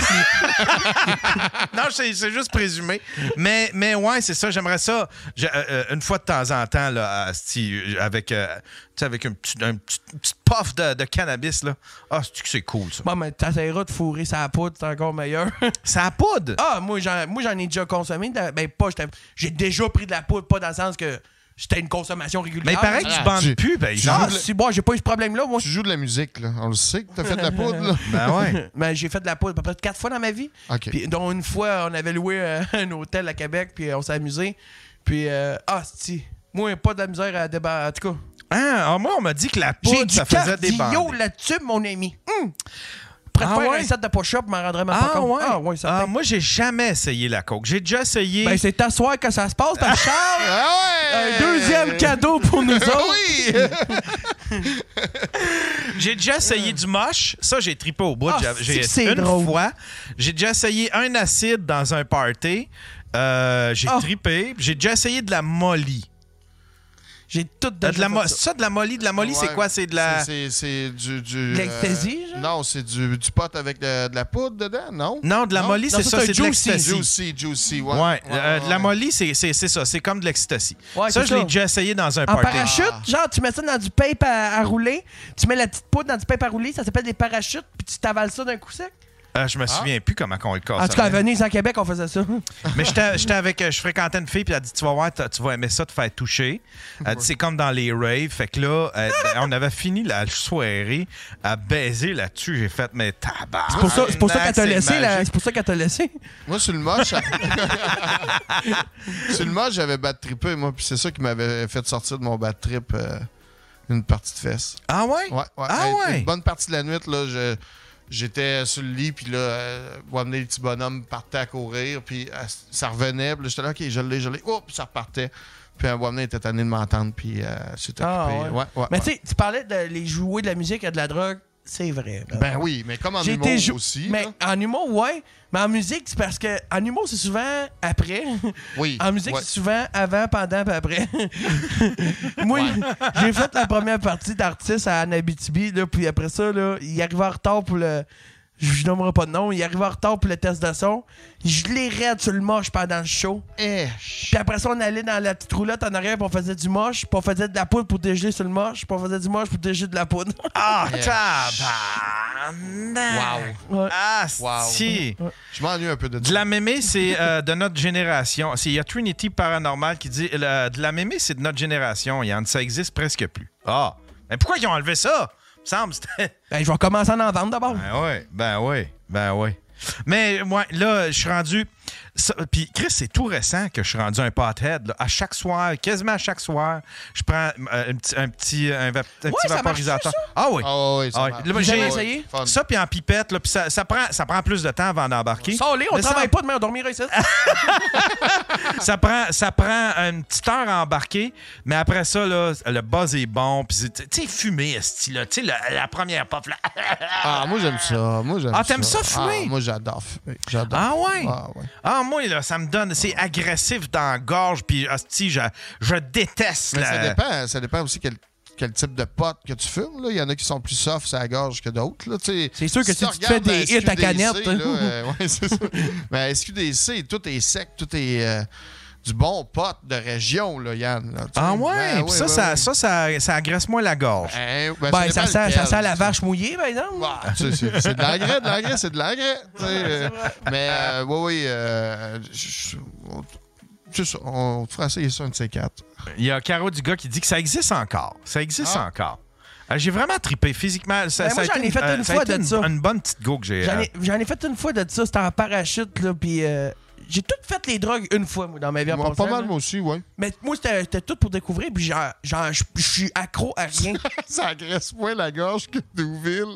Non, c'est c'est juste présumé. Mais, mais ouais, c'est ça. J'aimerais ça, j'ai- euh, euh, une fois de temps en temps, là, asti, avec, euh, tu sais, avec un petit, un petit, une petite puff de, de cannabis, là. Ah, c'est que c'est cool, ça. Bon, mais t'essaieras de fourrer sa poudre, c'est encore meilleur. Ça a poudre. Ah, moi, j'en, moi, j'en ai déjà consommé. de- ben, pas, j'étais- j'ai déjà pris de la poudre, pas dans le sens que c'était une consommation régulière. Mais il paraît que tu Ah, bandes tu- plus, ben, tu genre. Ah, joues de- si, bon, j'ai pas eu ce problème-là, moi. Tu joues de la musique, là. On le sait que t'as fait de la poudre, là. Ben ouais. Ben, j'ai fait de la poudre à peu près quatre fois dans ma vie. OK. Puis, dont une fois, on avait loué euh, un hôtel à Québec, puis euh, on s'est amusé. Puis, euh, ah, si. Moi, pas de la misère à débattre. En tout cas, Ah, ah, moi, on m'a dit que la j'ai poudre, du ça faisait des cardio bandes. là-dessus, mon ami. Hum. Prêt Ah faire ouais? un set de push-up, m'en rendrais même Ah, pas compte. ouais. Ah, ouais, ça Ah, fait. moi, j'ai jamais essayé la coke. J'ai déjà essayé. Ben, c'est t'asseoir que ça se passe, parce que Charles, Ah ouais! un deuxième cadeau pour nous autres. Oui! J'ai déjà essayé du moche. Ça, j'ai trippé au bout. Ah, J'ai- j'ai c'est une drôle. fois. J'ai déjà essayé un acide dans un party. Euh, j'ai Ah. trippé. J'ai déjà essayé de la molly. J'ai tout Euh, déjà de la mo- fait ça. ça, de la molly. De la molly, c'est Ouais. quoi? C'est de la... C'est, c'est du... du De l'ecstasy, euh, genre? Non, c'est du, du pot avec de, de la poudre dedans, non? Non, de la molly, Non, c'est ça, ça, c'est c'est de juicy. l'ecstasy. Juicy, juicy, ouais. Ouais, euh, de la molly, c'est c'est- c'est ça. C'est comme de l'ecstasy. Ouais, ça, c'est je l'ai ça. déjà essayé dans un En party. parachute, genre, tu mets ça dans du pape à, à rouler, tu mets la petite poudre dans du pape à rouler, ça s'appelle des parachutes, puis tu t'avales ça d'un coup sec. Euh, je me souviens plus comment on le casse. En tout cas, à Venise, en Québec, on faisait ça. Mais j'étais j'étais avec, euh, je fréquentais une fille, puis elle a dit, tu vas voir, t'as- tu vas aimer ça, te faire toucher. Elle dit, c'est comme dans les raves. Fait que là, euh, on avait fini la soirée à baiser là-dessus. J'ai fait, mais tabac. C'est pour ça, c'est pour ça qu'elle t'a c'est laissé, là. magique. C'est pour ça qu'elle t'a laissé. Moi, sur le moche, sur le moche, j'avais bad trippé, moi, puis c'est ça qui m'avait fait sortir de mon bad trip euh, une partie de fesses. Ah ouais? Ouais, ouais. Ah Hey, ouais? Une bonne partie de la nuit, là, je- j'étais sur le lit, puis là, euh, on amener les petits bonhommes partaient à courir, puis euh, ça revenait, puis là, j'étais là, OK, je l'ai, je l'ai, oh, puis ça repartait. Puis un bonhomme était tanné de m'entendre, puis euh, c'était Ah, occupé. ouais. Ouais, ouais, Mais ouais. tu sais, tu parlais de les jouets de la musique et de la drogue. C'est vrai. là. Ben oui, mais comme en J'ai humour été jou- aussi. Mais là. en humour, ouais. Mais en musique, c'est parce que en humour, c'est souvent après. Oui. En musique, ouais. c'est souvent avant, pendant, puis après. Moi, j'ai fait la première partie d'artiste à Abitibi, là, puis après ça, là, il arrivait en retard pour le. Je nommerai pas de nom. Il arrivait en retard pour le test de son. Je l'ai raide sur le moche pendant le show. Eh, Puis après ça, on allait dans la petite roulotte en arrière, puis on faisait du moche, puis on faisait de la poudre pour dégeler sur le moche, puis on faisait du moche pour dégeler de la poudre. Ah, Wow. tabarnak! Ouais. Ah, Wow. si! Je m'ennuie un peu de De ça. la mémé, c'est euh, de notre génération. C'est- Il y a Trinity Paranormal qui dit le- de la mémé, c'est de notre génération, Yann. Ça existe presque plus. Ah! Mais pourquoi ils ont enlevé ça? Il me semble c'était. Ben, je vais commencer à en vendre d'abord. Ben oui, ben oui, ben oui. Mais moi, là, je suis rendu. ça- Puis Chris, c'est tout récent que je suis rendu un pothead. Là. À chaque soir, quasiment à chaque soir, je prends euh, un petit, un petit, un va- un petit ça vaporisateur. marche-tu, Ah oui. Ah oui, ça Ah oui. marche. Là, Vous j'ai- avez essayé? Fun. Ça, puis en pipette, là, puis ça, ça, prend, ça prend plus de temps avant d'embarquer. Sors-les, on Mais ça- travaille pas demain, on dormira ici. ça prend, ça prend une petite heure à embarquer, mais après ça, là, le buzz est bon. Puis, c'est- tu sais, fumer, esti, là, tu sais, la, la première puff, là. Ah, moi, j'aime ça. Moi, j'aime Ah, t'aimes ça, fumer? Ah, moi, j'adore fumer. J'adore. Ah ouais? Ah, ouais. Ah, moi, là, ça me donne. C'est agressif dans la gorge, puis, hostie, je, je déteste. Mais la- ça dépend, ça dépend aussi quel, quel type de pote que tu fumes. Là. Il y en a qui sont plus soft sur la gorge que d'autres. là. Tu sais, C'est sûr que si tu te regardes fais des la hits à S Q D C, canette, là, hein. euh, ouais, c'est ça. Mais à S Q D C, tout est sec, tout est euh, du bon pot de région, là, Yann. là, tu sais. Ah ouais? Ben, Puis oui, ça, oui, ça, oui. ça, ça, ça agresse moins la gorge. Hein, ben, Ben, dépend ça sent, ça lequel, sent la tu sais. vache mouillée, par exemple. Ah, tu sais, c'est c'est de l'engrais, de l'engrais, c'est de l'engrais. tu sais, euh, Mais euh, oui, oui. euh, je- je- on- c'est ça, on te fera essayer ça un de ces quatre. Il y a Caro Dugas qui dit que ça existe encore. Ça existe Ah. encore. Euh, j'ai vraiment trippé physiquement. Ça, Ben, ça moi, a j'en été ai fait euh, une ça a fois été de une, ça. une bonne petite go que j'ai. J'en euh, ai, j'en ai fait une fois de ça, c'était en parachute, là, puis euh, j'ai tout fait les drogues une fois, moi, dans ma vie. en Moi, passant, pas mal, là. moi aussi, oui. Mais moi, c'était c'était tout pour découvrir, puis genre, genre, je je suis accro à rien. Ça agresse moins la gorge que Douville.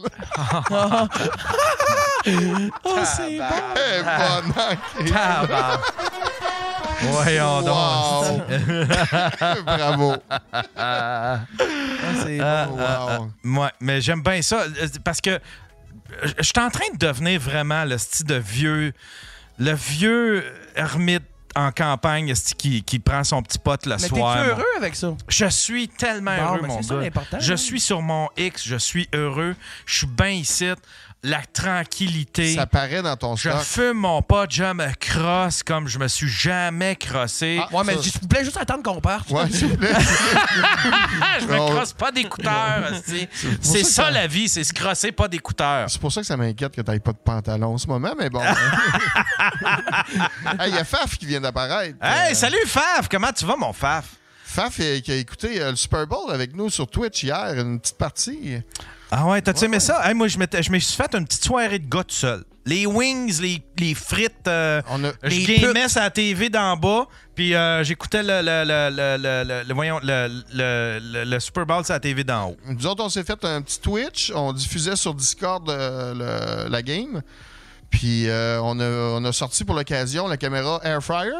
Oh, c'est bon. Eh, bon, ok. Tabarnak. Voyons donc. Wow. Bravo. Ah, c'est Euh, bon. euh, Wow. ouais, mais j'aime bien ça euh, parce que euh, je suis en train de devenir vraiment le style de vieux, le vieux ermite en campagne esti, qui, qui prend son petit pote le Mais soir. t'es-tu mon- heureux avec ça? Je suis tellement Bon, heureux, ben, mon c'est ça gars. l'important, Je hein. suis sur mon X, je suis heureux, je suis bien ici. La tranquillité. Ça paraît dans ton Je stock. fume mon pote, je me crosse comme je me suis jamais crossé. Ah, Ouais, mais ça, s'il vous plaît, juste attendre qu'on parte. Ouais, s'il vous plaît. je me Non. crosse pas d'écouteurs. esti. pour C'est ça ça, que ça- la vie, c'est se crosser pas d'écouteurs. C'est pour ça que ça m'inquiète que tu n'aies pas de pantalon en ce moment, mais bon. Il y a Faf qui vient d'apparaître. Hey, Euh, salut Faf! Comment tu vas, mon Faf? Faf euh, qui a écouté euh, le Super Bowl avec nous sur Twitch hier, une petite partie. Ah ouais, t'as-tu Ouais, aimé ouais. ça? Hey, moi, je, m'étais- je me suis fait une petite soirée de gars tout seul. Les wings, les, les frites, euh, On a- je Les gamais sur la T V d'en bas, puis euh, j'écoutais le, le, le, le, le, le- le- voyons, le, le, le, le Super Bowl sur la T V d'en haut. Nous autres, on s'est fait un petit Twitch. On diffusait sur Discord euh, le- la game. Puis euh, on, a, on a sorti pour l'occasion la caméra Air Fryer.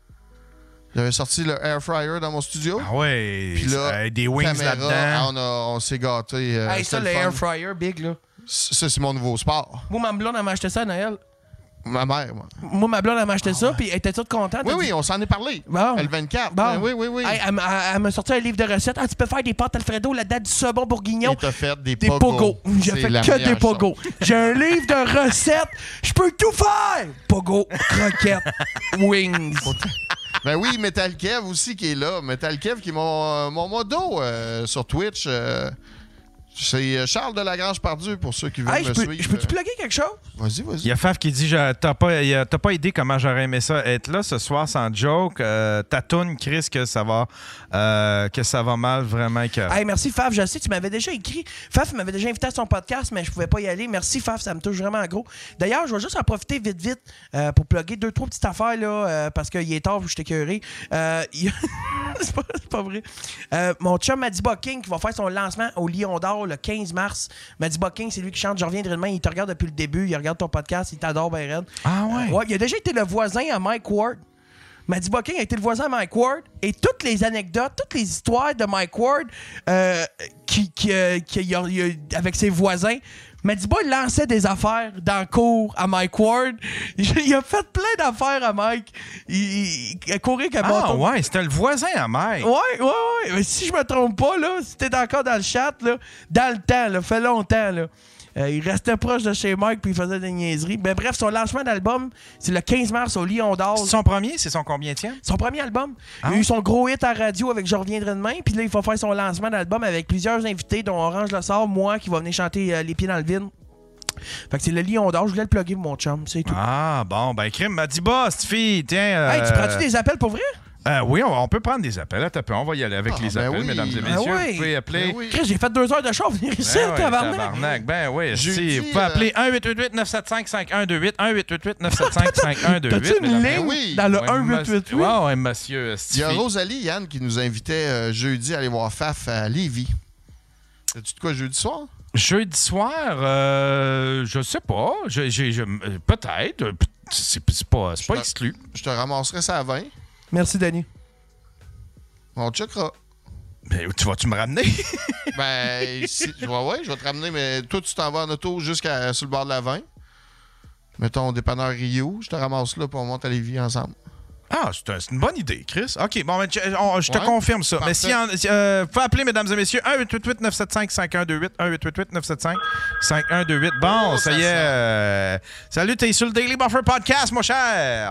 J'avais sorti le Air Fryer dans mon studio. Ah ouais, Puis là, euh, des wings caméra, là-dedans. ah, on, a- on s'est gâtés. euh, Hey, ça, c'était le le air fun. fryer big, là. Ça, c'est mon nouveau sport. Moi, ma blonde, elle m'a acheté ça à Noël. Ma mère, moi. Moi, ma blonde, elle m'a acheté ça, puis elle était toute contente. Oui, Elle oui, dit- on s'en est parlé. Bon. Le vingt-quatre. Bon. Ben oui, oui, oui. Hey, elle, m'a- elle m'a sorti un livre de recettes. Ah, tu peux faire des pâtes Alfredo, la date du sabon bourguignon. Et t'as fait des, Des pogos. pogos. J'ai C'est fait la que des meilleure pogos. J'ai un livre de recettes. Je peux tout faire. Pogo, croquettes, wings. Ben oui, Metal Kev aussi qui est là. Metal Kev qui est mon, mon modo euh, sur Twitch. euh, c'est Charles de Lagrange-Pardieu pour ceux qui veulent Hey, me je peux- suivre. je peux-tu plugger quelque chose? Vas-y, Il vas-y. y a Faf qui dit je- T'as pas, il y a- t'as pas idée comment j'aurais aimé ça être là ce soir sans joke. Euh, ta toune, Chris, que ça va euh, que ça va mal vraiment. Que... Hey, merci Faf, je sais, tu m'avais déjà écrit. Faf m'avait déjà invité à son podcast, mais je pouvais pas y aller. Merci Faf, ça me touche vraiment gros. D'ailleurs, je vais juste en profiter vite, vite euh, pour plugger deux, trois petites affaires là, euh, parce qu'il est tard, je suis écœuré. Euh, il y a- c'est pas, c'est pas vrai. Euh, mon chum Madiba King qui va faire son lancement au Lion d'Or le quinze mars. Madiba King, c'est lui qui chante Je reviendrai demain. Il te regarde depuis le début, il regarde ton podcast, il t'adore, ben raide. Ah ouais? Ouais, il a déjà été le voisin à Mike Ward. Madiba King a été le voisin à Mike Ward et toutes les anecdotes, toutes les histoires de Mike Ward euh, qui, qui, euh, qui- il a- il a- avec ses voisins. Madiba il lançait des affaires dans le cours à Mike Ward. Il a fait plein d'affaires à Mike. Il, il- il a couru comme Ah bâton. ouais, c'était le voisin à Mike. Ouais, ouais, ouais. Mais si je me trompe pas, là, si t'es encore dans le chat, là, dans le temps, là, fait longtemps, là. Euh, il restait proche de chez Mike puis il faisait des niaiseries. Ben bref, son lancement d'album, c'est le quinze mars au Lion d'Or. C'est son premier, c'est son combienième? Son premier album. Ah Il a eu son gros hit à radio avec Je reviendrai demain. Puis là, il va faire son lancement d'album avec plusieurs invités, dont Orange Le Sort, moi, qui va venir chanter euh, Les Pieds dans le vide. Fait que c'est le Lion d'Or. Je voulais le plugger pour mon chum, c'est tout. Ah bon, ben crime, Madiba, cette fille, tiens. euh, Hey, tu prends-tu des appels pour vrai? euh, oui, on, on peut prendre des appels. Attends un peu, on va y aller avec Ah, les ben appels, oui. mesdames et Ben messieurs. oui. Vous pouvez appeler. Ben oui. Chris, j'ai fait deux heures de show à venir ici, Ben ouais, tabarnak. tabarnak. Ben oui, Jeudi, si, vous pouvez euh, appeler un huit huit huit neuf sept cinq cinq un deux huit, un huit huit huit neuf sept cinq cinq un deux huit. T'as-tu une mesdames- ligne oui. dans le Ouais, un huit huit huit? Ouais, ouais, monsieur. Il y a Stifi. Rosalie Yann qui nous invitait euh, jeudi à aller voir Faf à Lévis. As-tu de quoi jeudi soir? Jeudi soir, euh, je sais pas. Je- j'ai- je- euh, Peut-être. euh, C'est c'est pas, c'est pas Je- exclu. Je te ramasserai ça à vingt. Merci, Denis. On checkera. Ben, tu vas-tu me ramener? Ben, si, ouais, ouais, je vais te ramener, mais toi, tu t'en vas en auto jusqu'à sur le bord de la vingt. Mettons au dépanneur Rio, je te ramasse là pour on monte à Lévis ensemble. Ah, c'est un- c'est une bonne idée, Chris. OK, bon, ben, je, on- je te Ouais. confirme ça. Parfait. Mais si, en, si, euh, vous pouvez appeler, mesdames et messieurs, un huit huit huit neuf sept cinq cinq un deux huit, un huit huit huit neuf sept cinq cinq un deux huit. Bon, Oh, ça, ça y est. sent. euh, salut, t'es sur le Daily Buffer Podcast, mon cher.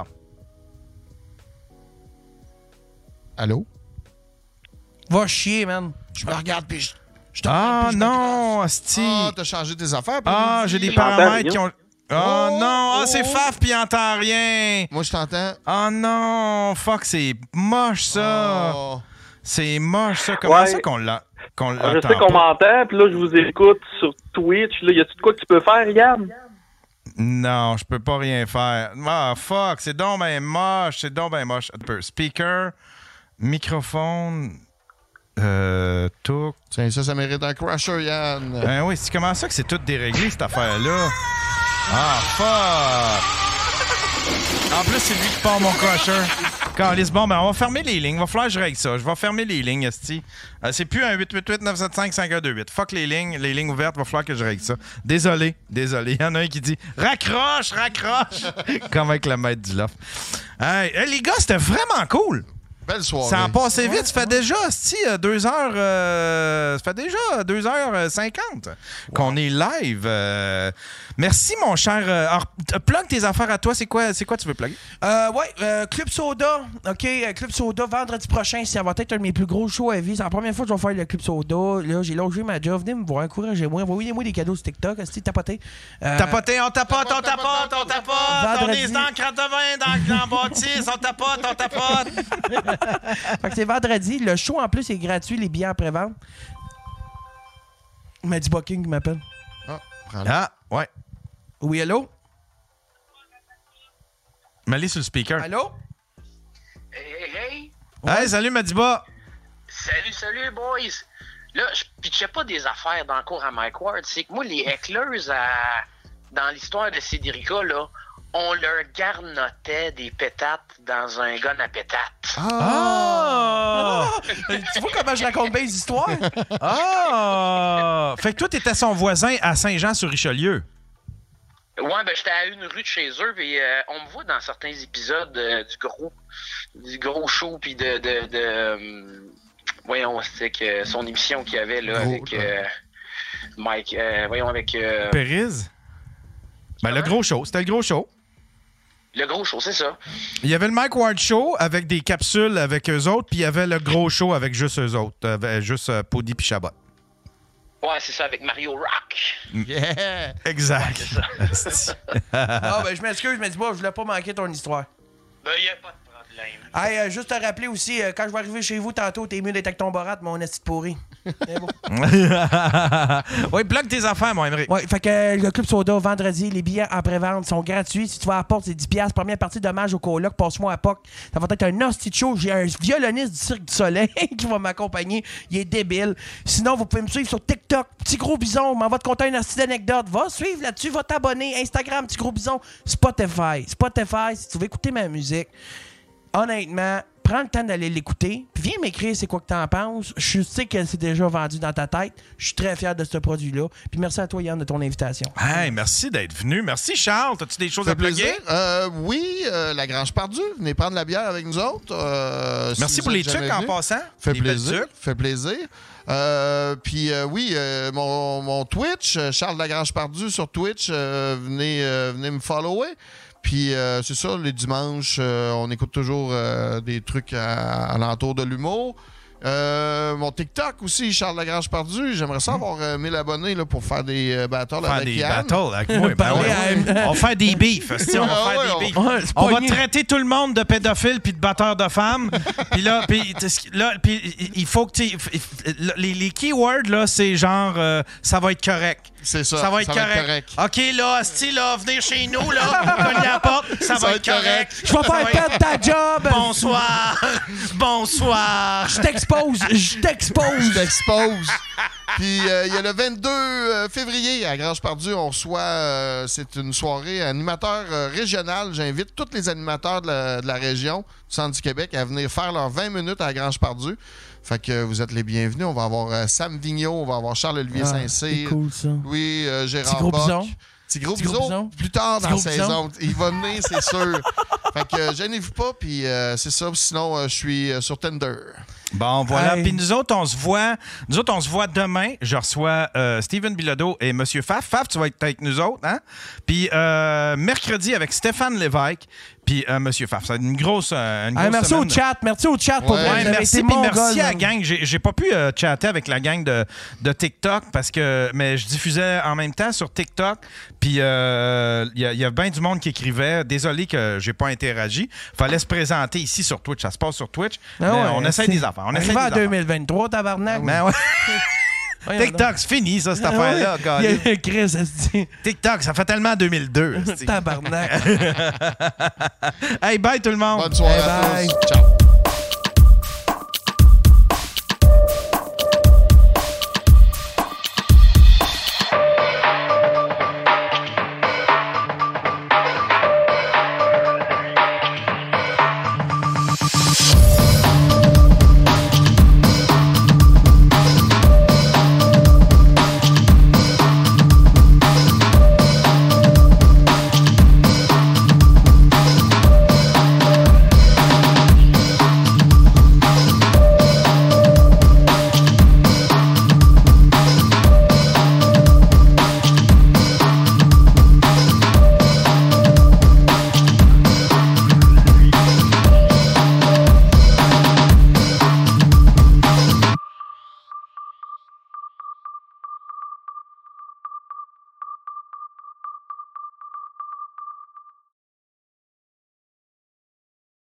Allô? Va chier, man. Je me regarde, puis je, je te Ah puis je me non, crosse. Asti. Ah, t'as changé tes affaires? pour Ah, midi? j'ai des J'entends paramètres rien. qui ont... Oh, Oh, non, ah, oh. c'est Faf puis il entend rien. Moi, je t'entends. Oh non, fuck, c'est moche ça. Oh. C'est moche ça. Comment Ouais. ça qu'on l'a qu'on Ah, je l'entend sais qu'on pas? m'entend, puis là, je vous écoute sur Twitch. Là, y a-tu de quoi que tu peux faire, Yann? Non, je peux pas rien faire. Ah, fuck, c'est donc ben moche, c'est donc ben moche. Un peu. Speaker, microphone, euh, tout. Tiens, ça, ça mérite un crusher, Yann. Ben oui, c'est comment ça que c'est tout déréglé, cette affaire-là? Ah, fuck! En plus, c'est lui qui part mon crusher. Calice, bon, ben, on va fermer les lignes. Il va falloir que je règle ça. Je vais fermer les lignes, esti. Euh, c'est plus un huit huit huit neuf sept cinq cinq un deux huit. Fuck les lignes. Les lignes ouvertes, il va falloir que je règle ça. Désolé, désolé. Il y en a un qui dit « Raccroche, raccroche! » Comme avec le maître du loft. Hey, hey, les gars, c'était vraiment cool. Belle soirée. Ça a passé vite. Ça fait déjà, esti, euh, deux heures... euh, ça fait déjà deux heures cinquante qu'on est live. euh. Merci, mon cher. euh, alors, t- plug tes affaires à toi. C'est quoi, c'est quoi tu veux plugger? Euh, ouais, euh, Club Soda, OK, euh, Club Soda, vendredi prochain, ça va être un de mes plus gros shows à vie. C'est la première fois que je vais faire le Club Soda. Là, j'ai longé ma job. Venez me voir, encouragez-moi. Envoyez-moi des cadeaux sur TikTok, esti, tapotez. Euh, Tapoter, on tapote, on tapote, on tapote, on vendredi. est dans le crâne de vin, dans, dans le bâtisse, on tapote, on tapote. Fait que c'est vendredi. Le show, en plus, est gratuit, les billets en pré-vente. Maddie Bucking qui m'appelle. Ah, ah, ouais. Oui, allô? M'allez sur le speaker. Allô? Hey, hey, hey! Hey, salut Madiba! Salut, salut, boys! Là, je pitchais pas des affaires dans le cours à Mike Ward. C'est que moi, les hecklers, à... dans l'histoire de Cédrica, là, on leur garnotait des pétates dans un gun à pétates. Ah! Tu vois comment je raconte bien les histoires? Ah! Fait que toi, t'étais son voisin à Saint-Jean-sur-Richelieu. Ouais, ben j'étais à une rue de chez eux, puis euh, on me voit dans certains épisodes euh, du gros du gros show, puis de... de, de euh, voyons, c'était que son émission qu'il y avait là, Gros, avec euh, Mike... Euh, voyons, avec... Euh, Périz? Ben, le gros show. C'était le gros show. Le gros show, c'est ça. Il y avait le Mike Ward Show avec des capsules avec eux autres, puis il y avait le gros show avec juste eux autres, avec juste euh, Pody puis Chabot. Ouais, c'est ça, avec Mario Rock. Yeah! Exact. Ouais, c'est ça. Ah, ben, je m'excuse, mais dis-moi, je voulais pas manquer ton histoire. Ben, y a pas de problème. Hey, euh, juste te rappeler aussi, euh, quand je vais arriver chez vous tantôt, t'es mieux d'être avec ton barat, mon esti de pourri. C'est beau. Oui, bloque tes affaires, mon Émeric. Ouais, fait que euh, le Club Soda, vendredi, les billets en pré-vente sont gratuits. Si tu vas à la porte, c'est dix dollars. Première partie d'hommage au coloc, passe-moi à P O C. Ça va être un hostie de show. J'ai un violoniste du Cirque du Soleil qui va m'accompagner. Il est débile. Sinon, vous pouvez me suivre sur TikTok. Petit Gros Bison, m'envoie te conter une hostie d'anecdote. Va suivre là-dessus, va t'abonner. Instagram, Petit Gros Bison. Spotify. Spotify, si tu veux écouter ma musique. Honnêtement, prends le temps d'aller l'écouter. Puis viens m'écrire c'est quoi que t'en penses. Je sais que c'est déjà vendu dans ta tête. Je suis très fier de ce produit-là. Puis merci à toi, Yann, de ton invitation. Hey, merci d'être venu. Merci, Charles. As-tu des choses Ça à fait plaisir. plugger? Euh, oui, euh, la Grange Perdue. Venez prendre la bière avec nous autres. Euh, Merci si pour vous les êtes jamais trucs en venus. passant. Fait Les belles plaisir. trucs. Fait plaisir. Euh, puis euh, oui, euh, mon, mon Twitch, euh, Charles Lagrange Perdue sur Twitch. Euh, venez, euh, venez me follower. Puis euh, c'est ça, les dimanches, euh, on écoute toujours euh, des trucs à, à l'entour de l'humour. Euh, mon TikTok aussi, Charles Lagrange Perdue. J'aimerais ça avoir euh, mille abonnés là, pour faire des euh, battles Faire avec des Yann. battles avec moi. Ben ouais. On va faire des beefs. hostie, On va Ah faire ouais, des beefs. on- ouais, c'est On va pogné. traiter tout le monde de pédophiles puis de batteurs de femmes. Puis là, puis là, puis il faut que tu les, les keywords là, c'est genre euh, ça va être correct. C'est ça. Ça va être correct. OK, là, hostie, là, venir chez nous, là, cogner à la porte, ça, va être correct. Je vais Ça faire va perdre ta job. Bonsoir. Bonsoir. Je t'expose. Je t'expose. Je t'expose. Puis euh, il y a le vingt-deux février à Grange Perdue, on reçoit, euh, c'est une soirée animateur euh, régional. J'invite tous les animateurs de la, de la région, du centre du Québec, à venir faire leurs vingt minutes à Grange Perdue. Fait que vous êtes les bienvenus. On va avoir euh, Sam Vigneault, on va avoir Charles-Olivier Ah, Saint-Cyr. c'est cool, ça. Oui, euh, Gérard Petit Gros Bock. Bison. Petit Gros Petit Gros Bison, Bison. plus tard dans la Petit Gros saison. Il va venir, c'est sûr. Fait que euh, gênez-vous pas, puis euh, c'est ça. Sinon, euh, je suis euh, sur Tinder. Bon, voilà. Hey. Puis nous autres, on se voit. Nous autres, on se voit demain. Je reçois euh, Steven Bilodeau et Monsieur Faf. Faf, tu vas être avec nous autres, hein? Puis euh, mercredi avec Stéphane Lévesque. Puis euh, Monsieur Faf. C'est une grosse, euh, une Hey, grosse merci semaine. au chat. Merci au chat pour Ouais, vrai. Ouais, Vous avez merci, été puis mon merci gars, à la man. gang. J'ai, j'ai pas pu euh, chatter avec la gang de, de TikTok parce que, mais je diffusais en même temps sur TikTok. Puis il euh, y, a, y a bien du monde qui écrivait. Désolé que j'ai pas interagi. Fallait se présenter ici sur Twitch. Ça se passe sur Twitch. Ah mais ouais, on essaie c'est- des affaires. On essaie Arrivé des en affaires. deux mille vingt-trois, tabarnak. Ben ouais. Voyons TikTok, c'est fini, ça, cette donc. affaire-là. Ah ouais. câlisse. Il y a Chris, ça se dit. TikTok, ça fait tellement deux mille deux. Tabarnak. Hey, bye tout le monde. Bonne soirée Bye à bye. tous. Ciao.